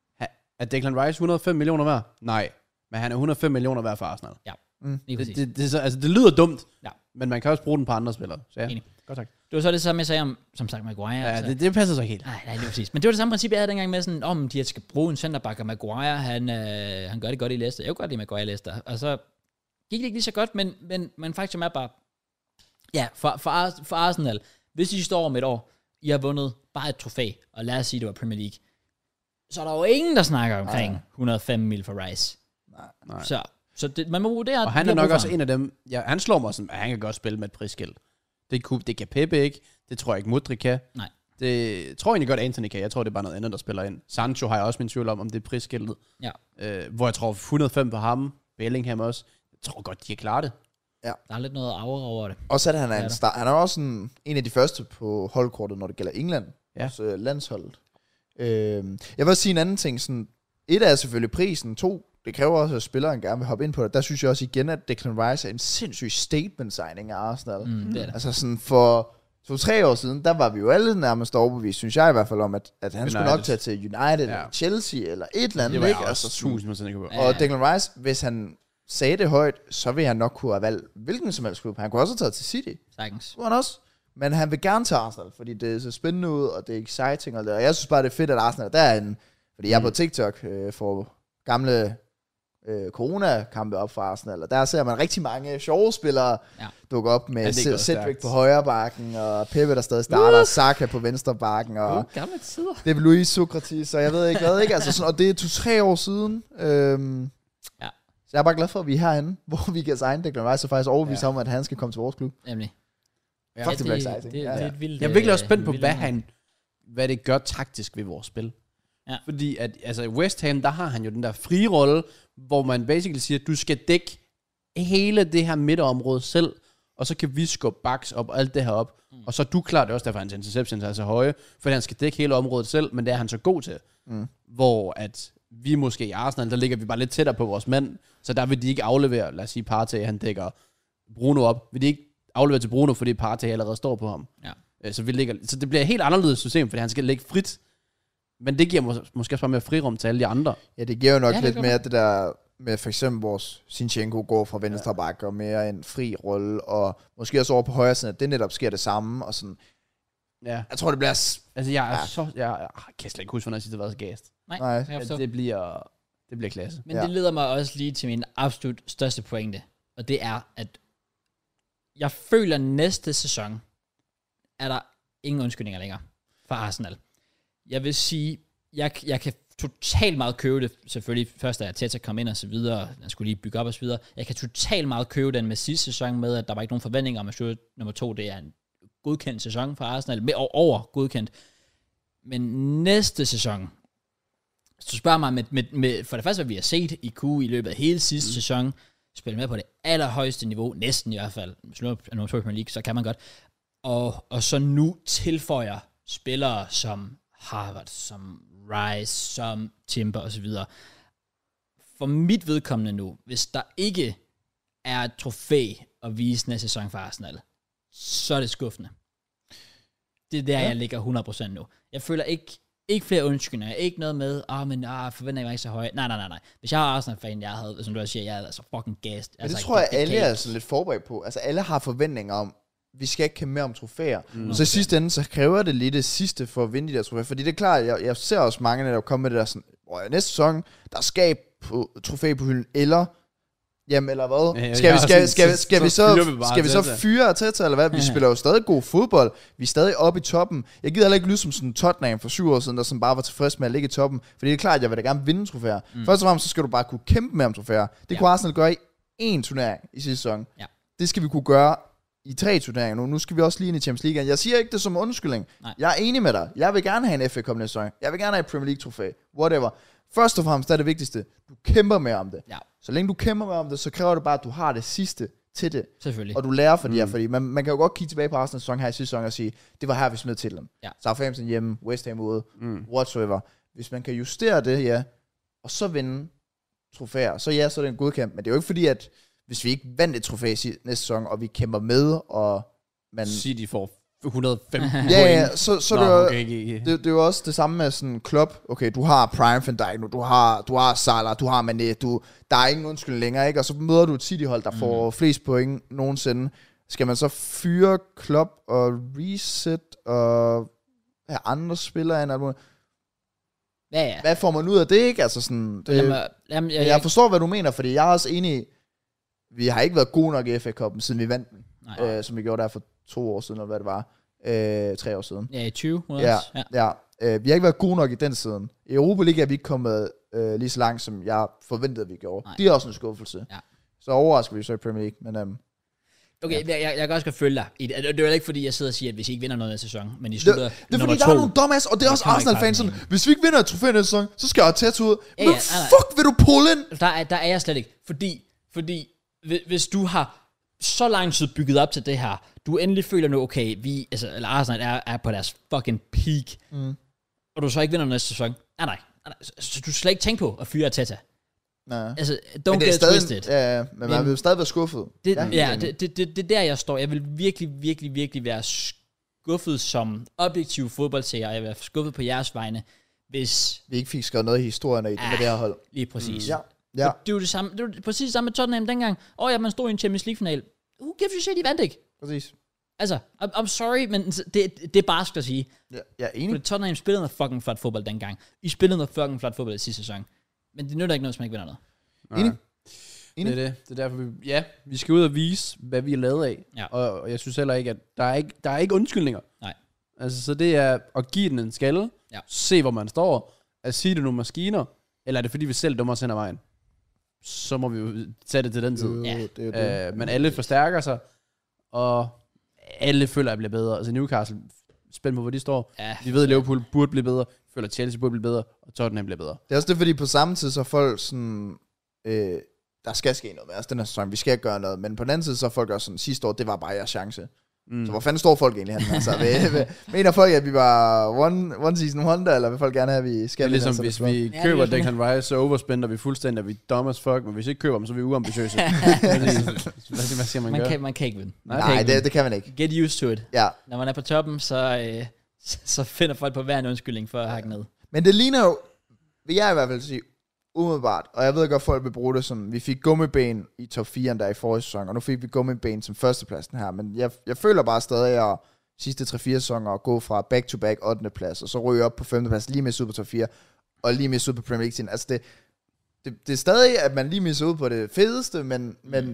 at Declan Rice hundrede og fem millioner værd? Nej, men han er hundrede og fem millioner værd for Arsenal. Ja, mm. lige det, præcis. det, det, så, altså, det lyder dumt, ja. men man kan også bruge den på andre spillere. Så ja, enig. Godt tak. Det var så det samme, jeg sagde om, som sagt, Maguire. Ja, altså. det, det passer så ikke helt. Nej, nej, lige præcis. Men det var det samme princip, jeg havde dengang med sådan, om de skal bruge en centerback, og Maguire, han, øh, han gør det godt i Leicester. Jeg kunne godt lide Maguire i Leicester. Og så gik det ikke lige så godt, men, men, men faktisk er bare, ja, for, for, Ars, for Arsenal, hvis I står om et år, I har vundet bare et trofæ, og lad os sige, det var Premier League, så er der jo ingen, der snakker omkring nej. hundrede og fem mil for Rice. Nej. nej. Så, så det, man må vurdere... Og han er nok også en af dem, ja, han slår mig sådan, at han kan godt spille med et prisskilt. Det, kunne, det kan Pepe ikke, det tror jeg ikke Modric kan. Nej. Det tror jeg egentlig godt Anthony kan, jeg tror det er bare noget andet, der spiller ind. Sancho har jeg også min tvivl om, om det er prisskiltet. Ja. Øh, hvor jeg tror hundrede og fem på ham, Bellingham også. Jeg tror godt, de kan klare det. Ja. Der er lidt noget aura over det. Og så er han en star. Han er også en, en af de første på holdkortet, når det gælder England. Ja. Hos øh, landsholdet. Øh, jeg vil også sige en anden ting. Sådan, et er selvfølgelig prisen. To, det kræver også, at spilleren gerne vil hoppe ind på det. Der synes jeg også igen, at Declan Rice er en sindssyg statement-signing af Arsenal. Mm, det er det. Altså sådan for to-tre år siden, der var vi jo alle nærmest overbevist, synes jeg i hvert fald om, at, at han United. skulle nok tage til United, ja. eller Chelsea, eller et eller andet. Det var ikke? jeg Altså, også tusind procent ikke på. Og Declan Rice, hvis han sagde det højt, så vil han nok kunne have valgt hvilken som helst klub. Han kunne også have taget til City. Sagtens. Det var han også. Men han vil gerne til Arsenal, fordi det er så spændende ud, og det er exciting. Og, det. og jeg synes bare, det er fedt, at Arsenal der er en... Fordi mm. jeg er på TikTok øh, for gamle øh, corona-kampe op for Arsenal, og der ser man rigtig mange sjove spillere ja. dukke op med ja, Cedric på højre bakken, og Pepe, der stadig starter, uh. Saka på venstre bakken, og uh, gamle tider. Det er Luis Sokratis, og jeg ved ikke hvad, ikke? Altså sådan, og det er to-tre år siden. Øhm, ja. Så jeg er bare glad for, at vi er herinde, hvor vi kan signe Declan Rice, og faktisk overbevise ja. om, at han skal komme til vores klub. Nemlig. Ja, Fuck, det, det, det, det, det er et vildt... Jeg er virkelig også spændt på, hvad han, hvad det gør taktisk ved vores spil. Ja. Fordi at, altså i West Ham, der har han jo den der frie rolle, hvor man basically siger, at du skal dække hele det her midterområde selv, og så kan vi skubbe backs op og alt det her op. Mm. Og så er du klar, det er også derfor, hans interceptions er så høje, fordi han skal dække hele området selv, men det er han så god til. Mm. Hvor at vi måske i Arsenal, der ligger vi bare lidt tættere på vores mand, så der vil de ikke aflevere, lad os sige Partey, han dækker Bruno op, vil de ikke aflevere til Bruno, fordi Partey allerede står på ham. Ja. Så, vi ligger, så det bliver et helt anderledes system, fordi han skal ligge frit. Men det giver mås- måske også bare mere frirum til alle de andre. Ja, det giver jo nok ja, lidt mere det der med for eksempel vores Zinchenko går fra venstre ja. bak og mere en fri rolle, og måske også over på højre siden, at det netop sker det samme, og sådan. Ja. Jeg tror, det bliver... S- altså, jeg er ja. så... Jeg, jeg kan slet ikke huske, hvornår jeg sidst har været så gast. Nej, Nej. Ja, det bliver... Det bliver klasse. Men ja. det leder mig også lige til min absolut største pointe, og det er, at jeg føler næste sæson, er der ingen undskyldninger længere for Arsenal. Jeg vil sige, jeg, jeg kan totalt meget købe det. Selvfølgelig først, da Arteta kom ind og så videre. Han skulle lige bygge op og så videre. Jeg kan totalt meget købe den med sidste sæson med, at der var ikke nogen forventninger om, at slutte nummer to, det er en godkendt sæson for Arsenal. Med over godkendt. Men næste sæson, hvis du spørger mig, med, med, med, for det første, hvad vi har set i Q i løbet af hele sidste mm. sæson, spille med på det allerhøjeste niveau, næsten i hvert fald, hvis nu er nummer to i Premier League, så kan man godt. Og, og så nu tilføjer spillere som Harvard, som Rice, som Timber osv. For mit vedkommende nu, hvis der ikke er et trofæ at vise næste sæson for Arsenal, så er det skuffende. Det er der, ja. jeg ligger hundrede procent nu. Jeg føler ikke, ikke flere undskyldninger, ikke noget med, åh, oh, men ah, forventninger var ikke så høje. Nej, nej, nej, nej. Hvis jeg har Arsenal-fan, jeg havde, som du også siger, jeg havde altså fucking gassed. Men altså, det tror jeg, alle er sådan lidt forberedt på. Altså, alle har forventninger om, vi skal ikke kæmpe mere om trofæer. Mm. Så i sidste ende, så kræver det lidt det sidste for at vinde de der trofæer. Fordi det er klart, jeg, jeg ser også mange, der kommer med det der sådan, hvor næste sæson, der skal på trofæ på hylden, eller jamen, eller hvad? Ja, skal, vi, skal, sådan, skal, skal, skal, vi så, så skal vi så fyre Arteta, eller hvad? Vi spiller jo stadig god fodbold. Vi er stadig oppe i toppen. Jeg gider heller ikke lyde som sådan Tottenham for syv år siden, der sådan bare var tilfreds med at ligge i toppen. Fordi det er klart, at jeg vil da gerne vinde trofæer. Mm. Først og fremmest, så skal du bare kunne kæmpe med om trofæer. Det ja. kunne Arsenal gøre i én turnering i sidste sæson. Ja. Det skal vi kunne gøre i tre turneringer nu. Nu skal vi også lige ind i Champions League. Jeg siger ikke det som undskyldning. Nej. Jeg er enig med dig. Jeg vil gerne have en F A Cup næste sæson. Jeg vil gerne have et Premier League trofæ. Whatever. Først og fremmest er det vigtigste. Du kæmper med om det. Ja. Så længe du kæmper med om det, så kræver det bare, at du har det sidste til det. Selvfølgelig. Og du lærer for det her, mm. fordi man, man kan jo godt kigge tilbage på Arsenal sæson her i sidste sæson og sige, det var her, vi smed titlen. Ja. Southampton hjemme, West Ham ude, mm. whatsoever. Hvis man kan justere det, ja, og så vinde trofæer, så ja, så er det en godkendt. Men det er jo ikke fordi, at hvis vi ikke vandt et trofæ næste sæson, og vi kæmper med, og man... City får et hundrede og femten ja, ja, så, så Nå, det, er jo, okay, okay. Det, det er jo også det samme med sådan en klub. Okay, du har Prime Van Dijk nu, du har, du har Salah, du har Mané, du, der er ingen undskyld længere, ikke? Og så møder du et City-hold, der mm. får flest point nogensinde. Skal man så fyre klub og reset og have andre spillere end alt ja, ja. Hvad får man ud af det, ikke? Altså sådan, det, jamen, jamen, jeg, jeg forstår, hvad du mener, fordi jeg er også enig i, vi har ikke været gode nok i F A Cup'en, siden vi vandt den, øh, som vi gjorde der for to år siden, eller hvad det var, øh, tre år siden. Ja, i tyve. Ja, ja. ja. Øh, vi har ikke været gode nok i den siden. I Europa League er vi ikke kommet øh, lige så langt, som jeg forventede, at vi gjorde. Nej. Det er også en skuffelse. Ja. Så overrasker vi så i Premier League, men... Um, okay, ja. jeg, jeg kan også godt følge dig. Det er jo ikke fordi, jeg sidder og siger, at hvis I ikke vinder noget næste sæson, men I slutter det, det er fordi, der er nogle dumbass, og det er også Arsenal-fans sådan, hvis vi ikke vinder et trofæ næste sæson, så skal jeg Arteta ud. Ja, ja, men fuck, vil du pulle ind? Der er, der er jeg slet ikke. Fordi, fordi hvis du har så lang tid bygget op til det her, du endelig føler nu, okay, vi, altså, eller Arsenal er, er på deres fucking peak, mm. og du så ikke vinder næste sæson. Nej, nej. nej. Så du slet ikke tænke på at fyre Arteta. Nej. Altså, don't get stadig, twisted. Ja, men, men man vil jo stadig være skuffet. Det, ja, ja det, det, det, det er der, jeg står. Jeg vil virkelig, virkelig, virkelig være skuffet som objektiv fodboldseer, og jeg vil være skuffet på jeres vegne, hvis... vi ikke fik skrevet noget i historien af ah, med det her hold. Lige præcis. Mm. Ja. Ja. Det er jo det samme, det er jo præcis det samme med Tottenham dengang. Åh oh, ja, man stod i en Champions League-final. Who gives you shit, I vandt ikke? Præcis. Altså, I'm, I'm sorry, men det, det er bare skal at sige. Ja, jeg er enig. For Tottenham spillede noget fucking flot fodbold dengang. I spillede noget fucking flot fodbold i sidste sæson. Men det nytter ikke noget, hvis man ikke vinder noget. Enig. Enig. Det er det. Det er derfor, vi, ja, vi skal ud og vise, hvad vi er lavet af. Ja. Og, og jeg synes heller ikke, at der er ikke, der er ikke undskyldninger. Nej. Altså, så det er at give den en skalle, ja. Se, hvor man står, at sige det nogle maskiner, eller er det fordi, vi selv dummer os hen ad vejen? Så må vi jo tage det til den tid. Ja. Det det. Øh, men alle forstærker sig, og alle føler, at bliver bedre. Altså Newcastle, spændt på, hvor de står. Ja. De ved, at Liverpool burde blive bedre, føler, at Chelsea burde blive bedre, og Tottenham bliver bedre. Det er også det, fordi på samme tid, så folk sådan... Øh, der skal ske noget med os den her sæson. Vi skal gøre noget. Men på den anden side, så er folk også sådan, sidste år, det var bare jeres chance. Mm. Så hvor fanden står folk egentlig henne? Altså, mener folk, at vi var one, one season wonder, eller vil folk gerne have, at vi skal... Det er ligesom, hvis vi ja, køber Declan Rice, så overspænder vi fuldstændig, vi dumb as fuck, men hvis vi ikke køber dem, så er vi uambitiøse. Hvad siger man, man gør? Kan, man kan ikke vinde. Nej, Nej det, det kan man ikke. Get used to it. Ja. Når man er på toppen, så, øh, så finder folk på hver en undskyldning for at hakke ned. Men det ligner jo, vil jeg i hvert fald sige, umiddelbart, og jeg ved godt, folk vil bruge det sådan, vi fik gummiben i top fire der i forrige sæson, og nu fik vi gummiben som førstepladsen her, men jeg, jeg føler bare stadig, at sidste tre fire sæsoner at gå fra back-to-back ottende plads, og så ryge op på femte plads, lige med ud på top fire, og lige med ud på Premier League-tiden. Altså det, det, det er stadig, at man lige misser ud på det fedeste, men, mm. men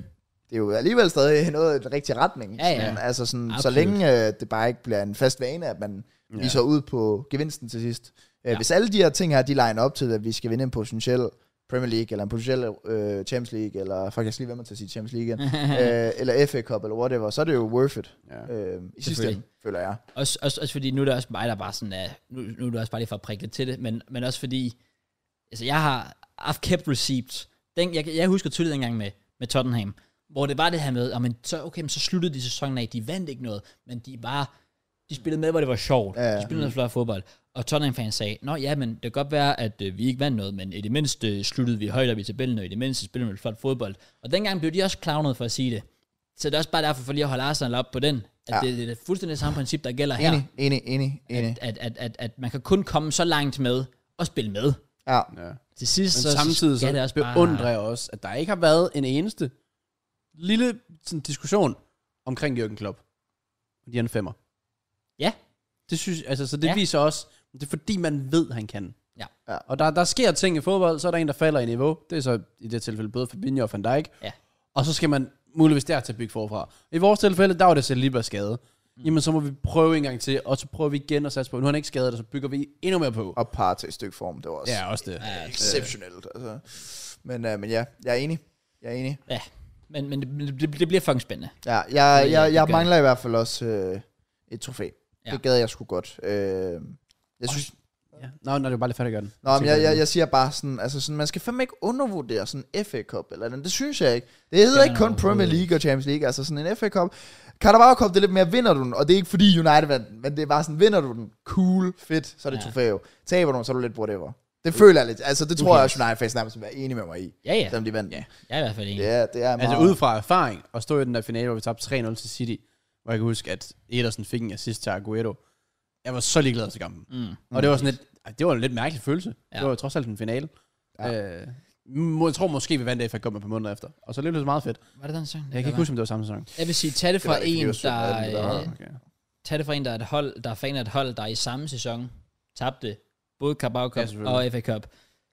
det er jo alligevel stadig noget i den rigtige retning. Ja, ja. Men, altså sådan, så længe øh, det bare ikke bliver en fast vane, at man ja. viser ud på gevinsten til sidst. Ja. Hvis alle de her ting her, de liner op til, at vi skal vinde en potentiel Premier League, eller en potentiel øh, Champions League, eller faktisk jeg skal lige være med til at sige Champions League igen, øh, eller F A Cup, eller whatever, så er det jo worth it. Ja. Øh, I sidste ende, føler jeg. Også, også, også fordi, nu er det også mig, der bare sådan, uh, nu, nu er det også bare lige for at prikke lidt til det, men, men også fordi, altså jeg har haft kept receipts. Den, jeg, jeg husker tydeligt dengang med, med Tottenham, hvor det var det her med, oh, men så, okay, men så sluttede de sæsonen af, de vandt ikke noget, men de bare, de spillede med, hvor det var sjovt. Ja, ja. De spillede noget flot fodbold. Og Tottenham-fans sagde, nå ja, men det kan godt være, at øh, vi ikke vandt noget, men i det mindste øh, sluttede vi højt op i tabellen, og i det mindste spillede vi flot fodbold. Og dengang blev de også clownet for at sige det. Så det er også bare derfor, for lige at holde Arsenal op på den, at ja. det, det er fuldstændig samme princip, der gælder her. Enig, enig, enig, enig. At, at, at, at, at man kan kun komme så langt med og spille med. Ja. ja. Til sidst, men så samtidig så det også beundrer jeg også, at der ikke har været en eneste lille sådan, diskussion omkring Jürgen Klopp. De er en femmer. Ja. Det synes, altså, så det ja. viser også, det er fordi man ved, han kan. Ja. ja. Og der, der sker ting i fodbold, så er der en, der falder i niveau. Det er så i det tilfælde både Fabinho og Van Dijk. Ja. Og så skal man muligvis der til at bygge forfra. I vores tilfælde, der var det Saliba skade. Mm. Jamen, så må vi prøve en gang til, og så prøver vi igen at satse på. Nu har han ikke skadet, og så bygger vi endnu mere på. Og par til et stykke form, det var også, ja, også det. Ja, exceptionelt. Altså. Men, uh, men ja, jeg er enig. Jeg er enig. Ja, men, men det, det, det bliver fucking spændende. Ja, jeg, jeg, jeg, jeg mangler i hvert fald også uh, et trofæ. Ja. Det gad jeg sgu godt. Uh, jeg synes... Ja. Nå, nå, det er bare lidt færdigt at gøre den. Nå, men jeg, jeg, jeg siger bare sådan, altså sådan, man skal fandme ikke undervurdere sådan en F A Cup eller andet. Det synes jeg ikke. Det hedder ikke kun Premier League og Champions League, altså sådan en F A Cup. Carabao Cup, det er lidt mere, vinder du den, og det er ikke fordi United vandt, men det er bare sådan, vinder du den, cool, fedt, så er det ja. trofæ. Taber du den, så er du lidt whatever. Det føler jeg lidt, altså det tror okay. jeg også, United-fans nærmest vil være enige med mig i, ja, ja. selvom de vandt. Ja, jeg er i hvert fald enig. Ja, det er meget... Altså ud fra erfaring, og stå i den der finale, hvor vi tabte tre nul til City, hvor jeg kan huske, at Ederson fik en assist til Aguero. Jeg var så ligeglad til kampen. Mm. Og det var sådan lidt, det var en lidt mærkelig følelse. Ja. Det var trods alt en finale. Ja. Øh, jeg tror måske, vi vandt det, for at komme på måneder efter. Og så løb det så meget fedt. Var det den sæson? Jeg kan ikke huske, om det var samme sæson. Jeg vil sige, tag det fra det en, der, der okay. tag det fra en, der er et hold, der er fan af et hold, der i samme sæson tabte både Carabao Cup ja, og F A Cup.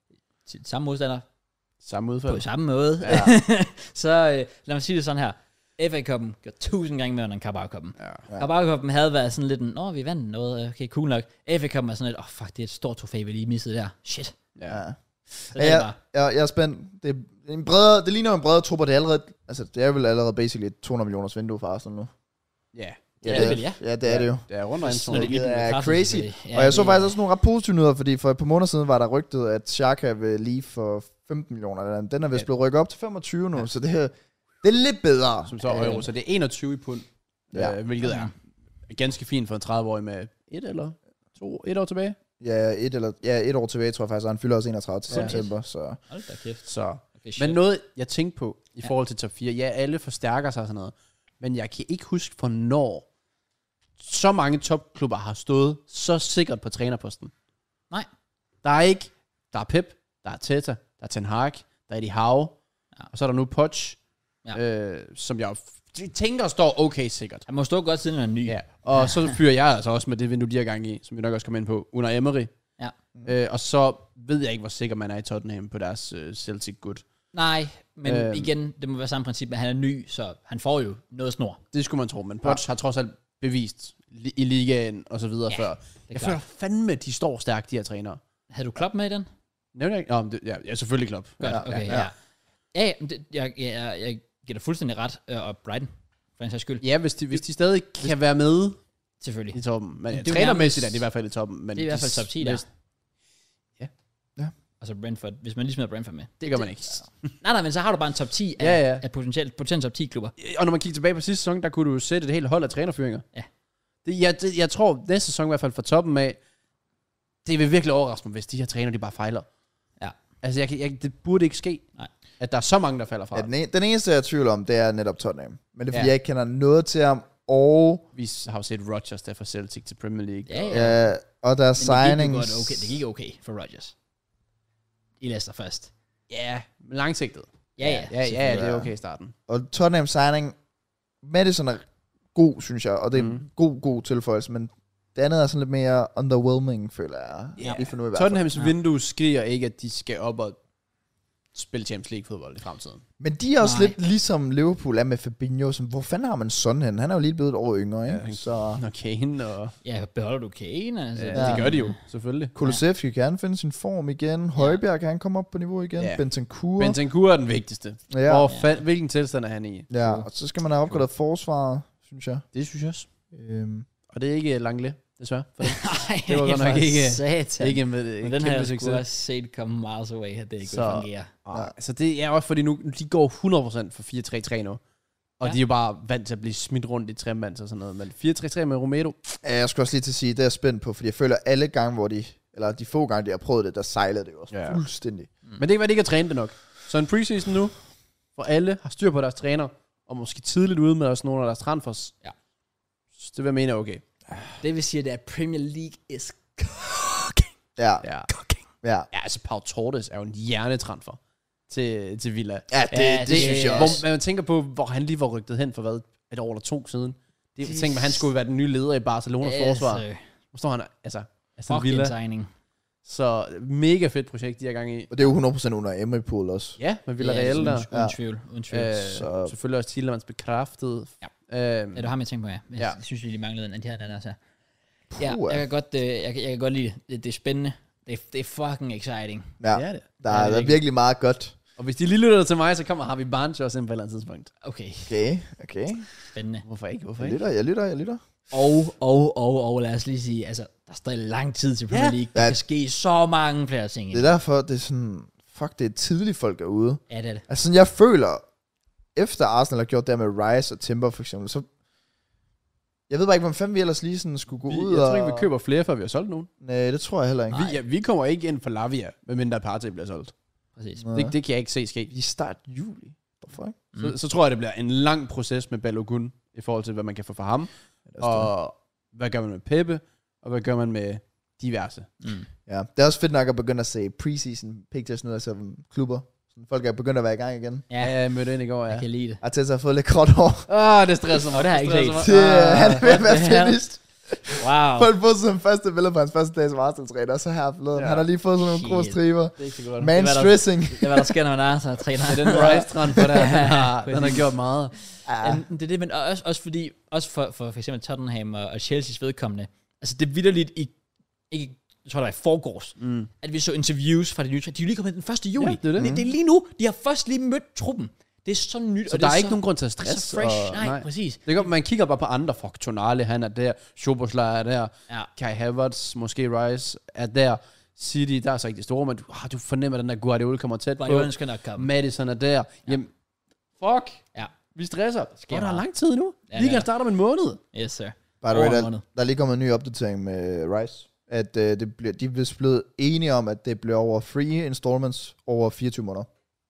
Samme modstander. Samme udfald. På samme måde. Ja. Så øh, lad mig sige det sådan her. F A Cup'en gør tusind gange mere end Carabao Cup'en. Ja. Carabao Cup'en havde været sådan lidt en, åh, vi vandt noget, okay, cool nok. F A Cup'en er sådan lidt, åh, oh, fuck, det er et stort trofæ, vi lige missede der. Shit. Ja. Ja. Ja, jeg, jeg, jeg er spændt. Det, er en bredere, det ligner en bredere trup, og det er allerede, altså det er vel allerede basically et to hundrede millioners vindue for Arsenal nu. Ja. Ja, det er det, ja. Ja, det er det jo. Det er rundt om det, det er crazy. Ja, og jeg så faktisk også nogle ret positive nyheder, fordi for et par måneder siden var der rygtet, at Xhaka vil lige for femten millioner. Den er vist blevet rykket op til femogtyve nu, ja. Så det, det er lidt bedre. Som så euro, så det er enogtyve i pund, ja. øh, hvilket er ganske fint for en tredive-årig med et eller to, et år tilbage. Ja, et, eller, ja, et år tilbage, tror jeg faktisk, og han fylder også enogtredive til ja. september. Så. Hold da kæft. Så. Okay, men noget, jeg tænkte på i forhold til top fire, ja, alle forstærker sig og sådan noget, men jeg kan ikke huske, hvornår så mange topklubber har stået så sikkert på trænerposten. Nej. Der er ikke, der er Pep, der er Teta, der er Ten Hag, der er Eddie Howe, ja. Og så er der nu Poch, ja. øh, som jeg tænker står okay sikkert. Han må stå godt siden han er ny. Ja. Og ja. Så fyrer jeg altså også med det vindue, de har gang i, som vi nok også kommer ind på, under Emery. Ja. Øh, og så ved jeg ikke, hvor sikker man er i Tottenham på deres uh, Celtic good. Nej, men øhm, igen, det må være samme princip, at han er ny, så han får jo noget snor. Det skulle man tro, men Poch ja. Har trods alt bevist li- i ligaen og så videre ja, før. Jeg føler fandme, de står stærkt, de her trænere. Havde du Klopp med i den? Nævner jeg ikke? Nå, det, ja, ja, selvfølgelig Klopp. Godt, ja, okay, ja. Ja, ja det, jeg, jeg, jeg, jeg giver dig fuldstændig ret, øh, og Brighton, for en sags skyld. Ja, hvis de, hvis de stadig kan hvis, være med selvfølgelig i toppen. Men ja, trænermæssigt er det i hvert fald i toppen. Men det er i hvert fald top ti der. Ja. Ja. Altså Brentford, hvis man lige smider Brentford med. Det, det gør man ikke. Ja. nej, nej, men så har du bare en top ti af, ja, ja. af potentielt, potentielt top ti klubber. Og når man kigger tilbage på sidste sæson, der kunne du sætte et helt hold af trænerfyringer. Ja. Det, jeg, det, jeg tror, næste sæson i hvert fald fra toppen af, det vil virkelig overraske mig, hvis de her træner, de bare fejler. Ja. Altså, jeg, jeg, det burde ikke ske. Nej. At der er så mange, der falder fra. Ja, den, en, den eneste, jeg er tvivl om, det er netop Tottenham. Men det er, fordi ja. Jeg ikke kender noget til ham, og... Vi har jo set Rodgers der fra Celtic til Premier League. Ja, ja. ja og der er signings... Det, okay. det gik okay for Rodgers. I Leicester først. Ja, langsigtet. Ja, ja. Ja, ja, ja, det er okay i starten. Og Tottenham signing, Madison er god, synes jeg, og det er mm. en god, god tilføjelse, men det andet er sådan lidt mere underwhelming, føler jeg. Ja. Tottenhams ja. Vindue skriger ikke, at de skal op og spille Champions League fodbold i fremtiden. Men de er også Nej. lidt ligesom Liverpool er med Fabinho, som, hvor fanden har man sådan hen? Han er jo lige blevet et år yngre, ikke? Ja, Så Og Kane og... Ja, beholder du Kane? Altså. Ja, det gør de jo, selvfølgelig. Kulusevski kan han finde sin form igen. Højbjerg kan han komme op på niveau igen. Ja. Bentancur. Bentancur er den vigtigste. Ja. Hvor fa- hvilken tilstand er han i? Ja, og så skal man have opgraderet forsvaret, synes jeg. Det synes jeg også. Øhm, Og det er ikke Langley, desværre. For det. Nej, Det var godt nok for ikke- satan. Ikke med Men den har jeg sgu også set komme miles away, at det ikke Så- vil fungere. Ja. Så det er også fordi nu, de går hundrede procent for fire tre tre nu. Og Ja. de er jo bare vant til at blive smidt rundt i tremands og sådan noget. Men fire tre tre med Romero. ja, jeg skulle også lige til at sige, det er jeg spændt på, fordi jeg føler alle gange, hvor de, eller de få gange, de har prøvet det, der sejlede det jo også Ja. fuldstændig. Mm. Men det kan være, de ikke har trænet det nok. Så en preseason nu, hvor alle har styr på deres træner, og måske tidligt ude med også nogle af deres transfers. Ja. Så det vil jeg mene er okay. Det vil sige, at Premier League is Ja, Ja. ja. Ja, altså Pau Torres er jo en hjernetransfer til, til Villa. Ja, det, Ja, det, det- det synes jeg Hvor også. man tænker på, hvor han lige var rygtet hen for hvad, et år eller to siden. Det Det- tænker man, han skulle være den nye leder i Barcelonas forsvar. Altså, Hvor står han, altså, altså fucking Villa. signing. Så mega fedt projekt, de har gang i. Og det er jo hundrede procent under Emery Pool også. Ja, med Villarreal Ja, der. uden, uden Ja. tvivl. Uden tvivl. Øh, Så- selvfølgelig også Tielemans bekræftet. Ja. Øhm, Ja, det har jeg tænkt på, ja. Jeg Ja. synes, vi lige manglede en af de her, den altså. Ja, Puh, jeg kan godt, øh, jeg, kan- jeg kan godt lide det. det. Det er spændende. Det er, det er fucking exciting. Ja, det er det. der Ja, er, det er der er virkelig meget godt. Og hvis de lige lytter til mig, så kommer Harvey Barnes også ind på et eller andet tidspunkt. Okay, Okay, okay. spændende. Hvorfor ikke? Hvorfor Jeg ikke? lytter, jeg lytter, jeg lytter. Og, og, og, og lad os lige sige, altså, der er stadig lang tid til Premier Ja. League. Der Ja. kan ske så mange flere ting. Det er derfor, det er sådan, fuck, det er tidligt folk er ude. Ja, det er det. Altså sådan, jeg føler, efter Arsenal har gjort det med Rice og Timber for eksempel, så... Jeg ved bare ikke, hvem fanden vi ellers lige sådan skulle gå Vi, ud jeg tror og... ikke, vi køber flere, før vi har solgt nogen. Nej, det tror jeg heller ikke. Vi, ja, vi kommer ikke ind for Lavia, medmindre Partey bliver solgt. Præcis. Nej. Det, det kan jeg ikke se ske. I start juli. Hvorfor ikke? Mm. Så, så tror jeg, det bliver en lang proces med Balogun, i forhold til, hvad man kan få fra ham. Ja, det er også Og hvad gør man med Pepe, og hvad gør man med diverse. Mm. det. Ja, det er også fedt nok at begynde at se preseason pictures nu, altså klubber. Sådan, folk er begyndt at være i gang igen. Ja, Ja, jeg mødte ind i går, jeg ja. kan lide det. Arteta har fået lidt gråt hår. Åh, det stresser mig. Nå, det har jeg ikke stresser set. mig. Det, Ah. han er ved at være what the hell? finished. Wow. Folk får sådan første billede på hans første dag som Arsenal-træner, og så her forleden. Ja. Han har lige fået sådan nogle grå Shit. striber. Det er ikke så godt. Man Det var der- stressing. Det er, hvad der sker, når man er så træner. Ja, den Rice-transfer der, den har, den har gjort meget. Ja. Ja. Det er det, men også, også fordi, også for, for, for eksempel Tottenham og, og Chelsea's vedkommende, altså det er vitterligt i, ikke, jeg tror det var i forgårs, Mm. at vi så interviews fra de nye, de er jo lige kommet den første juli. Ja, det er det. det, det er lige nu, de har først lige mødt truppen. Det er så nyt. Så og der det er ikke så, nogen grund til at det er stresse. så fresh. Og, nej, nej, præcis. Det kan, man kigger bare på andre. Fuck, Tonali, han er der. Szoboszlai er der. Ja. Kai Havertz, måske Rice, er der. City, der er så ikke det store, men du, ah, du fornemmer, at den der Guardiola kommer tæt på. Guardiola skal nok komme. Madison er der. Jamen, fuck. Ja. Vi stresser. Sker Og der er meget. lang tid nu. Ja, Ja, Ligaen det er starter om en måned. Yes, sir. By the way, Over en der, måned. der er lige kommet en ny opdatering med Rice. At uh, det bliver, de er vist blevet enige om, at det bliver over free installments over fireogtyve måneder.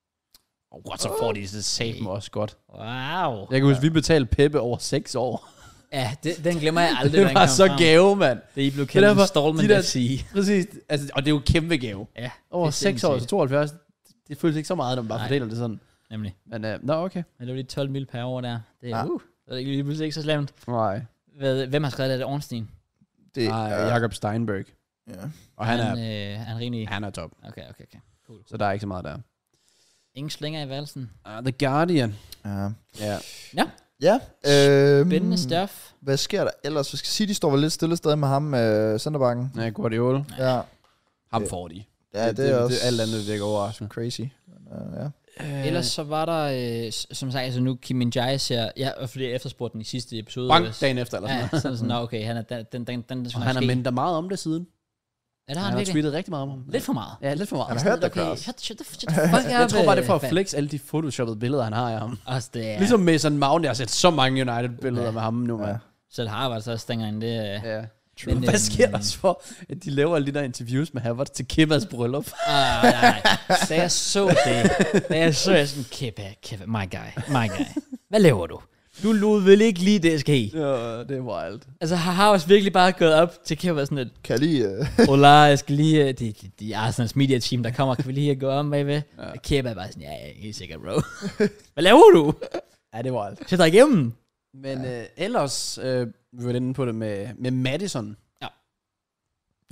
Og oh, så får de det sat mig også godt. Wow. Jeg kan huske, vi betalte Peppe over seks år. Ja, det, den glemmer jeg aldrig, Det når den var kom så frem. gave, mand. Det I blev Det er kaldt derfor, installment de der- F C. Præcis. Altså, og det er jo kæmpe gave. Ja, Over det er seks år, så sindssygt. tooghalvfjerds. Det føles ikke så meget, når man bare Nej. fordeler det sådan. Nemlig. Men, uh, nå, okay. Men det var lige tolv mil per år der. Det er, Ja. uh, det er ikke lige pludselig ikke så slemt. Nej. Hvad, hvem har skrevet det? Er det Ornstein? Det Nej, er, Jakob Steinberg. ja. Og han er, han, øh, han er rigtig... han er top. Okay, okay, okay. Cool. Så der er ikke så meget der. Ingen slinger i valsen. Uh, The Guardian. Ja. Ja. Ja. Øhm, Spændende stuff. Hvad sker der ellers? City står vel lidt stille stadig med ham med centerbakken. Ja, Guardiola. Ja. Ham Det- får de. Ja, det, det, er det, også det, alt andet virker overraskende. crazy. Men, uh, ja. Ellers så var der, øh, s- som sagt, altså nu Kim Min-jae ser... Ja, fordi jeg efterspurgte den i sidste episode. Bang, hvis- dagen efter, eller sådan Ja, noget. sådan sådan, nå, okay, han er, den, den, den, den, den Og skal han nok har ske. mindet meget om det siden. Ja, det har Han han har virkelig. tweetet rigtig meget om ham. Lidt for meget. Ja, lidt for meget. Han har hørt det, Okay, Kraus. shut, shut, the- shut the fuck up. Jeg tror bare, det er for at øh, flex alle de photoshoppede billeder, han har af ham. Også det, ja. Ligesom Mason Mount, jeg har set så mange United-billeder Ja. med ham nu, mand. Ja. Selv Harvard så stænger ind det. øh. Ja. Men, Hvad øhm, sker der så for, at de laver alle de der interviews med Havertz til Kimmers bryllup? Ah, nej, nej. Da jeg så det, da jeg så, jeg sådan, Kippa, Kippa, my guy, my guy. Hvad laver du? Du lod vel ikke lige det ske? Ja, det var alt. Altså, har Harvard virkelig bare gået op til Kippa sådan et, Kan jeg lige... Uh, Ola, jeg skal lige, øh, de, de, de Arsenals media team, der kommer, kan vi lige gå om bagved? Ja. Ja. Kippa er bare sådan, ja, ja, helt sikkert, bro. Hvad laver du? Ja, det var alt. Sæt dig igennem. Men øh, ellers, øh, vi var inde på det med, med Madison. Ja. Ja.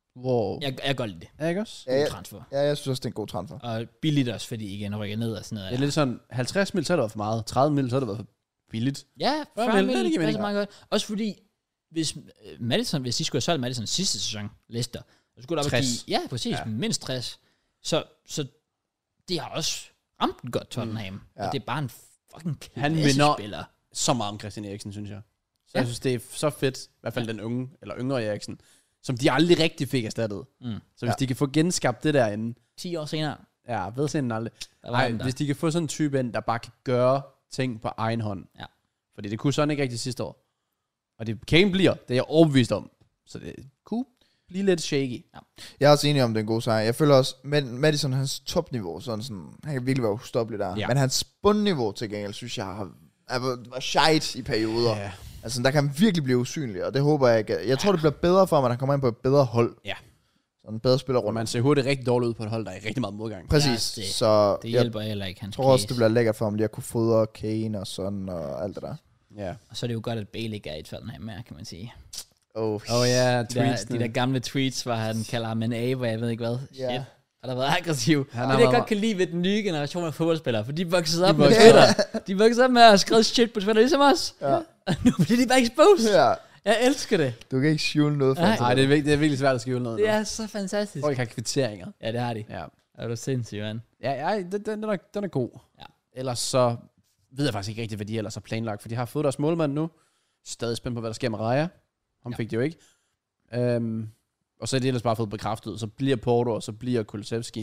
Wow. Jeg, jeg kan godt lide det. Ja, ikke også? Ja, God transfer. Ja, jeg synes også, det er en god transfer. Og billigt også, fordi igen rykker ned og sådan noget. Det er lidt sådan, halvtreds mil, så har det været for meget. tredive mil, så har det været for billigt. Ja, fyrre fyrre mil, det mil, giver det mening. meget godt. Også fordi, hvis Madison, hvis de skulle have solgt Madison sidste sæson, Leicester, så skulle der op tres. give, ja, præcis, Ja. mindst tres. Så, så det har også ramt den godt, Tottenham. Mm. Ja. Og det er bare en fucking Han klasse vinder spiller. så meget om Christian Eriksen, synes jeg. Så Ja. jeg synes, det er så fedt, i hvert fald den unge, eller yngre Eriksen, som de aldrig rigtig fik erstattet. Mm. Så hvis Ja. de kan få genskabt det derinde, ti år senere, ja, ved sen aldrig. der var Nej, den der. hvis de kan få sådan en type ind, der bare kan gøre ting på egen hånd. Ja. Fordi det kunne sådan ikke rigtig sidste år. Og det Kane bliver, det er jeg overbevist om. Så det kunne blive lidt shaky. Jeg er også enig om, det er en god sejr. Jeg føler også, men Madison, hans topniveau, sådan sådan, han kan virkelig være ustoppelig der. Ja. Men hans bundniveau til gengæld, synes jeg, har, er, var shite i perioder. Ja. Altså, der kan han virkelig blive usynlig, og det håber jeg ikke. Jeg tror, det bliver bedre for ham, at han kommer ind på et bedre hold. Ja. Sådan en bedre spiller Og rundt. man ser hurtigt rigtig dårligt ud på et hold, der er i rigtig meget modgang. Præcis. Ja, det- så Det jeg hjælper heller ikke hans tror også, case. det bliver lækkert for ham lige at kunne fodre Kane og sådan, og alt det der. Ja. Og så er det jo godt, at Bale ikke er i Tottenham mere, kan man sige. Oh, Åh oh, ja, De der, tweetsene. de der gamle tweets, hvor han kalder ham en abe, og jeg ved ikke hvad. Ja. Shit. Og der har været aggressiv. Han Det har er det, jeg været- godt kan lide ved den nye generation af fodboldspillere, for de voksede op De med voksede Twitter. De voksede op med at have skrevet shit på Twitter, ligesom os. Ja. Og nu bliver de bare exposed. Ja, Jeg elsker det. du kan ikke skjule noget for Nej. ham. Nej, det er, virkelig, det er virkelig svært at skrive noget. Det er så fantastisk. Folk har kvitteringer. Ja, det har de. Ja. Er du sindssygt, mand? Ja, ja den, den, den, er, den er god. Ja. Ellers så ved jeg faktisk ikke rigtigt, hvad de ellers har planlagt, for de har fået deres målmand nu. Stadig spændt på, hvad der sker med Raja. Ham Ja. fik de jo ikke. Um, og så er de ellers bare fået bekræftet. Så bliver Porto, og så bliver Kulusevski.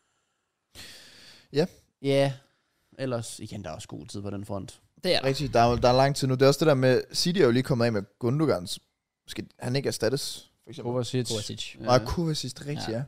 Ja. Ja. Ellers, igen, der er også god tid på den front. Det er der. Rigtigt, der er, der er lang tid nu. Det er også det der med, City er jo lige kommet af med Gundogans. Skal han ikke erstattes, for eksempel? Kovacic. Kovacic. Nej, Kovacic, det er rigtigt, ja. Ja.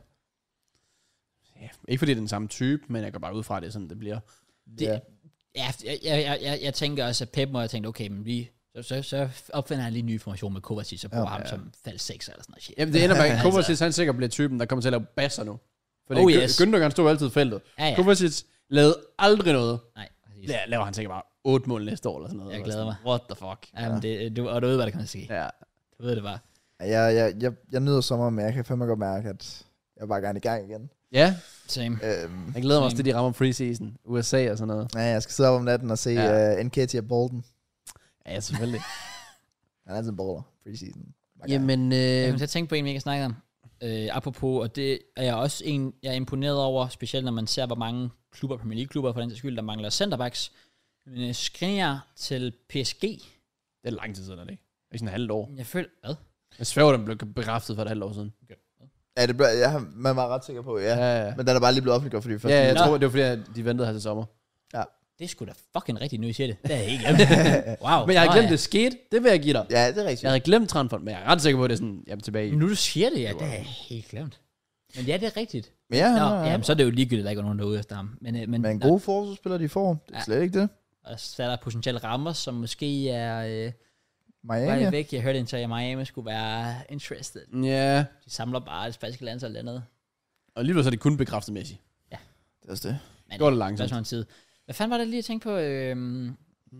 Ja. Ikke fordi det er den samme type, men jeg går bare ud fra, at det er sådan, det bliver. Det, Ja. ja, jeg, jeg, jeg, jeg tænker også, at Pep må have tænkt, okay, men vi, så, så, så opfinder han lige en ny formation med Kovacic, og bruger Ja. ham Ja. som fald seks eller sådan noget shit. Jamen, det ender med, at Altså. Kovacic, han sikkert bliver typen, der kommer til at lave basser nu. Fordi Oh, oh, yes. yes. Gündogan stod altid i feltet. Ja, ja. Kovacic lavede aldrig noget. Nej, præcis. Ja, laver han sikkert bare otte mål næste år, eller sådan noget. Jeg Eller glæder mig. sådan, What the fuck? Jamen, det, du, og du ved, hvad der kommer til at ske. Ja. Du ved det bare. Jeg, jeg, jeg, jeg nyder sommer, men jeg kan fandme godt mærke, at jeg er bare gerne i gang igen. Ja, Same. Øhm, jeg glæder mig også Same. til, de rammer preseason. U S A og sådan noget. ja, jeg skal sidde op om natten og se Ja. ja. uh, Nketiah Bolden. Ja, selvfølgelig. Han er altid en baller, preseason. Bare gerne. Jamen, øh, Jeg kom til at tænke på en, vi ikke har snakket om. Øh, apropos, og det er jeg også en, jeg er imponeret over, specielt når man ser, hvor mange klubber, Premier League-klubber for den sags skyld, der mangler centerbacks. Men Skriniar til P S G, det er lang tid siden, er det ikke? Det er sådan et halvt år. jeg føler, hvad? Jeg sværger, den blev bekræftet for et halvt år siden. Ja, det blev, jeg, man var ret sikker på, ja. Ja, ja. Men den er bare lige blevet offentliggjort, fordi først... Ja, jeg Nå. tror, det var fordi, at de ventede her til sommer. Det er sgu da fucking rigtigt, nu I siger det. Det er jeg ikke glemt. Wow. Men jeg Nå, har glemt, ja. det skete. Det vil jeg give dig. Ja, det er rigtigt. Jeg havde glemt transferen, men jeg er ret sikker på, at det er sådan, jamen tilbage i. Nu du siger det, ja, det er jeg helt glemt. Men ja, det er rigtigt. Men ja, Nå, ja, ja. jamen, så er det jo ligegyldigt, at der ikke er nogen derude efter ham. Men, øh, men, Men en nå, god forsvarsspiller, de får. Det er Ja. slet ikke det. og så er der potentielle rammer, som måske er... Øh, Miami. var det væk? Jeg hørte indtil, at Miami skulle være interested. Ja, De samler bare et spanske landshold eller andet. og alligevel så er det kun bekræftet Messi. Det er også det. Men Går det hvad langsomt. så en tid? Hvad fanden var det lige, jeg tænkte på? Øhm,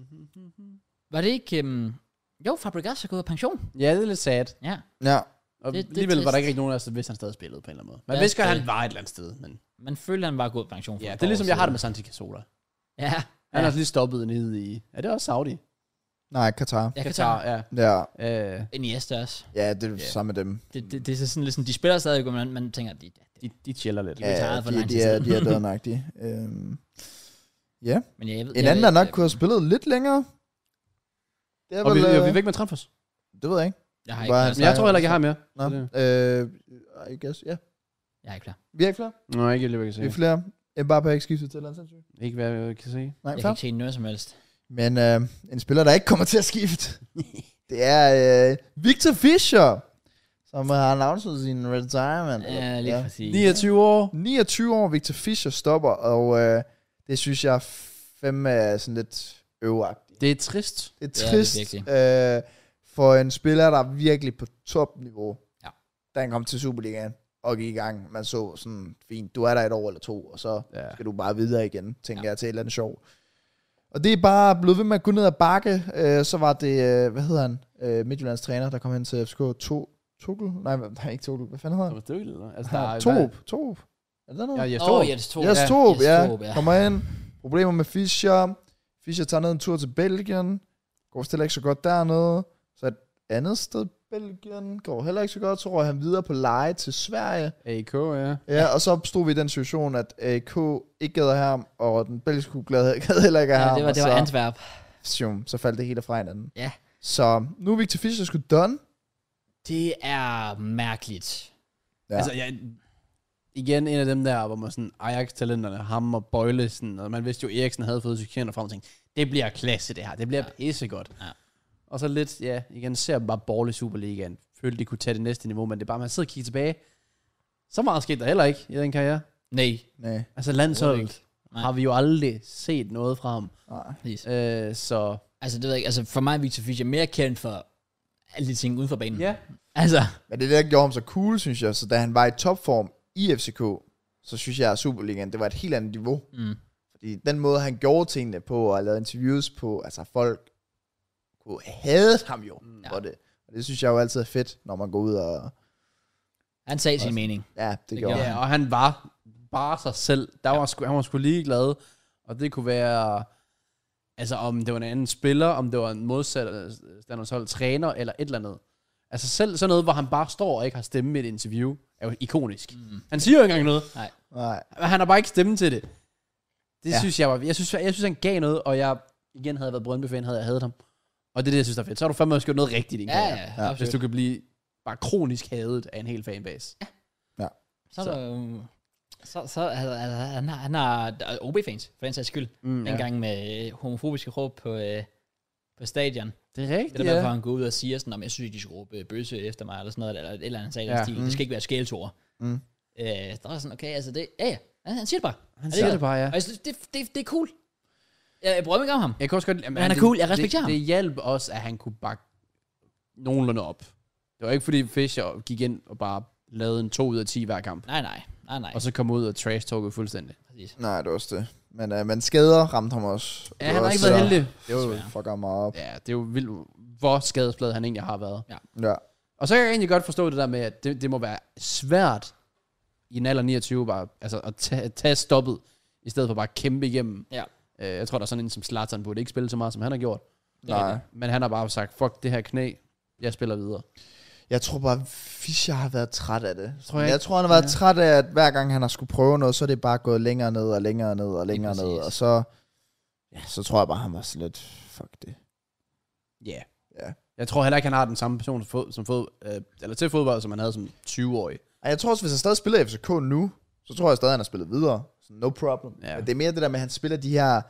var det ikke... Øhm, jo, Fabregas er gået på pension. Ja, det er lidt sad. Ja. Ja. Og Det- det er alligevel var der trist. ikke rigtig nogen af os, der vidste, han stadig spillede på en eller anden måde. Man Ja, vidste godt, at det- han var et eller andet sted, men Man følte, han var gået på pension. for ja, et det er par ligesom, år jeg har det siden. med Santi Cazorla. Ja. Han ja. er også lige stoppet nede i... Er det også Saudi? Nej, Katar. Jeg kan tage Qatar, ja. Ja. Øh, Iniesta også. Ja, det er Ja. samme med dem. Det, det, det er sådan lidt sådan, de spiller stadig, men man, man tænker, de, de, de chiller lidt. De er retired Ja, for de, lang de, tid er, siden. de er dødnagtige. øhm. Ja. men jeg ved, En jeg anden, ved, der nok jeg- kunne have spillet lidt længere. Det er Og vi, vel... vi øh, er væk med transfers. det ved jeg ikke. Jeg har Bare- ikke Men jeg tror heller ikke, jeg har mere. Nå. Så det- Øh, I guess, ja. Jeg er ikke klar. Vi er ikke flere. Nå, ikke lige, hvad jeg Vi er kan se. flere. Mbappé er ikke skiftet til landsholdshold. Ikke hvad jeg kan se. Nej, Jeg kan fair. ikke se noget som helst. Men øh, en spiller, der ikke kommer til at skifte, det er øh, Victor Fischer, som har announced sin retirement. Ja, lige præcis. niogtyve år. niogtyve år, Victor Fischer stopper, og øh, det synes jeg fandme er sådan lidt øvagtigt. Det er trist. Det er det er trist virkelig. øh, for en spiller, der er virkelig på topniveau. Ja. Da han kom til Superligaen og gik i gang. Man så sådan, fint, du er der et år eller to, og så Ja. skal du bare videre igen, tænker Ja. jeg, til et eller andet sjov. Og det er bare blevet ved med at gå ned ad bakke. Øh, så var det, øh, hvad hedder han, øh, Midtjyllands træner, der kom hen til F C K to, Tuchel? Nej, nej, ikke Tuchel. Hvad fanden hedder han? Thomas Tuchel, altså, der er... Torup. Torup. Er det der noget? Ja, Jes Åh, Torup. oh, Jens Torup. Jes Torup, ja. Torup, ja. Kommer ind. Problemer med Fischer. Fischer tager ned en tur til Belgien. Går stille ikke så godt dernede. Så et andet sted, Belgien, går heller ikke så godt. Så røg han videre på leje til Sverige. A K, ja. Ja, og så stod vi i den situation, at A K ikke gad have ham, og den belgiske klub gad heller ikke have Ja, ham. det var, det var så, Antwerp. sjum, så faldt det hele fra hinanden. Ja. Så nu er Victor Fischer sgu done. Det er mærkeligt. Ja. Altså, jeg, igen en af dem der, hvor man sådan, Ajax-talenterne, ham og Bøjle, sådan, og man vidste jo, Eriksen havde fået succesen frem og tænkte, det bliver klasse det her, det bliver ja. pissegodt. Ja. Og så lidt, ja, igen, ser bare Borle Superligaen, følte, de kunne tage det næste niveau, men det er bare, man sidder og kigger tilbage. Så meget skete der heller ikke i den karriere. Nej. Nej. Altså landsholdet har vi jo aldrig set noget fra ham. Nej. Øh, så... Altså, det ved jeg ikke. Altså, for mig er Victor Fischer mere kendt for alle de ting uden for banen. Ja. Altså. Men det er det, der gjorde ham så cool, synes jeg. Så da han var i topform i F C K, så synes jeg, at Superligaen, det var et helt andet niveau. Mm. Fordi den måde, han gjorde tingene på, og lavede interviews på, altså folk kunne hade ham jo Ja. for det. Og det synes jeg jo altid er fedt, når man går ud og... Han sagde sin mening. Ja, det, Det gjorde gjorde han. Ja, og han var bare sig selv. Der var sgu, han var sgu ligeglad. Og det kunne være... Altså, om det var en anden spiller, om det var en modstanders hold træner, eller et eller andet. Altså, selv sådan noget, hvor han bare står og ikke har stemme i et interview, er jo ikonisk. Mm. Han siger jo ikke engang noget. Nej. Nej. Men han har bare ikke stemme til det. Det Ja. synes jeg var... Jeg synes, jeg synes, han gav noget, og jeg igen havde været Brøndby-fan, havde jeg hadet ham. Og det er det, jeg synes, der er fedt. Så har du fandme også gjort noget rigtigt i din Ja, karriere. ja, Ja. absolut. Hvis du kan blive bare kronisk hadet af en hel fanbase. Ja. Så, så. Øh, så, så altså, altså, han har, han har O B-fans, for den sags skyld. Mm, Ja. En gang med øh, homofobiske råb på, øh, på stadion. Det er rigtigt, Det er der, ja. hvorfor han går ud og siger sådan, om jeg synes, de skal råbe bøsse efter mig, eller sådan noget, eller et eller andet sag, Ja. ja. stil. Mm. Det skal ikke være skældsord. Mm. Øh, der er sådan, okay, altså det, ja, ja, han, han siger det bare. Han Er siger det det bare, ja. Og jeg synes, det, det, det er cool. Jeg, jeg prøver ikke om ham. Jeg kan også godt... Men han er cool, jeg respekterer det, ham. Det hjalp også, at han kunne bakke nogenlunde op. Det var ikke, fordi Fischer gik ind og bare lavede en to ud af ti hver kamp. Nej, nej, nej, nej. Og så kom ud og trash-talkede fuldstændig. Præcis. Nej, det var også det. Men, uh, men skader ramte ham også. Ja, Det han var har ikke også, været øh, heldig. Det var Desværre. fucker mig op. Ja, det er jo vildt, hvor skadesbladet han egentlig har været. Ja. Og så kan jeg egentlig godt forstå det der med, at det, det må være svært i en alder niogtyve bare, altså at tage, tage stoppet, i stedet for bare at kæmpe igennem. Ja. Øh, jeg tror, der er sådan en som Zlatan burde ikke spille så meget, som han har gjort. Nej. Men han har bare sagt, fuck det her knæ, jeg spiller videre. Jeg tror bare, Fischer har været træt af det. Tror jeg jeg, jeg ikke. tror, han har været Ja. træt af, at hver gang han har skulle prøve noget, så er det bare gået længere ned og længere ned og længere Lige ned. præcis. Og så, ja, så tror jeg bare, han var sådan lidt, fuck det. Ja. Yeah. Ja. Jeg tror heller ikke, han har den samme passion som, fod, som fod, øh, eller til fodbold, som han havde som tyve-årig. Og jeg tror også, hvis han stadig spiller i F C K nu, så tror jeg stadig, han har spillet videre. Så no problem. Ja. Men det er mere det der med, at han spiller de her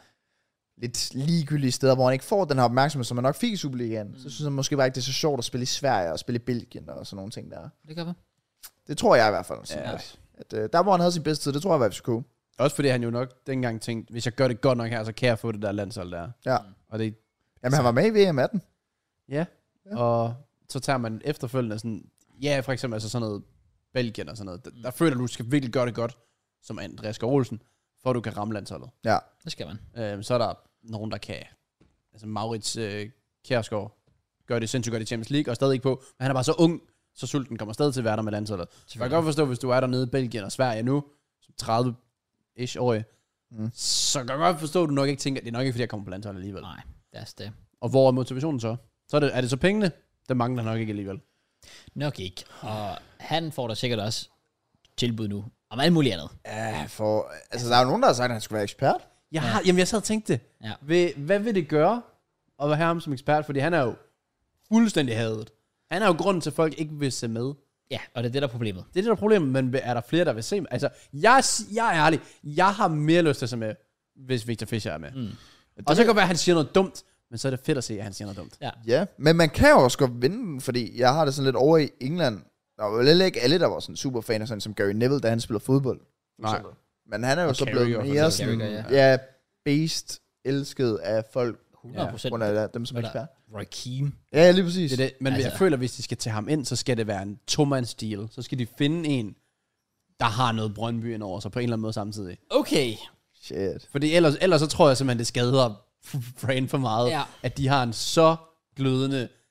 lidt ligegyldige steder, hvor han ikke får den her opmærksomhed, som han nok fik i Superligaen. Mm. Så synes jeg måske bare ikke, det er så sjovt at spille i Sverige og spille i Belgien og sådan nogle ting der. Det kan være. Det tror jeg i hvert fald. Sådan, Ja. at, at, øh, der hvor han havde sin bedste tid, det tror jeg var F C K. Også fordi han jo nok dengang tænkte, hvis jeg gør det godt nok her, så kan jeg få det der landshold der. Ja. Og det, Jamen han var med i V M atten. ja. Ja. Og så tager man efterfølgende sådan, ja, for eksempel altså sådan noget Belgien og sådan noget. Der, der føler du, du skal virkelig gøre det godt, som Andreas Skov Olsen, for at du kan ramme landsholdet. Ja. Det skal man. Øhm, så er der nogen, der kan, altså Maurits øh, Kjærsgaard, gør det sindssygt godt i Champions League, og stadig ikke på, men han er bare så ung, så sulten kommer stadig til at være der med landsholdet. Så jeg kan godt forstå, hvis du er dernede i Belgien og Sverige nu, som tredive-ish-årig, Mm. så kan jeg godt forstå, at du nok ikke tænker, at det er nok ikke, fordi jeg kommer på landsholdet alligevel. Nej, det er det. Og hvor er motivationen så? Så er det, er det så pengene? Det mangler nok ikke alligevel. Nok ikke. Og han får da sikkert også tilbud nu om alt muligt andet. Ja, for, altså der er jo nogen, der har sagt, at han skulle være ekspert. Jeg har, jamen jeg sad og tænkte det. Ja. Ved, hvad vil det gøre at have ham som ekspert? Fordi han er jo fuldstændig hadet. Han er jo grunden til, at folk ikke vil se med. Ja, og det er det, der er problemet. Det er det, der er problemet, men er der flere, der vil se med? Altså, jeg, jeg er ærlig. Jeg har mere lyst til at se med, hvis Victor Fischer er med. Mm. Og så kan det være, at han siger noget dumt, men så er det fedt at se, at han siger noget dumt. Ja. Ja, men man kan jo også godt vinde den, fordi jeg har det sådan lidt over i England. Der var vel ikke alle, der var sådan super fan af sådan som Gary Neville, da han spillede fodbold. Nej. Men han er jo Og så Carragher blevet for mere eksempel. sådan, Carragher, ja, based, elsket af folk, hundrede procent. under af dem som Hvad ekspert. Roy Keane. Ja, ja, lige præcis. Det er det. Men altså, jeg føler, hvis de skal tage ham ind, så skal det være en to-mands-deal. Så skal de finde en, der har noget Brøndby ind over sig på en eller anden måde samtidig. Okay. Shit. Fordi ellers, ellers så tror jeg simpelthen, det skader Brain for meget, Ja. at de har en så glødende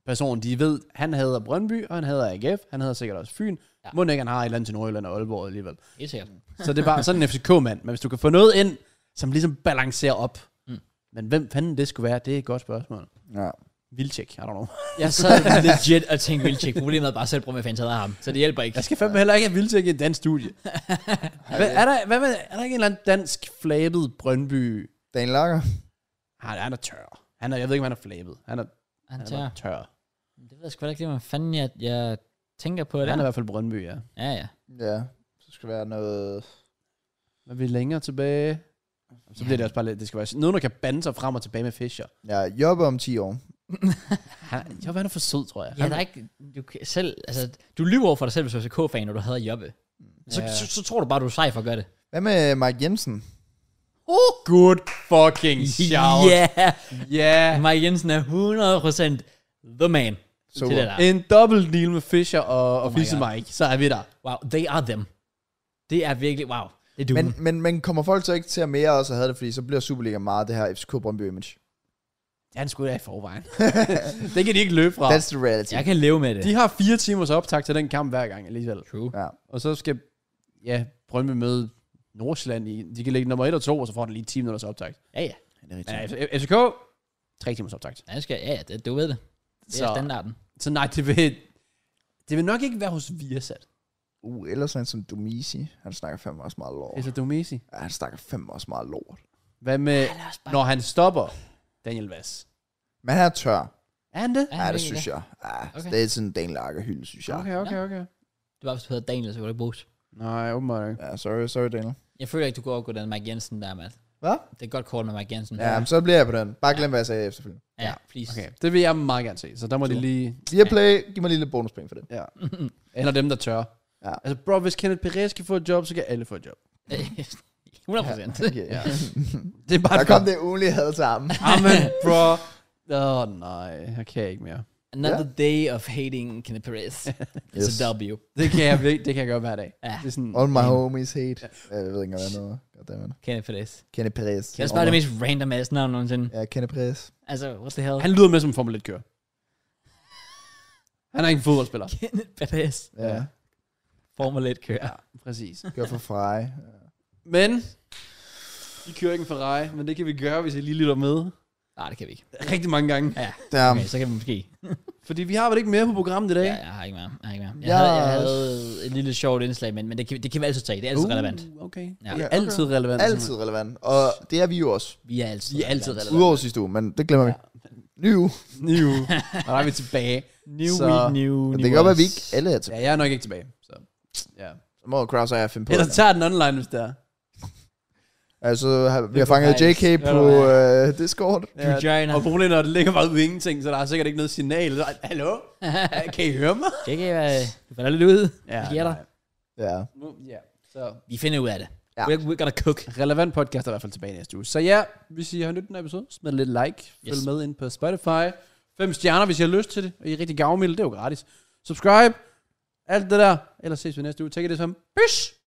person, de ved, han hader Brøndby, og han hader A G F, han hader sikkert også Fyn. Ja. Må ikke, han har et eller andet til Nordjylland og Aalborg alligevel. Det er sikkert. Så det er bare sådan en F C K-mand. Men hvis du kan få noget ind, som ligesom balancerer op. Mm. Men hvem fanden det skulle være, det er et godt spørgsmål. Ja. Vilcek, I don't know. Jeg sad legit og tænkte Vilcek. Problemet er bare selv bruge med fans af ham. Så det hjælper ikke. Jeg skal fandme heller ikke have Vilcek i en dansk studie. hvad, er, der, hvad med, er der ikke en eller anden dansk flabet Brøndby? Daniel Lager. Han, han er tør. Han er, jeg ved ikke, om han er flabet. Han er, han han tør. er tør. Det ved jeg sgu ikke, hvad fanden jeg, jeg tænker på. Det Han er i hvert fald Brøndby, ja. Ja, ja. Ja, så skal være noget... Hvad er vi længere tilbage? Så ja. bliver det også bare lidt, det skal være nogen, der kan bande sig frem og tilbage med Fischer. Ja, jobbe om ti år. Han, jo, han er for sød, tror jeg. Ja, der er ikke, du kan selv, altså, du lyver over for dig selv, hvis du er F C K-fan, når du havde jobbe. Så, ja. så, så, så, tror du bare, du er sej for at gøre det. Hvad med Mike Jensen? Oh, good fucking shout. Ja. Yeah. Yeah. Mike Jensen er hundrede procent the man. Så til det der. En dobbelt deal med Fischer og, og Oh Fisse Mike, så er vi der. Wow, they are them. Det er virkelig, wow. Det er men, men, men kommer folk så ikke til at mere også have det, fordi så bliver Superliga meget det her F C K Brøndby image? Ja, den skulle da i forvejen. Det kan de ikke løbe fra. That's the reality. Jeg kan leve med det. De har fire timers optag til den kamp hver gang alligevel. True. Ja. Og så skal ja, Brøndby møde Nordsjælland i. De kan lægge nummer et og to, og så får den lige ti minutters optag. Ja, ja. Det er Men F C K, tre timers optag. Ja, skal, ja, ja det, du ved det. Det er Så- standarden. Så nej, det vil, det vil nok ikke være hos Viasat. Uh, ellers sådan som Domisi. Han snakker fandme også meget lort. Altså Domesi. Ja, han snakker fandme også meget lort. Hvad med, når han stopper Daniel Vass? Men han er tør. Er han det? Ja, Ja, han det er synes det. jeg. Ja, Okay. det er sådan en Daniel Lager hylde, synes jeg. Okay, okay, okay. Det var, hvis du hedder Daniel, så kunne du ikke bruges. Nej, åbenbart ikke. Ja, sorry, sorry Daniel. Jeg føler ikke, du går og gå den Mike Jensen der, Matt. Hvad? Det er et godt call med Mike Jensen. Ja, men så bliver jeg på den. Bare glem, hvad jeg sagde efterfølgende. Ja, please. Okay, det vil jeg meget gerne se, så der må de lige... Via Play, giv mig lige lidt bonuspenge for det. Ja. Eller dem, der tør. Ja. Altså, bro, hvis Kenneth Perez kan få et job, så kan alle få et job. hundrede procent. Okay. Ja. Det er bare... Der kom det ugenlige had sammen. Amen, bro. Åh, oh, nej. Jeg kan ikke mere. Another day of hating Kenneth Perez. It's Yes. a W. Det kan jeg, det kan jeg gøre hver dag. Ja, Det er sådan... All my homies hate. Ja. Jeg ved ikke, hvad noget. Goddammit. Kenneth Perez. Kenny Perez. Det er også bare det mest random ass navn nogensinde. Ja, Kenny Perez. Altså, what the hell? Han lyder med som Formel et-kører. Han er ikke en fodboldspiller. Kenneth Perez. Ja, Formel et kører. Ja, præcis. gør for Ferrari. Ja. Men, vi kører ikke en Ferrari, men det kan vi gøre, hvis I lige lytter med. Nej, det kan vi ikke. Rigtig mange gange. Ja, Der, okay, så kan vi måske. Fordi vi har vel ikke mere på programmet i dag? Ja, jeg har ikke mere. Jeg, har ikke mere. jeg, Ja. havde, jeg havde et lille sjovt indslag, men, men det, kan, det kan vi altid tage. Det er altid Uh, relevant. Okay. Ja. Det er Okay. altid relevant. altid relevant. Og det er vi jo også. Vi er altid Vi er altid relevant. relevant. Udover sidste uge, men det glemmer vi. Ny uge. New. Og der er vi tilbage. New Så- week, new, Men new det kan godt være, at vi us. ikke alle er til. Ja, jeg er nok ikke tilbage. Så, ja. Så må Kraus og jeg finde på Eller det. tager den online, hvis det er. Altså, har- vi Det har er fanget J K faktisk- på øh, Discord. Vagina. Og problemet er, at det ligger bare ud i ingenting, så der er sikkert ikke noget signal. Så, hallo? Kan I høre mig? J K, hvad, du falder lidt ud. Ja, Hvad sker der? Ja. Nu- Ja, så Vi finder ud af det. Ja. We're, we're gonna cook. relevant podcast er i hvert fald tilbage næste uge. Så ja, hvis I har nyttet den her episode, smid lidt like. Følg Yes. med ind på Spotify. Fem stjerner, hvis I har lyst til det. Og I er rigtig gavmilde, det er jo gratis. Subscribe. Alt det der. Ellers ses vi næste uge. Take det som. Peace.